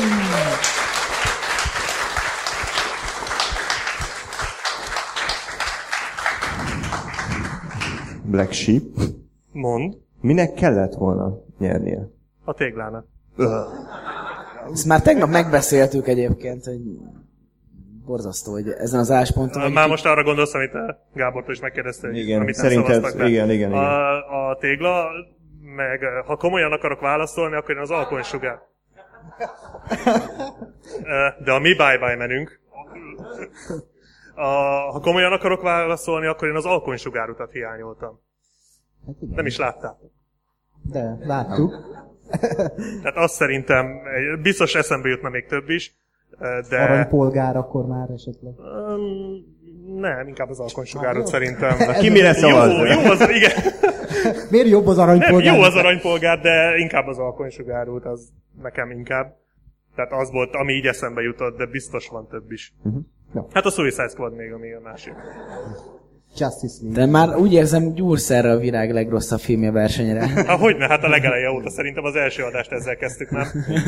Black Sheep. Mond. Minek kellett volna nyernie? A téglának. Ezt már tegnap megbeszéltük egyébként, hogy borzasztó, hogy ezen az állásponton... Már most arra gondolsz, amit Gábortól is megkérdezte, hogy igen, amit nem szavaztak be. Igen, igen, igen. A, a tégla, meg ha komolyan akarok válaszolni, akkor én az alkonysugár. De a mi bye-bye menünk. A, ha komolyan akarok válaszolni, akkor én az alkonysugárutat hiányoltam. Hát nem is láttátok. De, láttuk. Tehát azt szerintem, biztos eszembe jutna még több is, de... Aranypolgár akkor már esetleg? Um, nem, inkább az alkonysugárút szerintem. Ki mire szavaz? Jó, jó az, igen. Miért jobb az aranypolgár? Nem, jó az aranypolgár, de inkább az alkonysugárút, az nekem inkább. Tehát az volt, ami így eszembe jutott, de biztos van több is. Uh-huh. No. Hát a Suicide Squad még, ami a másik. Justice League. De már úgy érzem, gyúrsz erre a világ legrosszabb filmje versenyre. Hát hogyne, hát a legeleje óta szerintem az első adást ezzel kezdtük már.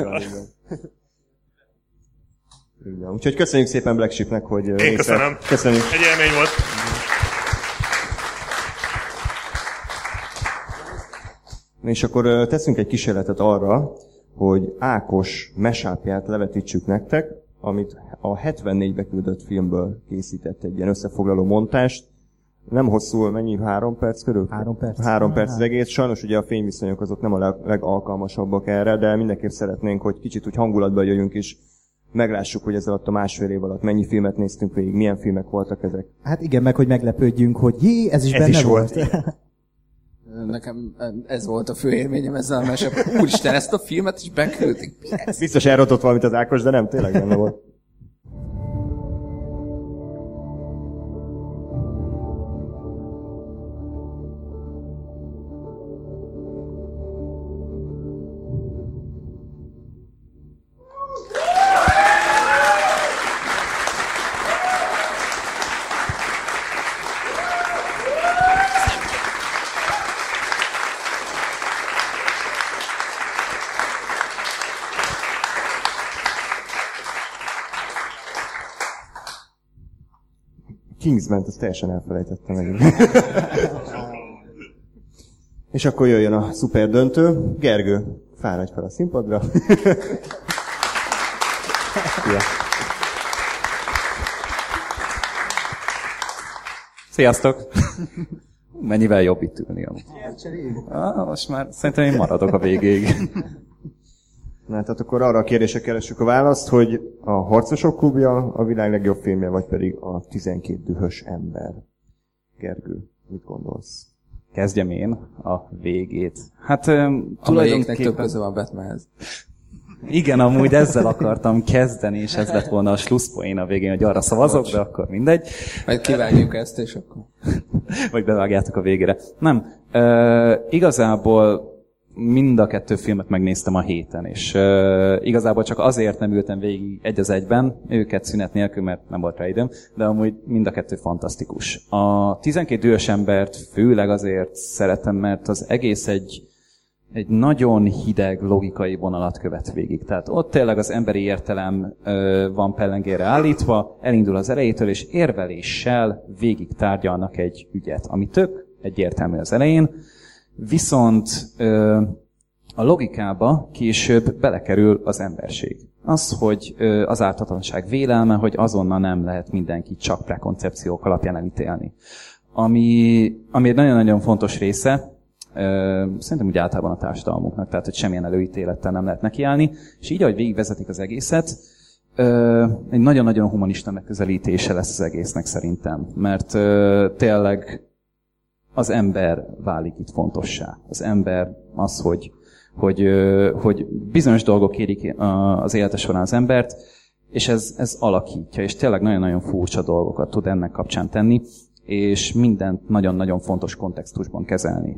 Igen. Úgyhogy köszönjük szépen Black Sheepnek, hogy... Én része. Köszönöm. Köszönjük. Egy élmény volt. És akkor teszünk egy kísérletet arra, hogy Ákos mesápját levetítsük nektek, amit a hetvennégybe küldött filmből készített egy ilyen összefoglaló montást. Nem hosszú, mennyi? Három perc körül? Három perc. Három perc az egész. Sajnos ugye a fényviszonyok azok nem a legalkalmasabbak erre, de mindenképp szeretnénk, hogy kicsit úgy hangulatba jöjjünk is, meglássuk, hogy ez alatt a másfél év alatt mennyi filmet néztünk végig, milyen filmek voltak ezek. Hát igen, meg hogy meglepődjünk, hogy jé, ez is ez benne is volt. volt. Nekem ez volt a fő élményem ezzel a mese. Úristen, ezt a filmet is beküldték. Yes. Biztos elrotott valamit az Ákos, de nem, tényleg benne volt. Kingsman-t, azt teljesen elfelejtettem meg. És akkor jöjjön a szuper döntő. Gergő, fáradj fel a színpadra. Ja. Sziasztok! Mennyivel jobb itt ülni. Ah, most már szerintem én maradok a végéig. Na, tehát akkor arra a kérdésre keressük a választ, hogy a Harcosok klubja a világ legjobb filmje, vagy pedig a tizenkét dühös ember. Gergő, mit gondolsz? Kezdjem én a végét. Hát tulajdonképpen több köze van Batmanhez. Igen, amúgy ezzel akartam kezdeni, és ez lett volna a slusszpoén a végén, hogy arra szavazok, de akkor mindegy. Majd kivágjuk ezt, és akkor... Vagy bevágjátok a végére. Nem. Uh, igazából mind a kettő filmet megnéztem a héten, és uh, igazából csak azért nem ültem végig egy az egyben, őket szünet nélkül, mert nem volt rá időm, de amúgy mind a kettő fantasztikus. A tizenkét dühös embert főleg azért szeretem, mert az egész egy, egy nagyon hideg logikai vonalat követ végig. Tehát ott tényleg az emberi értelem uh, van pellengére állítva, elindul az elejétől, és érveléssel végig tárgyalnak egy ügyet, ami tök egyértelmű az elején, viszont ö, a logikába később belekerül az emberség. Az, hogy ö, az ártatlanság vélelme, hogy azonnal nem lehet mindenkit csak prekoncepciók alapján elítélni. Ami, ami egy nagyon-nagyon fontos része, ö, szerintem úgy általában a társadalmunknak, tehát hogy semmilyen előítélettel nem lehet nekiállni, és így, ahogy végigvezetik az egészet, ö, egy nagyon-nagyon humanista megközelítése lesz az egésznek szerintem, mert ö, tényleg az ember válik itt fontossá. Az ember az, hogy, hogy, hogy bizonyos dolgok érik az élete során az embert, és ez, ez alakítja, és tényleg nagyon-nagyon furcsa dolgokat tud ennek kapcsán tenni, és mindent nagyon-nagyon fontos kontextusban kezelni.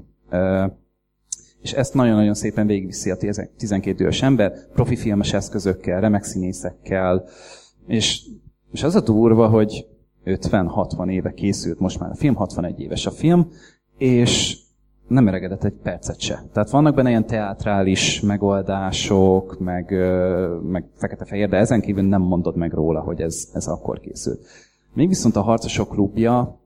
És ezt nagyon-nagyon szépen végigviszi a tizenkét dühös ember, profi filmes eszközökkel, remek színészekkel, és, és az a durva, hogy ötven-hatvan éve készült most már a film, hatvanegy éves a film, és nem öregedett egy percet se. Tehát vannak benne ilyen teátrális megoldások, meg, meg fekete-fehér, de ezen kívül nem mondod meg róla, hogy ez, ez akkor készült. Még viszont a Harcosok klubja,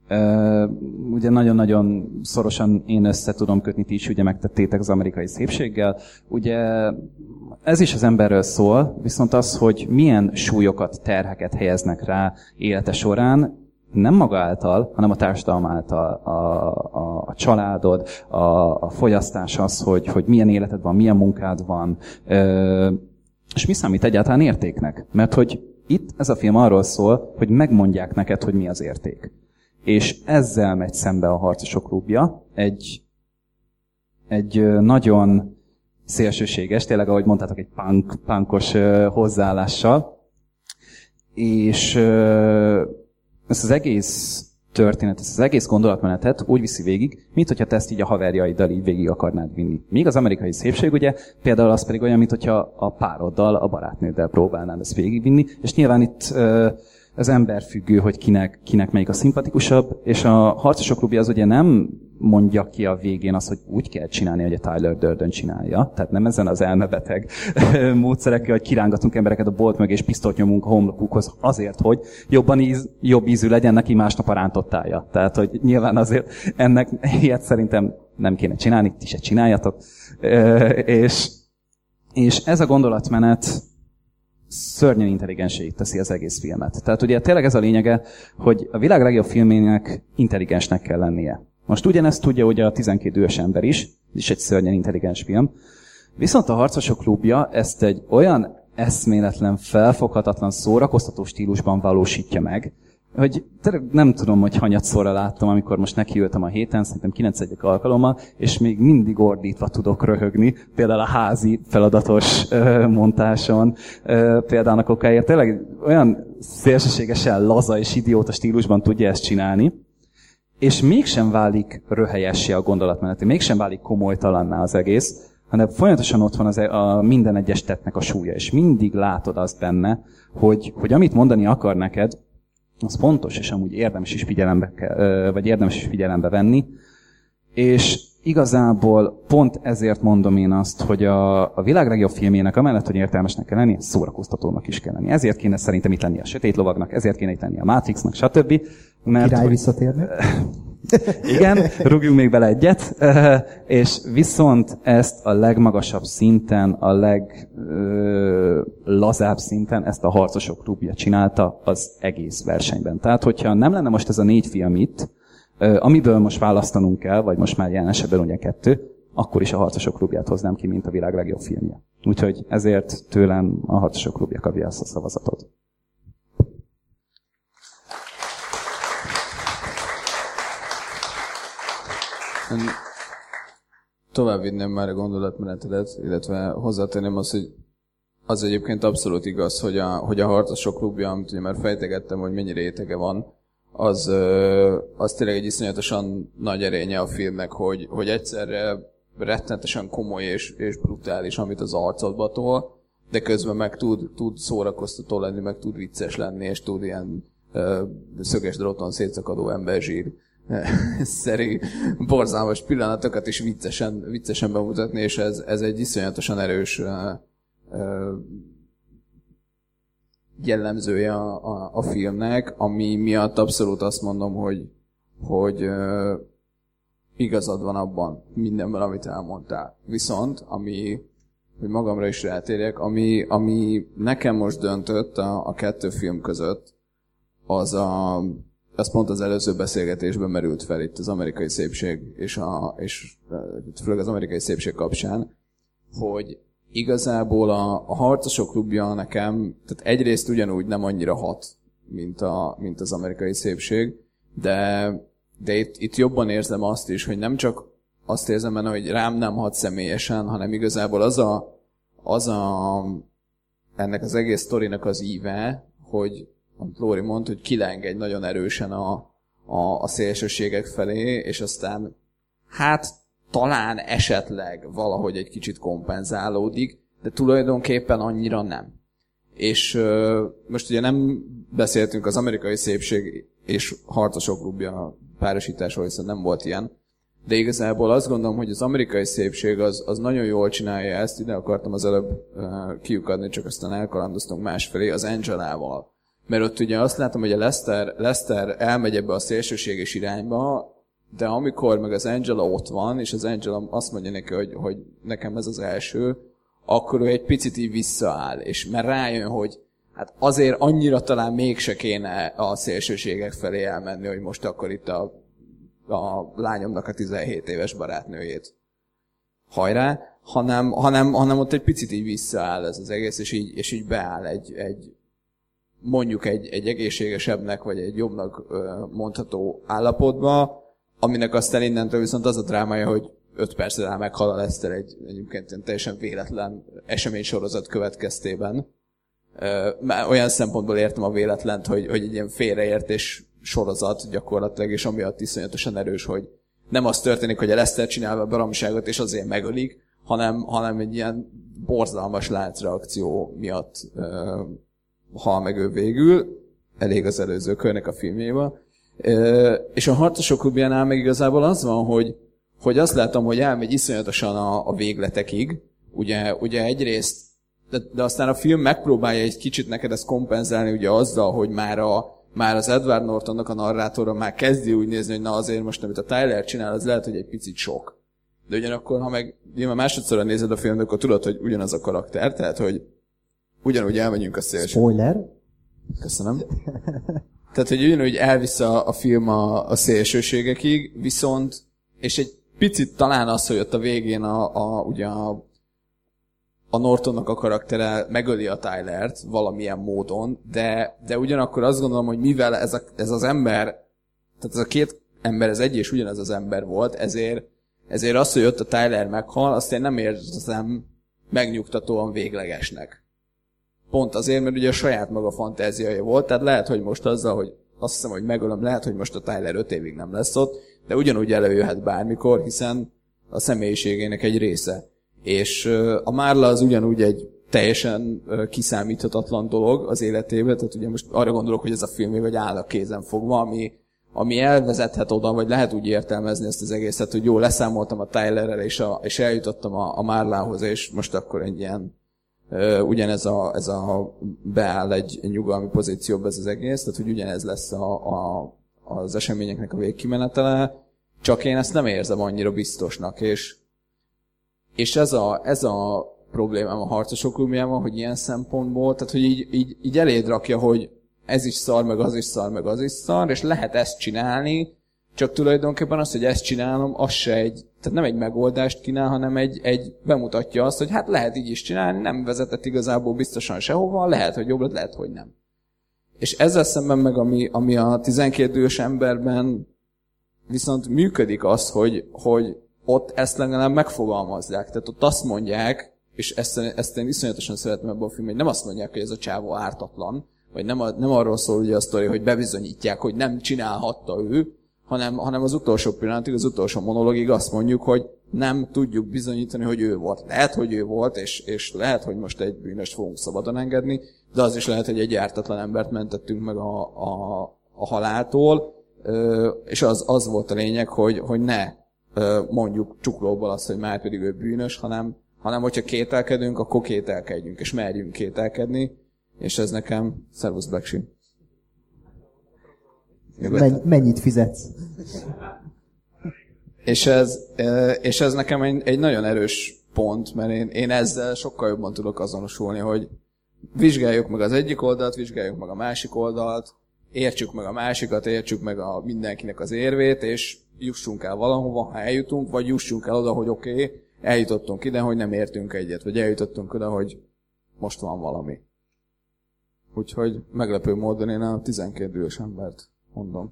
ugye nagyon-nagyon szorosan én össze tudom kötni, ti is ugye megtettétek az Amerikai szépséggel, ugye ez is az emberről szól, viszont az, hogy milyen súlyokat, terheket helyeznek rá élete során, nem maga által, hanem a társadalom által, a, a, a családod, a, a fogyasztás az, hogy, hogy milyen életed van, milyen munkád van, és mi számít egyáltalán értéknek. Mert hogy itt ez a film arról szól, hogy megmondják neked, hogy mi az érték. És ezzel megy szembe a Harcosok klubja, egy, egy nagyon szélsőséges, tényleg ahogy mondtátok, egy punk, punkos hozzáállással, és ezt az egész történet, ezt az egész gondolatmenetet úgy viszi végig, mint hogyha te ezt így a haverjaiddal így végig akarnád vinni. Míg az Amerikai szépség, ugye, például az pedig olyan, mint hogyha a pároddal, a barátnőddel próbálnád ezt végigvinni, és nyilván itt az ember függő, hogy kinek, kinek melyik a szimpatikusabb, és a Harcosok klubja az ugye nem mondja ki a végén azt, hogy úgy kell csinálni, hogy a Tyler Durden csinálja. Tehát nem ezen az elmebeteg módszerekkel, hogy kirángatunk embereket a bolt mögé, és pisztolyt nyomunk a homlokukhoz azért, hogy jobban íz, jobb ízű legyen neki másnap a rántottája. Tehát, hogy nyilván azért ennek ilyet szerintem nem kéne csinálni, ti se csináljatok. És, és ez a gondolatmenet szörnyen intelligensé teszi az egész filmet. Tehát ugye tényleg ez a lényege, hogy a világ legjobb filmének intelligensnek kell lennie. Most ugyanezt tudja ugye a tizenkét dühös ember is, ez is egy szörnyen intelligens film. Viszont a Harcosok klubja ezt egy olyan eszméletlen, felfoghatatlan, szórakoztató stílusban valósítja meg, hogy nem tudom, hogy hanyatszorra láttam, amikor most nekiültem a héten, szerintem kilencedik alkalommal, és még mindig ordítva tudok röhögni, például a házi feladatos ö, montáson, ö, például a kokáért. Tényleg olyan szélsőségesen laza és idióta stílusban tudja ezt csinálni, és mégsem válik röhelyessé a gondolatmeneti, mégsem válik komolytalanná az egész, hanem folyamatosan ott van az, a minden egyes tettnek a súlya, és mindig látod azt benne, hogy, hogy amit mondani akar neked, az pontos, és amúgy érdemes is figyelembe, vagy érdemes is figyelembe venni, és igazából pont ezért mondom én azt, hogy a, a világ legjobb filmjének amellett, hogy értelmesnek kell lenni, szórakoztatónak is kell lenni. Ezért kéne szerintem itt lenni a Sötét Lovagnak, ezért kéne itt lenni a Matrixnak, stb. Mert, Király visszatérni. Igen, rúgjunk még bele egyet, és viszont ezt a legmagasabb szinten, a leglazább szinten ezt a Harcosok klubja csinálta az egész versenyben. Tehát, hogyha nem lenne most ez a négy film itt, amiből most választanunk kell, vagy most már jelen esetben ugye kettő, akkor is a Harcosok klubját hoznám ki, mint a világ legjobb filmje. Úgyhogy ezért tőlem a Harcosok klubja kapja ezt a szavazatot. Tovább vinném már a gondolatmenetedet, illetve hozzátenném azt, hogy az egyébként abszolút igaz, hogy a, hogy a Harcosok klubja, amit ugye már fejtegettem, hogy mennyi rétege van, az, az tényleg egy iszonyatosan nagy erénye a filmnek, hogy, hogy egyszerre rettenetesen komoly és, és brutális, amit az arcodba tol, de közben meg tud, tud szórakoztató lenni, meg tud vicces lenni, és tud ilyen uh, szöges dróton szétszakadó emberzsír szeri borzalmas pillanatokat is viccesen, viccesen bemutatni, és ez, ez egy iszonyatosan erős uh, uh, jellemzője a, a, a filmnek, ami miatt abszolút azt mondom, hogy, hogy uh, igazad van abban, mindenben, amit elmondtál. Viszont, ami, hogy magamra is rátérjek, ami, ami nekem most döntött a, a kettő film között, az a, az pont az előző beszélgetésben merült fel itt az amerikai szépség, és, a, és főleg az amerikai szépség kapcsán, hogy igazából a, a Harcosok klubja nekem, tehát egyrészt ugyanúgy nem annyira hat, mint, a, mint az amerikai szépség, de, de itt, itt jobban érzem azt is, hogy nem csak azt érzem benne, hogy rám nem hat személyesen, hanem igazából az a, az a ennek az egész sztorinak az íve, hogy amit Lóri mondta, hogy kileng nagyon erősen a, a, a szélsőségek felé, és aztán hát talán esetleg valahogy egy kicsit kompenzálódik, de tulajdonképpen annyira nem. És uh, most ugye nem beszéltünk az amerikai szépség és Harcosok klubja párosításról, hiszen nem volt ilyen, de igazából azt gondolom, hogy az amerikai szépség az, az nagyon jól csinálja ezt, ide akartam az előbb uh, kiukadni, csak aztán elkalandoztunk másfelé, az Angelával. Mert ott ugye azt látom, hogy a Lester, Lester elmegy ebbe a szélsőséges irányba, de amikor meg az Angela ott van, és az Angela azt mondja neki, hogy, hogy nekem ez az első, akkor ő egy picit így visszaáll, és mert rájön, hogy hát azért annyira talán mégse kéne a szélsőségek felé elmenni, hogy most akkor itt a, a lányomnak a tizenhét éves barátnőjét hajrá, hanem, hanem, hanem ott egy picit így visszaáll ez az egész, és így, és így beáll egy, egy mondjuk egy, egy egészségesebbnek, vagy egy jobbnak mondható állapotba, aminek aztán innentől viszont az a drámája, hogy öt percre rá meghal a Lester egy egyébként teljesen véletlen eseménysorozat következtében. Már olyan szempontból értem a véletlent, hogy, hogy egy ilyen félreértés sorozat gyakorlatilag, és amiatt iszonyatosan erős, hogy nem az történik, hogy a Lester csinálva a baromságot, és azért megölik, hanem, hanem egy ilyen borzalmas láncreakció miatt hal meg ő végül, elég az előző körnek a filmjével. És a Harcosok klubjánál meg igazából az van, hogy, hogy azt látom, hogy elmegy iszonyatosan a, a végletekig. Ugye, ugye egyrészt, de, de aztán a film megpróbálja egy kicsit neked ezt kompenzálni ugye azzal, hogy már, a, már az Edward Nortonnak a narrátora már kezdi úgy nézni, hogy na azért most, amit a Tyler csinál, az lehet, hogy egy picit sok. De ugyanakkor, ha meg nyilván másodszorra nézed a filmet, akkor tudod, hogy ugyanaz a karakter, tehát, hogy ugyanúgy elmegyünk a szélső. Spoiler. Köszönöm. Tehát, hogy ugyanúgy elvisz a, a film a, a szélsőségekig, viszont, és egy picit talán az, hogy ott a végén a, a, ugye a, a Nortonnak a karaktere megöli a Tylert valamilyen módon, de, de ugyanakkor azt gondolom, hogy mivel ez, a, ez az ember, tehát ez a két ember, ez egy és ugyanaz az ember volt, ezért, ezért az, hogy ott a Tyler meghal, azt én nem érzem megnyugtatóan véglegesnek. Pont azért, mert ugye a saját maga fantáziája volt, tehát lehet, hogy most azzal, hogy azt hiszem, hogy megölöm, lehet, hogy most a Tyler öt évig nem lesz ott, de ugyanúgy előjöhet bármikor, hiszen a személyiségének egy része. És a Marla az ugyanúgy egy teljesen kiszámíthatatlan dolog az életében, tehát ugye most arra gondolok, hogy ez a film még egy áll a kézen fogva, ami, ami elvezethet oda, vagy lehet úgy értelmezni ezt az egészet, hogy jó, leszámoltam a Tylerrel, és, a, és eljutottam a, a Marlához, és most akkor egy ilyen Uh, ugyanez a, ez a beáll egy, egy nyugalmi pozícióba ez az egész, tehát hogy ugyanez lesz a, a, az eseményeknek a végkimenetele, csak én ezt nem érzem annyira biztosnak, és, és ez, a, ez a problémám a Harcosok klubjával, hogy ilyen szempontból, tehát hogy így, így, így eléd rakja, hogy ez is szar, meg az is szar, meg az is szar, és lehet ezt csinálni, csak tulajdonképpen az, hogy ezt csinálom, az se egy, tehát nem egy megoldást kínál, hanem egy, egy bemutatja azt, hogy hát lehet így is csinálni, nem vezetett igazából biztosan sehova, lehet, hogy jobb, lehet, hogy nem. És ezzel szemben meg, ami, ami a tizenkét idős emberben viszont működik az, hogy, hogy ott ezt legalább megfogalmazzák. Tehát ott azt mondják, és ezt, ezt én iszonyatosan szeretem ebben a filmben, hogy nem azt mondják, hogy ez a csávó ártatlan, vagy nem, a, nem arról szól ugye a sztori, hogy bebizonyítják, hogy nem csinálhatta ő, hanem, hanem az utolsó pillanatig, az utolsó monológig azt mondjuk, hogy nem tudjuk bizonyítani, hogy ő volt. Lehet, hogy ő volt, és, és lehet, hogy most egy bűnöst fogunk szabadon engedni, de az is lehet, hogy egy ártatlan embert mentettünk meg a, a, a haláltól, és az, az volt a lényeg, hogy, hogy ne mondjuk csuklóból azt, hogy már pedig ő bűnös, hanem, hanem hogyha kételkedünk, akkor kételkedjünk, és merjünk kételkedni, és ez nekem szervusz Beksi. Men- mennyit fizetsz? És ez, és ez nekem egy, egy nagyon erős pont, mert én, én ezzel sokkal jobban tudok azonosulni, hogy vizsgáljuk meg az egyik oldalt, vizsgáljuk meg a másik oldalt, értsük meg a másikat, értsük meg a mindenkinek az érvét, és jussunk el valahova, ha eljutunk, vagy jussunk el oda, hogy oké, okay, eljutottunk ide, hogy nem értünk egyet, vagy eljutottunk oda, hogy most van valami. Úgyhogy meglepő módon én a tizenkét dühös embert mondom.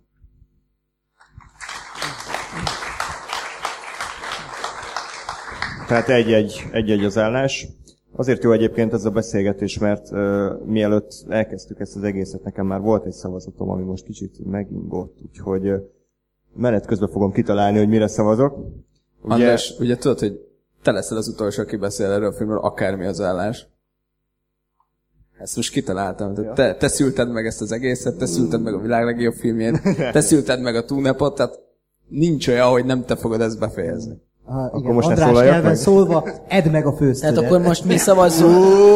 Tehát egy-egy, egy-egy az állás. Azért jó egyébként ez a beszélgetés, mert uh, mielőtt elkezdtük ezt az egészet, nekem már volt egy szavazatom, ami most kicsit megingott, úgyhogy uh, menet közben fogom kitalálni, hogy mire szavazok. Ugye... András, ugye tudod, hogy te leszel az utolsó, aki beszél erről a filmről, akármi az állás. Ezt most kitaláltam. Ja. Te, te szülted meg ezt az egészet, te szülted meg a világ legjobb filmjét, te szülted meg a túlnepot, tehát nincs olyan, hogy nem te fogod ezt befejezni. Ah, akkor igen, most András nyelven meg? Szólva, edd meg a főztödet. Tehát akkor most mi szavazzunk.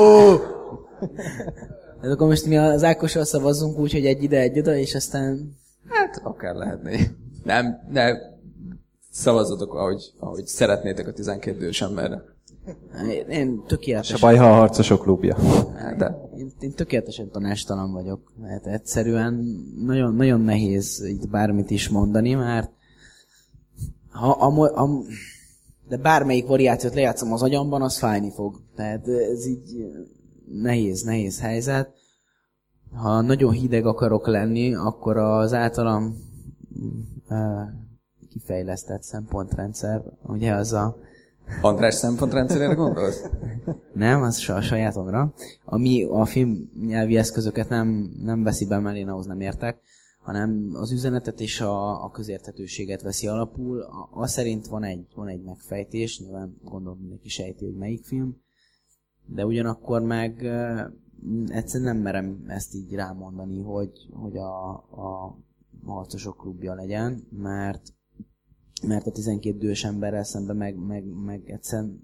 Tehát akkor most mi az Ákossal szavazzunk úgy, hogy egy ide, egy oda, és aztán... Hát, akár lehetné. Nem, ne szavazzatok, ahogy, ahogy szeretnétek a tizenkét dühös emberre. Én, én tökéletesen... Se baj, ha a harcosok klubja. De én, én tökéletesen tanástalan vagyok, mert egyszerűen nagyon, nagyon nehéz itt bármit is mondani, mert ha a, a, de bármelyik variációt lejátszom az agyamban, az fájni fog. Tehát ez így nehéz, nehéz helyzet. Ha nagyon hideg akarok lenni, akkor az általam uh, kifejlesztett szempontrendszer, ugye az a... András szempontrendszerére gondolsz? Nem, az a sajátomra. Ami a film nyelvi eszközöket nem, nem veszi be, mert én ahhoz nem értek, hanem az üzenetet és a, a közérthetőséget veszi alapul. Az szerint van egy, van egy megfejtés, nyilván gondolom mindenki sejti, hogy melyik film, de ugyanakkor meg uh, egyszerűen nem merem ezt így rámondani, hogy, hogy a, a harcosok klubja legyen, mert mert a tizenkét dühös emberrel szemben meg, meg, meg egyszerűen...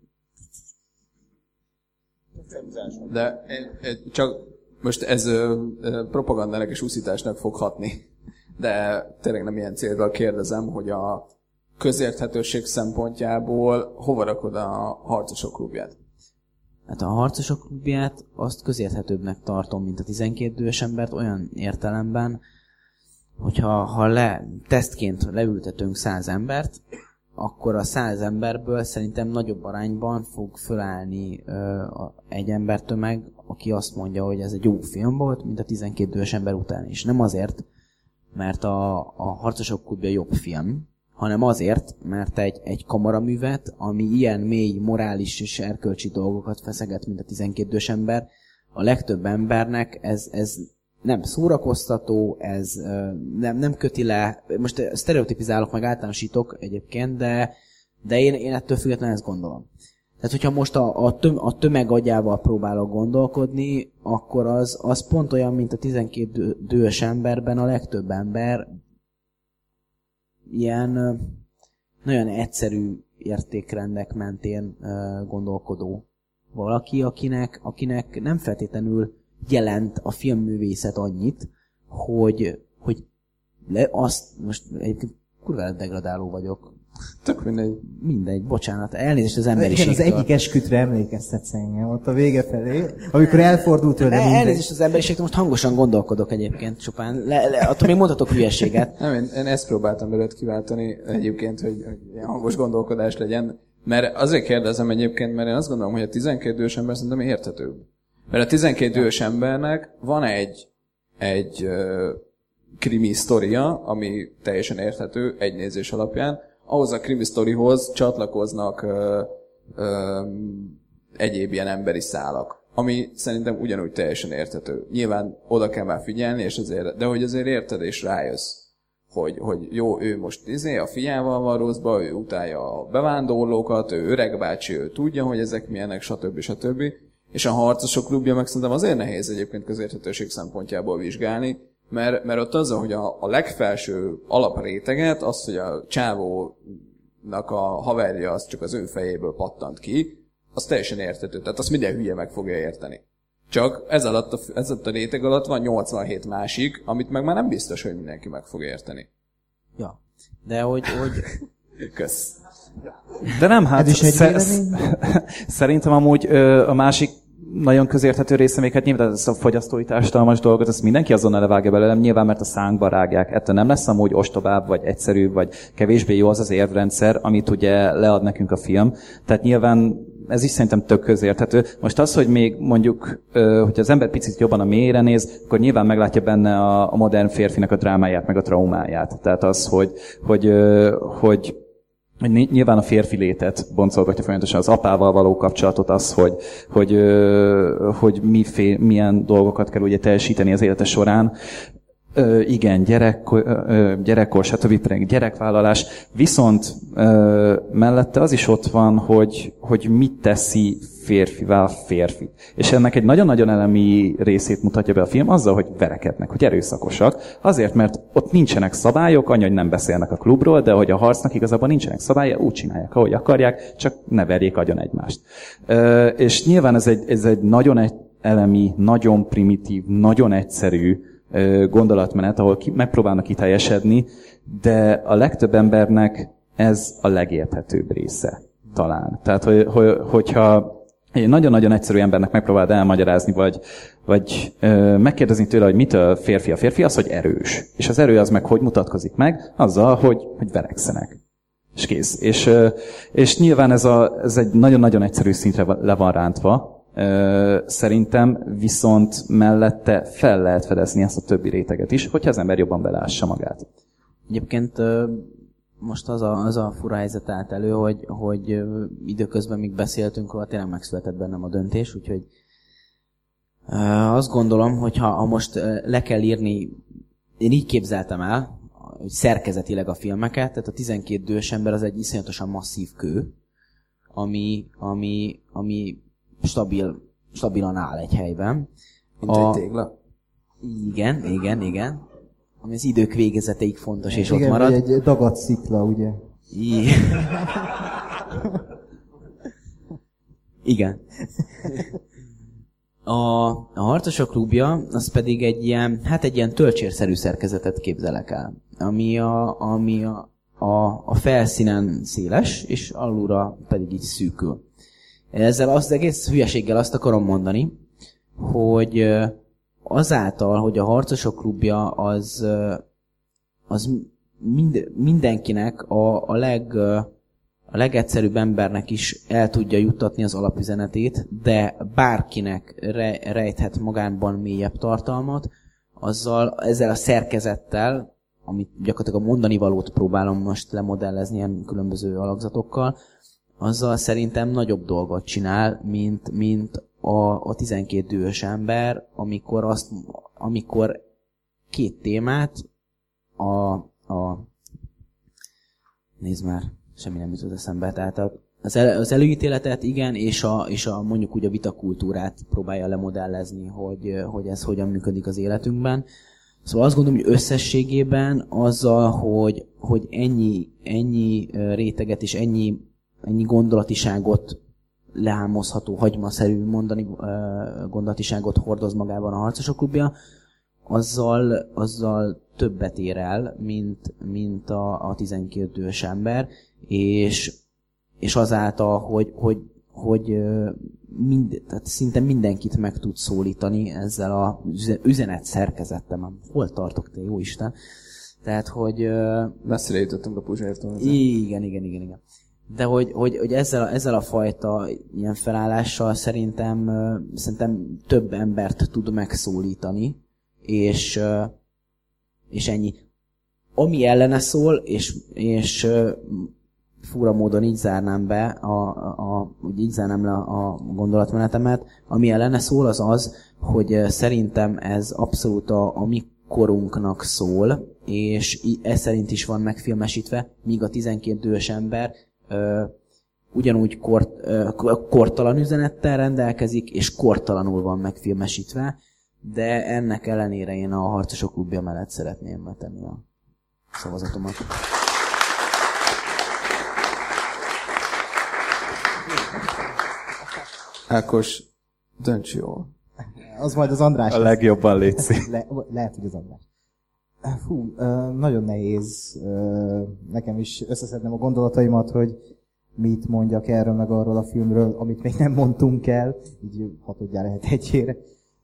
De csak most ez propagandának és úszításnak fog hatni. De tényleg nem ilyen célral kérdezem, hogy a közérthetőség szempontjából hova rakod a harcosok klubját? Hát a harcosok klubját azt közérthetőbbnek tartom, mint a tizenkét dühös embert olyan értelemben, hogyha ha le, tesztként leültetünk száz embert, akkor a száz emberből szerintem nagyobb arányban fog fölállni ö, a, egy embertömeg, aki azt mondja, hogy ez egy jó film volt, mint a tizenkét dühös ember után is. Nem azért, mert a, a harcosok klubja jobb film, hanem azért, mert egy, egy kamaraművet, ami ilyen mély morális és erkölcsi dolgokat feszeget, mint a tizenkét dühös ember, a legtöbb embernek ez, ez nem szórakoztató, ez nem, nem köti le, most sztereotipizálok, meg általánosítok egyébként, de, de én, én ettől függetlenül ezt gondolom. Tehát, hogyha most a, a, töm, a tömeg agyával próbálok gondolkodni, akkor az, az pont olyan, mint a tizenkét dühös emberben a legtöbb ember ilyen nagyon egyszerű értékrendek mentén gondolkodó valaki, akinek, akinek nem feltétlenül jelent a filmművészet annyit, hogy, hogy le azt, most egyébként kurva degradáló vagyok. Tök mindegy. Mindegy, bocsánat, elnézést az emberiségtől. Igen, az egyik eskütre emlékeztetsz engem ott a vége felé, amikor elfordult tőle mindegy. Elnézést az emberiségtől, most hangosan gondolkodok egyébként csupán. Le, le, attól még mondhatok hülyeséget. Nem, én, én ezt próbáltam belőtt kiváltani egyébként, hogy, hogy ilyen hangos gondolkodás legyen. Mert azért kérdezem egyébként, mert én azt gondolom, hogy a tizenkét dühös ember szerintem érthetőbb. Mert a tizenkét dühös embernek van egy, egy uh, krimi sztoria, ami teljesen érthető egy nézés alapján. Ahhoz a krimi sztorihoz csatlakoznak uh, uh, egyéb ilyen emberi szálak, ami szerintem ugyanúgy teljesen érthető. Nyilván oda kell már figyelni, és azért, de hogy azért érted és rájössz, hogy, hogy jó, ő most izé, a fiával van rosszba, ő utálja a bevándorlókat, ő öregbácsi, ő tudja, hogy ezek milyenek, stb. stb. És a harcosok klubja meg szerintem azért nehéz egyébként közérthetőség szempontjából vizsgálni, mert, mert ott az, hogy a, a legfelső alapréteget, azt, hogy a csávónak a haverja az csak az ő fejéből pattant ki, az teljesen érthető. Tehát azt minden hülye meg fogja érteni. Csak ez alatt a, ez alatt a réteg alatt van nyolcvanhét másik, amit meg már nem biztos, hogy mindenki meg fog érteni. Ja, de hogy... hogy... Kösz. De nem, hát is egy sze- szerintem amúgy ö, a másik nagyon közérthető része még, hát nyilván ez a fogyasztói társadalmas dolgot, ezt mindenki azonnal levágja belőlem, nyilván, mert a szánkba rágják. Ettől nem lesz amúgy ostobább, vagy egyszerűbb, vagy kevésbé jó az az érvrendszer, amit ugye lead nekünk a film. Tehát nyilván ez is szerintem tök közérthető. Most az, hogy még mondjuk, hogy az ember picit jobban a mélyre néz, akkor nyilván meglátja benne a, a modern férfinak a drámáját, meg a traumáját. Tehát az, hogy, hogy, hogy hogy nyilván a férfi létet boncolgatja folyamatosan, az apával való kapcsolatot, az, hogy, hogy, hogy miféle, milyen dolgokat kell ugye teljesíteni az élete során. Ö, igen, gyerek, ö, gyerekkor, stb. Gyerekvállalás. Viszont ö, mellette az is ott van, hogy, hogy mit teszi férfivá férfi. És ennek egy nagyon-nagyon elemi részét mutatja be a film azzal, hogy verekednek, hogy erőszakosak. Azért, mert ott nincsenek szabályok, annyi, hogy nem beszélnek a klubról, de hogy a harcnak igazából nincsenek szabálya, úgy csinálják, ahogy akarják, csak ne verjék agyon egymást. Ö, és nyilván ez egy, ez egy nagyon egy elemi, nagyon primitív, nagyon egyszerű gondolatmenet, ahol ki, megpróbálnak kiteljesedni, de a legtöbb embernek ez a legérthetőbb része talán. Tehát, hogy, hogy, hogyha egy nagyon-nagyon egyszerű embernek megpróbálod elmagyarázni, vagy, vagy ö, megkérdezni tőle, hogy mitől férfi a férfi, az, hogy erős. És az erő az meg hogy mutatkozik meg? Azzal, hogy, hogy verekszenek. És kész. És, ö, és nyilván ez, a, ez egy nagyon-nagyon egyszerű szintre le van rántva, szerintem, viszont mellette fel lehet fedezni ezt a többi réteget is, hogyha az ember jobban beleássa magát. Egyébként most az a, az a fura helyzet állt elő, hogy, hogy időközben még beszéltünk róla, tényleg megszületett bennem a döntés, úgyhogy azt gondolom, hogy ha, ha most le kell írni, én így képzeltem el, hogy szerkezetileg a filmeket, tehát a tizenkét dühös ember az egy iszonyatosan masszív kő, ami, ami, ami stabil, stabilan áll egy helyben. Mint a... egy tégla? Igen, igen, igen. Ami az idők végezeteig fontos, és igen, ott marad. Igen, egy dagadt szikla, ugye? I... igen. A, a Harcosok klubja, az pedig egy ilyen, hát egy ilyen tölcsérszerű szerkezetet képzelek el. Ami a, ami a, a, a felszínen széles, és alulra pedig így szűkül. Ezzel az egész hülyeséggel azt akarom mondani, hogy azáltal, hogy a Harcosok klubja az, az mind, mindenkinek a, a, leg, a legegyszerűbb embernek is el tudja juttatni az alapüzenetét, de bárkinek re, rejthet magánban mélyebb tartalmat, azzal, ezzel a szerkezettel, amit gyakorlatilag a mondani valót próbálom most lemodellezni ilyen különböző alakzatokkal, azzal szerintem nagyobb dolgot csinál, mint, mint a, a tizenkét dühös ember, amikor, azt, amikor két témát a, a nézd már, semmi nem jutott eszembe, tehát az, el, az előítéletet, igen, és, a, és a, mondjuk úgy a vitakultúrát próbálja lemodellezni, hogy, hogy ez hogyan működik az életünkben. Szóval azt gondolom, hogy összességében azzal, hogy, hogy ennyi, ennyi réteget és ennyi ennyi gondolatiságot, lehámozható, hagymaszerű mondani gondolatiságot hordoz magában a Harcosok klubja, azzal, azzal többet ér el, mint, mint a, a tizenkét dühös ember, és, és azáltal, hogy, hogy, hogy mind, tehát szinte mindenkit meg tud szólítani ezzel a üzenet szerkezettel. Hol tartok te, jó Isten? Tehát, hogy... Messzire jutottunk a Puzsértól. Igen, igen, igen, igen. De hogy, hogy, hogy ezzel, ezzel a fajta ilyen felállással szerintem, szerintem több embert tud megszólítani, és, és ennyi. Ami ellene szól, és, és fura módon így zárnám be, a, a, úgy így zárnám le a gondolatmenetemet, ami ellene szól az az, hogy szerintem ez abszolút a, a mi korunknak szól, és ez szerint is van megfilmesítve, míg a tizenkét dühös ember ö, ugyanúgy kort, ö, kortalan üzenettel rendelkezik, és kortalanul van megfilmesítve, de ennek ellenére én a Harcosok klubja mellett szeretném betenni a szavazatomat. Ákos, dönts jól. Az majd az András. A legjobban létszik. Le, lehet, hogy az András. Fú, nagyon nehéz nekem is összeszednem a gondolataimat, hogy mit mondjak erről meg arról a filmről, amit még nem mondtunk el, így hatodjára lehet egyére.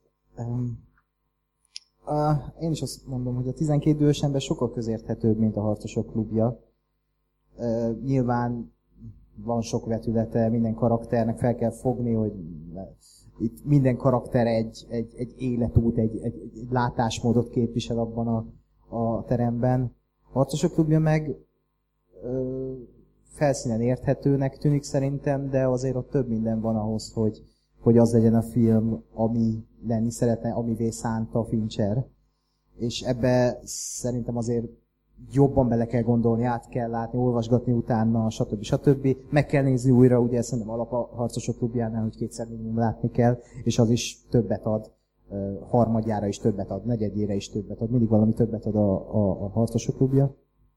Én is azt mondom, hogy a tizenkét dühös ember sokkal közérthetőbb, mint a Harcosok klubja. Nyilván van sok vetülete, minden karakternek fel kell fogni, hogy itt minden karakter egy, egy, egy életút, egy, egy, egy látásmódot képvisel abban a, a teremben. A Harcosok klubja meg ö, felszínen érthetőnek tűnik szerintem, de azért ott több minden van ahhoz, hogy, hogy az legyen a film, ami lenni szeretne, amivé szánta Fincher. És ebbe szerintem azért jobban bele kell gondolni, át kell látni, olvasgatni utána, stb. stb. Meg kell nézni újra, ugye szerintem alap a Harcosok klubjánál, hogy kétszer minimum látni kell, és az is többet ad, harmadjára is többet ad, negyedjére is többet ad, mindig valami többet ad a, a, a Harcosok klubja.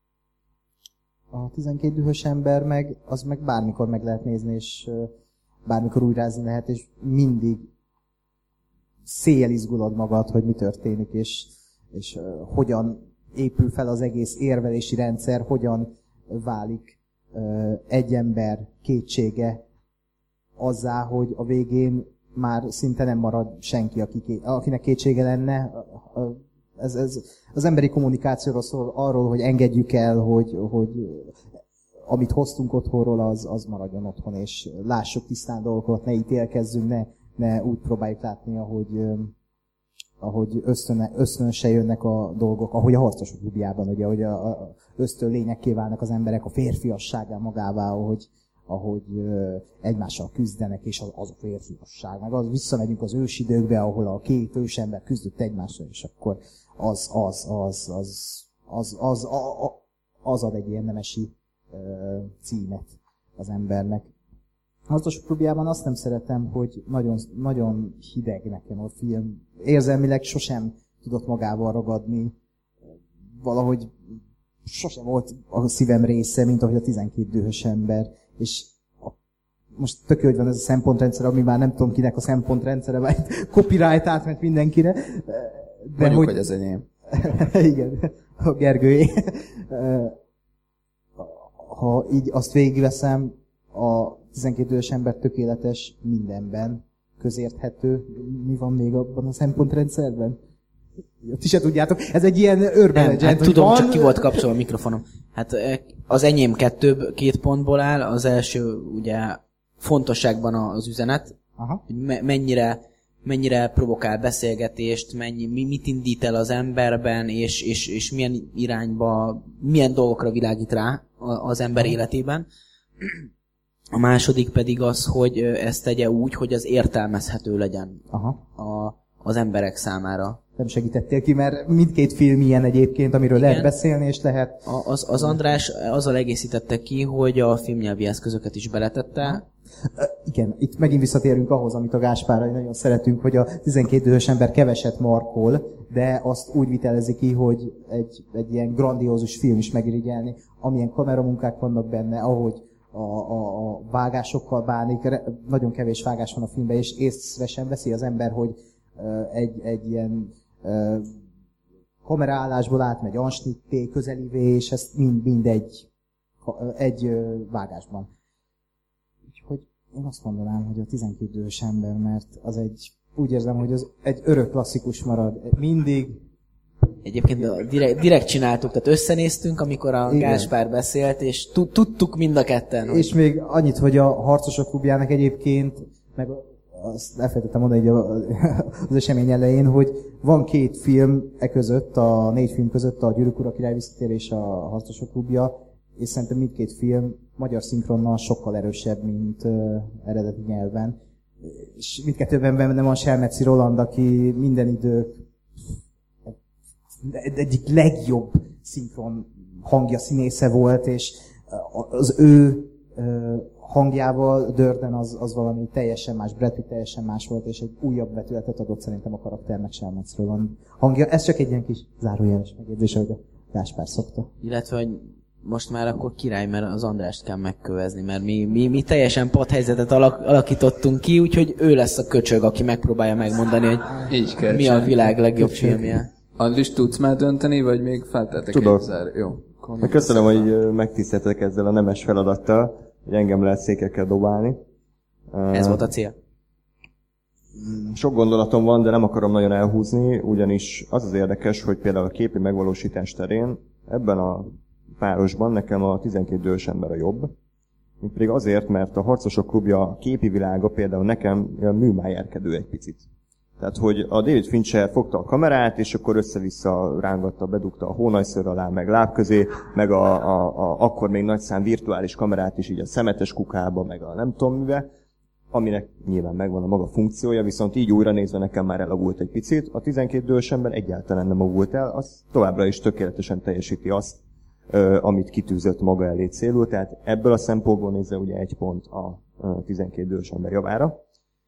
A tizenkét dühös ember meg, az meg bármikor meg lehet nézni, és bármikor újrázni lehet, és mindig széjjel izgulod magad, hogy mi történik, és, és hogyan épül fel az egész érvelési rendszer, hogyan válik egy ember kétsége azzá, hogy a végén már szinte nem marad senki, akinek kétsége lenne. Ez, ez az emberi kommunikációról szól, arról, hogy engedjük el, hogy, hogy amit hoztunk otthonról, az, az maradjon otthon, és lássuk tisztán dolgokat, ne ítélkezzünk, ne, ne úgy próbáljuk látni, ahogy, ahogy ösztön, ösztönse jönnek a dolgok, ahogy a Harcosok klubjában, ugye, ahogy a, a ösztön lényekké válnak az emberek, a férfiasságá magává, ahogy, ahogy ö, egymással küzdenek, és az, az a férfiasság. Meg az, visszamegyünk az ősidőkbe, ahol a két ősember küzdött egymással, és akkor az, az, az, az, az, az, az, az ad egy ilyen nemesi ö, címet az embernek. A Harcosok klubjában azt nem szeretem, hogy nagyon, nagyon hideg nekem a film. Érzelmileg sosem tudott magával ragadni. Valahogy sosem volt a szívem része, mint ahogy a tizenkét dühös ember. És a, most tök jó, hogy van ez a szempontrendszer, ami már nem tudom kinek a szempontrendszere, vagy copyright átment mindenkire. De mondjuk, hogy, hogy ez enyém. Igen, a Gergőé. Ha így azt végigveszem, a tizenkét dühös ember tökéletes mindenben, közérthető. Mi van még abban a szempontrendszerben? Ti se tudjátok, ez egy ilyen urban nem, legend, hát tudom, van... csak ki volt kapcsolva a mikrofonom. Hát az enyém kettő, két pontból áll. Az első, ugye, fontosságban az üzenet, Aha. hogy me- mennyire, mennyire provokál beszélgetést, mennyi, mi, mit indít el az emberben, és, és, és milyen irányba, milyen dolgokra világít rá az ember életében. A második pedig az, hogy ezt tegye úgy, hogy az értelmezhető legyen Aha. A, az emberek számára. Nem segítettél ki, mert mindkét film ilyen egyébként, amiről Igen. lehet beszélni, és lehet... A, az, az András azzal egészítette ki, hogy a filmnyelvi eszközöket is beletette. Igen, itt megint visszatérünk ahhoz, amit a Gáspárral nagyon szeretünk, hogy a tizenkét dühös ember keveset markol, de azt úgy vitelezi ki, hogy egy, egy ilyen grandiózus film is megirigyelni, amilyen kameramunkák vannak benne, ahogy a, a, a vágásokkal bánik, nagyon kevés vágás van a filmben, és észre sem veszi az ember, hogy uh, egy, egy ilyen uh, kameraállásból átmegy ansnitté, közelivé, és ezt mind, mind egy, egy uh, vágásban. Úgyhogy én azt mondanám, hogy a tizenkét dühös ember, mert az egy, úgy érzem, hogy az egy örök klasszikus marad. Mindig. Egyébként direkt, direkt csináltuk, tehát összenéztünk, amikor a Igen. Gáspár beszélt, és tudtuk mind a ketten. És hogy... még annyit, hogy a Harcosok klubjának egyébként, meg azt elfelejtettem mondani az esemény elején, hogy van két film e között, a négy film között, a Gyűrűk ura, Király visszatér és a Harcosok klubja, és szerintem mindkét film magyar szinkronnal sokkal erősebb, mint uh, eredeti nyelven. És mindkettőben benne van Selmeci Roland, aki minden idők egyik legjobb szinkron hangja, színésze volt, és az ő hangjával Durden az, az valami teljesen más, Brad Pitt teljesen más volt, és egy újabb vetületet adott szerintem a karakternek, Shalmatsról van hangja. Ez csak egy ilyen kis zárójeles megjegyzés, ahogy a Gáspár szokta. Illetve, hogy most már akkor király, mert az Andrást kell megkövezni, mert mi, mi, mi teljesen padhelyzetet alak, alakítottunk ki, úgyhogy ő lesz a köcsög, aki megpróbálja megmondani, hogy így kell mi a világ legjobb filmje. Andris, tudsz már dönteni, vagy még feltettek Tudok. egyszer? Jó. Köszönöm, hogy megtiszteltek ezzel a nemes feladattal, hogy engem lehet székekkel dobálni. Ez volt a cél. Sok gondolatom van, de nem akarom nagyon elhúzni, ugyanis az az érdekes, hogy például a képi megvalósítás terén ebben a párosban nekem a tizenkét dühös ember a jobb. Még pedig azért, mert a Harcosok klubja képi világa például nekem műmájárkedő egy picit. Tehát, hogy a David Fincher fogta a kamerát, és akkor össze-vissza rángatta, bedugta a hónajszőr alá, meg láb közé, meg a, a, a akkor még nagyszám virtuális kamerát is így a szemetes kukába, meg a nem tudom mibe, aminek nyilván megvan a maga funkciója, viszont így újra nézve nekem már elavult egy picit. A tizenkét dühös ember egyáltalán nem avult el, az továbbra is tökéletesen teljesíti azt, amit kitűzött maga elé célul, tehát ebből a szempontból nézve ugye egy pont a tizenkét dühös ember javára.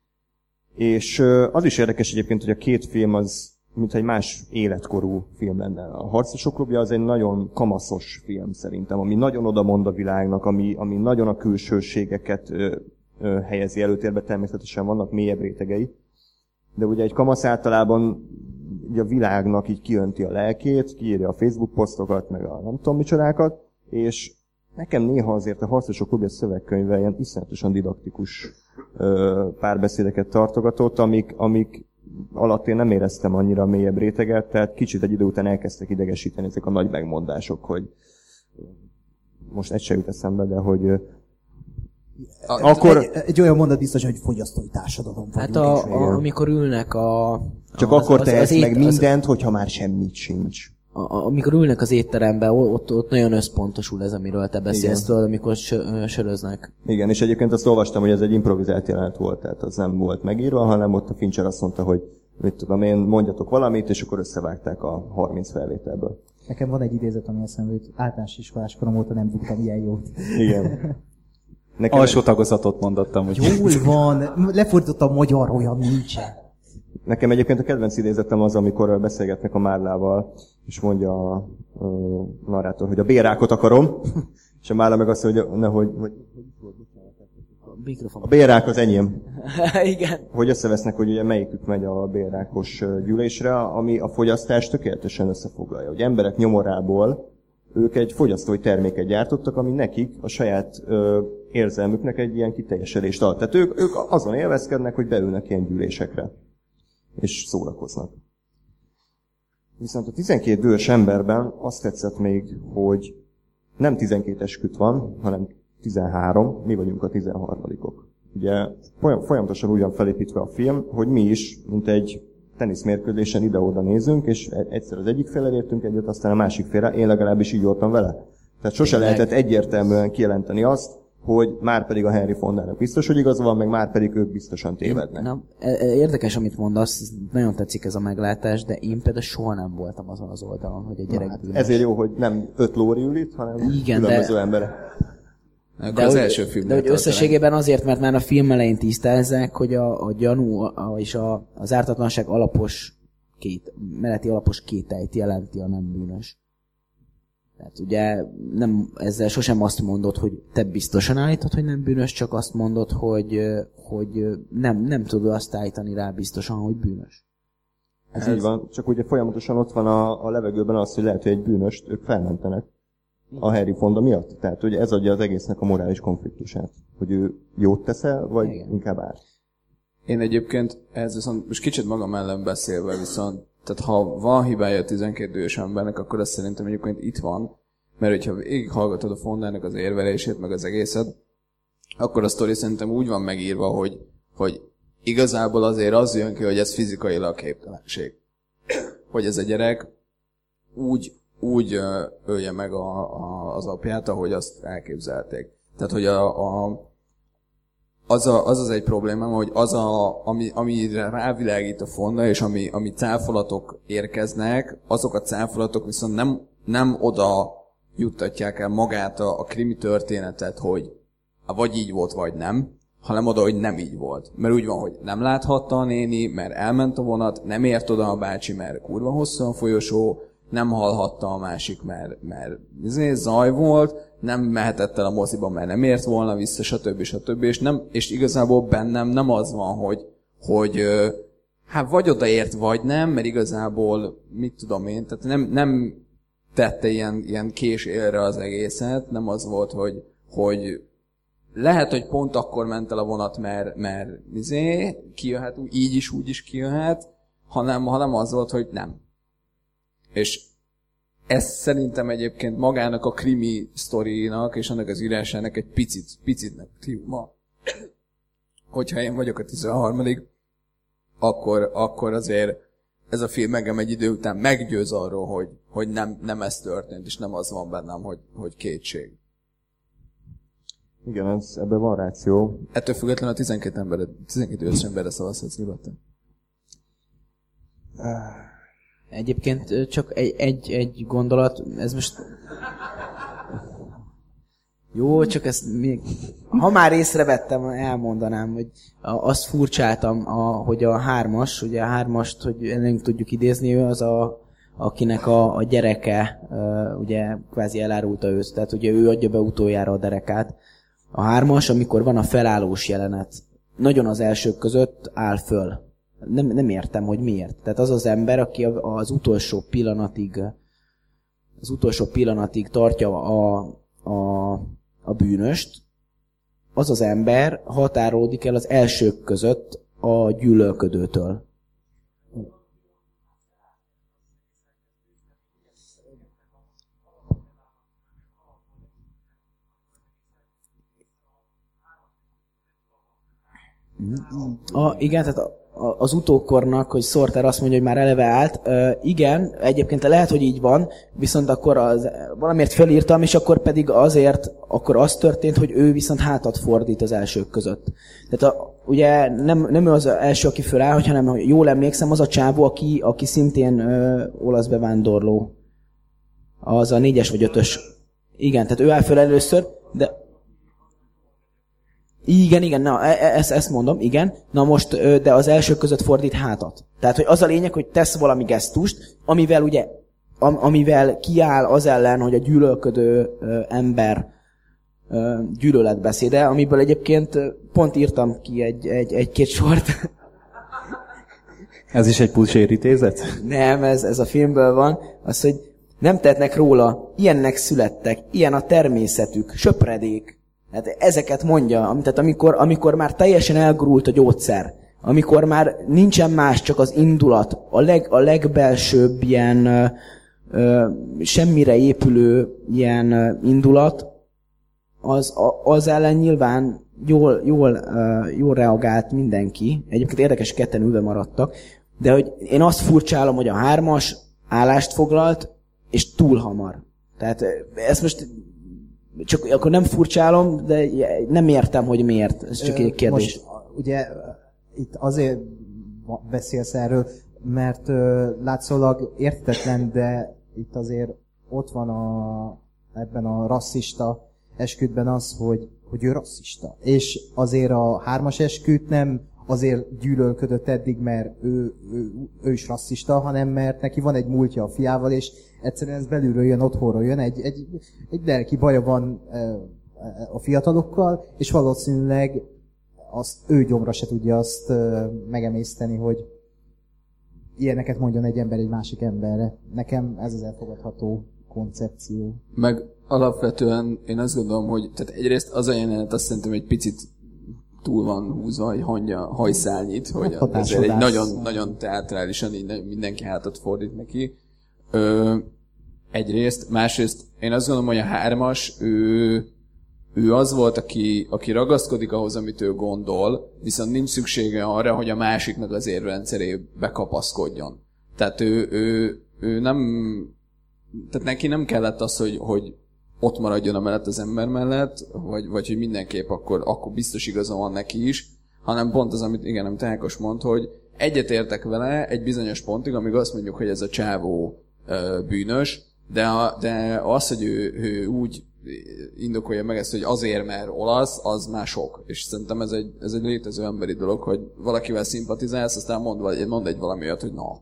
És az is érdekes egyébként, hogy a két film az, mint egy más életkorú film lenne. A Harcosok klubja az egy nagyon kamaszos film szerintem, ami nagyon odamond a világnak, ami, ami nagyon a külsőségeket ö, ö, helyezi előtérbe, természetesen vannak mélyebb rétegei. De ugye egy kamasz általában ugye a világnak így kiönti a lelkét, kiírja a Facebook posztokat, meg a nem tudom micsodákat, és nekem néha azért a Harcosok klubja szövegkönyve ilyen iszonyatosan didaktikus ö, párbeszédeket tartogatott, amik, amik alatt én nem éreztem annyira mélyebb réteget, tehát kicsit egy idő után elkezdtek idegesíteni ezek a nagy megmondások, hogy most egy se jut eszembe, de hogy A, akkor... egy, egy olyan mondat biztos, hogy fogyasztói társadalom vagyunk. Hát a, a, amikor ülnek a... Csak az, akkor az, tehetsz az meg ét, mindent, az, hogyha már semmit sincs. A, a, amikor ülnek az étteremben, ott, ott nagyon összpontosul ez, amiről te beszélsz, tudod, amikor sö, söröznek. Igen, és egyébként azt olvastam, hogy ez egy improvizált jelenet volt, tehát az nem volt megírva, hanem ott a Fincher azt mondta, hogy mit tudom én, mondjatok valamit, és akkor összevágták a harminc felvételből. Nekem van egy idézet, ami eszembe jut. Általános iskolás korom óta nem buktam ilyen jót. Igen. Nekem alsó tagozatot mondottam. Hogy... Jól van, lefordítottam magyarra, olyan nincsen. Nekem egyébként a kedvenc idézetem az, amikor beszélgetnek a Márlával, és mondja a, a narrátor, hogy a bérrákot akarom, és a Márla meg azt mondja, hogy, nehogy, hogy a bérrák az enyém. Igen. Hogy összevesznek, hogy ugye melyikük megy a bérrákos gyűlésre, ami a fogyasztást tökéletesen összefoglalja. Hogy emberek nyomorából ők egy fogyasztói terméket gyártottak, ami nekik a saját ö, érzelmüknek egy ilyen kiteljesedést ad. Tehát ők, ők azon élvezkednek, hogy beülnek ilyen gyűlésekre. És szórakoznak. Viszont a tizenkét dühös emberben azt tetszett még, hogy nem tizenkét esküt van, hanem tizenhárom, mi vagyunk a tizenharmadikok. Ugye folyamatosan úgy van felépítve a film, hogy mi is, mint egy teniszmérkőzésen ide-oda nézünk, és egyszer az egyik félre értünk egyet, aztán a másik félre. Én legalábbis így voltam vele. Tehát sose lehetett egyértelműen kijelenteni azt, hogy már pedig a Henry Fondának biztos, hogy igaza van, meg már pedig ők biztosan tévednek. Na, érdekes, amit mondasz, nagyon tetszik ez a meglátás, de én például soha nem voltam azon az oldalon, hogy a gyerek hát ezért jó, hogy nem öt lóri ül itt, hanem igen, különböző de... emberek. De, az hogy, első film de hogy összességében azért, mert már a film elején tisztázzák, hogy a, a gyanú a, és a, az ártatlanság alapos két, melletti alapos kételyt jelenti a nem bűnös. Tehát ugye nem, ezzel sosem azt mondod, hogy te biztosan állítod, hogy nem bűnös, csak azt mondod, hogy, hogy nem, nem tudod azt állítani rá biztosan, hogy bűnös. Ez, Ez így van, csak ugye folyamatosan ott van a, a levegőben az, hogy lehet, hogy egy bűnöst ők felmentenek a Henry Fonda miatt. Tehát ugye ez adja az egésznek a morális konfliktusát. Hogy ő jót teszel, vagy igen, inkább árt. Én egyébként ez viszont most kicsit magam ellen beszélve viszont, tehát ha van hibája a tizenkét dühös embernek, akkor azt szerintem egyébként itt van, mert hogyha végighallgatod a Fondának az érvelését, meg az egészet, akkor a sztori szerintem úgy van megírva, hogy, hogy igazából azért az jön ki, hogy ez fizikailag képtelenség. Hogy ez a gyerek úgy úgy ölje meg a, a, az apját, ahogy azt elképzelték. Tehát, hogy a, a, az, a, az az egy problémám, hogy az, a, ami, amire rávilágít a Fonda, és ami, ami cáfolatok érkeznek, azok a cáfolatok viszont nem, nem oda juttatják el magát a, a krimi történetet, hogy vagy így volt, vagy nem, hanem oda, hogy nem így volt. Mert úgy van, hogy nem láthatta a néni, mert elment a vonat, nem ért oda a bácsi, mert kurva hosszú a folyosó, nem hallhatta a másik, mert, mert zaj volt, nem mehetett el a moziba, mert nem ért volna vissza, stb. stb. És, nem, és igazából bennem nem az van, hogy, hogy hát vagy odaért, vagy nem, mert igazából, mit tudom én, tehát nem, nem tette ilyen, ilyen kés élre az egészet, nem az volt, hogy, hogy lehet, hogy pont akkor ment el a vonat, mert, mert izé, kijöhet, így is, úgy is kijöhet, hanem, hanem az volt, hogy nem. És ez szerintem egyébként magának a krimi sztorinak és annak az írásának egy picit, picit negatívuma. Hogyha én vagyok a tizenharmadik, akkor, akkor azért ez a film engem egy idő után meggyőz arról, hogy, hogy nem, nem ez történt, és nem az van bennem, hogy, hogy kétség. Igen, ez, ebben van ráció. Ettől függetlenül a tizenkét emberre, tizenkét éves emberre szavazhatsz nyugodtan. Egyébként csak egy, egy, egy gondolat, ez most... Jó, csak ezt még... Ha már észrevettem, elmondanám, hogy azt furcsáltam, a, hogy a hármas, ugye a hármast, hogy nem tudjuk idézni, ő az a, akinek a, a gyereke, ugye kvázi elárulta őt, tehát ugye ő adja be utoljára a derekát. A hármas, amikor van a felállós jelenet, nagyon az elsők között áll föl. Nem, nem értem, hogy miért. Tehát az az ember, aki az utolsó pillanatig az utolsó pillanatig tartja a, a, a bűnöst, az az ember határolódik el az elsők között a gyűlölködőtől. A, igen, tehát a, a, az utókornak, hogy Sorter azt mondja, hogy már eleve állt. Uh, igen, egyébként lehet, hogy így van, viszont akkor az, valamiért felírtam, és akkor pedig azért, akkor az történt, hogy ő viszont hátat fordít az elsők között. Tehát a, ugye nem, nem ő az első, aki föláll, hanem ha jól emlékszem, az a csávó, aki, aki szintén uh, olasz bevándorló. Az a négyes vagy ötös. Igen, tehát ő áll föl először, de... Igen, igen, na, ezt, ezt mondom, igen. Na most, de az elsők között fordít hátat. Tehát, hogy az a lényeg, hogy tesz valami gesztust, amivel ugye, am, amivel kiáll az ellen, hogy a gyűlölködő ö, ember ö, gyűlöletbeszéde, amiből egyébként pont írtam ki egy, egy, egy-két sort. Ez is egy pulsérítézet? Nem, ez, ez a filmből van. Az, hogy nem tehetnek róla, ilyennek születtek, ilyen a természetük, söpredék. Hát ezeket mondja, tehát amikor, amikor már teljesen elgurult a gyógyszer, amikor már nincsen más, csak az indulat, a, leg, a legbelsőbb ilyen ö, ö, semmire épülő ilyen ö, indulat, az, a, az ellen nyilván jól, jól, ö, jól reagált mindenki. Egyébként érdekes, ketten ülve maradtak, de hogy én azt furcsálom, hogy a hármas állást foglalt, és túl hamar. Tehát ezt most... Csak akkor nem furcsálom, de nem értem, hogy miért. Ez csak egy kérdés. Most ugye itt azért beszélsz erről, mert látszólag értetlen, de itt azért ott van a, ebben a rasszista esküdben az, hogy, hogy ő rasszista. És azért a hármas esküt nem azért gyűlölködött eddig, mert ő, ő, ő is rasszista, hanem mert neki van egy múltja a fiával, és egyszerűen ez belülről jön, otthonról jön, egy, egy, egy lelki baja van a fiatalokkal, és valószínűleg azt ő gyomra se tudja azt megemészteni, hogy ilyeneket mondjon egy ember egy másik emberre. Nekem ez az elfogadható koncepció. Meg alapvetően én azt gondolom, hogy tehát egyrészt az a jelenet azt szerintem egy picit túl van húzva, egy hangja, hajszálnyit, hogy azért egy nagyon, nagyon teátrálisan így mindenki hátat fordít neki. Ö, egyrészt, másrészt én azt gondolom, hogy a hármas, ő, ő az volt, aki, aki ragaszkodik ahhoz, amit ő gondol, viszont nincs szüksége arra, hogy a másiknak az érrendszerébe kapaszkodjon. Tehát ő, ő, ő nem, tehát neki nem kellett az, hogy, hogy ott maradjon a mellett az ember mellett, vagy, vagy hogy mindenképp akkor, akkor biztos igaza van neki is, hanem pont az, amit, igen, amit Ákos mond, hogy egyetértek vele egy bizonyos pontig, amíg azt mondjuk, hogy ez a csávó ö, bűnös, de, a, de az, hogy ő, ő úgy indokolja meg ezt, hogy azért, mert olasz, az már sok. És szerintem ez egy, ez egy létező emberi dolog, hogy valakivel szimpatizálsz, aztán mond, vagy, mond egy valami olyat, hogy na.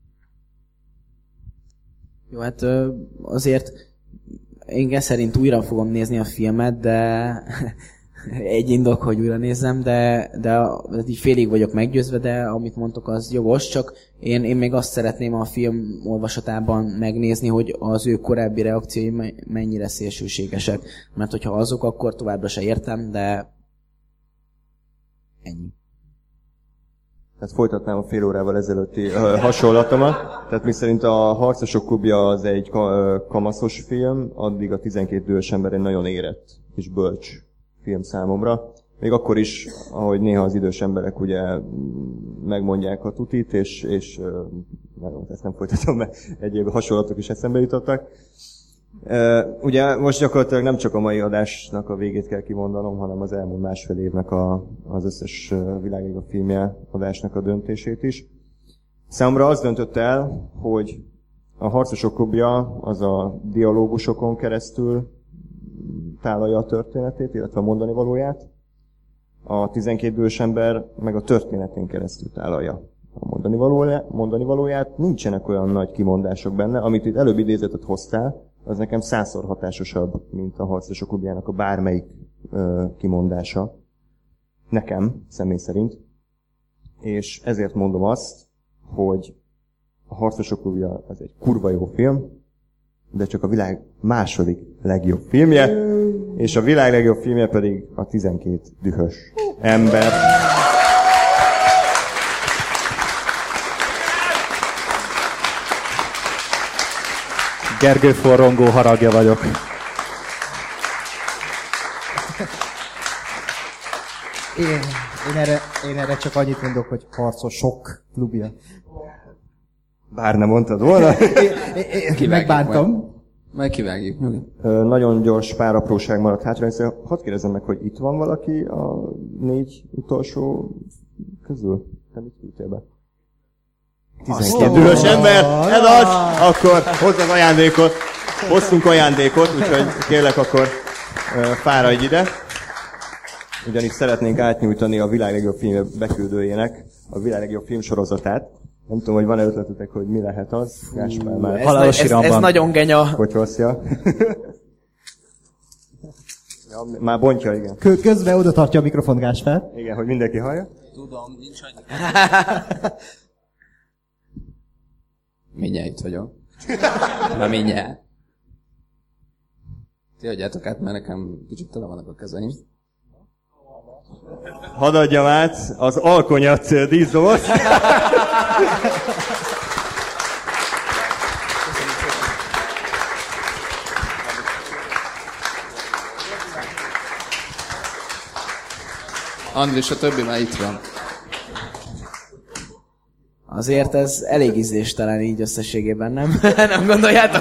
Jó, hát azért én szerint újra fogom nézni a filmet, de egy indok, hogy újra nézzem, de, de, de így félig vagyok meggyőzve, de amit mondtok, az jogos, csak én, én még azt szeretném a film olvasatában megnézni, hogy az ő korábbi reakciói mennyire szélsőségesek. Mert hogyha azok, akkor továbbra se értem, de ennyi. Tehát folytatnám a fél órával ezelőtti uh, hasonlatomat. Tehát miszerint a Harcosok klubja az egy kamaszos film, addig a tizenkét dühös ember egy nagyon érett és bölcs film számomra. Még akkor is, ahogy néha az idős emberek ugye megmondják a tutit, és, és nagyon, ezt nem folytatom, mert egyéb hasonlatok is eszembe jutottak. Uh, ugye most gyakorlatilag nem csak a mai adásnak a végét kell kimondanom, hanem az elmúlt másfél évnek a, az összes világéga filmje adásnak a döntését is. Számomra az döntött el, hogy a Harcosok klubja az a dialógusokon keresztül tálalja a történetét, illetve a mondani valóját. A tizenkét bős ember meg a történetén keresztül tálalja a mondani valóját. Mondani valóját. Nincsenek olyan nagy kimondások benne, amit itt előbb idézetet hoztál, az nekem százszor hatásosabb, mint a Harcosok klubjának a bármelyik ö, kimondása. Nekem, személy szerint. És ezért mondom azt, hogy a Harcosok klubja az egy kurva jó film, de csak a világ második legjobb filmje, és a világ legjobb filmje pedig a tizenkét dühös ember. Gergő forrongó haragja vagyok. Én, én, erre, én erre csak annyit mondok, hogy Harcosok klubja. Bár nem mondtad volna. én, én megbántam. Majd, majd kivágjuk. Ö, nagyon gyors pár apróság maradt hátra. Hadd kérdezzem meg, hogy itt van valaki a négy utolsó közül? Te mit küldtél be? tizenkét dühös ember, ez az, akkor hozz az ajándékot. Hoztunk ajándékot, úgyhogy kérlek akkor fáradj ide. Ugyanis szeretnénk átnyújtani a világ legjobb film beküldőjének a világ legjobb filmsorozatát. Nem tudom, hogy van-e ötletetek, hogy mi lehet az. Gáspár már. Ez, ez, ez nagyon genya. Hogy hozja. Ja, már bontja, igen. Közben oda tartja a mikrofon Gáspár. Igen, hogy mindenki hallja. Tudom, nincs annyi. Mindjárt itt vagyok. Na mindjárt. Ti adjátok át, mert nekem kicsit tele vannak a kezeim. Hadd adjam át az alkonyat díszdobozt. Andris, a többi már itt van. Azért ez elég ízléstelen így összességében, nem? Nem gondoljátok?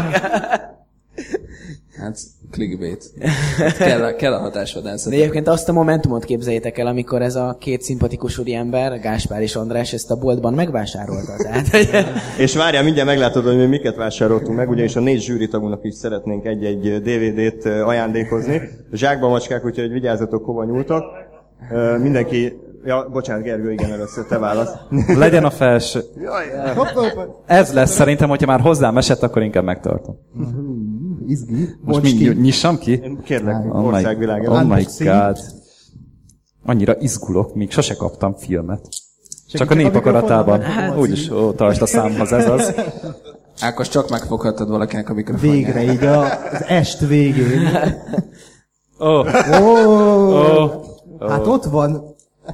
Hát, clickbait. Hát kell, kell a hatásvadászat. De egyébként azt a momentumot képzeljétek el, amikor ez a két szimpatikus úriember, Gáspár és András, ezt a boltban megvásárolta. Tehát, és várjál, mindjárt meglátod, hogy mi miket vásároltunk meg, ugyanis a négy zsűritagunknak is szeretnénk egy-egy dé vé dét ajándékozni. Zsákba macskák, úgyhogy vigyázzatok, hova nyúltak. Mindenki... Ja, bocsánat, Gergő, igen, először te válasz. Legyen a felső. Ez lesz szerintem, hogyha már hozzám esett, akkor inkább megtartom. Izgi. Most mi, nyissam ki? Én kérlek, oh országvilágra. Oh my god. Annyira izgulok, még sose kaptam filmet. Csak a nép akaratában. Úgyis, ó, tartsd a számhoz, ez az. Ákos, csak megfoghattad valakinek a mikrofonját. Végre, így a, az est végén. Ó. Oh. Oh. Oh. Hát ott van.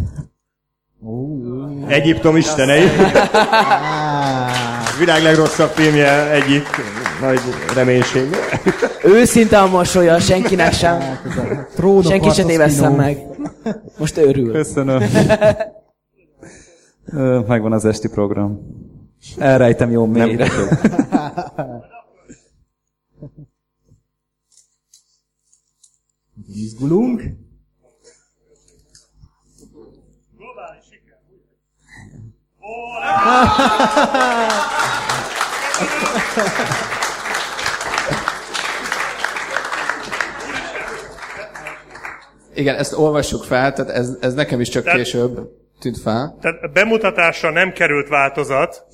Oh. Egyiptom istenei. Világ legrosszabb filmje egyik nagy reménység. Őszinte a mosolya, senkinek sem. Senki se tévesszem meg. Most örül. Köszönöm. Megvan az esti program. Elrejtem jó mélyre. Izgulunk. Igen, ezt olvassuk fel, tehát ez, ez nekem is csak tehát, később tűnt fel. Tehát bemutatásra nem került változat.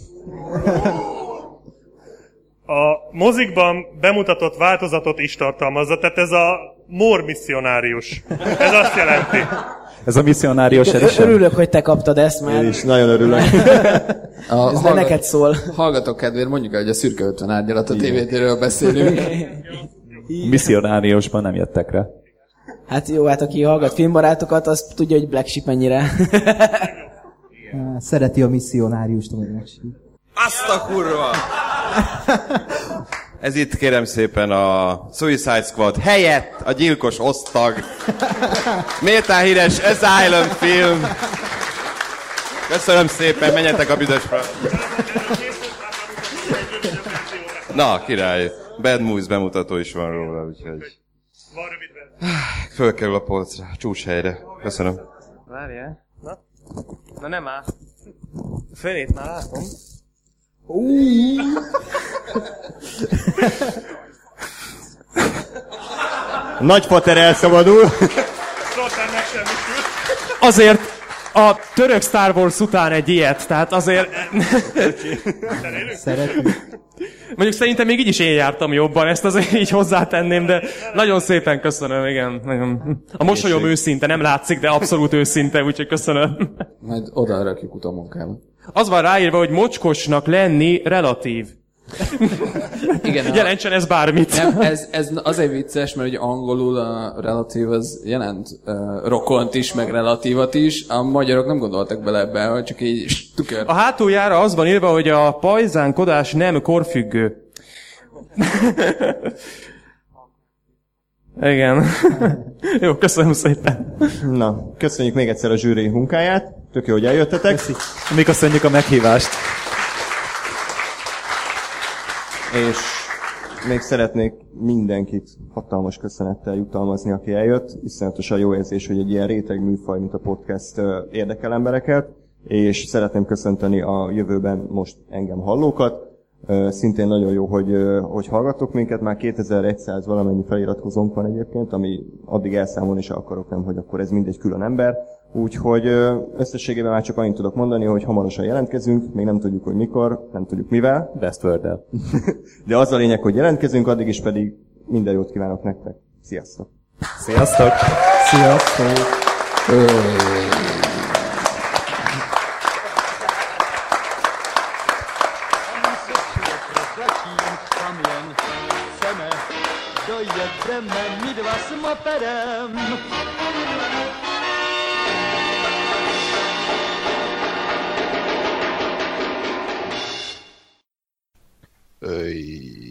A mozikban bemutatott változatot is tartalmazza, tehát ez a more misszionárius. Ez azt jelenti. Ez a misszionárius edition. Örülök, hogy te kaptad ezt, mert... Én is nagyon örülök. A, ez hallgat... neked szól. Hallgatok kedvéért, mondjuk el, hogy a Szürke ötven árnyalat a té vé té-ről beszélünk. Misszionáriusban nem jöttek rá. Hát jó, hát aki hallgat filmbarátokat, az tudja, hogy Black Sheep mennyire. Szereti a misszionáriust, a Black Sheep. Azt a kurva! Ez itt kérem szépen a Suicide Squad helyett a gyilkos osztag. Méltán híres Asylum film. Köszönöm szépen, menjetek a büdösre. Na, király. Bad Movies bemutató is van róla, úgyhogy... Fölkerül a polcra, csúcshelyre. Köszönöm. Várjál. Na? Na nem áll. Fölét már látom. Nagypater elszabadul. Azért a török Star Wars után egy ilyet, tehát azért... Szeretünk. Mondjuk szerintem még így is én jártam jobban, ezt azért így hozzátenném, de nagyon szépen köszönöm, igen. Nagyon. A mosolyom őszinte, nem látszik, de abszolút őszinte, úgyhogy köszönöm. Majd oda rakjuk utómunkába. Az van ráírva, hogy mocskosnak lenni relatív. Igen, jelentsen ez bármit. Nem, ez, ez azért vicces, mert ugye angolul a relatív az jelent uh, rokont is, meg relatívat is. A magyarok nem gondoltak bele ebbe, hogy csak így tükör. A hátuljára az van írva, hogy a pajzánkodás nem korfüggő. Igen. Jó, köszönöm szépen. Na, köszönjük még egyszer a zsűri munkáját. Tök jó, hogy eljöttetek. Köszi. Mi köszönjük a meghívást. És még szeretnék mindenkit hatalmas köszönettel jutalmazni, aki eljött. Iszonyatosan jó érzés, hogy egy ilyen réteg műfaj, mint a podcast érdekel embereket. És szeretném köszönteni a jövőben most engem hallókat. Szintén nagyon jó, hogy, hogy hallgattok minket. Már kétezer-száz valamennyi feliratkozónk van egyébként, ami addig elszámolni se akarok, nem, hogy akkor ez mindegy külön ember. Úgyhogy összességében már csak annyit tudok mondani, hogy hamarosan jelentkezünk, még nem tudjuk, hogy mikor, nem tudjuk mivel. Best word-el. De az a lényeg, hogy jelentkezünk, addig is pedig minden jót kívánok nektek. Sziasztok! Sziasztok! Sziasztok! Öy.